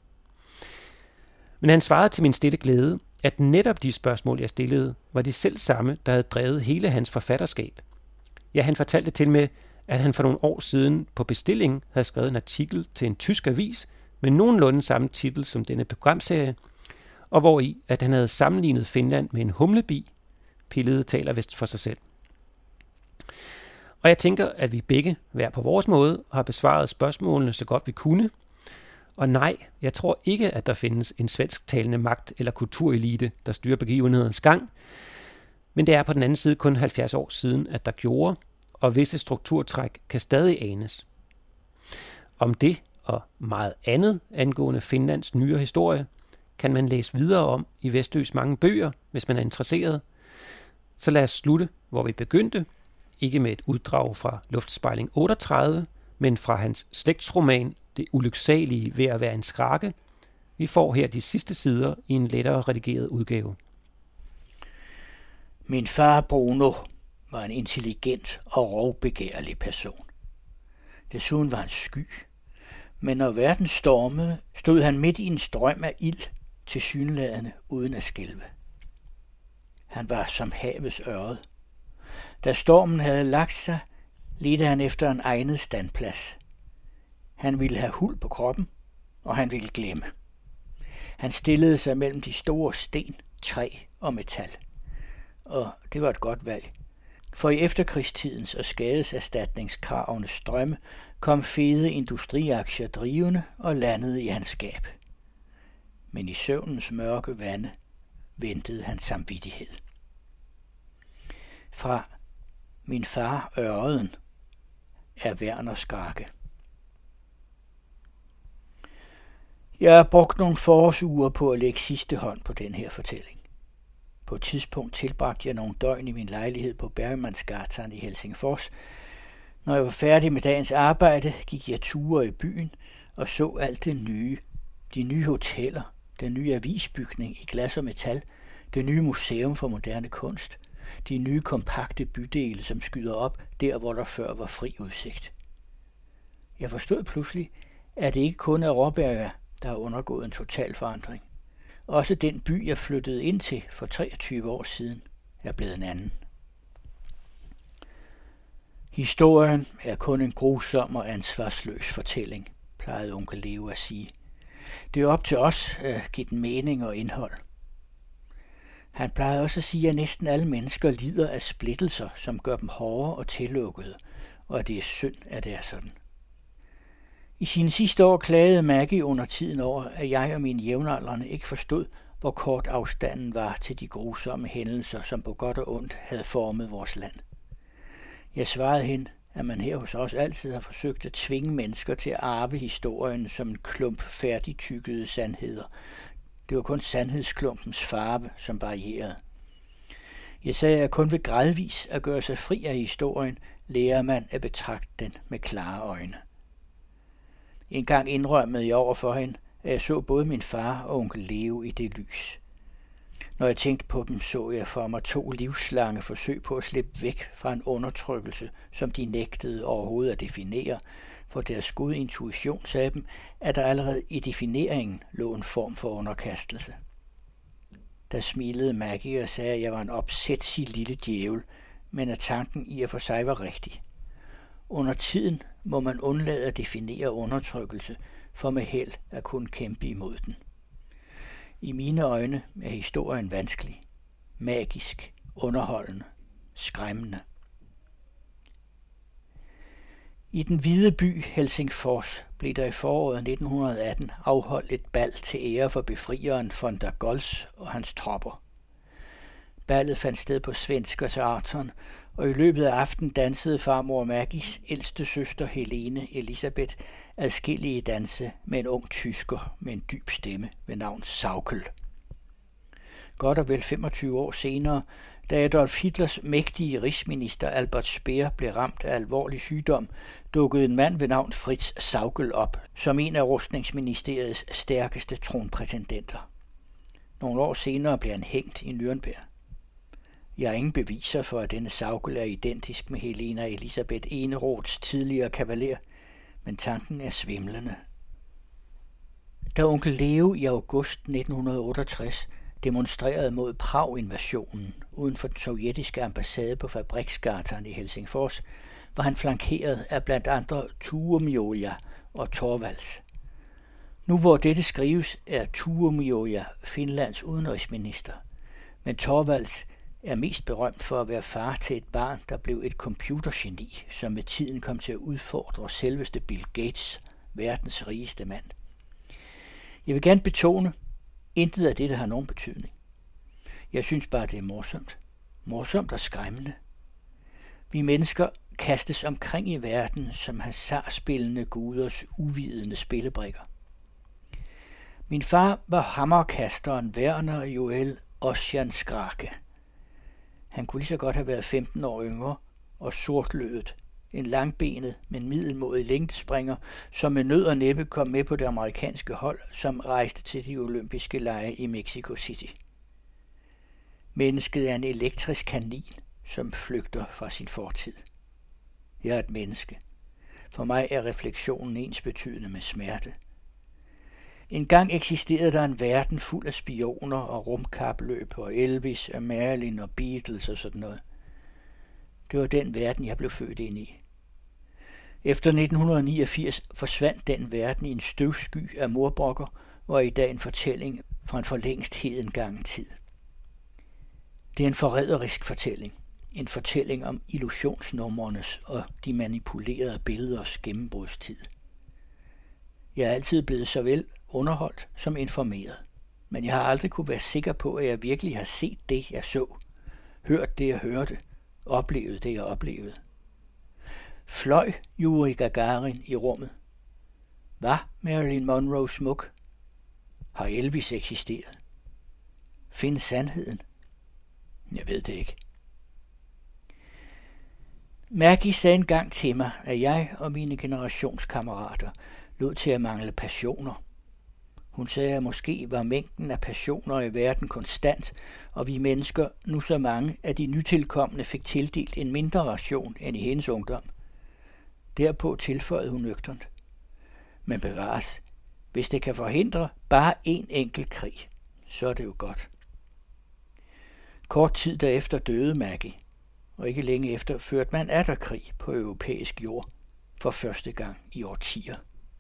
Men han svarede til min stille glæde, at netop de spørgsmål, jeg stillede, var de selv samme, der havde drevet hele hans forfatterskab. Ja, han fortalte til med, at han for nogle år siden på bestilling havde skrevet en artikel til en tysk avis med nogenlunde samme titel som denne programserie, og hvori at han havde sammenlignet Finland med en humlebi. Pillede taler vist for sig selv. Og jeg tænker, at vi begge, hver på vores måde, har besvaret spørgsmålene så godt vi kunne. Og nej, jeg tror ikke, at der findes en svensktalende magt- eller kulturelite, der styrer begivenhedens gang. Men det er på den anden side kun halvfjerds år siden, at der gjorde, og visse strukturtræk kan stadig anes. Om det og meget andet angående Finlands nyere historie kan man læse videre om i Vestøs mange bøger, hvis man er interesseret. Så lad os slutte, hvor vi begyndte, ikke med et uddrag fra Luftspejling otteogtredive, men fra hans slægtsroman Det ulyksalige ved at være en skrake. Vi får her de sidste sider i en lettere redigeret udgave. Min far Bruno var en intelligent og rovbegærlig person. Desuden var han sky, men når verden stormede, stod han midt i en strøm af ild, tilsyneladende uden at skælve. Han var som havets ørred. Da stormen havde lagt sig, ledte han efter en egnet standplads. Han ville have huld på kroppen, og han ville glemme. Han stillede sig mellem de store sten, træ og metal. Og det var et godt valg. For i efterkrigstidens og skadeserstatningskravenes strømme kom fede industriaktier drivende og landede i hans skab. Men i søvnens mørke vande ventede hans samvittighed. Fra min far Ørreden er Werner Skrake. Jeg har brugt nogle forårsuger på at lægge sidste hånd på den her fortælling. På et tidspunkt tilbragte jeg nogle døgn i min lejlighed på Bergmansgatan i Helsingfors. Når jeg var færdig med dagens arbejde, gik jeg ture i byen og så alt det nye. De nye hoteller, den nye avisbygning i glas og metal, det nye museum for moderne kunst, de nye kompakte bydele, som skyder op der, hvor der før var fri udsigt. Jeg forstod pludselig, at det ikke kun er Råberga, der har undergået en total forandring. Også den by, jeg flyttede ind til for treogtyve år siden, er blevet en anden. Historien er kun en grusom og ansvarsløs fortælling, plejede onkel Leo at sige. Det er op til os at give den mening og indhold. Han plejede også at sige, at næsten alle mennesker lider af splittelser, som gør dem hårde og tillukkede, og at det er synd, at det er sådan. I sine sidste år klagede Maggie under tiden over, at jeg og mine jævnaldrende ikke forstod, hvor kort afstanden var til de grusomme hændelser, som på godt og ondt havde formet vores land. Jeg svarede hende, at man her hos os altid har forsøgt at tvinge mennesker til at arve historien som en klump færdigtykkede sandheder. Det var kun sandhedsklumpens farve, som varierede. Jeg sagde, at kun ved gradvis at gøre sig fri af historien, lærer man at betragte den med klare øjne. En gang indrømmede jeg over for hende, at jeg så både min far og onkel Leo i det lys. Når jeg tænkte på dem, så jeg for mig to livslange forsøg på at slippe væk fra en undertrykkelse, som de nægtede overhovedet at definere, for deres gode intuition sagde dem, at der allerede i defineringen lå en form for underkastelse. Der smilede Maggie og sagde, at jeg var en opsætsig lille djævel, men at tanken i og for sig var rigtig. Under tiden må man undlade at definere undertrykkelse, for med held at kunne kæmpe imod den. I mine øjne er historien vanskelig, magisk, underholdende, skræmmende. I den hvide by Helsingfors blev der i foråret nitten atten afholdt et bal til ære for befrieren von der Goltz og hans tropper. Ballet fandt sted på Svenska Teatern, og i løbet af aftenen dansede farmor Maggies ældste søster Helene Elisabeth adskillige danse med en ung tysker med en dyb stemme ved navn Saukel. Godt og vel femogtyve år senere, da Adolf Hitlers mægtige rigsminister Albert Speer blev ramt af alvorlig sygdom, dukkede en mand ved navn Fritz Saukel op som en af rustningsministeriets stærkeste tronprætendenter. Nogle år senere blev han hængt i Nürnberg. Jeg har ingen beviser for, at denne Saukel er identisk med Helena Elisabeth Eneroths tidligere kavaler, men tanken er svimlende. Da onkel Leo i august nitten otteogtres demonstrerede mod Prag-invasionen uden for den sovjetiske ambassade på Fabriksgatan i Helsingfors, var han flankeret af blandt andre Tuomioja og Thorvalds. Nu hvor dette skrives, er Tuomioja Finlands udenrigsminister, men Thorvalds er mest berømt for at være far til et barn, der blev et computergeni, som med tiden kom til at udfordre selveste Bill Gates, verdens rigeste mand. Jeg vil gerne betone, intet af det, der har nogen betydning. Jeg synes bare, det er morsomt. Morsomt og skræmmende. Vi mennesker kastes omkring i verden som hasardspillende guders uvidende spillebrikker. Min far var hammerkasteren Werner Joel Ossian Skrake. Han kunne lige så godt have været femten år yngre og sortlødet, en langbenet, men middelmådig længdespringer, som med nød og næppe kom med på det amerikanske hold, som rejste til de olympiske lege i Mexico City. Mennesket er en elektrisk kanin, som flygter fra sin fortid. Jeg er et menneske. For mig er refleksionen ensbetydende med smerte. En gang eksisterede der en verden fuld af spioner og rumkapløb og Elvis og Marilyn og Beatles og sådan noget. Det var den verden, jeg blev født ind i. Efter nitten niogfirs forsvandt den verden i en støvsky af morbrokker, og i dag en fortælling fra en for længst hedengangen tid. Det er en forræderisk fortælling. En fortælling om illusionsnummernes og de manipulerede billeders gennembrudstid. Jeg er altid blevet såvel underholdt som informeret, men jeg har aldrig kunne være sikker på, at jeg virkelig har set det, jeg så, hørt det, jeg hørte, oplevet det, jeg oplevede. Fløj Yuri Gagarin i rummet? Var Marilyn Monroe smuk? Har Elvis eksisteret? Findes sandheden? Jeg ved det ikke. Maggie sagde engang til mig, at jeg og mine generationskammerater lod til at mangle passioner. Hun sagde, at måske var mængden af passioner i verden konstant, og vi mennesker, nu så mange af de nytilkommende, fik tildelt en mindre ration end i hendes ungdom. Derpå tilføjede hun nøgternt. Men bevares, hvis det kan forhindre bare en enkelt krig, så er det jo godt. Kort tid derefter døde Maggie, og ikke længe efter førte man atter krig på europæisk jord for første gang i årtier.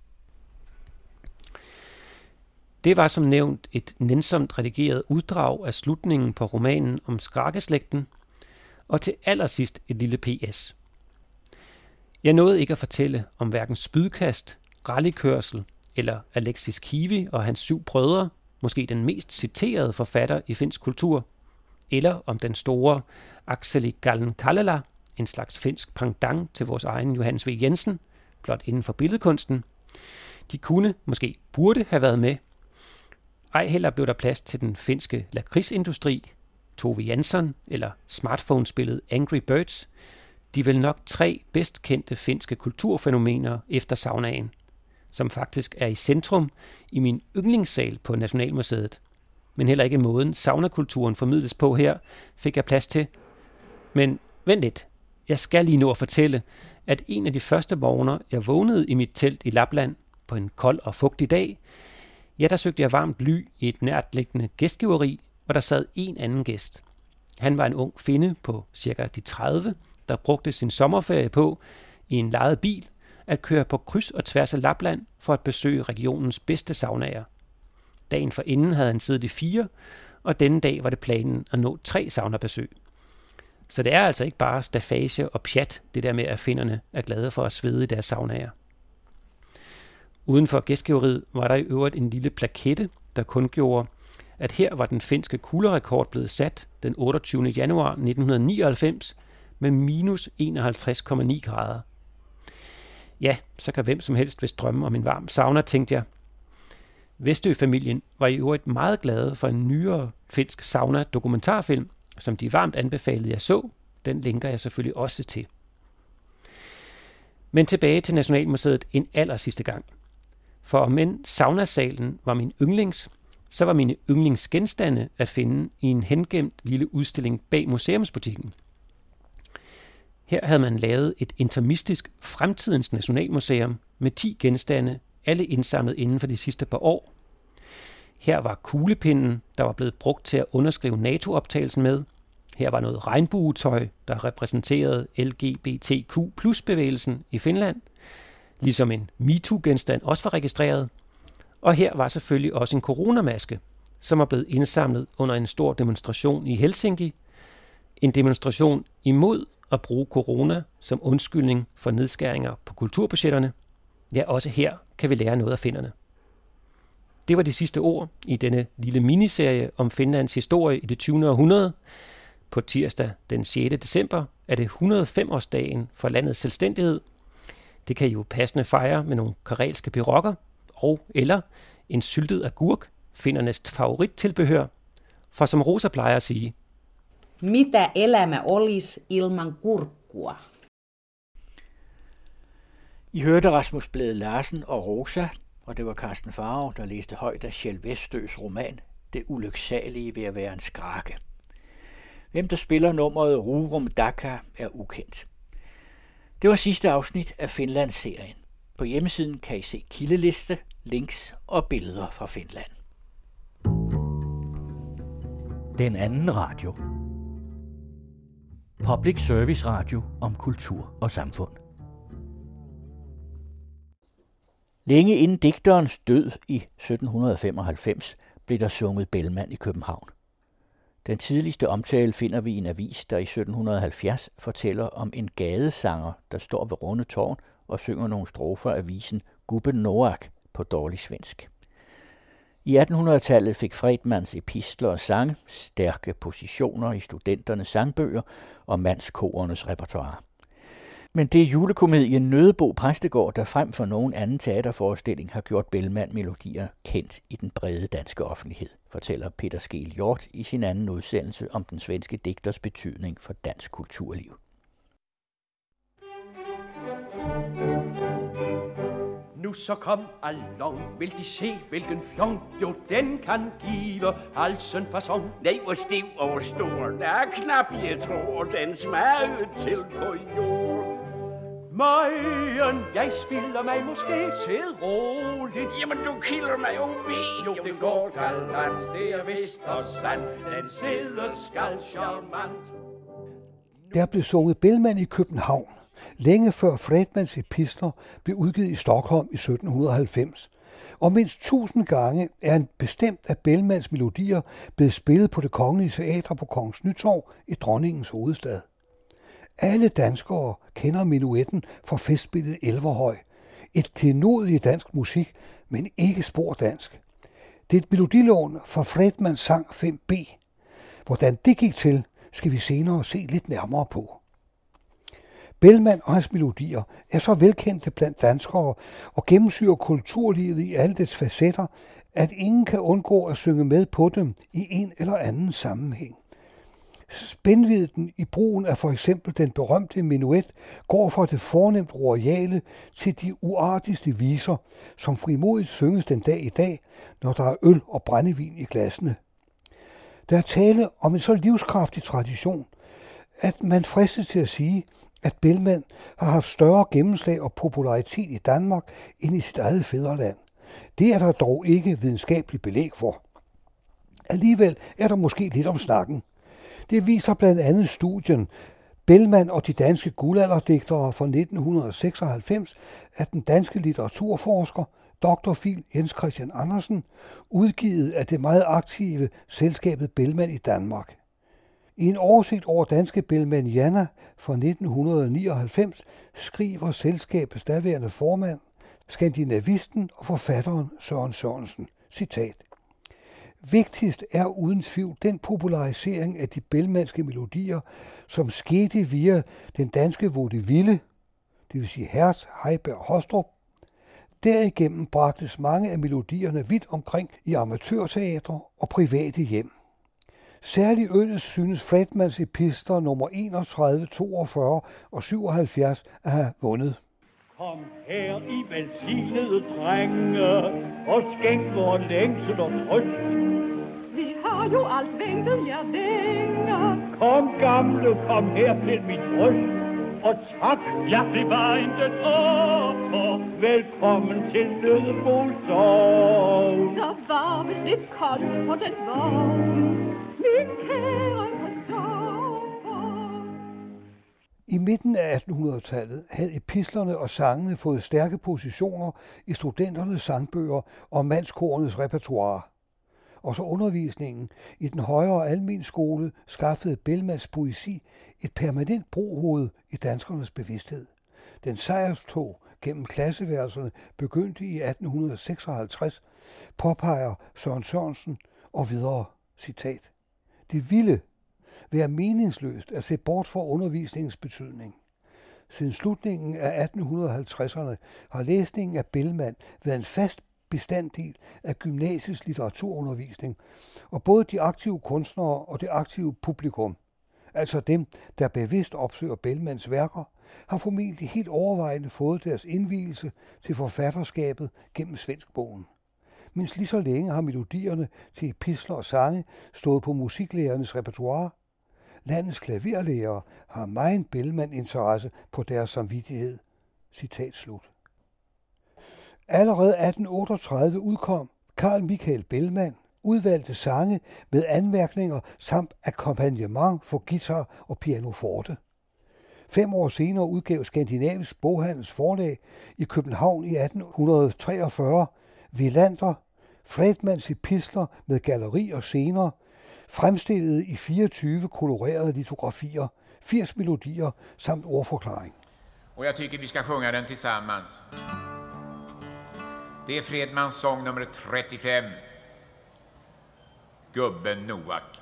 Det var som nævnt et nænsomt redigeret uddrag af slutningen på romanen om Skrakeslægten, og til allersidst et lille P S. Jeg nåede ikke at fortælle om hverken spydkast, rallykørsel eller Alexis Kivi og hans syv brødre, måske den mest citerede forfatter i finsk kultur, eller om den store Akseli Gallen-Kallela, en slags finsk pendant til vores egen Johannes V. Jensen, blot inden for billedkunsten. De kunne, måske burde have været med. Ej heller blev der plads til den finske lakridsindustri, Tove Jansson eller smartphone-spillet Angry Birds, de vel nok tre bedst kendte finske kulturfænomener efter saunaen, som faktisk er i centrum i min yndlingssal på Nationalmuseet. Men heller ikke måden saunakulturen formidles på her, fik jeg plads til. Men vent lidt, jeg skal lige nå at fortælle, at en af de første morgener, jeg vågnede i mit telt i Lapland på en kold og fugtig dag, ja, der søgte jeg varmt ly i et nærtliggende gæstgiveri, og der sad en anden gæst. Han var en ung finne på cirka de tredive, der brugte sin sommerferie på, i en lejet bil, at køre på kryds og tværs af Lapland for at besøge regionens bedste saunaer. Dagen forinden havde han siddet i fire, og denne dag var det planen at nå tre saunabesøg. Så det er altså ikke bare stafage og pjat, det der med, at finnerne er glade for at svede i deres saunaer. Uden for gæstgiveriet var der i øvrigt en lille plakette, der kun gjorde, at her var den finske kulderekord blevet sat den otteogtyvende januar nitten nioghalvfems med minus enoghalvtreds komma ni grader. Ja, så kan hvem som helst vist drømme om en varm sauna, tænkte jeg. Vestø-familien var i øvrigt meget glade for en nyere finsk sauna-dokumentarfilm, som de varmt anbefalede, jeg så. Den linker jeg selvfølgelig også til. Men tilbage til Nationalmuseet en aller sidste gang. For om end saunasalen var min yndlings, så var mine yndlingsgenstande at finde i en hengemt lille udstilling bag museumsbutikken. Her havde man lavet et intermistisk fremtidens nationalmuseum med ti genstande, alle indsamlet inden for de sidste par år. Her var kuglepinden, der var blevet brugt til at underskrive NATO-optagelsen med. Her var noget regnbuetøj, der repræsenterede L G B T Q plus bevægelsen i Finland, ligesom en MeToo-genstand også var registreret. Og her var selvfølgelig også en coronamaske, som er blevet indsamlet under en stor demonstration i Helsinki. En demonstration imod at bruge corona som undskyldning for nedskæringer på kulturbudgetterne. Ja, også her kan vi lære noget af finnerne. Det var de sidste ord i denne lille miniserie om Finlands historie i det tyvende århundrede. På tirsdag den sjette december er det hundrede og fem-årsdagen for landets selvstændighed. Det kan I jo passende fejre med nogle karelske pirokker og eller en syltet agurk, finnernes favorittilbehør. For som Rosa plejer at sige, mitä elämä olis ilman kurkkua? I hørte Rasmus Blæde Larsen og Rosa, og det var Carsten Farov, der læste højt af Kjeld Westøs roman Det ulyksalige ved at være en skrake. Hvem der spiller nummeret Rurum Daka er ukendt. Det var sidste afsnit af Finland-serien. På hjemmesiden kan I se kildeliste, links og billeder fra Finland. Den anden radio. Public Service Radio om kultur og samfund. Længe inden digterens død i sytten femoghalvfems blev der sunget Bellman i København. Den tidligste omtale finder vi i en avis, der i sytten halvfjerds fortæller om en gadesanger, der står ved Runde Tårn og synger nogle strofer af visen Gubben Noak på dårlig svensk. I attenhundredetallet fik Fredmans epistler og sange stærke positioner i studenternes sangbøger og mandskorenes repertoire. Men det er julekomedien Nødebo Præstegård, der frem for nogen anden teaterforestilling har gjort Bellman-melodier kendt i den brede danske offentlighed, fortæller Peter Skeel Hjort i sin anden udsendelse om den svenske digters betydning for dansk kulturliv. Nu så kom along, vil de se, hvilken fjong, jo den kan give halsen fason. Nej, hvor stiv og hvor stor, der er knap, jeg tror, den smager til på jord. Majen, jeg spiller mig måske til roligt. Jamen, du kilder mig jo ved. Jo, det går galant, det er vist og sandt, den sidder skal charmant. Der blev sunget Bellman i København, længe før Fredmans epistler blev udgivet i Stockholm i sytten halvfems. Og mindst tusind gange er en bestemt af Bellmans melodier blevet spillet på Det Kongelige Teater på Kongens Nytorv i dronningens hovedstad. Alle danskere kender menuetten fra festspillet Elverhøj. Et klenodie dansk musik, men ikke spor dansk. Det er et melodilån fra Fredmans sang fem B. Hvordan det gik til, skal vi senere se lidt nærmere på. Bellman og hans melodier er så velkendte blandt danskere og gennemsyrer kulturlivet i alle dets facetter, at ingen kan undgå at synge med på dem i en eller anden sammenhæng. Spændvidden i brugen af for eksempel den berømte menuet går fra det fornemt royale til de uartigste viser, som frimodigt synges den dag i dag, når der er øl og brændevin i glassene. Der er tale om en så livskraftig tradition, at man fristes til at sige, at Bellman har haft større gennemslag og popularitet i Danmark end i sit eget fædreland. Det er der dog ikke videnskabeligt belæg for. Alligevel er der måske lidt om snakken. Det viser blandt andet studien Bellman og de danske guldalderdigtere fra nitten seksoghalvfems af den danske litteraturforsker doktor Phil Jens Christian Andersen, udgivet af det meget aktive selskabet Bellman i Danmark. I en oversigt over danske Bellmanianer fra nitten nioghalvfems skriver selskabets daværende formand, skandinavisten og forfatteren Søren Sørensen, citat: Vigtigst er uden tvivl den popularisering af de bellmanske melodier, som skete via den danske vaudeville, det vil sige Hertz, Heiberg og Hostrup. Derigennem bragtes mange af melodierne vidt omkring i amatørteatre og private hjem. Særligt ølles synes Fredmans epistler nummer enogtredive, toogfyrre og syvoghalvfjerds at have vundet. Kom her i velsignede drenge, og skænk vor længsel og trøst. Vi har jo alt ventet jer længe. Kom gamle, kom her til mit bryst, og tak. Ja, det var intet åber. Velkommen til Nødebo Sogn. Der var vist lidt koldt på den vogn. Min kære I midten af attenhundredetallet havde epistlerne og sangene fået stærke positioner i studenternes sangbøger og mandskorenes repertoire. Og så undervisningen i den højere almenskole skaffede Bellmans poesi et permanent brohoved i danskernes bevidsthed. Den sejrstog gennem klasseværelserne begyndte i atten seksoghalvtreds, påpeger Søren Sørensen og videre, citat: Det vilde, være meningsløst at se bort fra undervisningens betydning. Siden slutningen af atten halvtredserne har læsningen af Bellman været en fast bestanddel af gymnasiets litteraturundervisning, og både de aktive kunstnere og det aktive publikum, altså dem, der bevidst opsøger Bellmans værker, har formentlig helt overvejende fået deres indvielse til forfatterskabet gennem svenskbogen. Mens lige så længe har melodierne til epistler og sange stået på musiklærernes repertoire. Landets klaverlærere har megen Bellman-interesse på deres samvittighed. Citat slut. Allerede atten otteogtredive udkom Carl Michael Bellman udvalgte sange med anmærkninger samt akkompagnement for guitar og pianoforte. Fem år senere udgav Skandinavisk Boghandels Forlag i København i atten treogfyrre Welander, Fredmans epistler med galleri og scener, fremstillet i fireogtyve kolorerede litografier, firs melodier samt ordforklaring. Och jag tycker vi ska sjunga den tillsammans. Det är Fredmans sång nummer trettiofem. Gubben Noak.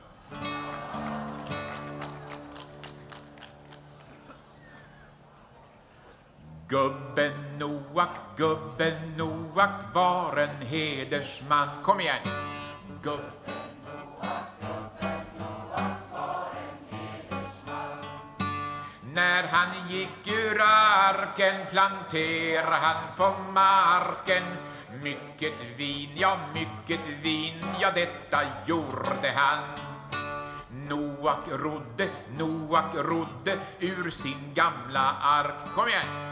Gubben Noak, gubben Noak var en hedersman. Kom igen. Gubben Noak, gubben Noak var en hedersman. När han gick ur arken planterade han på marken mycket vin, ja mycket vin, ja detta gjorde han. Noak rodde, Noak rodde ur sin gamla ark. Kom igen.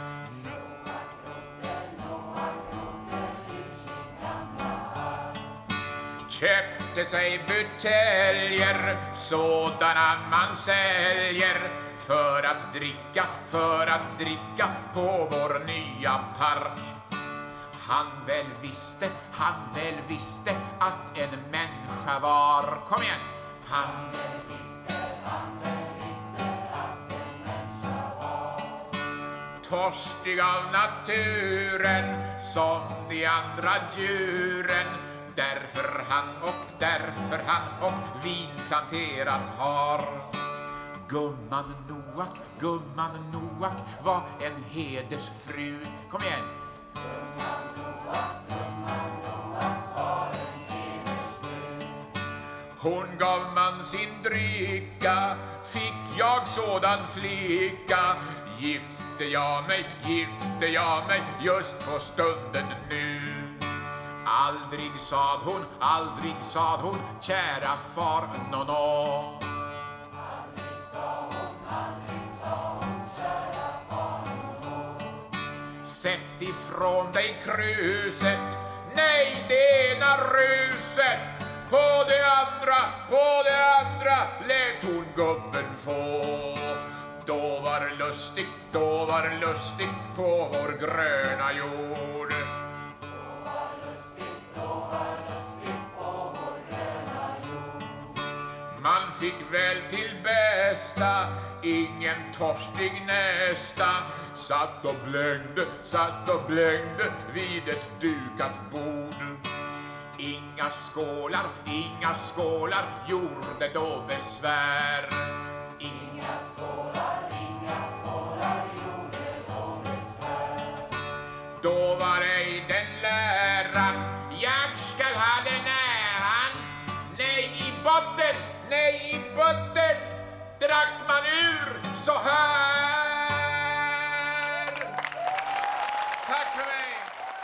Köpte sig buteljer, sådana man säljer, för att dricka, för att dricka på vår nya park. Han väl visste, han väl visste att en människa var. Kom igen! Han väl visste, han väl visste att en människa var. Torstig av naturen som de andra djuren. Därför han och därför han och vin planterat har. Gumman Noak, gumman Noak var en hedersfru. Kom igen. Gumman Noak, gumman Noak var en hedersfru. Hon gav man sin drycka, fick jag sådan flicka. Gifte jag mig, gifte jag mig just på stunden nu. Aldrig sade hon, aldrig sade hon, kära far, no, no. Aldrig sa hon, aldrig sa hon, kära far, no, no. Sätt ifrån dig kruset, nej det ena ruset. På det andra, på det andra lät hon gubben få. Då var lustigt, då var lustigt på vår gröna jord. Man fick väl till bästa, ingen torstig nästa. Satt och blängde, satt och blängde vid ett dukat bord. Inga skålar, inga skålar gjorde då besvär. Inga skålar, inga skålar gjorde då besvär. Då var ej den läran, jag ska ha den äran. Nej i botten, nej i botten, drack man ur så här. Tack för mig.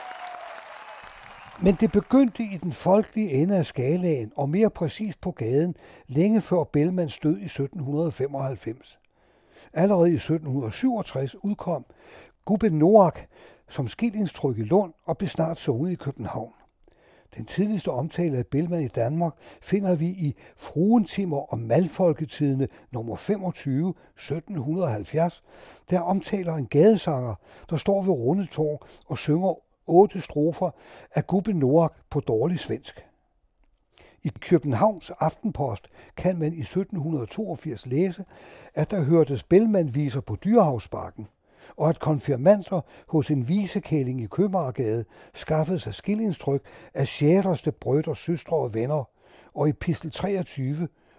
Men det begyndte i den folkelige ende af skalaen, og mere præcist på gaden, længe før Bellmans død i sytten femoghalvfems. Allerede i sytten syvogtres udkom Gubben Noak som skillingstryk i Lund og blev snart sunget i København. Den tidligste omtale af Bellman i Danmark finder vi i Fruentimer og Malfolketidene nummer femogtyve, sytten halvfjerds, der omtaler en gadesanger, der står ved Rundetårn og synger otte strofer af Gubben Noak på dårlig svensk. I Københavns Aftenpost kan man i sytten toogfirs læse, at der hørtes Bellman-viser på Dyrehavsbakken, og at konfirmander hos en visekælling i Købmagergade skaffede sig skillingstryk af sjæreste brødre, søstre og venner, og epistel treogtyve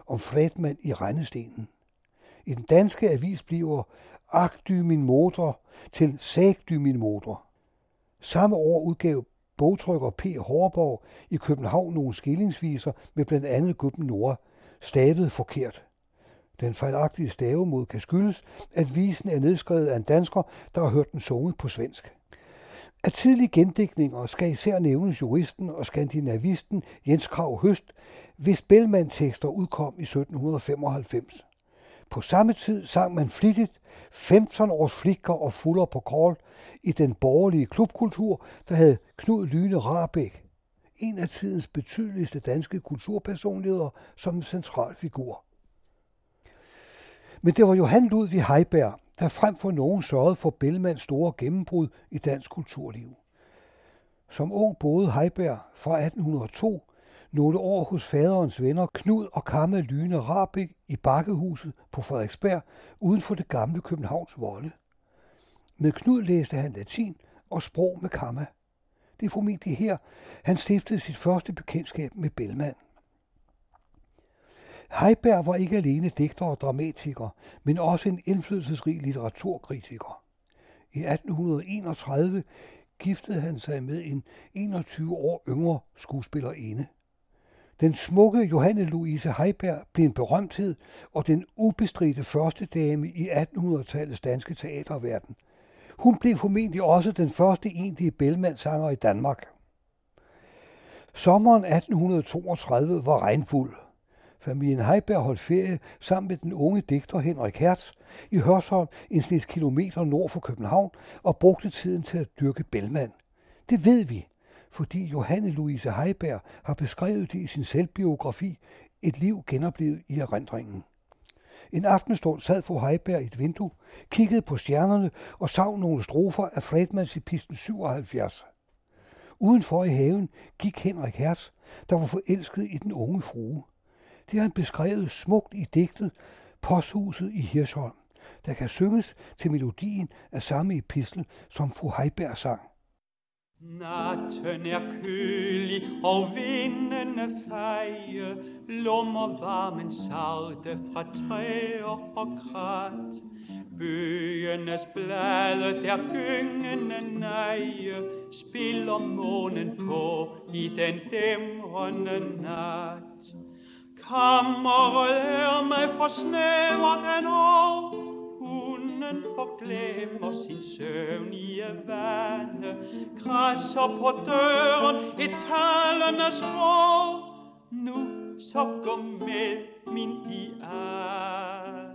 om Fredman i Rendestenen. I den danske avis bliver Ak dy min motor til Sag dy min motor. Samme år udgav bogtrykker P. Hårborg i København nogle skillingsviser med blandt andet Gubben Nora, stavet forkert. Den fejlagtige stavemod kan skyldes, at visen er nedskrevet af en dansker, der har hørt den sunget på svensk. Af tidlige gendigtninger skal især nævnes juristen og skandinavisten Jens Krag Høst, hvis Bellman-tekster udkom i sytten femoghalvfems. På samme tid sang man flittigt femten års flikker og fuller på kål i den borgerlige klubkultur, der havde Knud Lyne Rahbek, en af tidens betydeligste danske kulturpersonligheder, som en central figur. Men det var Johan Ludvig Heiberg, der frem for nogen sørgede for Bellmans store gennembrud i dansk kulturliv. Som ung boede Heiberg fra atten hundrede og to nogle år hos faderens venner Knud og Kamma Lyne Rahbek i Bakkehuset på Frederiksberg uden for det gamle Københavns volde. Med Knud læste han latin og sprog med Kamma. Det er formentlig her, han stiftede sit første bekendtskab med Bellman. Heiberg var ikke alene digter og dramatiker, men også en indflydelsesrig litteraturkritiker. I atten enogtredive giftede han sig med en enogtyve år yngre skuespillerinde. Den smukke Johanne Louise Heiberg blev en berømthed og den ubestridte første dame i attenhundredetallets danske teaterverden. Hun blev formentlig også den første egentlige Bellman-sanger i Danmark. Sommeren atten toogtredive var regnfuld. Familien Heiberg holdt ferie sammen med den unge digter Henrik Hertz i Hørsholm, en snes kilometer nord for København, og brugte tiden til at dyrke Bellman. Det ved vi, fordi Johanne Louise Heiberg har beskrevet det i sin selvbiografi Et liv genoplevet i erindringen. En aftenstund sad fru Heiberg i et vindue, kiggede på stjernerne og savn nogle strofer af Fredmans Episten syvoghalvfjerds. Udenfor i haven gik Henrik Hertz, der var forelsket i den unge frue. Det har han beskrevet smukt i digtet Posthuset i Hirschholm, der kan synges til melodien af samme epistel, som fru Heiberg sang. Natten er kølig og vindene feje, lummer varmen salte fra træer og krat. Bøgenes blade der gyngende neje, spiller månen på i den dæmrende nat. Kammeret er mig for snævert den år, hunden forglemmer sin søvnige vande, krasser på døren et talende sprog. Nu så gå med, min Diane.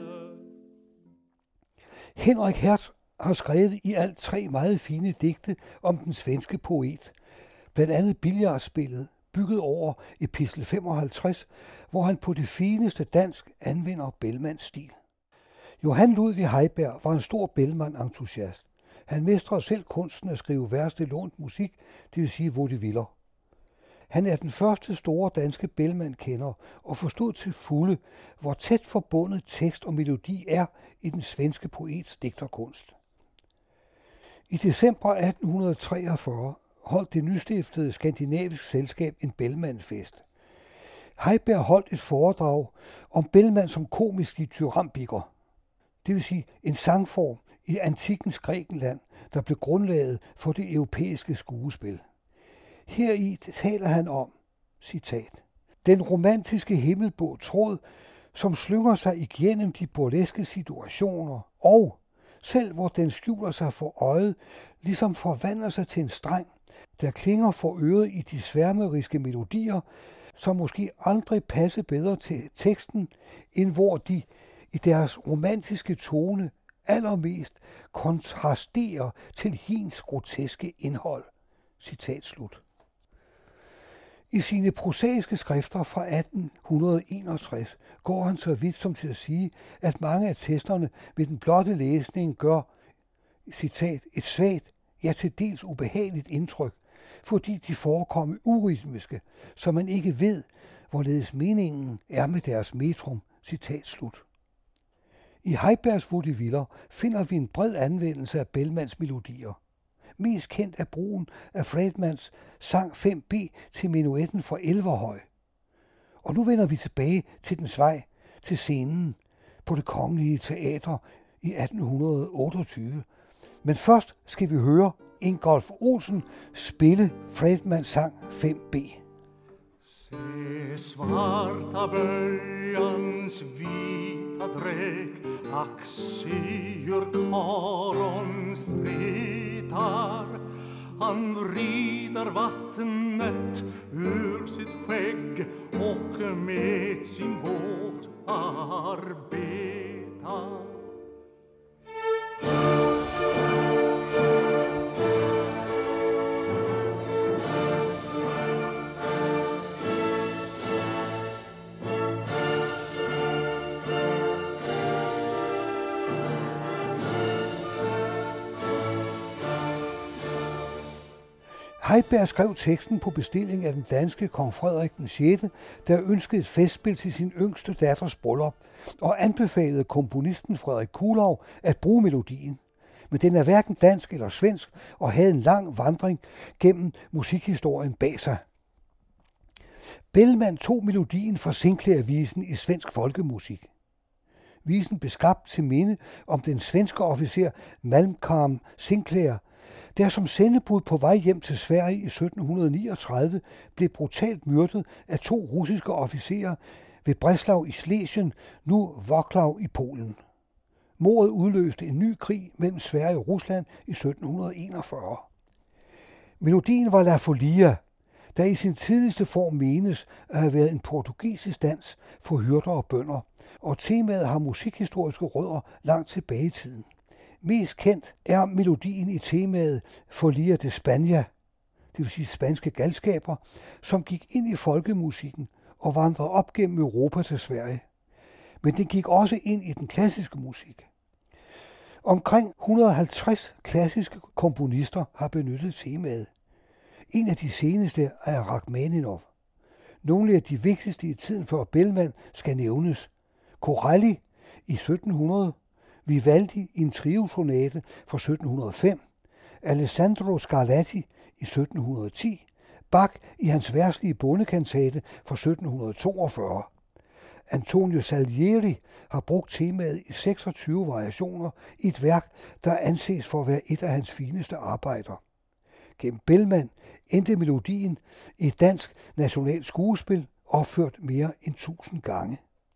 Henrik Hertz har skrevet i alt tre meget fine digte om den svenske poet. Blandt andet billiardspillet, bygget over epistel femoghalvtreds, hvor han på det fineste dansk anvender Bellmans stil. Johan Ludvig Heiberg var en stor Bellman-entusiast. Han mestrede selv kunsten at skrive vers til lånt musik, det vil sige vaudeviller. Han er den første store danske Bellman-kender og forstod til fulde, hvor tæt forbundet tekst og melodi er i den svenske poets digterkunst. I december atten treogfyrre holdt det nystiftede skandinaviske selskab en Bellman-fest. Heiberg holdt et foredrag om Bellman som komisk dithyrambiker, det vil sige en sangform i antikkens Grækenland, der blev grundlaget for det europæiske skuespil. Heri taler han om, citat, den romantiske himmelblå tråd, som slynger sig igennem de burleske situationer, og selv hvor den skjuler sig for øjet, ligesom forvandler sig til en streng, der klinger for øret i de sværmeriske melodier, som måske aldrig passer bedre til teksten, end hvor de i deres romantiske tone allermest kontrasterer til hins groteske indhold. Citat slut. I sine prosaiske skrifter fra atten enogtres går han så vidt som til at sige, at mange af teksterne ved den blotte læsning gør, citat, et svagt, ja til dels ubehageligt indtryk, fordi de forekommer urytmiske, så man ikke ved, hvorledes meningen er med deres metrum, citat slut. I Heibergs vaudeviller finder vi en bred anvendelse af Bellmans melodier. Mest kendt er brugen af Fredmans sang fem B til menuetten for Elverhøj. Og nu vender vi tilbage til dens vej til scenen på Det Kongelige Teater i atten otteogtyve. Men først skal vi høre Ingolf Olsen spille Fredmans sang fem B. Se svarta böljans vita dräkt, ack se hur karln stritar. Han vrider vattnet ur sitt skägg och med sin båt arbetar. Heiberg skrev teksten på bestilling af den danske kong Frederik den sjette, der ønskede et festspil til sin yngste datters bryllup, og anbefalede komponisten Frederik Kuhlau at bruge melodien. Men den er hverken dansk eller svensk, og havde en lang vandring gennem musikhistorien bag sig. Bellman tog melodien fra Sinclair-visen i svensk folkemusik. Visen blev skabt til minde om den svenske officer Malmkalm Sinclair, der som sendebud på vej hjem til Sverige i sytten niogtredive blev brutalt myrdet af to russiske officerer ved Breslau i Schlesien, nu Wrocław i Polen. Mordet udløste en ny krig mellem Sverige og Rusland i sytten enogfyrre. Melodien var La Folia, der i sin tidligste form menes at have været en portugisisk dans for hyrder og bønder, og temaet har musikhistoriske rødder langt tilbage i tiden. Mest kendt er melodien i temaet Folia de España, det vil sige spanske galskaber, som gik ind i folkemusikken og vandrede op gennem Europa til Sverige. Men den gik også ind i den klassiske musik. Omkring et hundrede og halvtreds klassiske komponister har benyttet temaet. En af de seneste er Rachmaninov. Nogle af de vigtigste i tiden før Bellman skal nævnes. Corelli i sytten hundrede, Vivaldi i en triosonate fra sytten hundrede fem, Alessandro Scarlatti i sytten hundrede ti, Bach i hans verslige bondekantate fra sytten hundrede toogfyrre. Antonio Salieri har brugt temaet i seksogtyve variationer i et værk, der anses for at være et af hans fineste arbejder. Gennem Bellman endte melodien i et dansk nationalt skuespil, opført mere end tusind gange.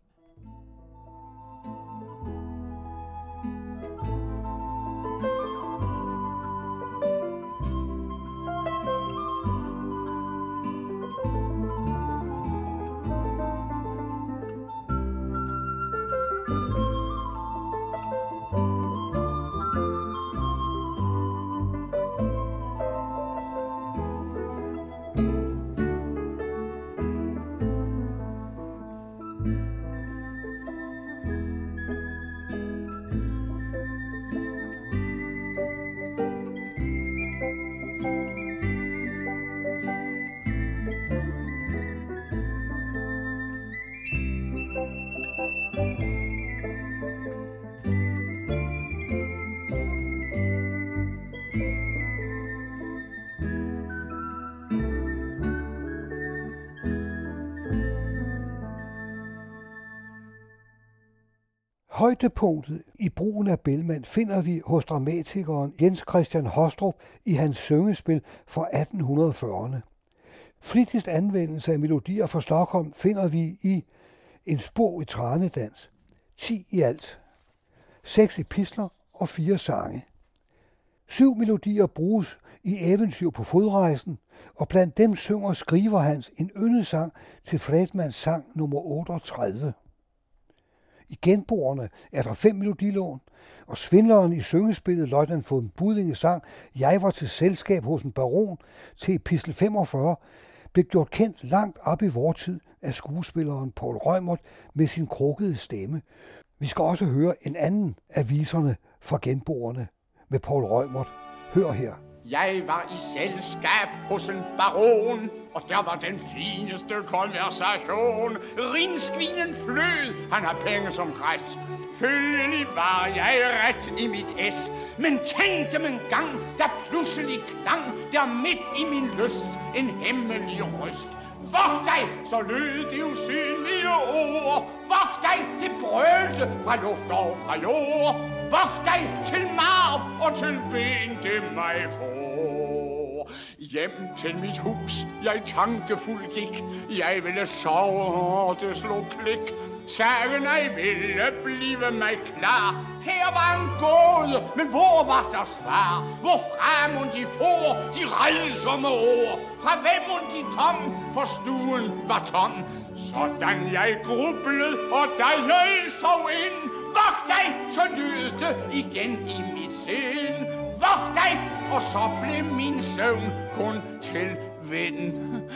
Højdepunktet i brugen af Bellman finder vi hos dramatikeren Jens Christian Hostrup i hans syngespil fra atten fyrrerne. Flittigst anvendelse af melodier fra Stockholm finder vi i En spor i tranedans, ti i alt, seks epistler og fire sange. Syv melodier bruges i Eventyr på fodrejsen, og blandt dem synger skriver Hans en yndet sang til Fredmans sang nummer otteogtredive. I Genboerne er der fem melodilån, og svindleren i syngespillet Løjtnant von Budinge sang Jeg var til selskab hos en baron til epistel femogfyrre, blev gjort kendt langt op i vor tid af skuespilleren Paul Reumert med sin krukkede stemme. Vi skal også høre en anden af viserne fra Genboerne med Paul Reumert. Hør her. Jeg var i selskab hos en baron, og der var den fineste konversation. Rinskvinen flød, han har penge som græs. Følgelig var jeg ret i mit es, men tænkte mig en gang, der pludselig klang der midt i min lyst en hemmelig røst. Vogt dig, så lød det usynlige ord. Vogt dig, det brølte fra luft og fra jord. Vogt dig til marv og til ben, det mig får. Hjem til mit hus, jeg tankefuld gik. Jeg ville sove, og det slog klik. Sagen ej ville blive mig klar. Her var en gåde, men hvor var der svar? Hvorfra mon de for, de rædsomme ord? Fra hvem mon de kom, for stuen var tom. Sådan jeg grublede, og da jeg sov ind, vogt dig, så lød det igen i mit sind. Vogt dig, og så blev min søvn kun til vind.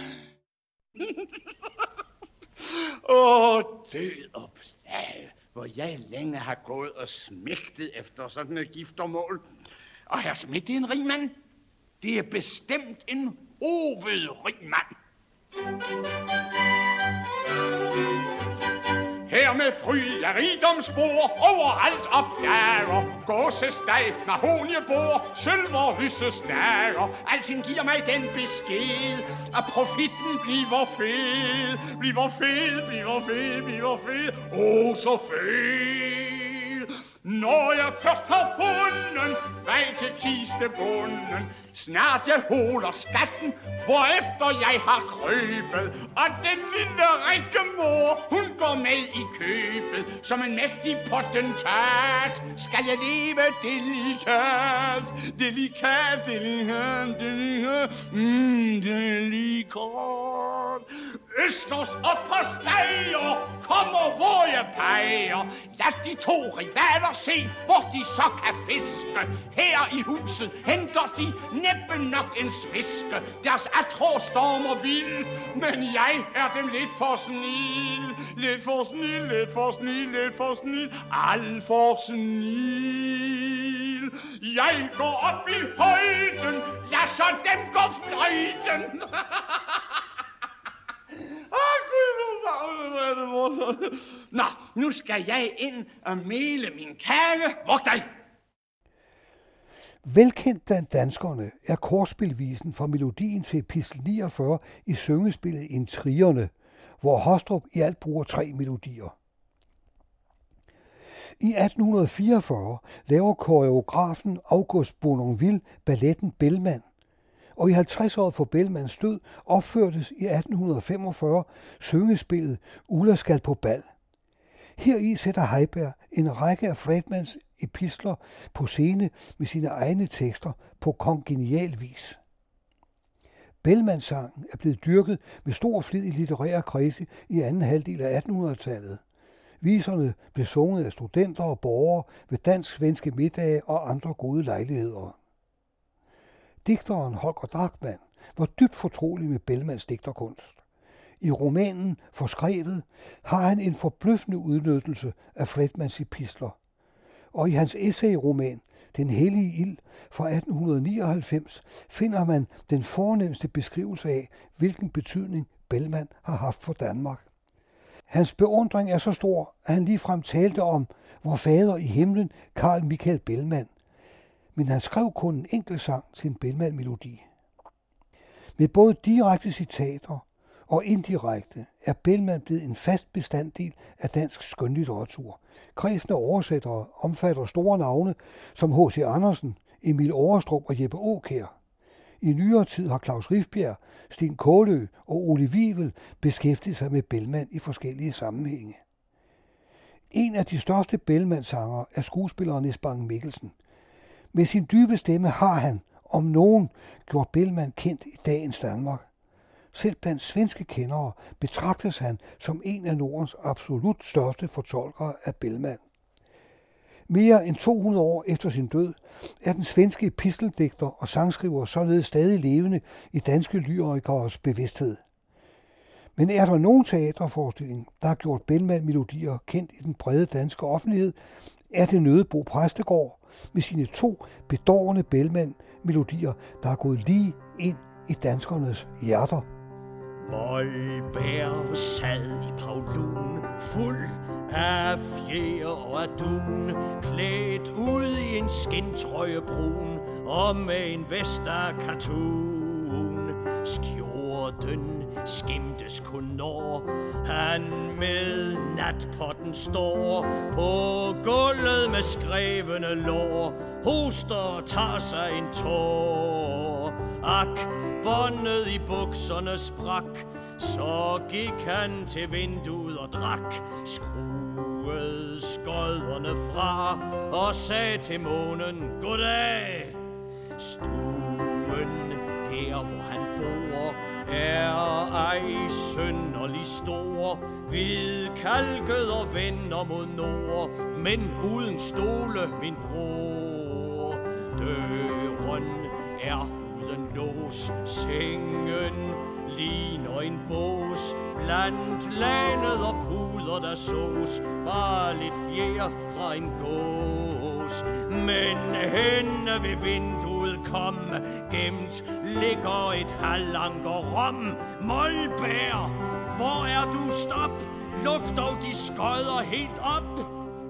Åh, død og plage, hvor jeg længe har gået og smægtet efter sådan et giftermål. Og herr Schmidt, det er en rig mand. Det er bestemt en hovedrig mand. Her med fryd af rigdomsbord, overalt opdager, gåsesteg, mahoniebord, sølver, hyssestager. Alting giver mig den besked, at profitten bliver fed, bliver fed, bliver fed, bliver fed, åh, så fed. Når jeg først har fundet vej til kistebunden, snart jeg holer skatten, hvorefter jeg har krøbet, og den lille Rikke-mor, hun går med i købet, som en mægtig potentat, skal jeg leve delikat, delikat, delikat, delikat, mm, delikat. Østers og på steger kommer hvor jeg peger. Lad de to rivaler se, hvor de så kan fiske. Her i huset henter de næppe nok en sviske. Deres atro stormer vild, men jeg er dem lidt for snil. Lidt for snil, lidt for snil, lidt for snil, alt for snil. Jeg går op i højden, lad så dem gå fløjten. Nå, nu skal jeg ind og mele min kage. Vogt dig! Velkendt blandt danskerne er kortspilvisen fra melodien til epistel niogfyrre i syngespillet Intrigerne, hvor Hostrup i alt bruger tre melodier. I atten fireogfyrre laver koreografen August Bournonville balletten Bellman, og i halvtreds-året for Bellmans død opførtes i atten femogfyrre syngespillet Ulla skal på bal. Heri sætter Heiberg en række af Fredmans epistler på scene med sine egne tekster på kongenial vis. Bellmansangen er blevet dyrket med stor flid i litterære kredse i anden halvdel af attenhundredetallet. Viserne blev sunget af studenter og borgere ved dansk-svenske middage og andre gode lejligheder. Digteren Holger Drachmann var dybt fortrolig med Bellmans digterkunst. I romanen Forskrevet har han en forbløffende udnyttelse af Fredmans epistler, og i hans essayroman Den hellige ild fra atten nioghalvfems finder man den fornemste beskrivelse af, hvilken betydning Bellman har haft for Danmark. Hans beundring er så stor, at han ligefrem talte om vor fader i himlen, Carl Michael Bellman, men han skrev kun en enkelt sang til en Bellman-melodi. Med både direkte citater og indirekte er Bellman blevet en fast bestanddel af dansk skønlitteratur. Kredsen af oversættere omfatter store navne som H C Andersen, Emil Overstrup og Jeppe Aakjær. I nyere tid har Claus Rifbjerg, Sten Kålø og Ole Wivel beskæftiget sig med Bellman i forskellige sammenhænge. En af de største Bellman-sangere er skuespilleren Nis Bange Mikkelsen. Med sin dybe stemme har han, om nogen, gjort Bellman kendt i dagens Danmark. Selv blandt svenske kendere betragtes han som en af Nordens absolut største fortolkere af Bellman. Mere end to hundrede år efter sin død er den svenske episteldigter og sangskriver således stadig levende i danske lyrikeres bevidsthed. Men er der nogen teaterforestilling, der har gjort Bellman-melodier kendt i den brede danske offentlighed, er det Nødebo Præstegård med sine to bedårende Bellman-melodier, der er gået lige ind i danskernes hjerter. Møgbær sad i Paulun, fuld af fjer og af dun, klædt ud i en skintrøje brun og med en vest af katun. Skjorten lygten skimtes kun når han med natpotten står på gulvet med skrevne lår, hoster og tager sig en tår. Ak, båndet i bukserne sprak, så gik han til vinduet og drak, skruede skodderne fra og sagde til månen goddag. Stuen her, hvor han bor, er ej synderlig stor, hvidkalket og vender mod nord, men uden stole, min bror. Døren er uden lås, sengen ligner en bås, blandt landet og puder der sås, bare lidt fjer fra en gås. Men henne ved vinduet kom, gemt ligger et halvanker rom. Molbær, hvor er du? Stop, luk dog de skodder helt op.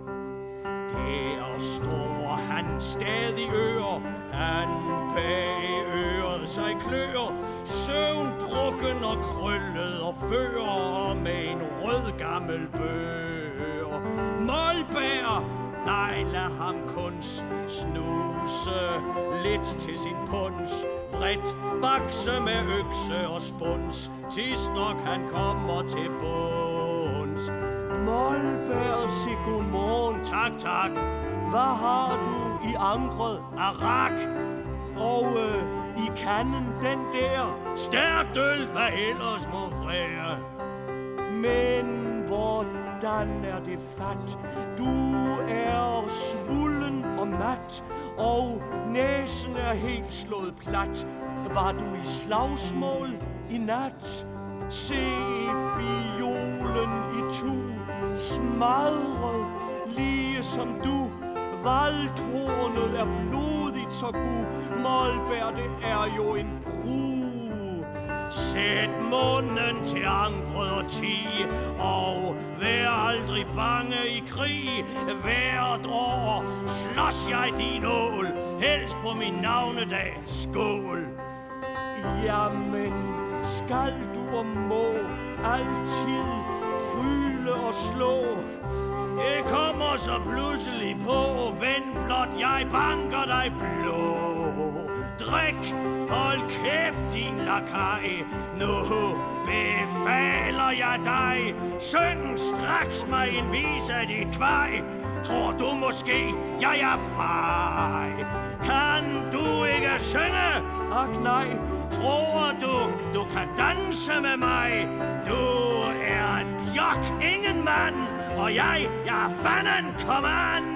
Der står han stadig ør, han bag øret sig klør, søvndrukken og krøllet og fører med en rød gammel bør. Molbær, nej, lad ham kun snuse lidt til sin puns, vredt bakse med økse og spuns, tis nok han kommer til bunds. Molbær, sig godmorgen, tak, tak. Hvad har du i ankret? Arak. Og øh, i kanden, den der stærkt øl, hvad ellers må frære. Men hvordan er det fat? Du er svullen og mat, og næsen er helt slået plat. Var du i slagsmål i nat? Se fiolen i tu, smadret, lige som du. Valdhornet er blodigt så gud, Molbær, det er jo en gru. Sæt munden til ankret og ti, og vær aldrig bange i krig. Hvert år slås jeg din ål, helst på min navnedag. Skål! Jamen, skal du og må altid pryle og slå? Det kommer så pludselig på, vent blot, jeg banker dig blå. Drik, hold kæft din lakaj, nu befaler jeg dig. Syng straks mig en vis af dit kvej. Tror du måske, jeg er fej? Kan du ikke synge? Ak nej, tror du, du kan danse med mig? Du er en pjok, ingen mand, og jeg, jeg er fanden, kom an!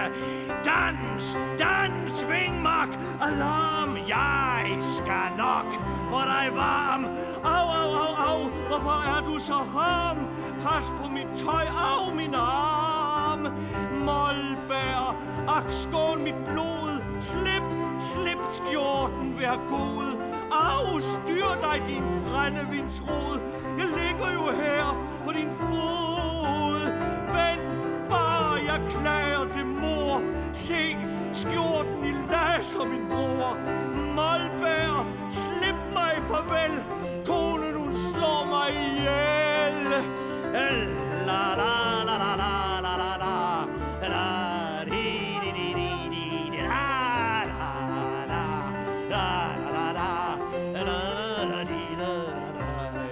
Dans, dans, svingmak, alarm, jeg skal nok få dig varm. Au, au, au, au, hvorfor er du så harm? Pas på mit tøj, au, min arm. Molbær, ak, skål mit blod, slip, slip skjorten, vær god. Au, styr dig, din brændevindsrod, jeg ligger jo her på din fod. Vent bare, jeg klager til mor. Se, skjorten i laser, min bror. Molbær, slip mig, farvel. Konen, hun slår mig ihjel. La la la la la la la la la di di di di di di la la la la la la la la di la la.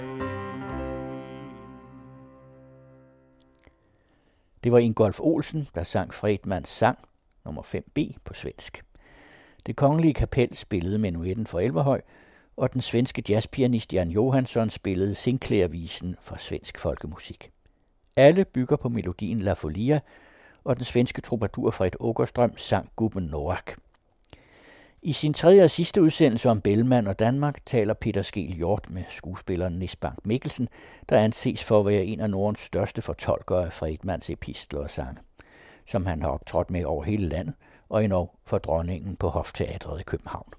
Det var Ingolf Olsen, der sang Fredmans sang, nummer fem B på svensk. Det Kongelige Kapel spillede menuetten for Elverhøj, og den svenske jazzpianist Jan Johansson spillede Sinclair-visen fra svensk folkemusik. Alle bygger på melodien La Folia, og den svenske troubadour Fred Åkerström sang Gubben Noak. I sin tredje og sidste udsendelse om Bellman og Danmark taler Peter Skeel Hjort med skuespilleren Nis Bank Mikkelsen, der anses for at være en af Nordens største fortolkere af Fredmans epistler og sange, som han har optrådt med over hele landet, og endnu for dronningen på Hofteatret i København.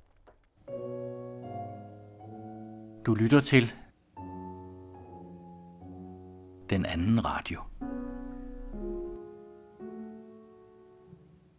Du lytter til Den Anden Radio.